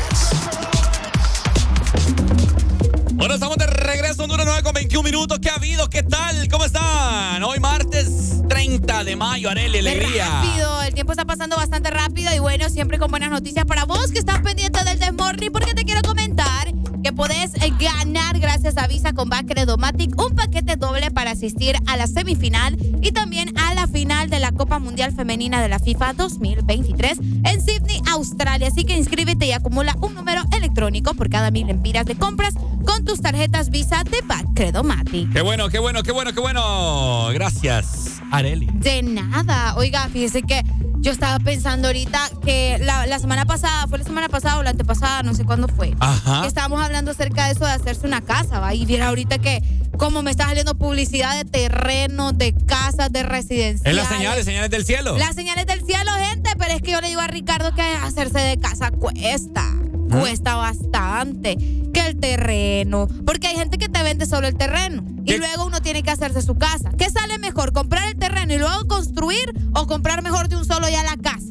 Bueno, estamos de regreso, Honduras nueve con veintiún minutos. ¿Qué ha habido? ¿Qué tal? ¿Cómo están? Hoy martes treinta de mayo, Arely, alegría. Rápido, el tiempo está pasando bastante rápido y bueno, siempre con buenas noticias para vos que estás pendiente del This Morning, porque te quiero comentar que podés ganar gracias a Visa con Back Credomatic un paquete doble para asistir a la semifinal y también a la final de la Copa Mundial Femenina de la FIFA dos mil veintitrés en Sydney, Australia. Así que inscríbete y acumula un número electrónico por cada mil lempiras de compras con tus tarjetas Visa de Back Credomatic. Qué bueno, qué bueno, qué bueno, qué bueno. Gracias, Arely. De nada. Oiga, fíjese que yo estaba pensando ahorita que la, la semana pasada, fue la semana pasada o la antepasada, no sé cuándo fue. Ajá. Que estábamos hablando acerca de eso de hacerse una casa, ¿va? Y viera ahorita que como me está saliendo publicidad de terrenos, de casas, de residenciales. Es las señales, señales del cielo. Las señales del cielo, gente, pero es que yo le digo a Ricardo que hacerse de casa cuesta. ¿Mm? Cuesta bastante. Que el terreno. Porque hay gente que te vende solo el terreno. Y luego uno tiene que hacerse su casa. ¿Qué sale mejor? ¿Comprar el terreno y luego construir o comprar mejor de un solo ya la casa?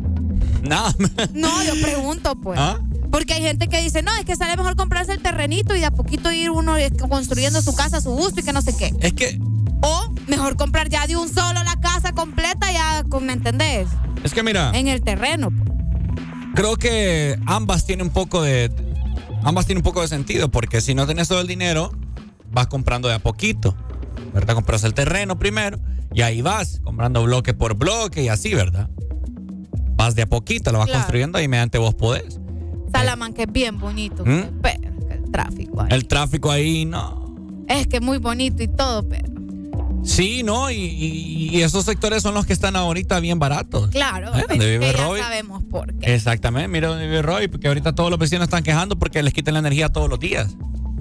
No. No, yo pregunto, pues. ¿Ah? Porque hay gente que dice, no, es que sale mejor comprarse el terrenito y de a poquito ir uno construyendo su casa, su gusto y que no sé qué. Es que... O mejor comprar ya de un solo la casa completa, ya, ¿me entendés? Es que mira... En el terreno. Creo que ambas tienen un poco de... Ambas tienen un poco de sentido, porque si no tenés todo el dinero, vas comprando de a poquito, ¿verdad? Compras el terreno primero y ahí vas comprando bloque por bloque y así, ¿verdad? Vas de a poquito, lo vas claro. construyendo y mediante vos podés. Salamanca es bien bonito, ¿Mm? pero el tráfico ahí. El tráfico ahí, no. Es que es muy bonito y todo, pero... Sí, ¿no? Y, y, y esos sectores son los que están ahorita bien baratos. Claro, ¿Eh? Donde vive que ya Roy. sabemos por qué. Exactamente, mira donde vive Roy, porque ahorita todos los vecinos están quejando porque les quitan la energía todos los días.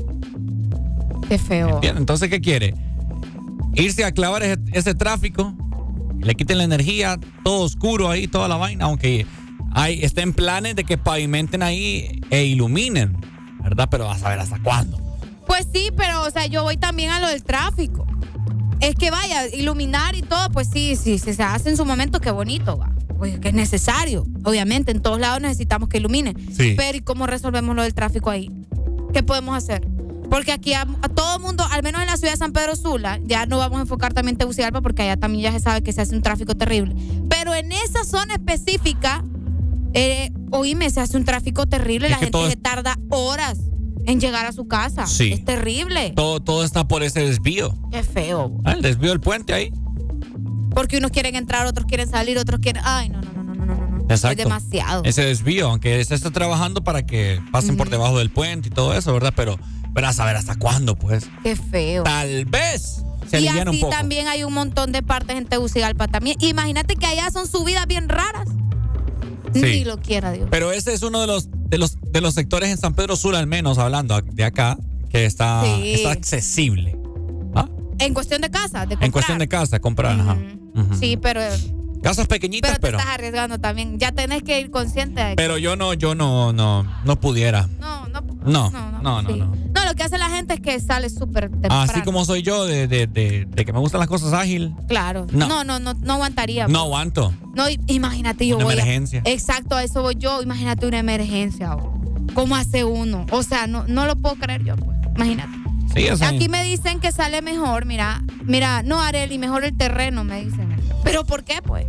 Qué feo. Bien, entonces, ¿qué quiere? Irse a clavar ese, ese tráfico, le quiten la energía, todo oscuro ahí, toda la vaina, aunque hay, estén planes de que pavimenten ahí e iluminen, ¿verdad? Pero vas a ver hasta cuándo. Pues sí, pero, o sea, yo voy también a lo del tráfico. Es que vaya, iluminar y todo, pues sí, sí, si se hace en su momento, qué bonito, va. Pues que es necesario. Obviamente, en todos lados necesitamos que iluminen. Sí. Pero ¿y cómo resolvemos lo del tráfico ahí? ¿Qué podemos hacer? Porque aquí a, a todo mundo, al menos en la ciudad de San Pedro Sula, ya no vamos a enfocar también Tegucigalpa porque allá también ya se sabe que se hace un tráfico terrible. Pero en esa zona específica, eh, oíme, se hace un tráfico terrible. La gente se tarda horas en llegar a su casa. Sí. Es terrible. Todo, todo está por ese desvío. Qué feo. Ah, el desvío del puente ahí. Porque unos quieren entrar, otros quieren salir, otros quieren... Ay, no, no, no, no, no, no, no. Exacto. Es demasiado. Ese desvío, aunque se está trabajando para que pasen uh-huh. por debajo del puente y todo eso, ¿verdad? Pero, pero a saber hasta cuándo, pues. Qué feo. Tal vez se y alivian así un poco. También hay un montón de partes en Tegucigalpa también. Imagínate que allá son subidas bien raras. Sí. Ni lo quiera Dios. Pero ese es uno de los de los de los sectores en San Pedro Sula, al menos hablando de acá, que está, sí. está accesible. ¿Ah? En cuestión de casa, de comprar. En cuestión de casa, comprar, uh-huh. ajá. Uh-huh. Sí, pero casas pequeñitas, pero te pero estás arriesgando también. Ya tenés que ir consciente de Pero yo no, yo no, no, no pudiera. No, no, no, no, no, no, sí. no, no. No, lo que hace la gente es que sale súper temprano. Así como soy yo, de, de, de, de que me gustan las cosas ágil. Claro. No, no, no, no, no aguantaría. No aguanto. No, imagínate, yo una voy emergencia. A, exacto, a eso voy yo. Imagínate una emergencia. ¿Cómo hace uno? O sea, no, no lo puedo creer yo, pues. Imagínate. Sí, o sea, aquí me dicen que sale mejor, mira, mira, no, Arely, mejor el terreno, me dicen. ¿Pero por qué, pues?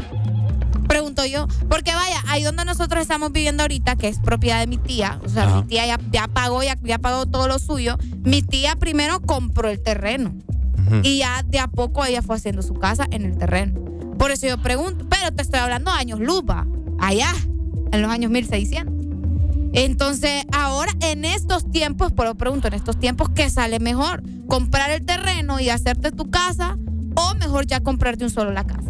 Pregunto yo. Porque vaya, ahí donde nosotros estamos viviendo ahorita, que es propiedad de mi tía, o sea, Ajá. mi tía ya, ya pagó, ya, ya pagó todo lo suyo. Mi tía primero compró el terreno. Uh-huh. Y ya de a poco ella fue haciendo su casa en el terreno. Por eso yo pregunto, pero te estoy hablando de años lupa, allá, en los años mil seiscientos. Entonces, ahora en estos tiempos, por lo pregunto, en estos tiempos, ¿qué sale mejor? ¿Comprar el terreno y hacerte tu casa o mejor ya comprarte un solo la casa?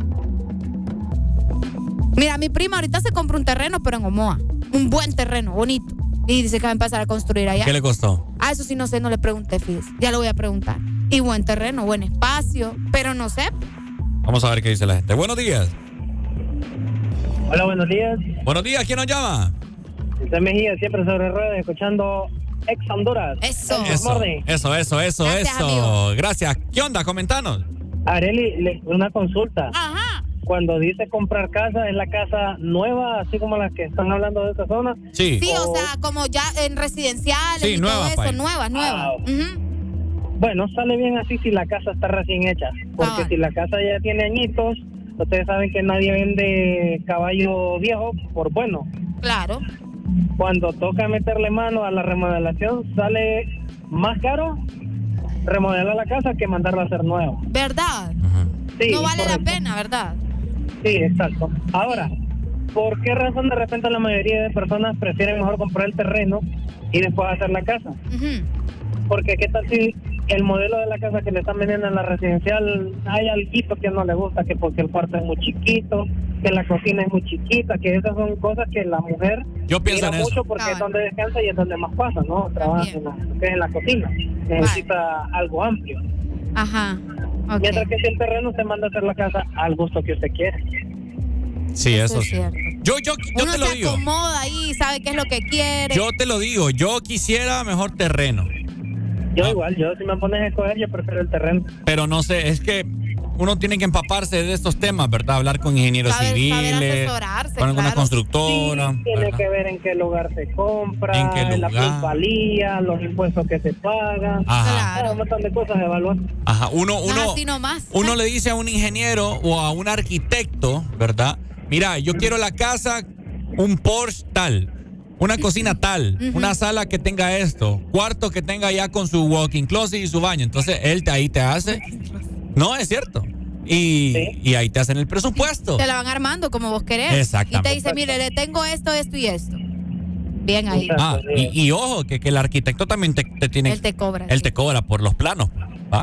Mira, mi prima ahorita se compró un terreno, pero en Omoa. Un buen terreno, bonito. Y dice que va a empezar a construir allá. ¿Qué le costó? Ah, eso sí no sé, no le pregunté, fíjese. Ya lo voy a preguntar. Y buen terreno, buen espacio, pero no sé. Vamos a ver qué dice la gente. Buenos días. Hola, buenos días. Buenos días, ¿quién nos llama? José Mejía, siempre sobre ruedas, escuchando Ex Honduras. Eso. Eso, eso, eso, eso, Gracias, eso. amigo. Gracias. ¿Qué onda? Comentanos. Areli, le- una consulta. Ajá. Cuando dice comprar casa, ¿es la casa nueva, así como las que están hablando de esta zona? Sí. Sí, o sea, como ya en residenciales Sí, y nueva, todo eso, pues. nuevas, nuevas. Ah, Ujú. Bueno, sale bien así si la casa está recién hecha. Porque si la casa ya tiene añitos, ustedes saben que nadie vende caballo viejo por bueno. Claro. Cuando toca meterle mano a la remodelación, sale más caro remodelar la casa que mandarla a hacer nueva. ¿Verdad? Sí, no vale correcto. la pena, ¿verdad? Sí, exacto. Ahora, ¿por qué razón de repente la mayoría de personas prefieren mejor comprar el terreno y después hacer la casa? Ujú. Porque qué tal si el modelo de la casa que le están vendiendo en la residencial hay algo que no le gusta, que porque el cuarto es muy chiquito, que la cocina es muy chiquita, que esas son cosas que la mujer Yo pienso mira en eso. mucho porque es donde descansa y es donde más pasa, ¿no? Trabaja en la, que es en la cocina, necesita algo amplio. Ajá. Ok. Mientras que si el terreno se manda a hacer la casa al gusto que usted quiere. Sí, eso, es sí. cierto. Yo, yo, yo Uno te lo se digo. acomoda ahí, sabe qué es lo que quiere. Yo te lo digo. Yo quisiera mejor terreno. Yo igual, yo si me pones a escoger, yo prefiero el terreno. Pero no sé, es que uno tiene que empaparse de estos temas, ¿verdad? Hablar con ingenieros Saber- saber civiles, asesorarse, con alguna claro. constructora. Sí, tiene ¿verdad? que ver en qué lugar se compra, En qué la lugar. plusvalía, los impuestos que se pagan. Ajá. Hay un montón de cosas a evaluar. Ajá, uno, uno, Así nomás. uno le dice a un ingeniero o a un arquitecto, ¿verdad? Mira, yo quiero la casa, un Porsche tal, una cocina tal, una sala que tenga esto, cuarto que tenga ya con su walk-in closet y su baño. Entonces él te, ahí te hace. No, es cierto. Y, y ahí te hacen el presupuesto. Te la van armando como vos querés. Exactamente. Y te dice, mire, le tengo esto, esto y esto. Bien ahí. Ah, y, y ojo, que, que el arquitecto también te, te tiene. Él te cobra. Él te cobra por los planos, ¿va?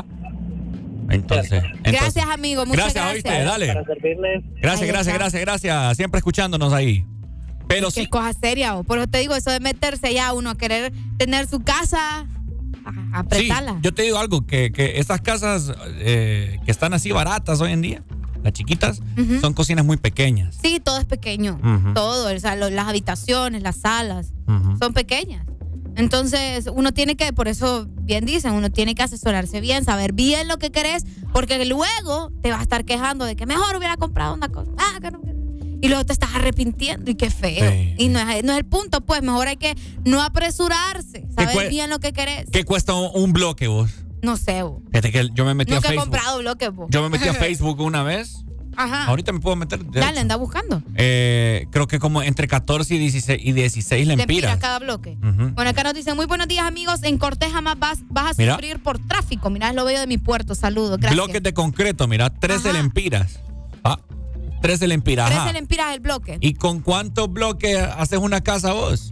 Entonces. entonces Gracias, amigo. Muchas gracias, gracias. oíste, dale. Gracias, Ahí gracias, está. gracias, gracias. Siempre escuchándonos ahí. Pero Qué sí. cosa seria. o. Por eso te digo, eso de meterse ya uno a querer tener su casa, a- Sí, apretarla. yo te digo algo, que, que esas casas eh, que están así baratas hoy en día, las chiquitas, Ujú. son cocinas muy pequeñas. Sí, todo es pequeño. Ujú. Todo, o sea, lo- las habitaciones, las salas, Ujú. son pequeñas. Entonces, uno tiene que, por eso bien dicen, uno tiene que asesorarse bien, saber bien lo que querés, porque luego te vas a estar quejando de que mejor hubiera comprado una cosa. Ah, que no- y luego te estás arrepintiendo y qué feo. Sí. Y no es, no es el punto, pues, mejor hay que no apresurarse, saber cue- bien lo que querés. ¿Qué cuesta un, un bloque vos? No sé, vos. Fíjate que yo me metí Nunca a he Facebook. comprado bloques, vos. Yo me metí a Facebook una vez. Ajá. Ahorita me puedo meter. de Dale, hecho. anda buscando. Eh, creo que como entre catorce y dieciséis, y dieciséis Lempiras lempiras. cada bloque. Ujú. Bueno, acá nos dicen, muy buenos días, amigos. En Cortés jamás vas, vas a Mira. sufrir por tráfico. Mirá, es lo bello de mi puerto. Saludos, gracias. Bloques de concreto, mira, trece lempiras. Ah, trece lempiras. ajá. trece lempiras el bloque. ¿Y con cuántos bloques haces una casa vos?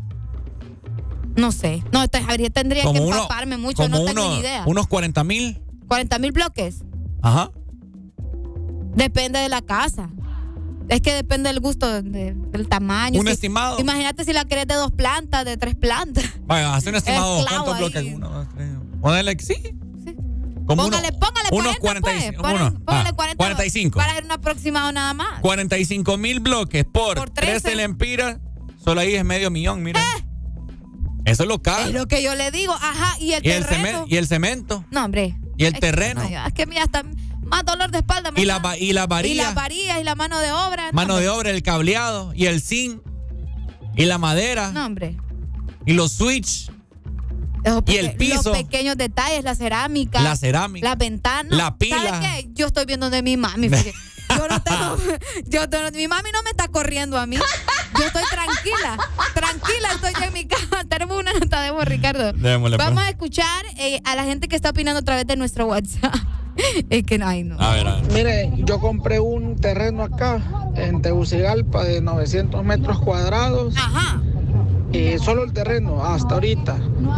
No sé. No, te- habría- tendría que uno- empaparme mucho. como No tengo uno- ni idea. Unos cuarenta mil. cuarenta mil bloques. Ajá. Depende de la casa. Es que depende del gusto, de- del tamaño. Un Si- estimado. Imagínate si la querés de dos plantas, de tres plantas. Vaya, hace un estimado. Esclavo ¿Cuántos ahí. bloques? Uno, dos, tres. Ponele, sí. Como Póngale, uno- póngale unos cuarenta, cuarenta y- pues. Póngale- uno, póngale ah, cuarenta cuarenta y cinco. Para hacer un aproximado nada más. cuarenta y cinco mil bloques por, Por trece. trece lempiras. Solo ahí es medio millón, mira. Eso es lo caro. Es lo que yo le digo. Ajá, y el y, el terreno. cemen- y el cemento. No, hombre. Y el Es que terreno. no, es que mira, hasta más dolor de espalda. me Y la, da. va- y la Y varilla. las varillas y la mano de obra. no, Mano de hombre. obra, el cableado. Y el zinc. Y la madera. No, hombre. Y los switch. Los Y el peque- piso. Los pequeños detalles, la cerámica. La cerámica. Las ventanas. La pila. ¿Sabes qué? Yo estoy viendo de mi mami. fíjate. Yo no tengo. Yo tengo- mi mami no me está corriendo a mí. Yo estoy tranquila. Tranquila, estoy yo en mi cama. Tenemos una nota de voz, Ricardo. Démosle, pues. Vamos a escuchar eh, a la gente que está opinando a través de nuestro WhatsApp. Es que no, ay, no. A ver, a ver. Mire, yo compré un terreno acá en Tegucigalpa de novecientos metros cuadrados. Ajá. Y solo el terreno hasta ahorita.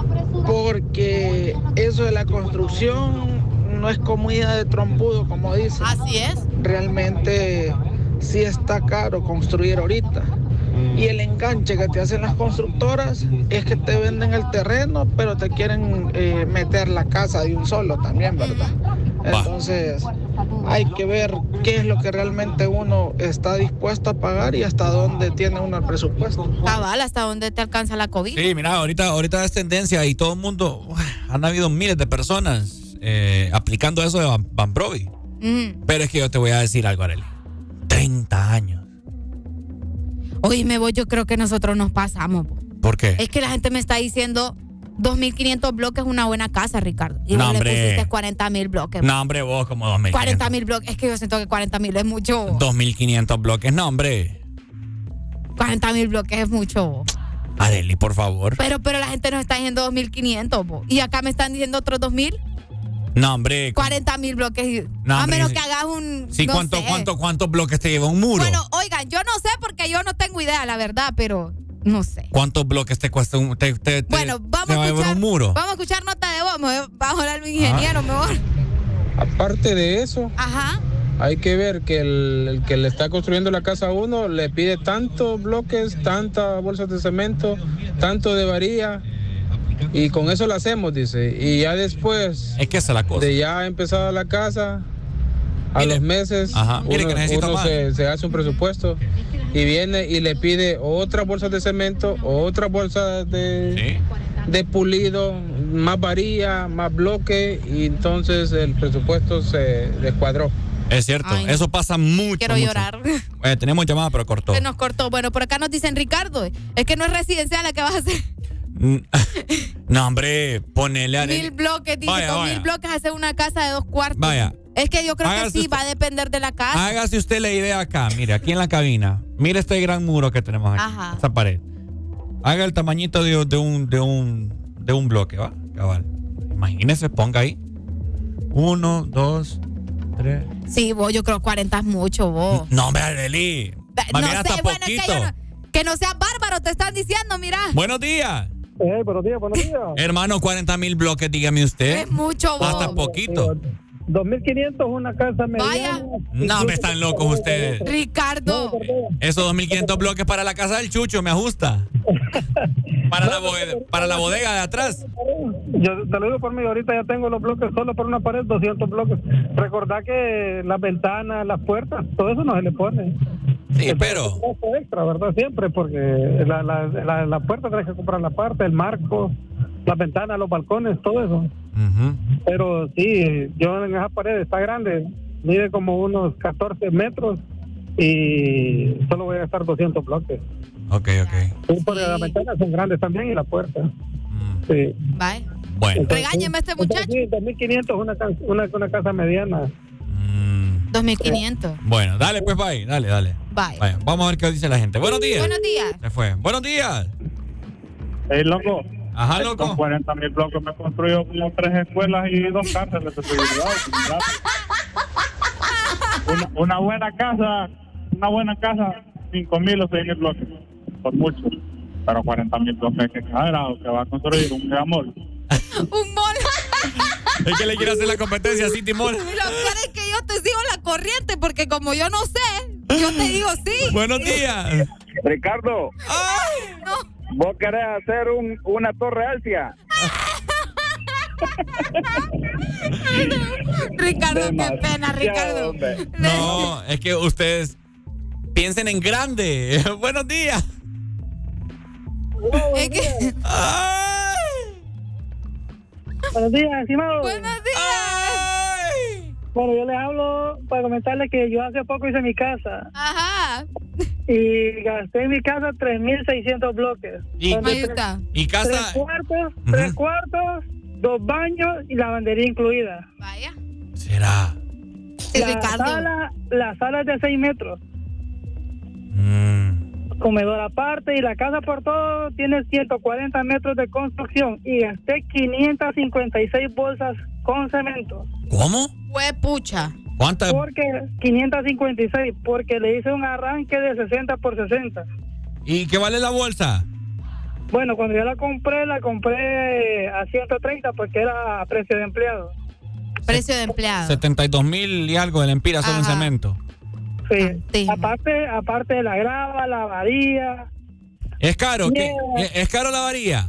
Porque eso de la construcción no es comida de trompudo, como dicen. Así es. Realmente sí está caro construir ahorita. Y el enganche que te hacen las constructoras es que te venden el terreno, pero te quieren eh, meter la casa de un solo también, ¿verdad? Entonces hay que ver qué es lo que realmente uno está dispuesto a pagar y hasta dónde tiene uno el presupuesto. Cabal, hasta dónde te alcanza la COVID. Sí, mira, ahorita, ahorita es tendencia y todo el mundo, han habido miles de personas eh, aplicando eso de Van, Van Broby. Mm. Pero es que yo te voy a decir algo, Arely. treinta años. Oye, me voy, yo creo que nosotros nos pasamos. ¿Por qué? Es que la gente me está diciendo dos mil quinientos bloques es una buena casa, Ricardo. Y No, vos le hombre. pusiste cuarenta mil bloques. No, hombre, vos como dos mil quinientos. cuarenta mil bloques. Es que yo siento que cuarenta mil es mucho. dos mil quinientos bloques, no, hombre. cuarenta mil bloques es mucho. Arely, por favor. Pero, pero la gente nos está diciendo dos mil quinientos. bo. Y acá me están diciendo otros dos mil. No, hombre. cuarenta mil bloques. No, a hombre, menos sí. que hagas un. Sí, no ¿cuánto, sé. cuánto, ¿cuántos bloques te lleva un muro? Bueno, oigan, yo no sé porque yo no tengo idea, la verdad, pero no sé. ¿Cuántos bloques te cuesta un, te, te, te- Bueno, vamos te va a a llevar escuchar. un muro? Vamos a escuchar nota de voz. Me voy a hablar mi ingeniero, mejor. Aparte de eso, Ajá. hay que ver que el, el que le está construyendo la casa a uno le pide tantos bloques, tantas bolsas de cemento, tanto de varilla, y con eso lo hacemos, dice. Y ya después Es que esa es la cosa. de ya empezar la casa, a Mire. los meses, Ajá, mire uno, que necesito uno más. se, se hace un presupuesto y viene y le pide otras bolsas de cemento, otras bolsas de, de pulido, más varilla, más bloque, y entonces el presupuesto se descuadró. Es cierto, Ay, eso pasa mucho. Quiero mucho. llorar. Eh, tenemos llamada, pero cortó. Se nos cortó. Bueno, por acá nos dicen, Ricardo, es que no es residencial la que vas a hacer. No, hombre, ponele a Mil bloques, dice, Vaya, con vaya. mil bloques hacer una casa de dos cuartos. Vaya. Es que yo creo que Hágase sí, usted- va a depender de la casa. Hágase usted la idea acá, mire, aquí en la cabina. Mire este gran muro que tenemos aquí, Ajá. esta pared. Haga el tamañito de, de un de un de un bloque, ¿va? Cabal. Imagínese, ponga ahí. Uno, dos, tres. Sí, vos, yo creo que cuarenta es mucho, vos. No, hombre, Arely. No Más bien sé, hasta bueno, es que, poquito. yo no- que no seas bárbaro, te están diciendo, mira. Buenos días. Eh, buenos días, buenos días. Hermano, cuarenta mil bloques, dígame usted. Es mucho, vos. Hasta poquito. dos mil quinientos una casa mediana. Vaya. No, me están locos ustedes. Ricardo. Esos dos mil quinientos bloques para la casa del Chucho, me ajusta. Para la, bodega, para la bodega de atrás. Yo te lo digo por mí, ahorita ya tengo los bloques solo por una pared, doscientos bloques. Recordá que las ventanas, las puertas, todo eso no se le pone. Sí, Eso pero... es un costo extra, ¿verdad? Siempre, porque la, la, la, la puerta tenés que comprar la parte, el marco, las ventanas, los balcones, todo eso. Ujú. Pero sí, yo en esa pared está grande, mide como unos catorce metros y solo voy a gastar doscientos bloques. Ok, ok. Sí, porque las ventanas son grandes también y la puerta. Sí. Bye. Bueno. Regáñeme a este muchacho. Sí, dos mil quinientos una, ca- una, una casa mediana. dos mil quinientos. Bueno, dale pues, bye. Dale, dale. Bye. Vaya, vamos a ver qué dice la gente. Buenos días. Buenos días. Se fue. Buenos días. Hey, loco. Ajá, loco. Con cuarenta mil bloques me construyó como tres escuelas y dos cárceles de seguridad. Una, una buena casa, una buena casa, cinco mil o seis mil bloques, por mucho. Pero cuarenta mil bloques, que exagerado, que va a construir un amor. Un mall. Es que le quiere hacer la competencia a City Mall. Lo peor es que yo te sigo la corriente porque como yo no sé, yo te digo sí. Buenos días. Ricardo, Ay, no. ¿vos querés hacer un, una torre alcia? Ricardo, qué pena, Ricardo. No, es que ustedes piensen en grande. Buenos días. Es que... Buenos días, estimado. Buenos días. Bueno, yo les hablo para comentarles que yo hace poco hice mi casa. Ajá. Y gasté en mi casa tres mil seiscientos bloques. Y, Donde Ahí tres- está. y Tres casa. cuartos, tres cuartos, dos baños y lavandería incluida. Vaya. Será. Sí, la Ricardo. sala, la sala es de seis metros. Mm. Comedor aparte y la casa por todo tiene ciento cuarenta metros de construcción y gasté quinientas cincuenta y seis bolsas con cemento. ¿Cómo? Fue pucha. ¿Cuántas? Porque quinientas cincuenta y seis, porque le hice un arranque de sesenta por sesenta. ¿Y qué vale la bolsa? Bueno, cuando yo la compré, la compré a ciento treinta porque era a precio de empleado. Precio de empleado. setenta y dos mil y algo de la empira solo en Ajá. cemento. Sí. Aparte, aparte de la grava, la varilla. ¿Es caro? ¿Qué? Yeah. ¿Es- ¿Es caro la varilla?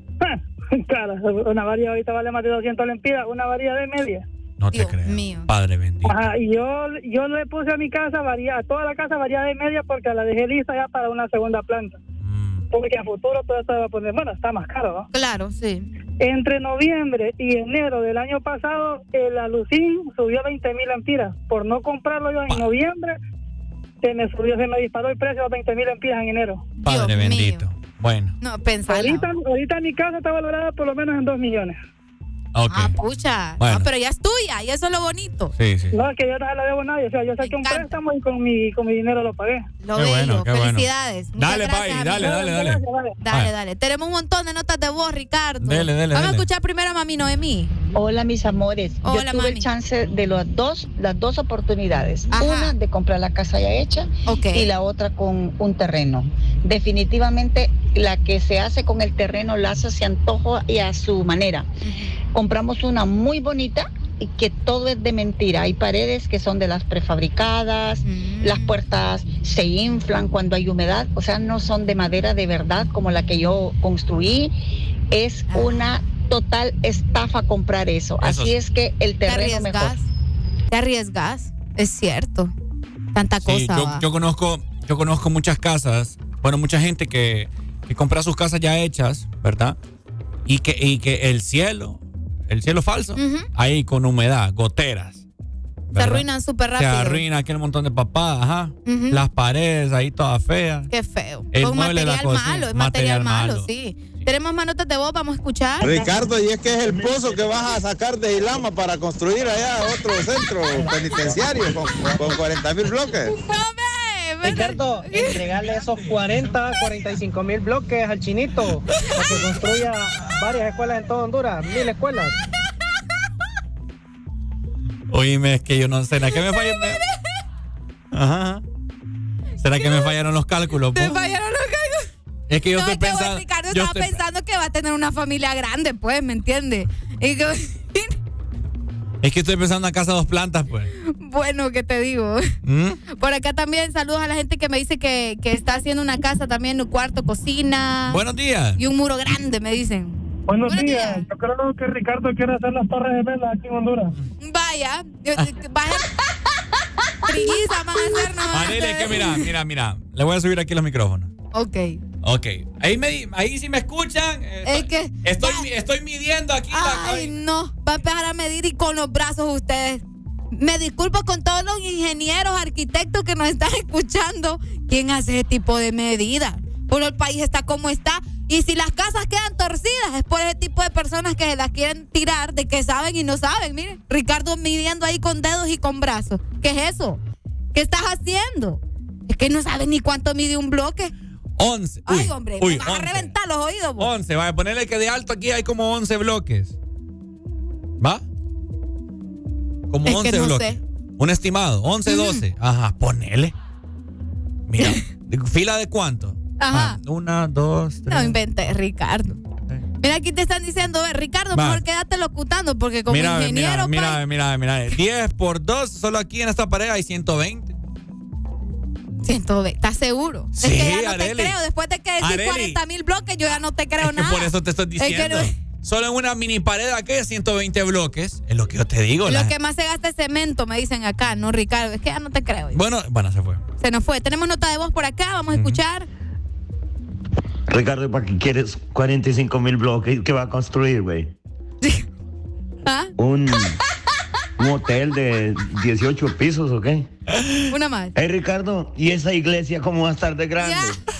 Claro, una varilla ahorita vale más de doscientas lempiras, una varilla de media. No te creo. Padre bendito. Ajá, y yo, yo le puse a mi casa varilla, a toda la casa varilla de media porque la dejé lista ya para una segunda planta. Porque a futuro todo esto va a poner, bueno, está más caro, ¿no? Claro, sí. Entre noviembre y enero del año pasado, el alucín subió veinte mil empiras. Por no comprarlo yo en noviembre, se me subió, se me disparó el precio a veinte mil empiras en enero. Padre bendito. Bueno. No, pensaba. Ahorita, ahorita mi casa está valorada por lo menos en dos millones. Ok. Ah, pucha. Bueno. No, pero ya es tuya y eso es lo bonito. Sí, sí. No, es que yo no se la debo a nadie. O sea, yo saqué un préstamo y con mi, con mi dinero lo pagué. Lo Qué bello. bueno, qué bueno. Felicidades. Muchas Dale, gracias, Pai, amigo. dale, dale, dale. Dale. Dale, Ah. dale. Tenemos un montón de notas de voz, Ricardo. Dele, dele, Vamos a dele. escuchar primero a mami Noemí. Hola, mis amores. Hola, Yo tuve mami. el chance de las dos, las dos oportunidades. Ajá. Una de comprar la casa ya hecha Ok. y la otra con un terreno. Definitivamente la que se hace con el terreno la hace a su antojo y a su manera. Compramos una muy bonita y que todo es de mentira. Hay paredes que son de las prefabricadas, Mm. las puertas se inflan cuando hay humedad, o sea, no son de madera de verdad como la que yo construí. Es Ah. una total estafa comprar eso. Eso Así sí. es que el Te terreno mejor. arriesgas. Te arriesgas. Es cierto. Tanta Sí, cosa. yo, va. yo conozco, yo conozco muchas casas, bueno, mucha gente que, que compra sus casas ya hechas, ¿verdad? Y que, y que el cielo, el cielo falso, Ujú. ahí con humedad, goteras. Se ¿verdad? arruinan súper Se rápido. arruina aquel montón de papadas, ajá. Ujú. Las paredes ahí todas feas. Qué feo. El Con mueble de la material cocina, malo. Es material, material malo, malo. sí. Tenemos más notas de voz. Vamos a escuchar. Ricardo, y es que es el pozo que vas a sacar de Ilama para construir allá otro centro penitenciario con, con cuarenta mil bloques. Ricardo, entregarle esos cuarenta, cuarenta y cinco mil bloques al chinito para que construya varias escuelas en toda Honduras, mil escuelas. Oíme, es que yo no sé, ¿será que me fallaron? Ajá. ¿Será que me fallaron los cálculos? Te po? fallaron los cálculos. Es que yo No, estoy es que, bueno, pensando. Ricardo yo estaba estoy- pensando que va a tener una familia grande, pues, ¿me entiendes? Y que, es que estoy pensando en una casa de dos plantas, pues. bueno, ¿qué te digo? ¿Mm? Por acá también saludos a la gente que me dice que, que está haciendo una casa también, un cuarto, cocina. Buenos días. Y un muro grande, me dicen. Buenos, Buenos días. Yo creo que Ricardo quiere hacer las torres gemelas aquí en Honduras. Vaya, yo- vaya. Trillizas van a hacer nomás. Manile, es que mira, mira, mira. Le voy a subir aquí los micrófonos. Ok. Ok. Ahí, me, ahí sí me escuchan. Eh, Es que. Estoy, estoy midiendo aquí la. Ay, no. Va a empezar a medir y con los brazos ustedes. Me disculpo con todos los ingenieros, arquitectos que nos están escuchando. ¿Quién hace ese tipo de medidas? Bueno, el país está como está. Y si las casas quedan torcidas, es por ese tipo de personas que se las quieren tirar, de que saben y no saben. Miren, Ricardo midiendo ahí con dedos y con brazos. ¿Qué es eso? ¿Qué estás haciendo? Es que no sabes ni cuánto mide un bloque. once. Ay, Uy, hombre, uy, me vas a once. reventar los oídos. vos. once. Vaya a ponerle que de alto aquí hay como once bloques. ¿Va? Como Es que once no bloques. sé. Un estimado. once, doce. Ajá, ponele. Mira, ¿fila de cuánto? Ajá. Ah, una, dos, tres. No inventes, Ricardo. Mira, aquí te están diciendo, ve, Ricardo, Va. mejor quédate locutando porque como mira, ingeniero, mira, pa- mira, mira, mira. diez por dos, solo aquí en esta pared hay ciento veinte. ciento veinte, ¿estás seguro? Sí, es que ya no Arely. te creo. Después de que decís Arely. cuarenta mil bloques, yo ya no te creo Es que nada. por eso te estoy Es que diciendo. no- Solo en una mini pared aquí hay ciento veinte bloques. Es lo que yo te digo. lo la- que más se gasta es cemento, me dicen acá, ¿no, Ricardo? Es que ya no te creo. Bueno, bueno, se fue. Se nos fue. Tenemos nota de voz por acá, vamos a escuchar. Ricardo, ¿para qué quieres cuarenta y cinco mil bloques? ¿Qué va a construir, güey? ¿Ah? ¿Un, ¿Un hotel de dieciocho pisos o qué? Una más. Hey, Ricardo, ¿y esa iglesia cómo va a estar de grande?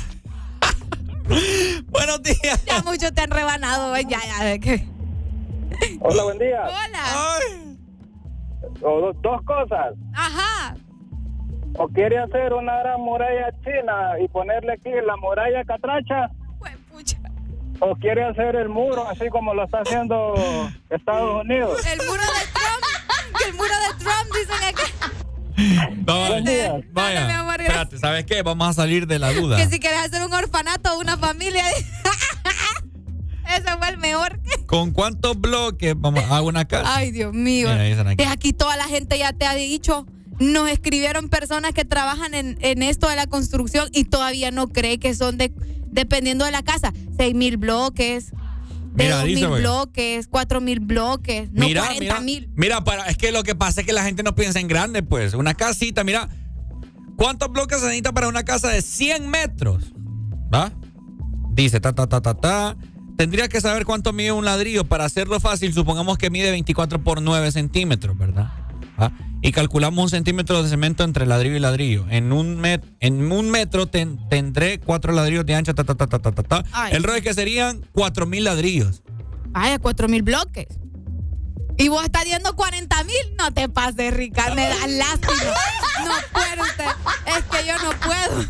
Buenos días. Ya mucho te han rebanado, ya, ya. de que- Hola, buen día. Hola. O do- dos cosas. Ajá. O quiere hacer una gran muralla china y ponerle aquí la muralla catracha. O quiere hacer el muro así como lo está haciendo Estados Unidos. El muro de Trump. El muro de Trump, dicen acá. No, Buen día. vaya. mi amor, Espérate, ¿sabes qué? Vamos a salir de la duda. Que si quieres hacer un orfanato o una familia. Ese fue el mejor. ¿Con cuántos bloques vamos a hacer una casa? Ay, Dios mío. Mira, dicen aquí. Es aquí toda la gente ya te ha dicho. nos escribieron personas que trabajan en, en esto de la construcción y todavía no cree que son de, dependiendo de la casa, seis mil bloques, de Mira, dos dice, mil güey. bloques, cuatro mil bloques, no Mira, cuarenta mira, mil. mira, para, es que lo que pasa es que la gente no piensa en grande, pues. Una casita, mira, ¿cuántos bloques se necesita para una casa de cien metros? ¿Va? Dice, ta, ta, ta, ta, ta. Tendría que saber cuánto mide un ladrillo. Para hacerlo fácil, supongamos que mide veinticuatro por nueve centímetros, ¿verdad? ¿Va? Y calculamos un centímetro de cemento entre ladrillo y ladrillo. En un, met, en un metro ten, tendré cuatro ladrillos de ancha, ta, ta, ta, ta, ta, ta, ta. Ay. El rollo es que serían cuatro mil ladrillos. Ay, cuatro mil bloques. Y vos estás diciendo cuarenta mil. No te pases, Ricardo. Me da lástima. No puedo usted. Es que yo no puedo.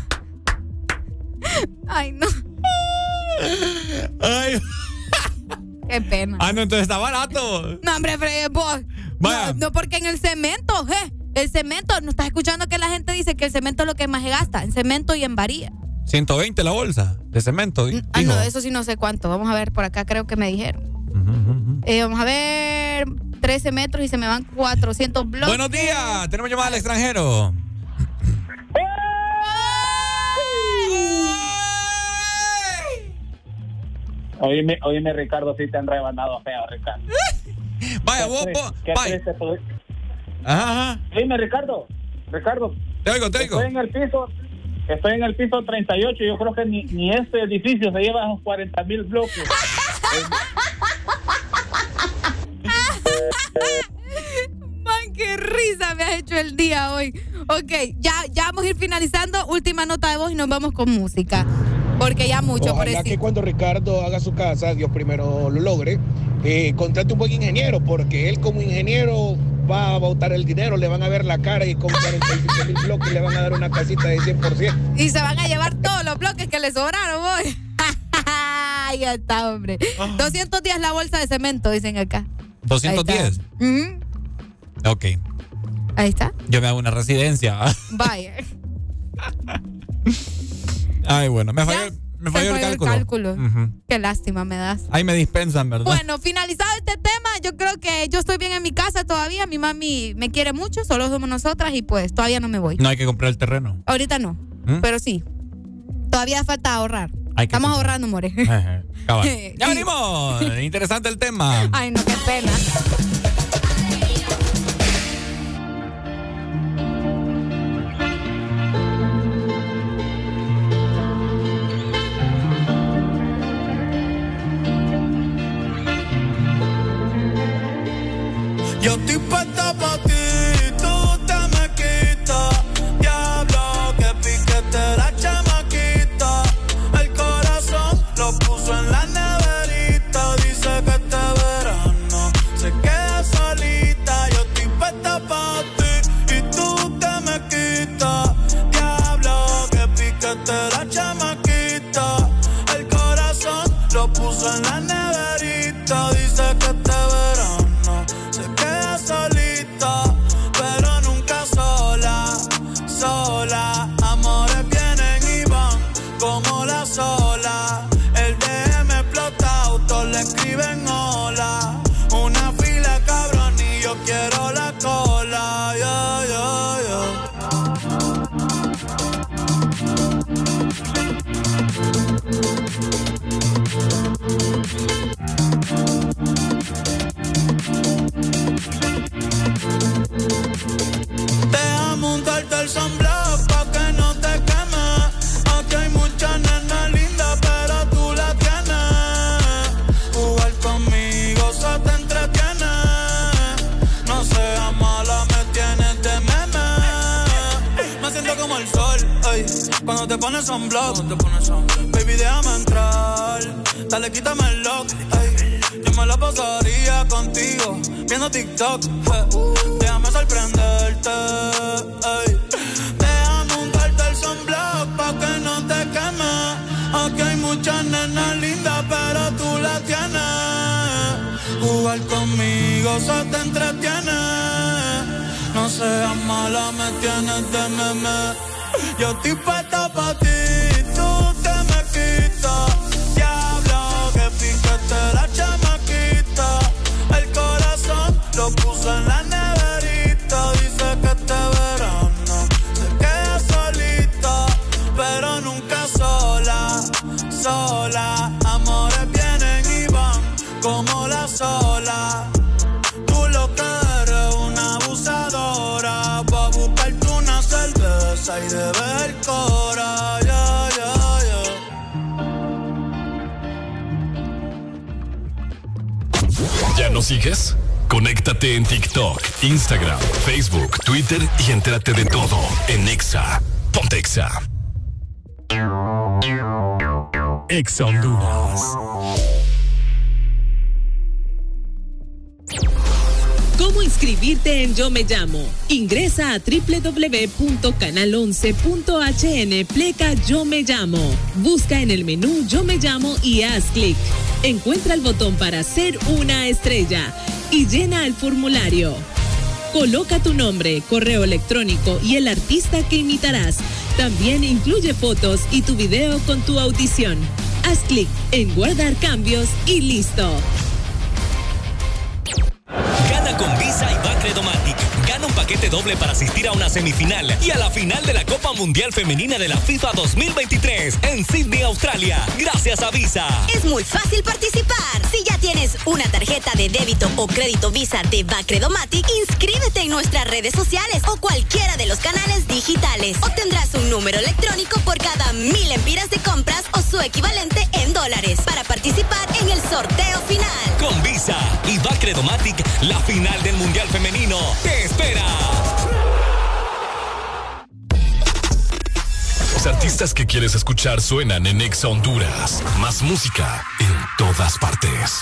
Ay, no. Ay. Qué pena. Ah, no, entonces está barato. No, hombre, Fred, vos. Vaya. No, no, porque en el cemento, ¿eh? El cemento, ¿no estás escuchando que la gente dice que el cemento es lo que más se gasta? En cemento y en varilla. ciento veinte la bolsa de cemento. di- Ah, dijo. no, eso sí no sé cuánto. Vamos a ver, por acá creo que me dijeron. Eh, vamos a ver, trece metros y se me van cuatrocientos bloques. Buenos días, tenemos llamada al extranjero. Oíme, oíme, Ricardo, si te han rebanado feo, Ricardo. Vaya, ¿Qué vos, triste- vos, qué vaya. triste tu- Ajá, ajá. Oíme, Ricardo, Ricardo. Te oigo, te oigo. Estoy en el piso, estoy en el piso treinta y ocho. Yo creo que ni, ni este edificio se lleva esos cuarenta mil bloques. Man, qué risa me has hecho el día hoy. Ok, ya, ya vamos a ir finalizando. Última nota de voz y nos vamos con música. Porque ya mucho, Ojalá pobrecito. que cuando Ricardo haga su casa, Dios primero lo logre, eh, contrate un buen ingeniero, porque él como ingeniero va a botar el dinero, le van a ver la cara y con cuarenta y cinco mil bloques le van a dar una casita de cien por ciento. Y se van a llevar todos los bloques que le sobraron hoy. Ya está, hombre. doscientos diez la bolsa de cemento, dicen acá. doscientos diez. Ujú. Ok. Ahí está. Yo me hago una residencia. Vaya. Ay, bueno, me falló, me Se falló el fue cálculo. cálculo. Ujú. Qué lástima me das. Ahí me dispensan, ¿verdad? Bueno, finalizado este tema, yo creo que yo estoy bien en mi casa todavía. Mi mami me quiere mucho, solo somos nosotras y pues todavía no me voy. No hay que comprar el terreno. Ahorita no, ¿Mm? pero sí. Todavía falta ahorrar. Hay que Estamos comprar. ahorrando, more. Ajá, cabal. Y- Ya venimos. Interesante el tema. Ay, no, qué pena. Yo estoy puesta pa' ti, tú te me quitas. Diablo, que piquete la chamaquita. El corazón lo puso en la neverita. Dice que este verano se queda solita. Yo estoy puesta pa' ti y tú te me quitas. Diablo, que piquete la chamaquita. El corazón lo puso en la neverita. Dice que este verano se queda solita, pero nunca sola, sola. Amores vienen y van como la sola. El D M explota, autos le escriben hola. Una fila cabrón y yo quiero la cola. Yeah, yeah, yeah. Deja montarte el sunblock pa' que no te queme. Aquí hay muchas nenas lindas, pero tú la tienes. Jugar conmigo se te entretiene. No seas mala, me tienes de meme. Me siento como el sol, ey, cuando te pones sunblock. Baby, déjame entrar. Dale, quítame el lock, ey. Yo me la pasaría contigo viendo TikTok, eh. Déjame sorprenderte, ey. Déjame untarte el sunblock pa' que no te queme. Aquí hay muchas nenas lindas, pero tú la tienes. Jugar conmigo se te entretiene. No seas mala, me tienes de meme. Yo estoy puesta pa' ti, tú te me quitas. Diablo, que piquete la chamaquita. El corazón lo puso en la neverita. Dice que este verano besa y de ver cora, ya, ya, ya. ¿Ya nos sigues? Conéctate en TikTok, Instagram, Facebook, Twitter y entérate de todo en Exa. Ponte Exa. Exa Honduras. ¿Cómo inscribirte en Yo Me Llamo? Ingresa a doble u doble u doble u punto canal once punto h n pleca Yo Me Llamo. Busca en el menú Yo Me Llamo y haz clic. Encuentra el botón para ser una estrella y llena el formulario. Coloca tu nombre, correo electrónico y el artista que imitarás. También incluye fotos y tu video con tu audición. Haz clic en guardar cambios y listo. Gana con Visa y Bacredomatic. Gana un paquete doble para asistir a una semifinal y a la final de la Copa Mundial Femenina de la FIFA dos mil veintitrés en Sydney, Australia. Gracias a Visa. Es muy fácil participar. Si ya tienes una tarjeta de débito o crédito Visa de Bacredomatic, inscríbete en nuestras redes sociales o cualquiera de los canales digitales. Obtendrás un número electrónico por cada mil empiras de compras o su equivalente en dólares para participar en el sorteo final. Con Visa y Bacredomatic, la final del Mundial Femenino te espera. Los artistas que quieres escuchar suenan en Exa Honduras. Más música en todas partes.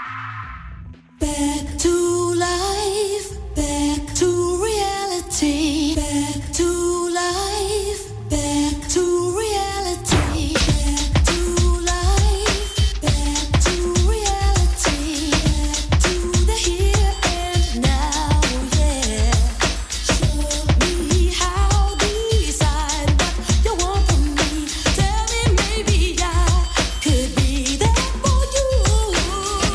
Back to life, back to reality, back to life, back to reality, back to life, back to reality, back to the here and now, yeah. Show me how to decide what you want from me. Tell me maybe I could be there for you.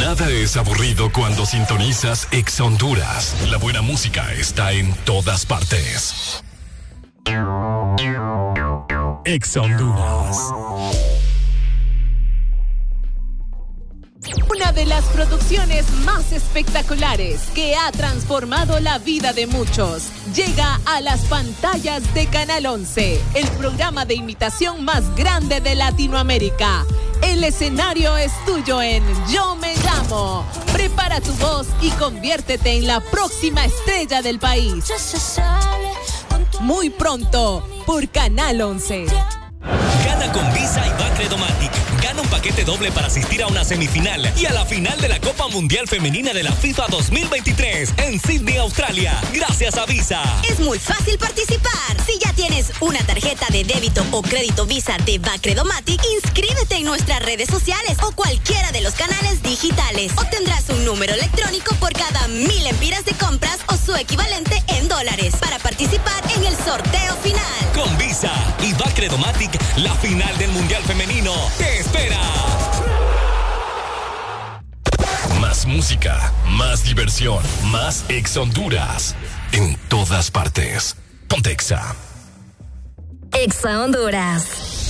Nada es aburrido cuando sintonizas Exa Honduras. La buena música está en todas partes. Exa Honduras. Una de las producciones más espectaculares que ha transformado la vida de muchos llega a las pantallas de Canal once, el programa de imitación más grande de Latinoamérica. El escenario es tuyo en Yo Me Llamo. Prepara tu voz y conviértete en la próxima estrella del país. Muy pronto por Canal once. Gana con Visa y Bacredomatic. Gana un paquete doble para asistir a una semifinal y a la final de la Copa Mundial Femenina de la FIFA dos mil veintitrés en Sydney, Australia. Gracias a Visa. Es muy fácil participar. Si ya tienes una tarjeta de débito o crédito Visa de Bacredomatic, inscríbete en nuestras redes sociales o cualquiera de los canales digitales. Obtendrás un número electrónico por cada mil empiras de compras o su equivalente en dólares para participar en el sorteo final. Con Visa y Bacredomatic, la final del Mundial Femenino te espera. Más música, más diversión, más Exa Honduras. En todas partes. Ponte Exa. Exa Honduras.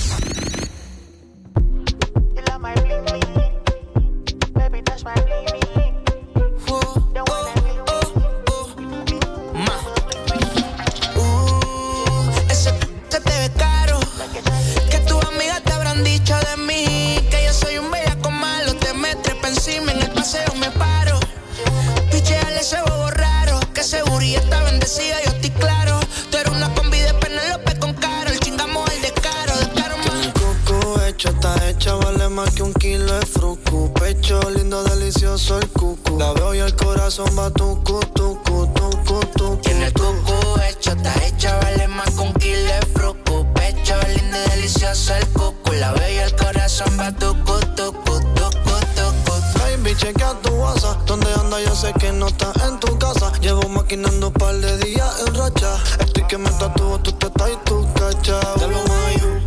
De mí, que yo soy un bellaco malo, te me trepa encima, en el paseo me paro. Picheale ese bobo raro, que seguridad está bendecida, yo estoy claro. Tú eres una combi de Penélope con Caro, el chingamos el descaro, descaro más. Mi coco hecho, está hecha, vale más que un kilo de frucu. Pecho lindo, delicioso el cucu. La veo y el corazón va tucu, tucu, tucu, tucu. Tiene el coco hecho, está hecha, vale más que un kilo de frucu. Pecho lindo, delicioso el cucu. La veo y el corazón va tucu, tucu, tucu, tucu. Baby, chequea tu WhatsApp. ¿Dónde anda? Yo sé que no estás en tu casa. Llevo maquinando un par de días en racha. Estoy que me tatúo tu teta y tu cacha. Te lo mayu,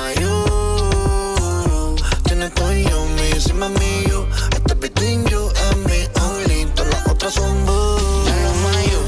mayu. Tienes tú y yo, mi, encima mío. Este between you and me only. Todas las otras son boo. Te lo mayu,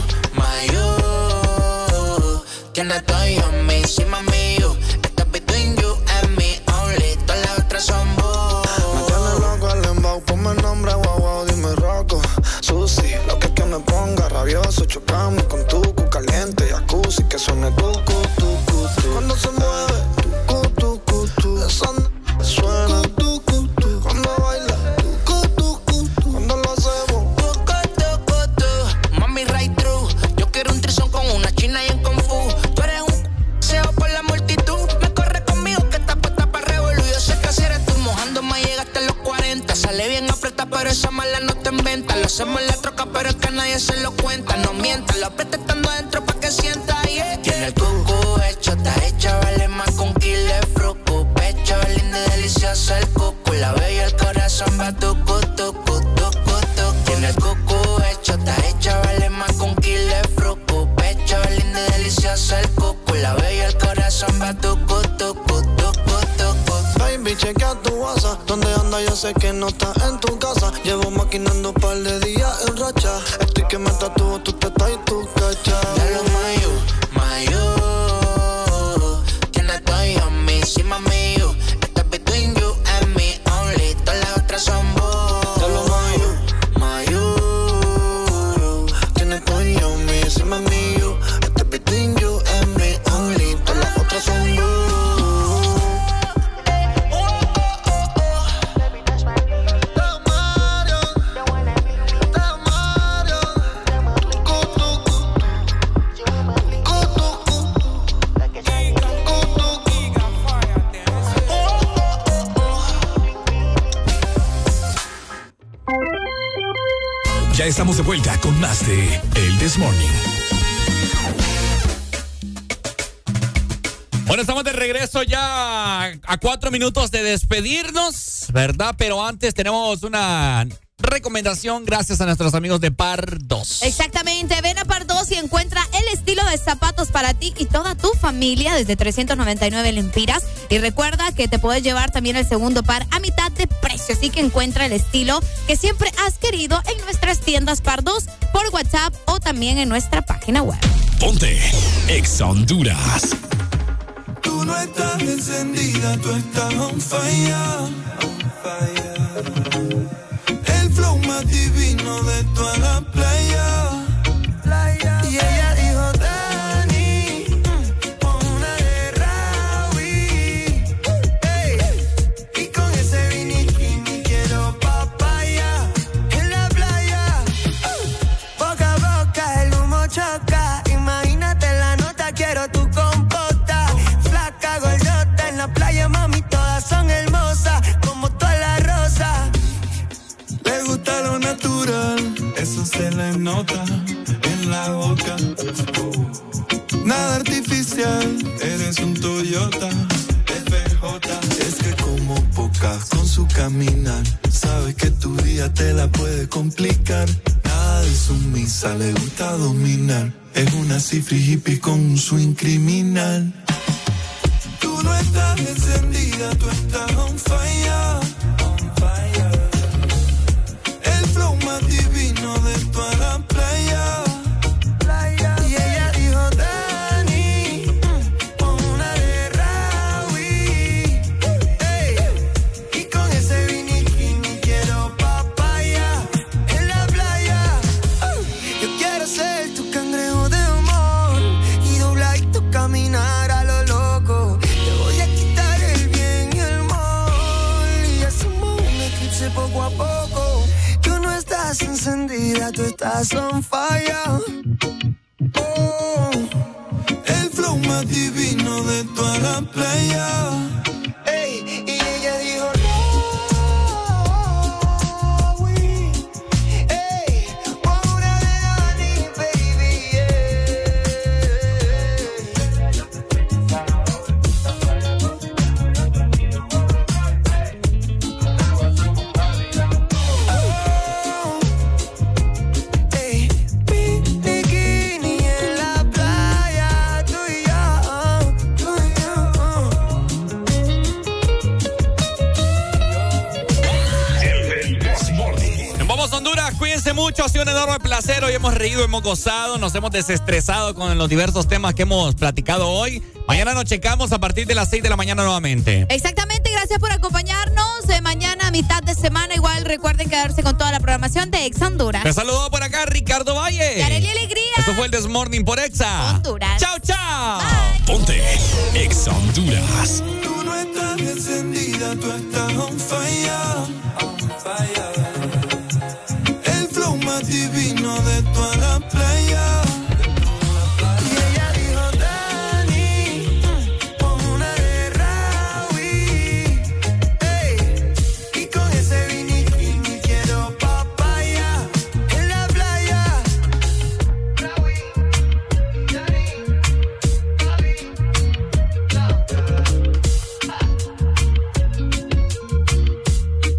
mayu. Tienes tú y yo, mi, encima mío. Este between you and me only. Todas las otras son boo. Me tiene loco el embau, ponme el nombre, guau, guau, dime Rocco. Susi, lo que es que me ponga rabioso. Chocamos con tucu, caliente, jacuzzi. Que suene tucu, tucu, tucu. Cuando se mueve, tucu, tucu, tucu. Esa n*** suena tucu, tucu. Cuando baila, tucu, tucu, tucu. Cuando lo hacemos, tucu, tucu, tucu. Mami, right through. Yo quiero un trisón con una china y en Kung Fu. Tú eres un seo por la multitud. Me corre conmigo que está puesta para revolver. Yo sé que así eres tú, mojándome llegaste a los cuarenta. Sale bien apretada, pero esa mala no te inventa. Lo hacemos en la troca, pero es que a nadie se lo cuenta. No mientas, lo aprieta estando adentro pa' que sienta. Yeah. Tiene el cucu hecho, está hecha, vale más que un kilo de frucu. Pecho lindo y delicioso el cucu. La veo y el corazón va tucu, tucu, tucu, tucu. Tiene el cucu hecho, está hecha, vale más que un kilo de frucu. Pecho lindo y delicioso el cucu. La veo y el corazón va tucu, tucu, tucu, tucu. baby, chequea tu WhatsApp. ¿Dónde anda? Yo sé que no estás en tu casa. Llevo maquinando un par de días en racha. Estoy que me tatúo tu teta y tu cacha. Ya lo mayo, mayo. Tienes tú y yo, mi, encima mío. Esto es between you and me only. Todas las otras son boo. Ya lo mayo, mayo. Tienes tú y yo, mi, encima mío. Esto es between you and me only. Todas las otras son boo. Ya estamos de vuelta con más de El This Morning. Bueno, estamos de regreso ya a cuatro minutos de despedirnos, ¿verdad? Pero antes tenemos una recomendación gracias a nuestros amigos de Par dos. Exactamente, ven a Par dos y encuentra el estilo de zapatos para ti y toda tu familia desde trescientos noventa y nueve lempiras. Y recuerda que te puedes llevar también el segundo par a mitad de precio, así que encuentra el estilo que siempre has querido en nuestras tiendas Par dos por WhatsApp o también en nuestra página web. Ponte Exa Honduras. Tú no estás encendida, tú estás on fire. On fire. El flow más divino de toda la playa. playa. Y ella dijo, Dani, pon una de Rawi. Hey. Y con ese vinito quiero papaya. En la playa, boca a boca el humo choca. Imagínate la nota, quiero tu compota. Flaca, gordota, en la playa, mami, todas son hermosas, como toda la rosa. Le gusta lo natural, eso se le nota en la boca. Nada artificial, eres un Toyota F J. Es que como pocas con su caminar, sabes que tu día te la puede complicar. Nada de sumisa, le gusta dominar. Es una cifra hippie con un swing criminal. Tú no estás encendida, tú estás on fire. On fire. El flow más divino de toda la playa. playa. Y ella dijo, Dani, pon una de Rawi. Hey. Y con ese vinito quiero papaya. En la playa, uh. yo quiero ser tu cangrejo de amor y dobladito caminar a lo loco. Te voy a quitar el bien y el mal y hacemos un eclipse poco a poco. Tú no estás encendida, tú estás on fire. Oh, el flow más divino de toda la playa. Ey, y ella dijo, no, we, ey, pon una de Dani, baby, Ey, bikini en la playa, tú y yo, tú y yo. Nos vamos a Honduras, cuídense mucho, ha sido un enorme placer. Hoy hemos reído, hemos gozado, nos hemos desestresado con los diversos temas que hemos platicado hoy. Mañana nos checamos a partir de las seis de la mañana nuevamente. Exactamente, gracias por acompañarnos. Eh, mañana, a mitad de semana, igual recuerden quedarse con toda la programación de Exa Honduras. Me saludó por acá Ricardo Valle. Y Arely Alegría. Esto fue el This Morning por Exa Honduras. Chao, chao. Bye. Ponte Exa Honduras. Tú no estás encendida, tú estás on fire. On fire. El flow más divino de toda la playa.